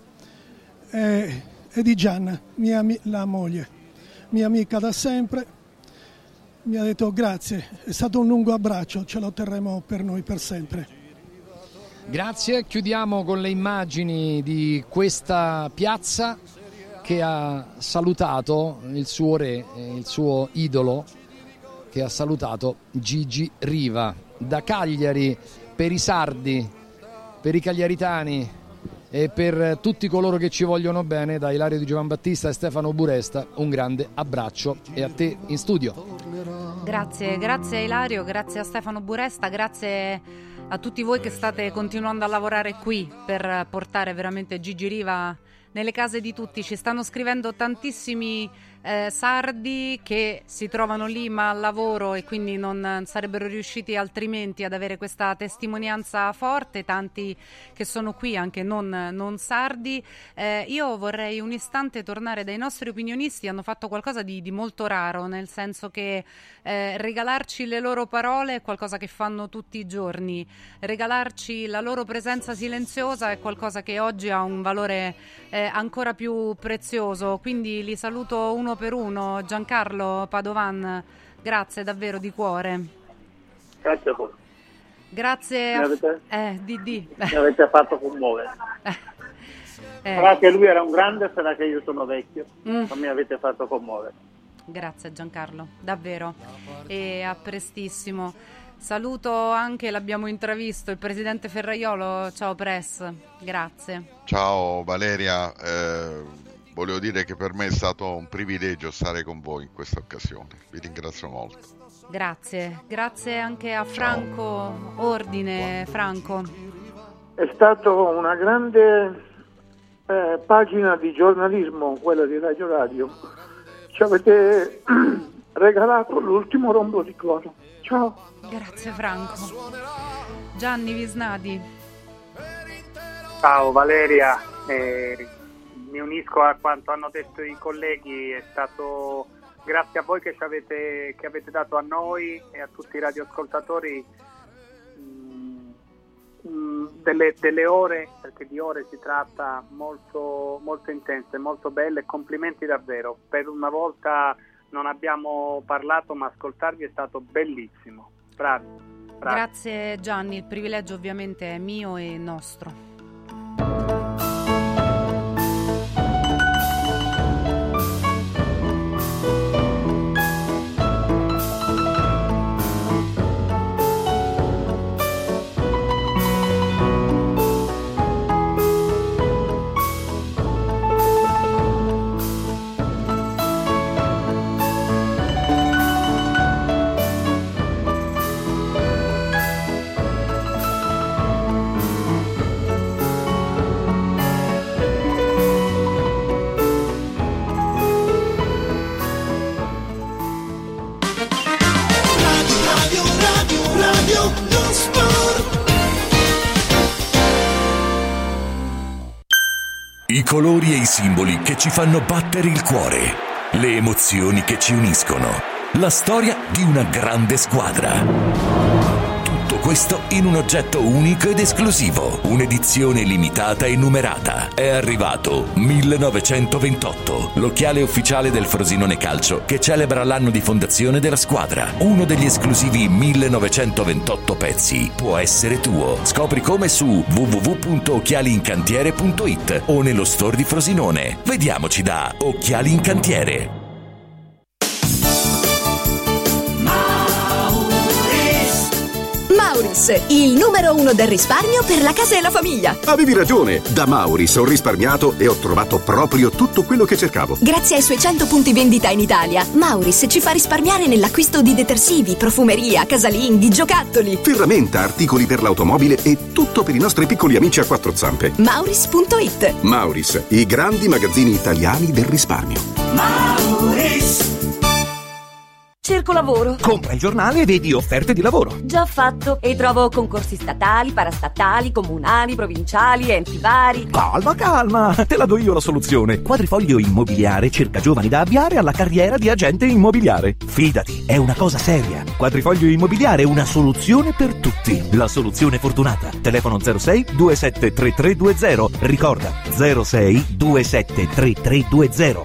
e, e di Gianna, mia, la moglie, mia amica da sempre. Mi ha detto grazie, è stato un lungo abbraccio, ce lo terremo per noi per sempre. Grazie, chiudiamo con le immagini di questa piazza che ha salutato il suo re, il suo idolo, che ha salutato Gigi Riva. Da Cagliari, per i sardi, per i cagliaritani e per tutti coloro che ci vogliono bene, da Ilario Di Giovanbattista e Stefano Buresta, un grande abbraccio, e a te in studio. Grazie, grazie Ilario, grazie a Stefano Buresta, grazie a tutti voi che state continuando a lavorare qui per portare veramente Gigi Riva nelle case di tutti. Ci stanno scrivendo tantissimi eh, sardi che si trovano lì ma al lavoro e quindi non sarebbero riusciti altrimenti ad avere questa testimonianza forte, tanti che sono qui anche non, non sardi. Eh, io vorrei un istante tornare dai nostri opinionisti. Hanno fatto qualcosa di, di molto raro, nel senso che eh, regalarci le loro parole è qualcosa che fanno tutti i giorni, regalarci la loro presenza silenziosa è qualcosa che oggi ha un valore eh, ancora più prezioso, quindi li saluto uno per uno. Giancarlo Padovan, grazie davvero di cuore. Grazie a voi. Grazie a... avete... Eh, di, di. Mi avete fatto commuovere. Eh. Sarà che lui era un grande, sarà che io sono vecchio, mm. ma mi avete fatto commuovere. Grazie Giancarlo, davvero, e a prestissimo. Saluto anche, l'abbiamo intravisto, il presidente Ferraiolo. Ciao Press, grazie. Ciao Valeria, eh, volevo dire che per me è stato un privilegio stare con voi in questa occasione, vi ringrazio molto. Grazie, grazie anche a Franco Ciao. Ordine. Franco. È stata una grande eh, pagina di giornalismo, quella di Radio Radio. Ci avete regalato l'ultimo rombo di cloro. Ciao. Grazie Franco. Gianni Visnadi. Ciao Valeria, eh, mi unisco a quanto hanno detto i colleghi, è stato grazie a voi che, ci avete, che avete dato a noi e a tutti i radioascoltatori mh, mh, delle, delle ore, perché di ore si tratta, molto, molto intense, molto belle, complimenti davvero. Per una volta non abbiamo parlato, ma ascoltarvi è stato bellissimo. Bravi, bravi. Grazie Gianni, il privilegio ovviamente è mio e nostro. I colori e i simboli che ci fanno battere il cuore, le emozioni che ci uniscono, la storia di una grande squadra. Tutto questo in un oggetto unico ed esclusivo, un'edizione limitata e numerata. È arrivato millenovecentoventotto, l'occhiale ufficiale del Frosinone Calcio che celebra l'anno di fondazione della squadra. Uno degli esclusivi millenovecentoventotto pezzi può essere tuo. Scopri come su w w w punto occhiali in cantiere punto i t o nello store di Frosinone. Vediamoci da Occhiali in Cantiere. Mauris, il numero uno del risparmio per la casa e la famiglia. Avevi ragione, da Mauris ho risparmiato e ho trovato proprio tutto quello che cercavo. Grazie ai suoi cento punti vendita in Italia, Mauris ci fa risparmiare nell'acquisto di detersivi, profumeria, casalinghi, giocattoli, ferramenta, articoli per l'automobile e tutto per i nostri piccoli amici a quattro zampe. Mauris punto i t. Mauris, i grandi magazzini italiani del risparmio. Mauris. Cerco lavoro. Compra il giornale e vedi offerte di lavoro. Già fatto. E trovo concorsi statali, parastatali, comunali, provinciali, enti vari. Calma, calma. Te la do io la soluzione. Quadrifoglio Immobiliare cerca giovani da avviare alla carriera di agente immobiliare. Fidati, è una cosa seria. Quadrifoglio Immobiliare è una soluzione per tutti. La soluzione fortunata. Telefono zero sei due sette tre tre due zero. Ricorda, zero sei due sette tre tre due zero.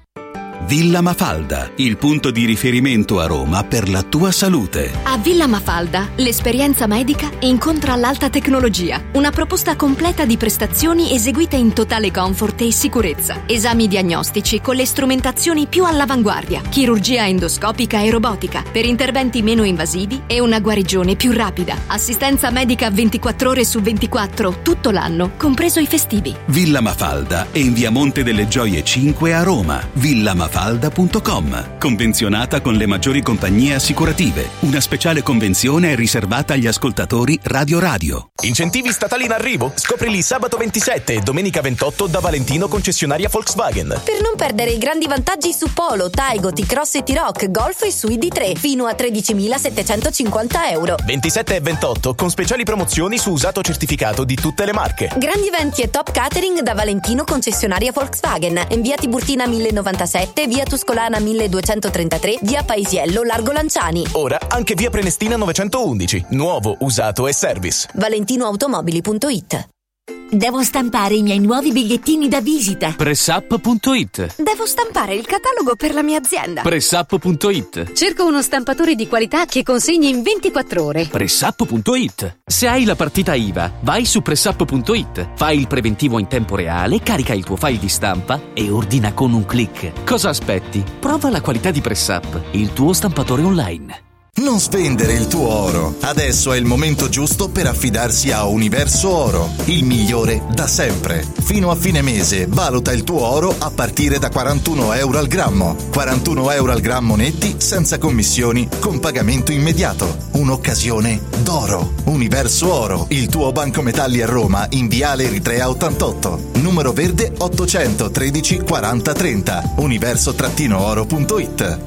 Villa Mafalda, il punto di riferimento a Roma per la tua salute. A Villa Mafalda, l'esperienza medica incontra l'alta tecnologia. Una proposta completa di prestazioni eseguite in totale comfort e sicurezza. Esami diagnostici con le strumentazioni più all'avanguardia. Chirurgia endoscopica e robotica per interventi meno invasivi e una guarigione più rapida. Assistenza medica ventiquattro ore su ventiquattro tutto l'anno, compreso i festivi. Villa Mafalda è in via Monte delle Gioie cinque a Roma. Villa Mafalda Mafalda punto com, convenzionata con le maggiori compagnie assicurative. Una speciale convenzione è riservata agli ascoltatori Radio Radio. Incentivi statali in arrivo? Scoprili sabato ventisette e domenica ventotto da Valentino, concessionaria Volkswagen. Per non perdere i grandi vantaggi su Polo, Taigo, T-Cross e T-Roc, Golf e su I D tre fino a tredicimilasettecentocinquanta euro. ventisette e ventotto con speciali promozioni su usato certificato di tutte le marche. Grandi eventi e top catering da Valentino, concessionaria Volkswagen. In via Tiburtina mille novantasette, via Tuscolana milleduecentotrentatré, via Paisiello, Largo Lanciani. Ora anche via Prenestina novecentoundici. Nuovo, usato e service. valentinoautomobili punto i t. Devo stampare i miei nuovi bigliettini da visita. Pressup punto i t. Devo stampare il catalogo per la mia azienda. Pressup punto i t. Cerco uno stampatore di qualità che consegni in ventiquattro ore. Pressup punto i t. Se hai la partita I V A, vai su Pressup punto i t. Fai il preventivo in tempo reale, carica il tuo file di stampa e ordina con un click. Cosa aspetti? Prova la qualità di Pressup, il tuo stampatore online. Non spendere il tuo oro. Adesso è il momento giusto per affidarsi a Universo Oro, il migliore da sempre. Fino a fine mese valuta il tuo oro a partire da quarantuno euro al grammo. quarantuno euro al grammo netti, senza commissioni, con pagamento immediato. Un'occasione d'oro. Universo Oro, il tuo banco metalli a Roma, in viale Eritrea ottantotto. Numero verde ottocentotredici quaranta trenta. universo oro punto i t.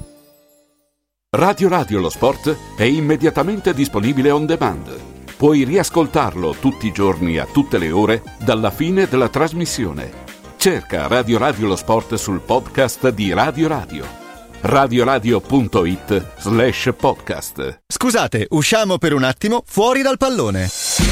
Radio Radio Lo Sport è immediatamente disponibile on demand. Puoi riascoltarlo tutti i giorni a tutte le ore dalla fine della trasmissione. Cerca Radio Radio Lo Sport sul podcast di Radio Radio. radioradio punto i t slash podcast. Scusate, usciamo per un attimo fuori dal pallone.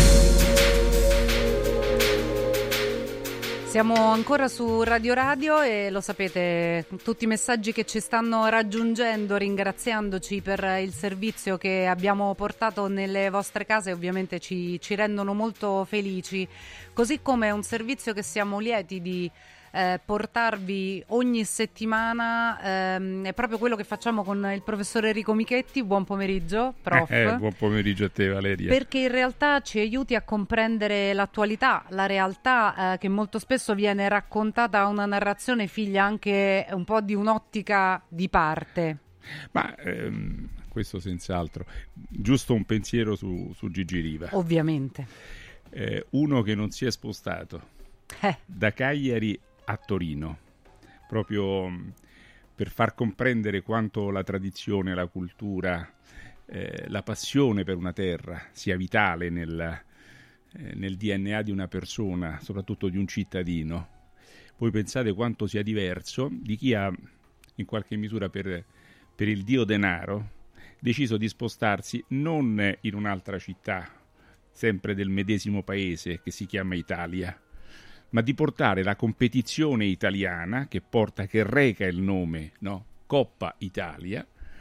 Siamo ancora su Radio Radio e lo sapete, tutti i messaggi che ci stanno raggiungendo ringraziandoci per il servizio che abbiamo portato nelle vostre case ovviamente ci, ci rendono molto felici, così come un servizio che siamo lieti di eh, portarvi ogni settimana, ehm, è proprio quello che facciamo con il professor Enrico Michetti. Buon pomeriggio, prof. Eh, buon pomeriggio a te, Valeria. Perché in realtà ci aiuti a comprendere l'attualità, la realtà eh, che molto spesso viene raccontata a una narrazione figlia anche un po' di un'ottica di parte. Ma ehm, questo senz'altro. Giusto un pensiero su, su Gigi Riva. Ovviamente. Eh, uno che non si è spostato eh. da Cagliari a Torino, proprio per far comprendere quanto la tradizione, la cultura, eh, la passione per una terra sia vitale nel, eh, nel D N A di una persona, soprattutto di un cittadino. Voi pensate quanto sia diverso di chi ha, in qualche misura, per, per il dio denaro, deciso di spostarsi non in un'altra città, sempre del medesimo paese che si chiama Italia, ma di portare la competizione italiana che porta, che reca il nome, no? Coppa Italia,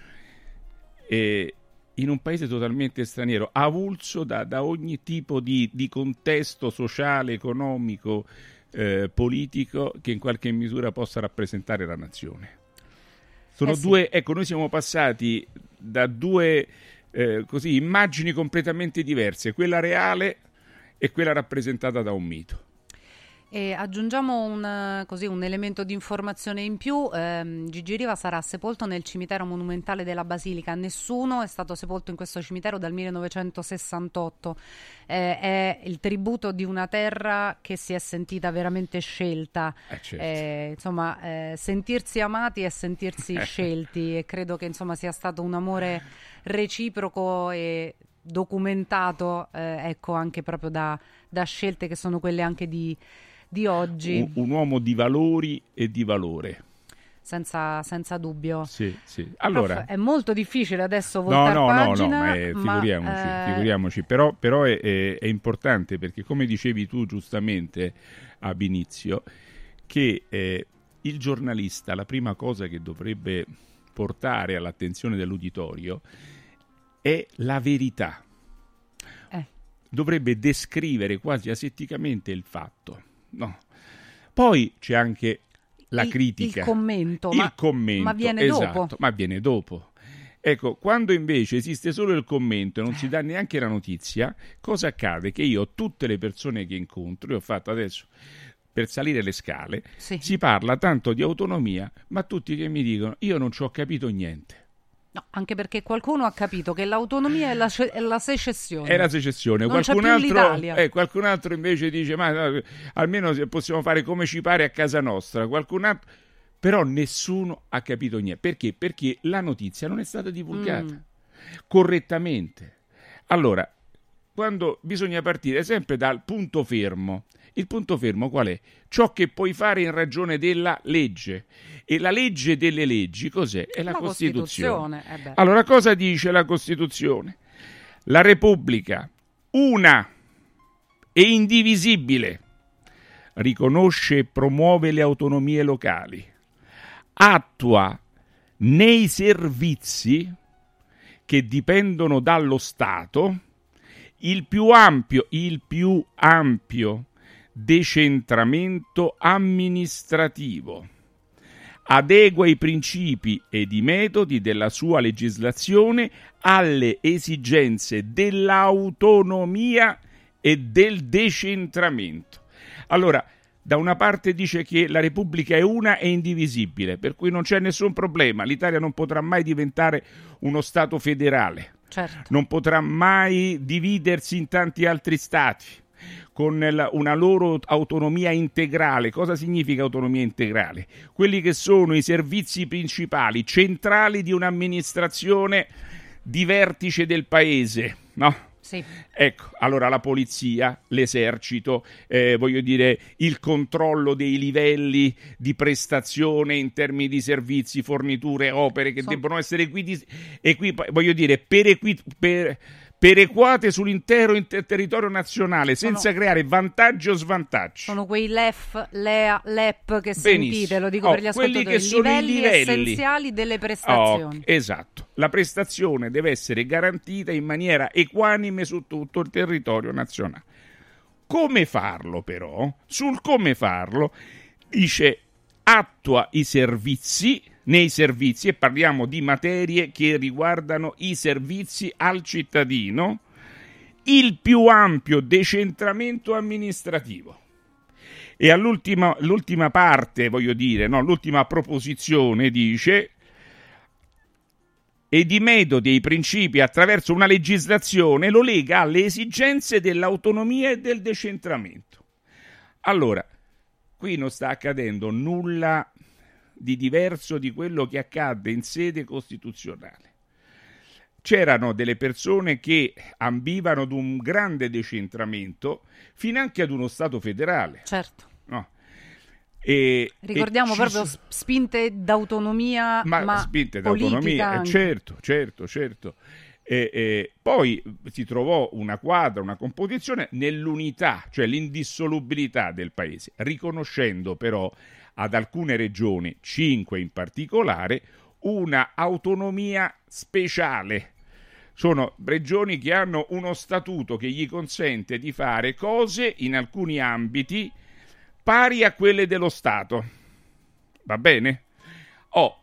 e in un paese totalmente straniero, avulso da, da ogni tipo di, di contesto sociale, economico, eh, politico che in qualche misura possa rappresentare la nazione. Sono eh sì. due, ecco, noi siamo passati da due eh, così, immagini completamente diverse, quella reale e quella rappresentata da un mito. E aggiungiamo un, così, un elemento di informazione in più. eh, Gigi Riva sarà sepolto nel cimitero monumentale della Basilica. Nessuno è stato sepolto in questo cimitero dal millenovecentosessantotto. Eh, è il tributo di una terra che si è sentita veramente scelta. Eh, certo. eh, insomma, eh, sentirsi amati e sentirsi scelti, e credo che insomma sia stato un amore reciproco e documentato, eh, ecco, anche proprio da, da scelte che sono quelle anche di di oggi. Un, un uomo di valori e di valore. Senza, senza dubbio. Sì, sì. Allora, Prof, è molto difficile adesso voltare no, no, pagina. No, no, eh, figuriamoci, ma, eh... figuriamoci. Però, però è, è, è importante, perché come dicevi tu giustamente ab inizio, che eh, il giornalista, la prima cosa che dovrebbe portare all'attenzione dell'uditorio è la verità. Eh. Dovrebbe descrivere quasi asetticamente il fatto. No. Poi c'è anche la il, critica, il commento, il ma, commento, ma viene esatto, dopo. Ma viene dopo. Ecco, quando invece esiste solo il commento e non si dà neanche la notizia, cosa accade? Che io, tutte le persone che incontro, io ho fatto adesso per salire le scale, sì. si parla tanto di autonomia, ma tutti che mi dicono io non ci ho capito niente. No, anche perché qualcuno ha capito che l'autonomia è la, ce- è la secessione. È la secessione. Non qualcun, c'è più altro, l'Italia. eh, qualcun altro invece dice ma no, almeno possiamo fare come ci pare a casa nostra. Qualcun altro... Però nessuno ha capito niente. Perché? Perché la notizia non è stata divulgata mm. correttamente. Allora, quando bisogna partire sempre dal punto fermo. Il punto fermo qual è? Ciò che puoi fare in ragione della legge. E la legge delle leggi cos'è? È la, la Costituzione. Costituzione. Eh allora, cosa dice la Costituzione? La Repubblica, una e indivisibile, riconosce e promuove le autonomie locali, attua nei servizi che dipendono dallo Stato il più ampio, il più ampio decentramento amministrativo, adegua i principi ed i metodi della sua legislazione alle esigenze dell'autonomia e del decentramento. Allora, da una parte dice che la Repubblica è una e indivisibile, per cui non c'è nessun problema, l'Italia non potrà mai diventare uno Stato federale, certo. non potrà mai dividersi in tanti altri Stati, con una loro autonomia integrale. Cosa significa autonomia integrale? Quelli che sono i servizi principali, centrali di un'amministrazione di vertice del paese, no? Sì. Ecco, allora la polizia, l'esercito, eh, voglio dire, il controllo dei livelli di prestazione in termini di servizi, forniture, opere che so. debbono essere equi, equi, voglio dire, per, equi, per perequate sull'intero inter- territorio nazionale, senza sono, creare vantaggi o svantaggi. Sono quei L E F, L E A, L E P che Benissimo. Sentite, lo dico oh, per gli ascoltatori, quelli che sono livelli, i livelli essenziali delle prestazioni. Oh, esatto, la prestazione deve essere garantita in maniera equanime su tutto il territorio nazionale. Come farlo però? Sul come farlo dice attua i servizi nei servizi, e parliamo di materie che riguardano i servizi al cittadino, il più ampio decentramento amministrativo. E all'ultima l'ultima parte, voglio dire, no, l'ultima proposizione dice e di metodi e i principi attraverso una legislazione lo lega alle esigenze dell'autonomia e del decentramento. Allora, qui non sta accadendo nulla di diverso di quello che accadde in sede costituzionale. C'erano delle persone che ambivano ad un grande decentramento, finanche ad uno Stato federale. Certo. No. E, Ricordiamo e proprio so... spinte d'autonomia, ma, ma spinte d'autonomia, eh, certo, certo, certo. E, e poi si trovò una quadra, una composizione nell'unità, cioè l'indissolubilità del paese, riconoscendo però ad alcune regioni, cinque in particolare, una autonomia speciale. Sono regioni che hanno uno statuto che gli consente di fare cose in alcuni ambiti pari a quelle dello Stato. Va bene? Oh,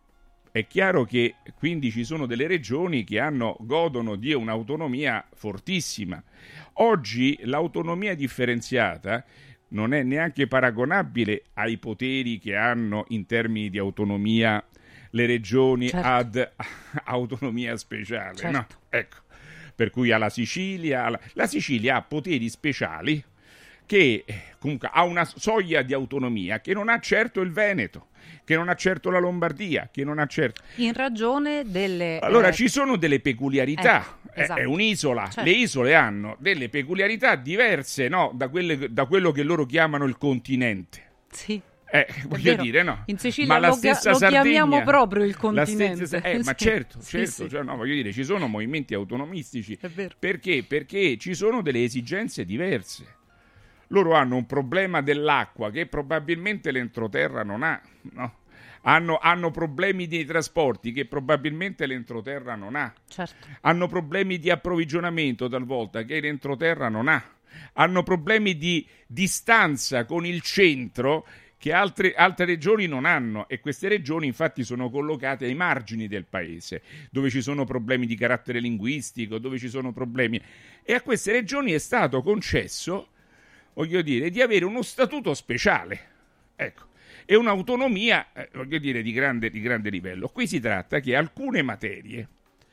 è chiaro che quindi ci sono delle regioni che hanno, godono di un'autonomia fortissima. Oggi l'autonomia differenziata non è neanche paragonabile ai poteri che hanno in termini di autonomia le regioni, certo, ad autonomia speciale. Certo. No? Ecco. Per cui alla Sicilia, alla... la Sicilia ha poteri speciali che comunque ha una soglia di autonomia che non ha certo il Veneto, che non ha certo la Lombardia, che non ha certo... In ragione delle... Allora eh... ci sono delle peculiarità, ecco, esatto, è un'isola, certo, le isole hanno delle peculiarità diverse, no, da, quelle, da quello che loro chiamano il continente. Sì. Eh, voglio dire, no. In Sicilia ma la lo, stessa lo Sardegna, chiamiamo proprio il continente. Stessa, eh, sì. Ma certo, sì, certo, sì. Cioè, no, voglio dire, ci sono movimenti autonomistici. È vero. Perché? Perché ci sono delle esigenze diverse. Loro hanno un problema dell'acqua che probabilmente l'entroterra non ha, no? Hanno, hanno problemi di trasporti che probabilmente l'entroterra non ha. Certo. Hanno problemi di approvvigionamento talvolta che l'entroterra non ha. Hanno problemi di distanza con il centro che altre, altre regioni non hanno, e queste regioni infatti sono collocate ai margini del paese, dove ci sono problemi di carattere linguistico, dove ci sono problemi, e a queste regioni è stato concesso, voglio dire, di avere uno statuto speciale, ecco, e un'autonomia, eh, voglio dire, di grande, di grande livello. Qui si tratta che alcune materie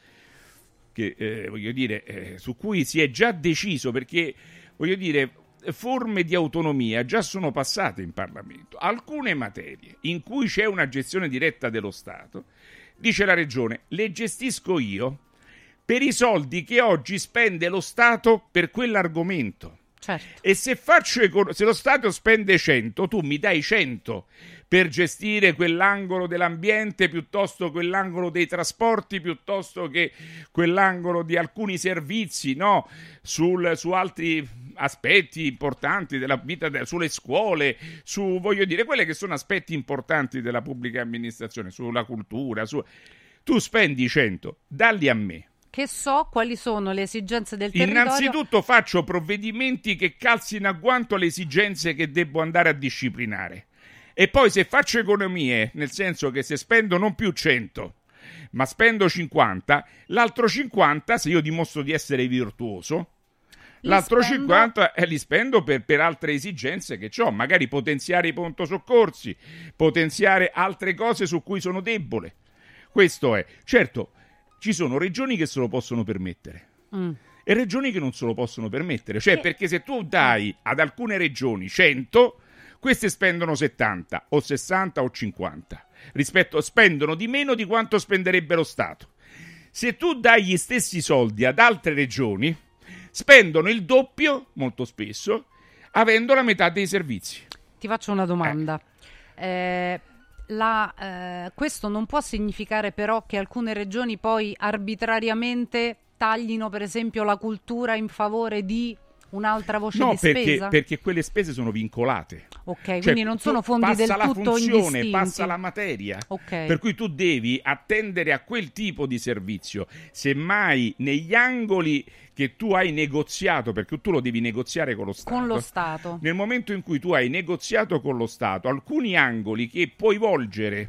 che, eh, voglio dire, eh, su cui si è già deciso, perché, voglio dire, forme di autonomia già sono passate in Parlamento. Alcune materie in cui c'è una gestione diretta dello Stato, dice la Regione, le gestisco io per i soldi che oggi spende lo Stato per quell'argomento. Certo. E se faccio se lo Stato spende cento, tu mi dai cento per gestire quell'angolo dell'ambiente, piuttosto quell'angolo dei trasporti, piuttosto che quell'angolo di alcuni servizi, no? Sul, su altri aspetti importanti della vita, de, sulle scuole, su, voglio dire, quelle che sono aspetti importanti della pubblica amministrazione, sulla cultura, su... tu spendi cento, dalli a me. Che so quali sono le esigenze del territorio. Innanzitutto faccio provvedimenti che calzino a guanto alle esigenze che devo andare a disciplinare. E poi se faccio economie, nel senso che se spendo non più cento, ma spendo cinquanta, l'altro cinquanta, se io dimostro di essere virtuoso, li l'altro spendo... cinquanta eh, li spendo per, per altre esigenze che ho, magari potenziare i pronto soccorsi, potenziare altre cose su cui sono debole. Questo è. Certo, ci sono regioni che se lo possono permettere mm. e regioni che non se lo possono permettere. Cioè, perché se tu dai ad alcune regioni cento, queste spendono settanta o sessanta o cinquanta. Rispetto, spendono di meno di quanto spenderebbe lo Stato. Se tu dai gli stessi soldi ad altre regioni, spendono il doppio, molto spesso, avendo la metà dei servizi. Ti faccio una domanda. Eh. Eh, la, eh, questo non può significare però che alcune regioni poi arbitrariamente taglino, per esempio, la cultura in favore di un'altra voce no, di perché, spesa? perché quelle spese sono vincolate. Ok, cioè, quindi non sono fondi del tutto indistinti. Passa la funzione, passa la materia. Okay. Per cui tu devi attendere a quel tipo di servizio. Semmai negli angoli che tu hai negoziato, perché tu lo devi negoziare con lo Stato. Con lo Stato. Nel momento in cui tu hai negoziato con lo Stato, alcuni angoli che puoi volgere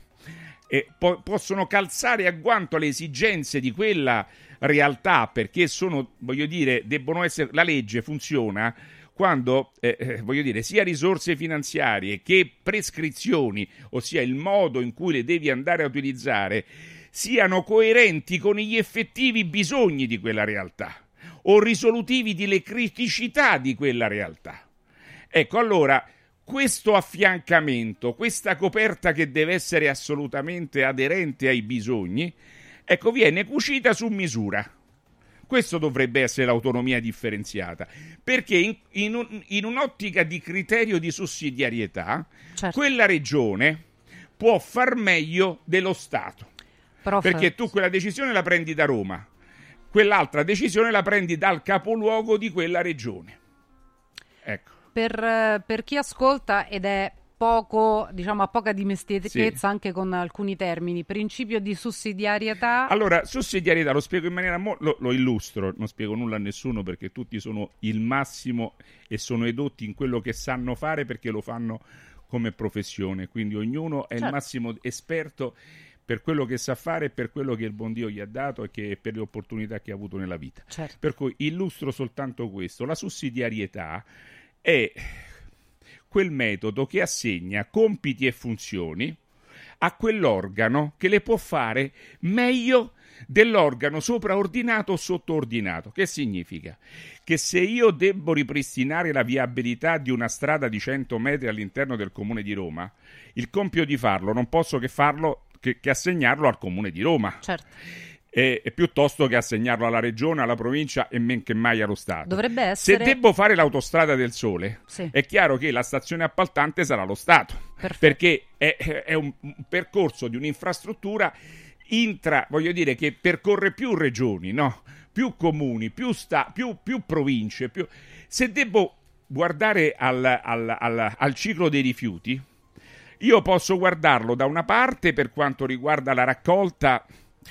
e po- possono calzare a guanto le esigenze di quella realtà, perché sono, voglio dire, debbono essere, la legge funziona quando, eh, voglio dire, sia risorse finanziarie che prescrizioni, ossia il modo in cui le devi andare a utilizzare, siano coerenti con gli effettivi bisogni di quella realtà o risolutivi delle criticità di quella realtà. Ecco, allora, questo affiancamento, questa coperta che deve essere assolutamente aderente ai bisogni, ecco, viene cucita su misura. Questo dovrebbe essere l'autonomia differenziata, perché in, in, un, in un'ottica di criterio di sussidiarietà, certo, quella regione può far meglio dello Stato. Prof. Perché tu quella decisione la prendi da Roma, quell'altra decisione la prendi dal capoluogo di quella regione. Ecco. Per, per chi ascolta ed è poco, diciamo, a poca dimestichezza, sì, anche con alcuni termini, principio di sussidiarietà. Allora, sussidiarietà lo spiego in maniera mo- lo, lo illustro, non spiego nulla a nessuno perché tutti sono il massimo e sono edotti in quello che sanno fare perché lo fanno come professione, quindi ognuno è, certo, il massimo esperto per quello che sa fare e per quello che il buon Dio gli ha dato e che per le opportunità che ha avuto nella vita. Certo. Per cui illustro soltanto questo. La sussidiarietà è quel metodo che assegna compiti e funzioni a quell'organo che le può fare meglio dell'organo sopraordinato o sottoordinato. Che significa? Che se io debbo ripristinare la viabilità di una strada di cento metri all'interno del Comune di Roma, il compito di farlo non posso che farlo che, che assegnarlo al Comune di Roma. Certo. E, e piuttosto che assegnarlo alla regione, alla provincia e men che mai allo Stato. Dovrebbe essere... Se devo fare l'autostrada del Sole, sì, è chiaro che la stazione appaltante sarà lo Stato. Perfetto. Perché è, è un, un percorso di un'infrastruttura intra, voglio dire, che percorre più regioni, no? Più comuni, più, sta, più, più province. Più... Se devo guardare al, al, al, al ciclo dei rifiuti, io posso guardarlo da una parte per quanto riguarda la raccolta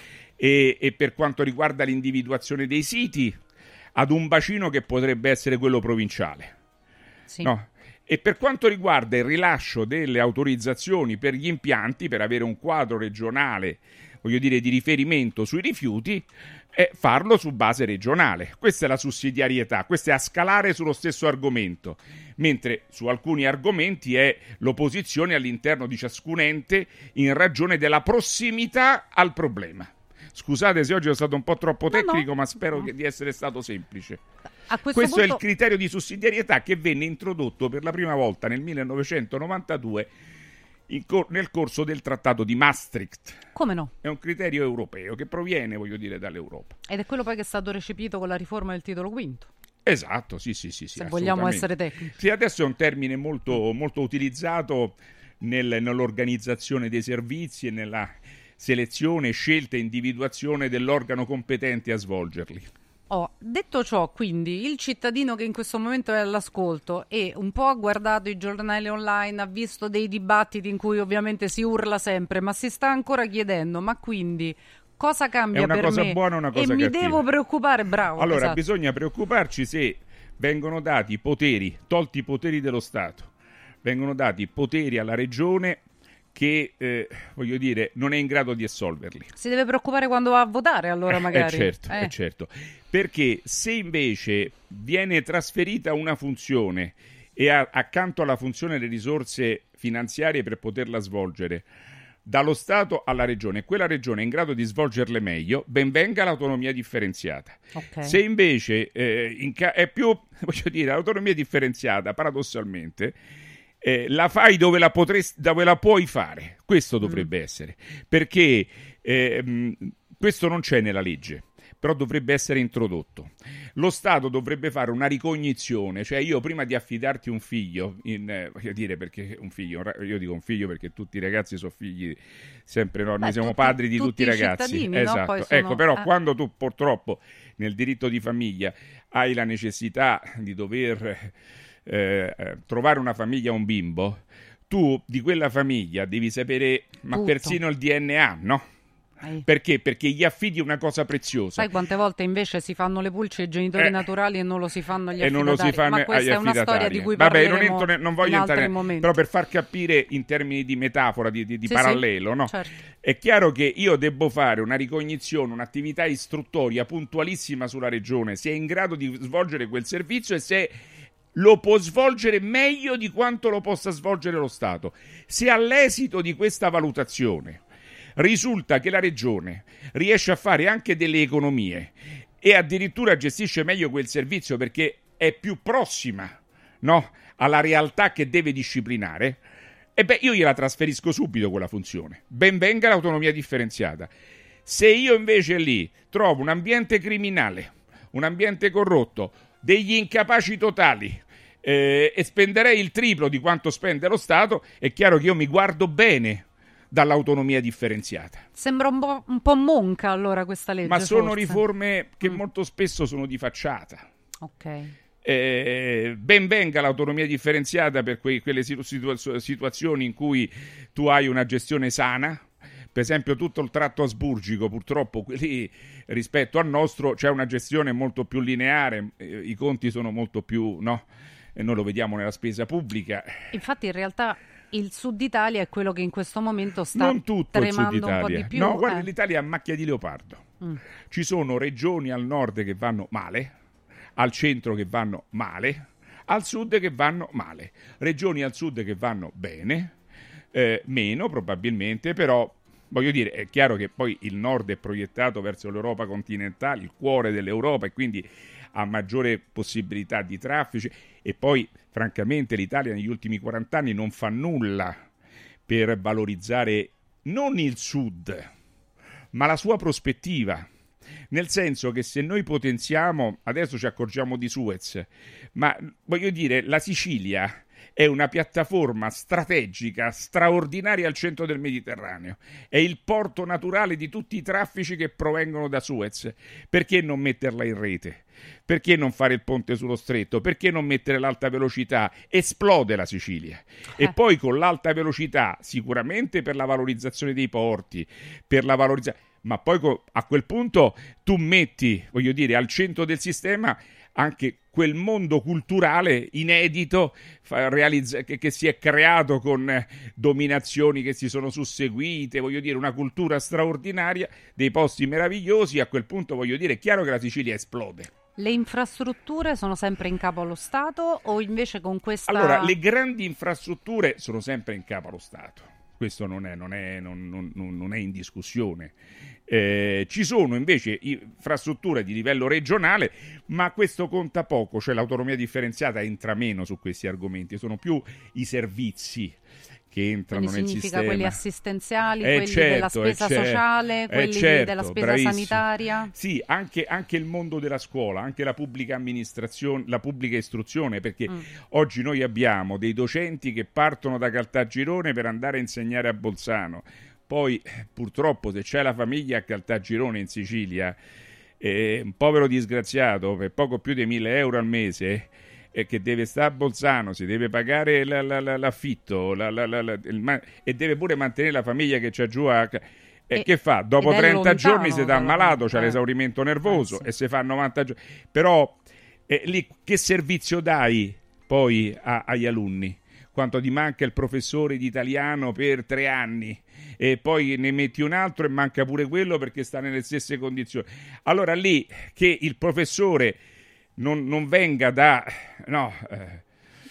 E, e per quanto riguarda l'individuazione dei siti ad un bacino che potrebbe essere quello provinciale. Sì. No? E per quanto riguarda il rilascio delle autorizzazioni per gli impianti, per avere un quadro regionale, voglio dire, di riferimento sui rifiuti, è farlo su base regionale. Questa è la sussidiarietà, questo è a scalare sullo stesso argomento, mentre su alcuni argomenti è l'opposizione all'interno di ciascun ente in ragione della prossimità al problema. Scusate se oggi sono stato un po' troppo tecnico, no, no, ma spero no. che, di essere stato semplice. A questo questo punto... è il criterio di sussidiarietà che venne introdotto per la prima volta nel millenovecentonovantadue in cor- nel corso del Trattato di Maastricht. Come no? È un criterio europeo che proviene, voglio dire, dall'Europa. Ed è quello poi che è stato recepito con la riforma del titolo quinto. Esatto, sì, sì, sì. sì se vogliamo essere tecnici. Sì, adesso è un termine molto, molto utilizzato nel, nell'organizzazione dei servizi e nella selezione, scelta e individuazione dell'organo competente a svolgerli. Oh, detto ciò, quindi, il cittadino che in questo momento è all'ascolto e un po' ha guardato i giornali online, ha visto dei dibattiti in cui ovviamente si urla sempre, ma si sta ancora chiedendo, ma quindi cosa cambia per me? È una cosa buona o una cosa cattiva? E cattiva? mi devo preoccupare, bravo. Allora, esatto. bisogna preoccuparci se vengono dati poteri, tolti i poteri dello Stato, vengono dati poteri alla regione che, eh, voglio dire, non è in grado di assolverli. Si deve preoccupare quando va a votare, allora magari. Eh, certo, eh. eh, certo. Perché se invece viene trasferita una funzione e a, accanto alla funzione le risorse finanziarie per poterla svolgere dallo Stato alla regione, quella regione è in grado di svolgerle meglio, ben venga l'autonomia differenziata. Okay. Se invece eh, in ca- è più, voglio dire, l'autonomia differenziata, paradossalmente, Eh, la fai dove la, potresti, dove la puoi fare, questo dovrebbe mm. essere, perché eh, mh, questo non c'è nella legge, però dovrebbe essere introdotto. Lo Stato dovrebbe fare una ricognizione, cioè io prima di affidarti un figlio, in, eh, voglio dire, perché un figlio, io dico un figlio perché tutti i ragazzi sono figli, sempre no, Beh, noi siamo tutti, padri di tutti, tutti i ragazzi, esatto. No? Sono, ecco, però eh. quando tu purtroppo nel diritto di famiglia hai la necessità di dover Eh, eh, trovare una famiglia a un bimbo, tu di quella famiglia devi sapere, ma Tutto. persino il D N A, no? Ehi. Perché? Perché gli affidi una cosa preziosa. Sai quante volte invece si fanno le pulci ai genitori eh, naturali e non lo si fanno agli e affidatari? Non lo si fanno ma questa è una storia di cui Vabbè, parleremo non, entro, non voglio in altri entrare, momenti. Però per far capire in termini di metafora, di, di, di sì, parallelo, sì, no? Certo. È chiaro che io devo fare una ricognizione, un'attività istruttoria puntualissima sulla regione, se è in grado di svolgere quel servizio e se lo può svolgere meglio di quanto lo possa svolgere lo Stato. Se all'esito di questa valutazione risulta che la regione riesce a fare anche delle economie e addirittura gestisce meglio quel servizio perché è più prossima, no, alla realtà che deve disciplinare, e beh, io gliela trasferisco subito quella funzione. Ben venga l'autonomia differenziata. Se io invece lì trovo un ambiente criminale un ambiente corrotto, degli incapaci totali, eh, e spenderei il triplo di quanto spende lo Stato, è chiaro che io mi guardo bene dall'autonomia differenziata. Sembra un po', un po' monca allora questa legge. Ma sono forse. riforme che mm. molto spesso sono di facciata. Ok. Eh, ben venga l'autonomia differenziata per quei, quelle situ- situazioni in cui tu hai una gestione sana. Per esempio tutto il tratto asburgico, purtroppo lì rispetto al nostro c'è una gestione molto più lineare, eh, i conti sono molto più, no? E noi lo vediamo nella spesa pubblica. Infatti in realtà il Sud Italia è quello che in questo momento sta non tutto tremando il Sud Italia. un po' di più. No, guarda, eh. l'Italia è a macchia di leopardo. Mm. Ci sono regioni al nord che vanno male, al centro che vanno male, al sud che vanno male. Regioni al sud che vanno bene, eh, meno probabilmente, però voglio dire, è chiaro che poi il nord è proiettato verso l'Europa continentale, il cuore dell'Europa, e quindi ha maggiore possibilità di traffici, e poi francamente l'Italia negli ultimi quaranta anni non fa nulla per valorizzare non il sud, ma la sua prospettiva. Nel senso che se noi potenziamo, adesso ci accorgiamo di Suez, ma voglio dire, la Sicilia è una piattaforma strategica straordinaria al centro del Mediterraneo, è il porto naturale di tutti i traffici che provengono da Suez. Perché non metterla in rete? Perché non fare il ponte sullo stretto? Perché non mettere l'alta velocità? Esplode la Sicilia. Eh. E poi con l'alta velocità, sicuramente per la valorizzazione dei porti, per la valorizzazione, ma poi a quel punto tu metti, voglio dire, al centro del sistema anche quel mondo culturale inedito realizza- che, che si è creato con eh, dominazioni che si sono susseguite, voglio dire, una cultura straordinaria, dei posti meravigliosi. A quel punto, voglio dire, è chiaro che la Sicilia esplode. Le infrastrutture sono sempre in capo allo Stato o invece con questa... Allora, le grandi infrastrutture sono sempre in capo allo Stato. Questo non è, non è, non, non, non è in discussione. Eh, ci sono invece infrastrutture di livello regionale, ma questo conta poco, cioè l'autonomia differenziata entra meno su questi argomenti, sono più i servizi che entrano Quindi nel significa sistema. quelli assistenziali, eh quelli certo, della spesa certo, sociale, quelli certo, della spesa bravissimo. sanitaria. Sì, anche, anche il mondo della scuola, anche la pubblica amministrazione, la pubblica istruzione, perché mm. oggi noi abbiamo dei docenti che partono da Caltagirone per andare a insegnare a Bolzano. Poi purtroppo se c'è la famiglia a Caltagirone in Sicilia, eh, un povero disgraziato per poco più di mille euro al mese, e che deve stare a Bolzano, si deve pagare la, la, la, l'affitto la, la, la, la, il, e deve pure mantenere la famiglia che c'ha giù a... E, e che fa? Dopo trenta lontano, giorni si dà ammalato, c'ha eh. l'esaurimento nervoso, eh, sì. E se fa novanta giorni. Però eh, lì che servizio dai poi a, agli alunni? Quanto ti manca il professore di italiano per tre anni e poi ne metti un altro e manca pure quello perché sta nelle stesse condizioni. Allora lì che il professore non, non venga da... no, eh,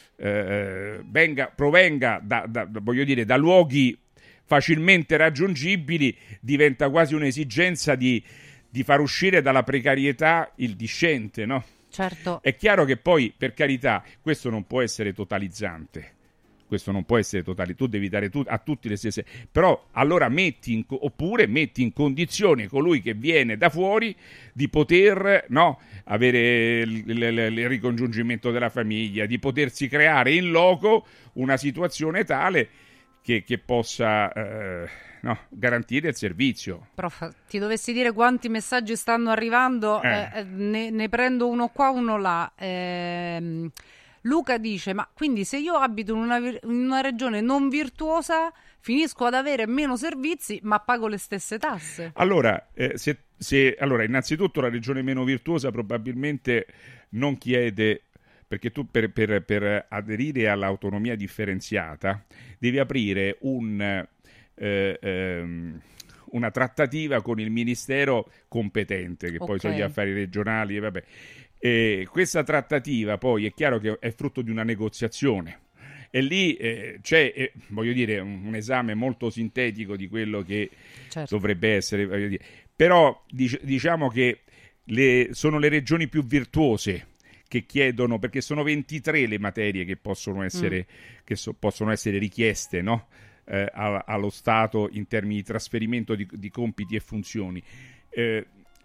eh, venga, provenga da, da, voglio dire, da luoghi facilmente raggiungibili, diventa quasi un'esigenza di, di far uscire dalla precarietà il discente, no? Certo. È chiaro che poi, per carità, questo non può essere totalizzante. Questo non può essere totale, tu devi dare tu, a tutti le stesse, però allora metti in, oppure metti in condizione colui che viene da fuori di poter, no, avere il, il, il ricongiungimento della famiglia, di potersi creare in loco una situazione tale che, che possa eh, no, garantire il servizio. Prof, ti dovessi dire quanti messaggi stanno arrivando, eh. Eh, ne, ne prendo uno qua, uno là. Ehm... Luca dice, ma quindi se io abito in una, in una regione non virtuosa finisco ad avere meno servizi ma pago le stesse tasse? Allora, eh, se, se, allora innanzitutto la regione meno virtuosa probabilmente non chiede, perché tu per, per, per aderire all'autonomia differenziata devi aprire un... Eh, ehm, una trattativa con il ministero competente, che okay. poi sono gli affari regionali, e vabbè. E questa trattativa poi è chiaro che è frutto di una negoziazione e lì eh, c'è, eh, voglio dire, un, un esame molto sintetico di quello che certo. dovrebbe essere, voglio dire. Però dic- diciamo che le, sono le regioni più virtuose che chiedono, perché sono ventitré le materie che possono essere, mm. che so, possono essere richieste, no? eh, a, allo Stato in termini di trasferimento di, di compiti e funzioni. Eh,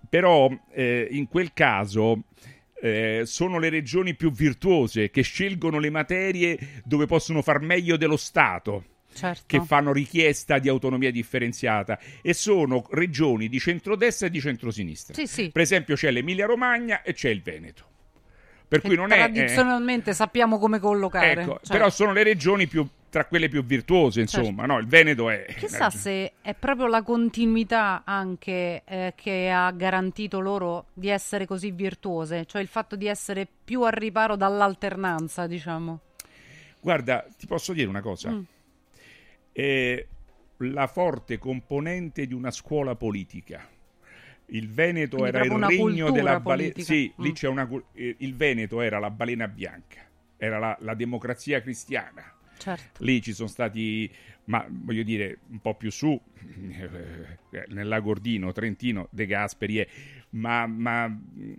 però eh, in quel caso eh, sono le regioni più virtuose che scelgono le materie dove possono far meglio dello Stato. Certo. Che fanno richiesta di autonomia differenziata, e sono regioni di centrodestra e di centrosinistra. Sì, sì. Per esempio c'è l'Emilia Romagna e c'è il Veneto. Per che cui non tradizionalmente è, eh, sappiamo come collocare. Ecco, certo. Però sono le regioni più, tra quelle più virtuose, insomma, certo. No? Il Veneto è... Chissà se è proprio la continuità anche eh, che ha garantito loro di essere così virtuose, cioè il fatto di essere più al riparo dall'alternanza, diciamo. Guarda, ti posso dire una cosa. Mm. Eh, la forte componente di una scuola politica. Il Veneto Quindi era il regno della balena. Sì, mm. lì c'è una. Il Veneto era la balena bianca, era la, la democrazia cristiana. Certo. Lì ci sono stati, ma voglio dire, un po' più su, nel Lagordino, Trentino, De Gasperi, eh, ma, ma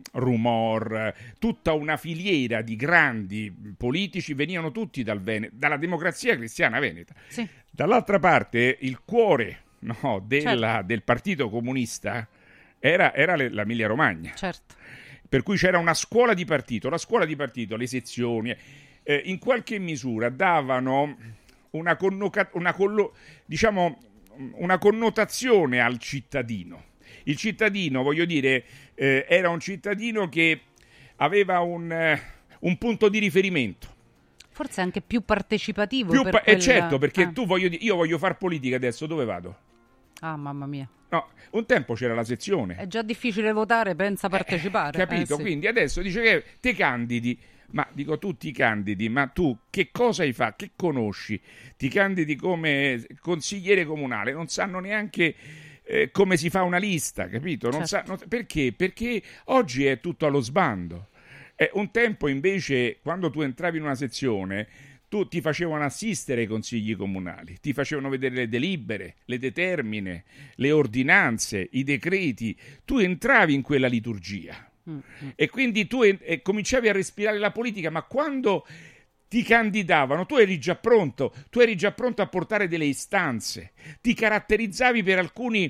Rumor, tutta una filiera di grandi politici venivano tutti dal Veneto, dalla democrazia cristiana veneta. Sì. Dall'altra parte, il cuore no, della, certo. del Partito Comunista era, era l'Emilia Romagna. Certo. Per cui c'era una scuola di partito, la scuola di partito, le sezioni... Eh, in qualche misura davano una, connoca- una, collo- diciamo, una connotazione al cittadino. Il cittadino, voglio dire, eh, era un cittadino che aveva un, eh, un punto di riferimento. Forse anche più partecipativo. Più per pa- quella... eh certo, perché ah. tu voglio dire, io voglio far politica adesso, dove vado? Ah, mamma mia. No, un tempo c'era la sezione. È già difficile votare, pensa partecipare. Eh, capito? Eh, sì. Quindi adesso dice che te candidi. Ma dico, tu ti candidi, ma tu che cosa hai fatto? Che conosci? Ti candidi come consigliere comunale, non sanno neanche eh, come si fa una lista, capito? Non certo. sa, non, perché? Perché oggi è tutto allo sbando. Eh, un tempo invece, quando tu entravi in una sezione, tu ti facevano assistere ai consigli comunali, ti facevano vedere le delibere, le determine, le ordinanze, i decreti, tu entravi in quella liturgia. Mm-hmm. E quindi tu e, e cominciavi a respirare la politica, ma quando ti candidavano tu eri già pronto, tu eri già pronto a portare delle istanze, ti caratterizzavi per alcuni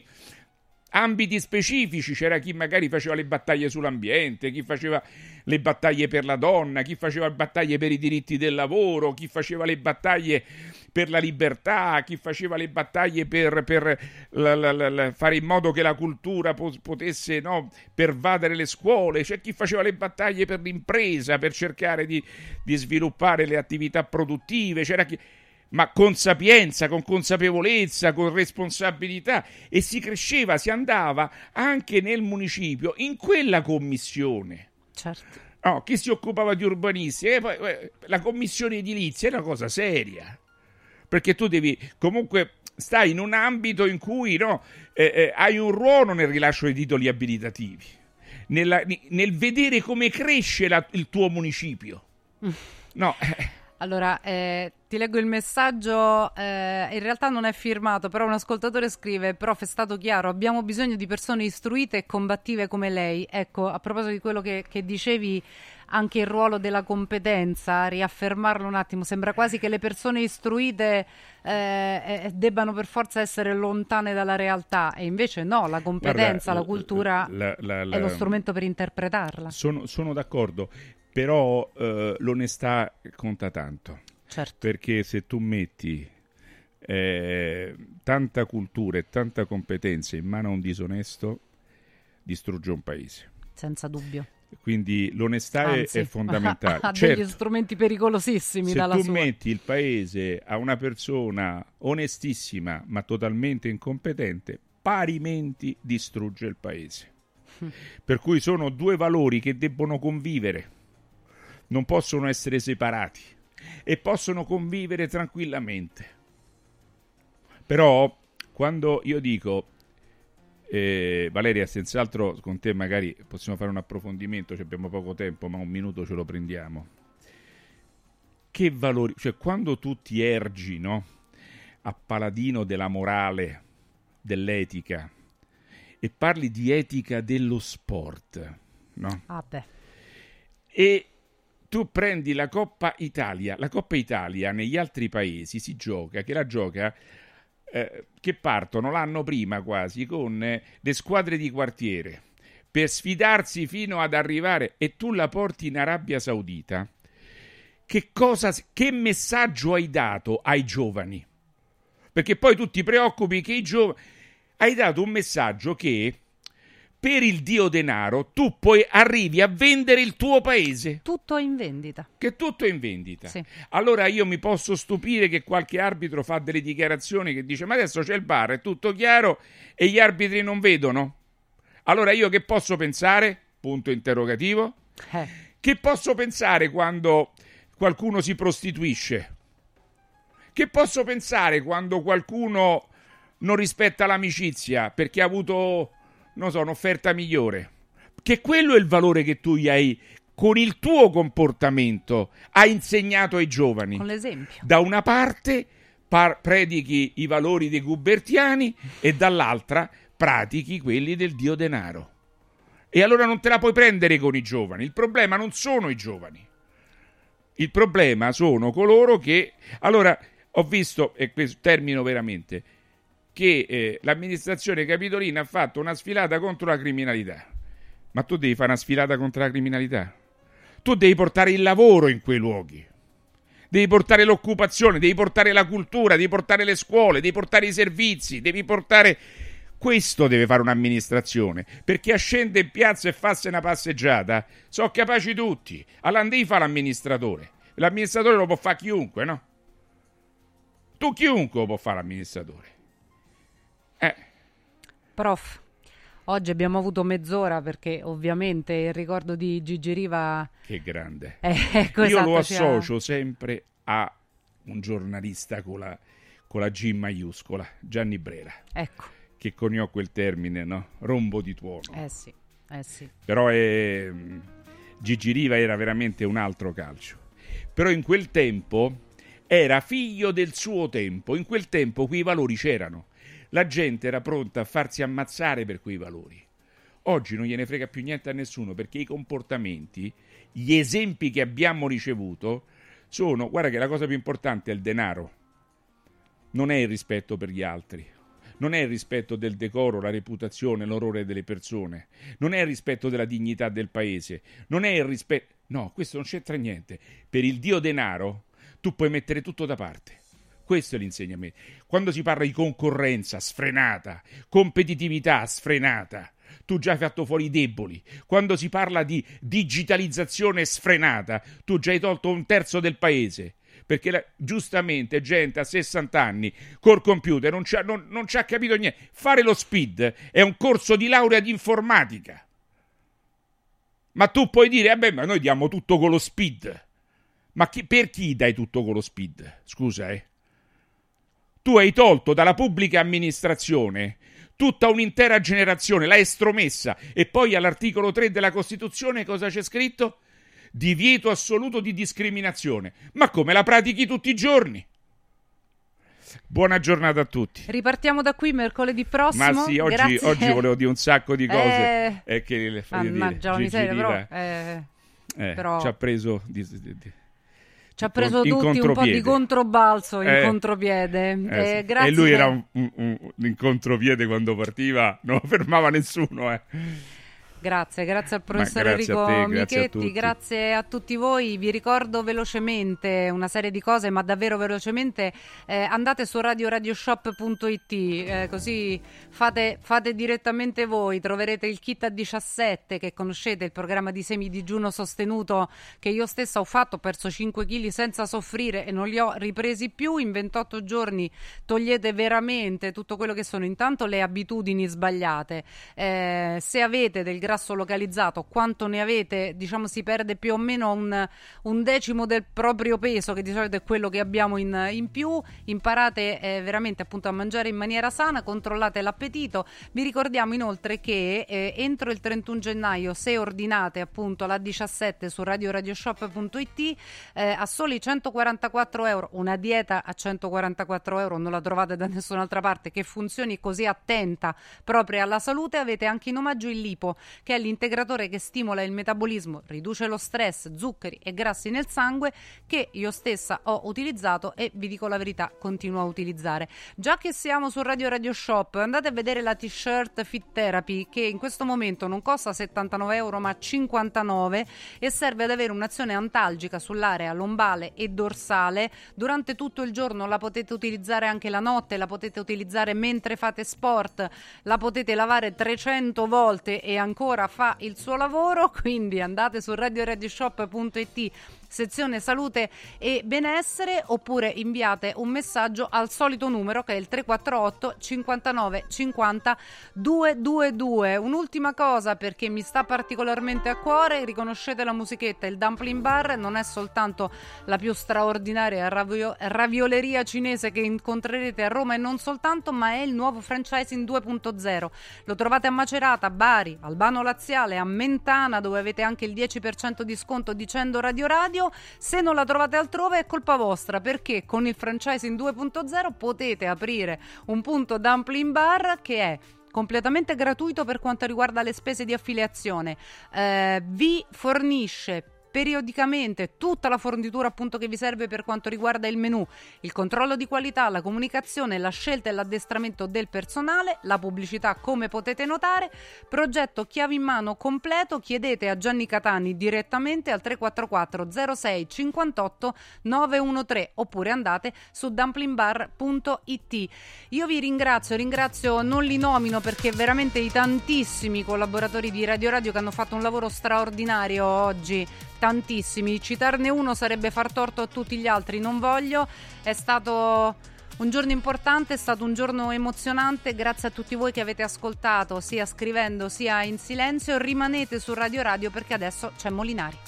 ambiti specifici, c'era chi magari faceva le battaglie sull'ambiente, chi faceva le battaglie per la donna, chi faceva battaglie per i diritti del lavoro, chi faceva le battaglie per la libertà, chi faceva le battaglie per, per la, la, la, fare in modo che la cultura potesse no, pervadere le scuole, c'è chi faceva le battaglie per l'impresa, per cercare di, di sviluppare le attività produttive, c'era chi... ma con sapienza, con consapevolezza, con responsabilità, e si cresceva, si andava anche nel municipio in quella commissione. Certo. No, chi si occupava di urbanistica, e poi, eh, la commissione edilizia è una cosa seria, perché tu devi comunque stai in un ambito in cui no, eh, eh, hai un ruolo nel rilascio dei titoli abilitativi, nella, nel vedere come cresce la, il tuo municipio. No. Allora, eh, ti leggo il messaggio, eh, in realtà non è firmato, però un ascoltatore scrive: prof, è stato chiaro, abbiamo bisogno di persone istruite e combattive come lei. Ecco, a proposito di quello che, che dicevi, anche il ruolo della competenza, riaffermarlo un attimo, sembra quasi che le persone istruite eh, debbano per forza essere lontane dalla realtà, e invece no, la competenza, Guarda, la cultura la, la, la, è lo strumento per interpretarla. Sono, sono d'accordo. Però eh, l'onestà conta tanto, certo. Perché se tu metti eh, tanta cultura e tanta competenza in mano a un disonesto, distrugge un paese. Senza dubbio. Quindi l'onestà Anzi, è, è fondamentale. Ha certo, degli strumenti pericolosissimi dalla sua. Se tu metti il paese a una persona onestissima ma totalmente incompetente, parimenti distrugge il paese. Mm. Per cui sono due valori che debbono convivere. Non possono essere separati e possono convivere tranquillamente. Però quando io dico eh, Valeria, senz'altro con te magari possiamo fare un approfondimento, abbiamo poco tempo, ma un minuto ce lo prendiamo. Che valori, cioè quando tu ti ergi, no, a paladino della morale, dell'etica, e parli di etica dello sport, no? Ah beh. E tu prendi la Coppa Italia, la Coppa Italia negli altri paesi si gioca, che la gioca, eh, che partono l'anno prima quasi con eh, le squadre di quartiere, per sfidarsi fino ad arrivare, e tu la porti in Arabia Saudita, che cosa, che messaggio hai dato ai giovani? Perché poi tu ti preoccupi che i giovani... Hai dato un messaggio che per il dio denaro tu poi arrivi a vendere il tuo paese. Tutto è in vendita. Che tutto è in vendita. Sì. Allora io mi posso stupire che qualche arbitro fa delle dichiarazioni che dice: ma adesso c'è il V A R, è tutto chiaro e gli arbitri non vedono. Allora io che posso pensare? Punto interrogativo. Eh. Che posso pensare quando qualcuno si prostituisce? Che posso pensare quando qualcuno non rispetta l'amicizia perché ha avuto, non so, un'offerta migliore? Che quello è il valore che tu gli hai, con il tuo comportamento, hai insegnato ai giovani. Con l'esempio. Da una parte par- predichi i valori dei gubertiani e dall'altra pratichi quelli del dio denaro. E allora non te la puoi prendere con i giovani. Il problema non sono i giovani. Il problema sono coloro che... Allora, ho visto, e questo termino veramente, che eh, l'amministrazione capitolina ha fatto una sfilata contro la criminalità. Ma tu devi fare una sfilata contro la criminalità? Tu devi portare il lavoro in quei luoghi. Devi portare l'occupazione, devi portare la cultura, devi portare le scuole, devi portare i servizi, devi portare... Questo deve fare un'amministrazione, perché a scendere in piazza e farsi una passeggiata sono capaci tutti. Allora non devi fare l'amministratore. L'amministratore lo può fare chiunque, no? Tu chiunque lo può fare l'amministratore. Eh. Prof, oggi abbiamo avuto mezz'ora perché ovviamente il ricordo di Gigi Riva... Che grande. Eh, ecco, Io esatto, lo associo ha... sempre a un giornalista con la, con la G maiuscola, Gianni Brera. Ecco. Che coniò quel termine, no? Rombo di tuono. Eh sì, eh sì. Però è... Gigi Riva era veramente un altro calcio. Però in quel tempo era figlio del suo tempo. In quel tempo quei valori c'erano. La gente era pronta a farsi ammazzare per quei valori. Oggi non gliene frega più niente a nessuno, perché i comportamenti, gli esempi che abbiamo ricevuto sono... Guarda che la cosa più importante è il denaro. Non è il rispetto per gli altri. Non è il rispetto del decoro, la reputazione, l'onore delle persone. Non è il rispetto della dignità del paese. Non è il rispetto... No, questo non c'entra niente. Per il dio denaro tu puoi mettere tutto da parte. Questo è l'insegnamento. Quando si parla di concorrenza sfrenata, competitività sfrenata, tu già hai fatto fuori i deboli. Quando si parla di digitalizzazione sfrenata, tu già hai tolto un terzo del paese. Perché la, giustamente gente a sessanta anni col computer non ci ha non, non c'ha capito niente. Fare lo SPID è un corso di laurea di informatica. Ma tu puoi dire, vabbè, ma noi diamo tutto con lo SPID. Ma chi, per chi dai tutto con lo SPID? Scusa, eh. Tu hai tolto dalla pubblica amministrazione tutta un'intera generazione, l'hai estromessa. E poi all'articolo tre della Costituzione cosa c'è scritto? Divieto assoluto di discriminazione. Ma come la pratichi tutti i giorni? Buona giornata a tutti. Ripartiamo da qui mercoledì prossimo. Ma sì, oggi, oggi volevo dire un sacco di cose. Eh, è che le mannaggia la miseria, però, eh, eh, però ci ha preso di, di, di, ci ha preso tutti un po' di controbalzo in eh, contropiede. Eh, eh, grazie. E lui era un, un, un, un contropiede quando partiva, non lo fermava nessuno, eh. Grazie, grazie al professor grazie Enrico te, Michetti, grazie a, grazie a tutti voi. Vi ricordo velocemente una serie di cose, ma davvero velocemente, eh, andate su radio radio shop punto it, eh, così fate, fate direttamente voi, troverete il kit a diciassette che conoscete, il programma di semidigiuno sostenuto che io stessa ho fatto, ho perso cinque chili senza soffrire e non li ho ripresi più. In ventotto giorni togliete veramente tutto quello che sono intanto le abitudini sbagliate. Eh, se avete del grasso localizzato, quanto ne avete, diciamo si perde più o meno un, un decimo del proprio peso, che di solito è quello che abbiamo in, in più. Imparate eh, veramente appunto a mangiare in maniera sana, controllate l'appetito. Vi ricordiamo inoltre che eh, entro il trentuno gennaio, se ordinate appunto la diciassette su radio radio shop punto it, eh, a soli centoquarantaquattro euro, una dieta a centoquarantaquattro euro non la trovate da nessun'altra parte che funzioni così attenta proprio alla salute. Avete anche in omaggio il lipo, che è l'integratore che stimola il metabolismo, riduce lo stress, zuccheri e grassi nel sangue, che io stessa ho utilizzato e vi dico la verità, continuo a utilizzare. Già che siamo su Radio Radio Shop, andate a vedere la t-shirt Fit Therapy, che in questo momento non costa settantanove euro ma cinquantanove, e serve ad avere un'azione antalgica sull'area lombale e dorsale durante tutto il giorno. La potete utilizzare anche la notte, la potete utilizzare mentre fate sport, la potete lavare trecento volte e ancora fa il suo lavoro. Quindi andate su radio radio shop punto it, sezione salute e benessere, oppure inviate un messaggio al solito numero che è il tre quattro otto cinquantanove cinquanta duecentoventidue. Un'ultima cosa, perché mi sta particolarmente a cuore: riconoscete la musichetta, il Dumpling Bar non è soltanto la più straordinaria ravio- ravioleria cinese che incontrerete a Roma e non soltanto, ma è il nuovo franchising due punto zero. Lo trovate a Macerata, Bari, Albano Laziale, a Mentana, dove avete anche il dieci per cento di sconto dicendo Radio Radio. Se non la trovate altrove è colpa vostra, perché con il franchising due punto zero potete aprire un punto Dumpling Bar che è completamente gratuito per quanto riguarda le spese di affiliazione, eh, vi fornisce periodicamente tutta la fornitura appunto che vi serve per quanto riguarda il menù, il controllo di qualità, la comunicazione, la scelta e l'addestramento del personale, la pubblicità come potete notare. Progetto chiave in mano completo. Chiedete a Gianni Catani direttamente al tre quattro quattro zero sei cinquantotto novecentotredici, oppure andate su dumpling bar punto it. Io vi ringrazio, ringrazio, non li nomino perché veramente i tantissimi collaboratori di Radio Radio che hanno fatto un lavoro straordinario oggi, tantissimi. Citarne uno sarebbe far torto a tutti gli altri, non voglio. È stato un giorno importante, è stato un giorno emozionante. Grazie a tutti voi che avete ascoltato, sia scrivendo sia in silenzio. Rimanete su Radio Radio perché adesso c'è Molinari.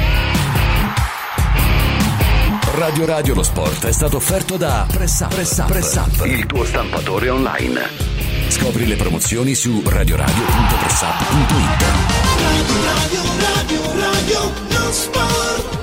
Radio Radio lo sport è stato offerto da Press Up, Press Up, Press Up, il tuo stampatore online. Scopri le promozioni su radioradio punto pressup punto it. Radio, radio, radio, radio, lo sport.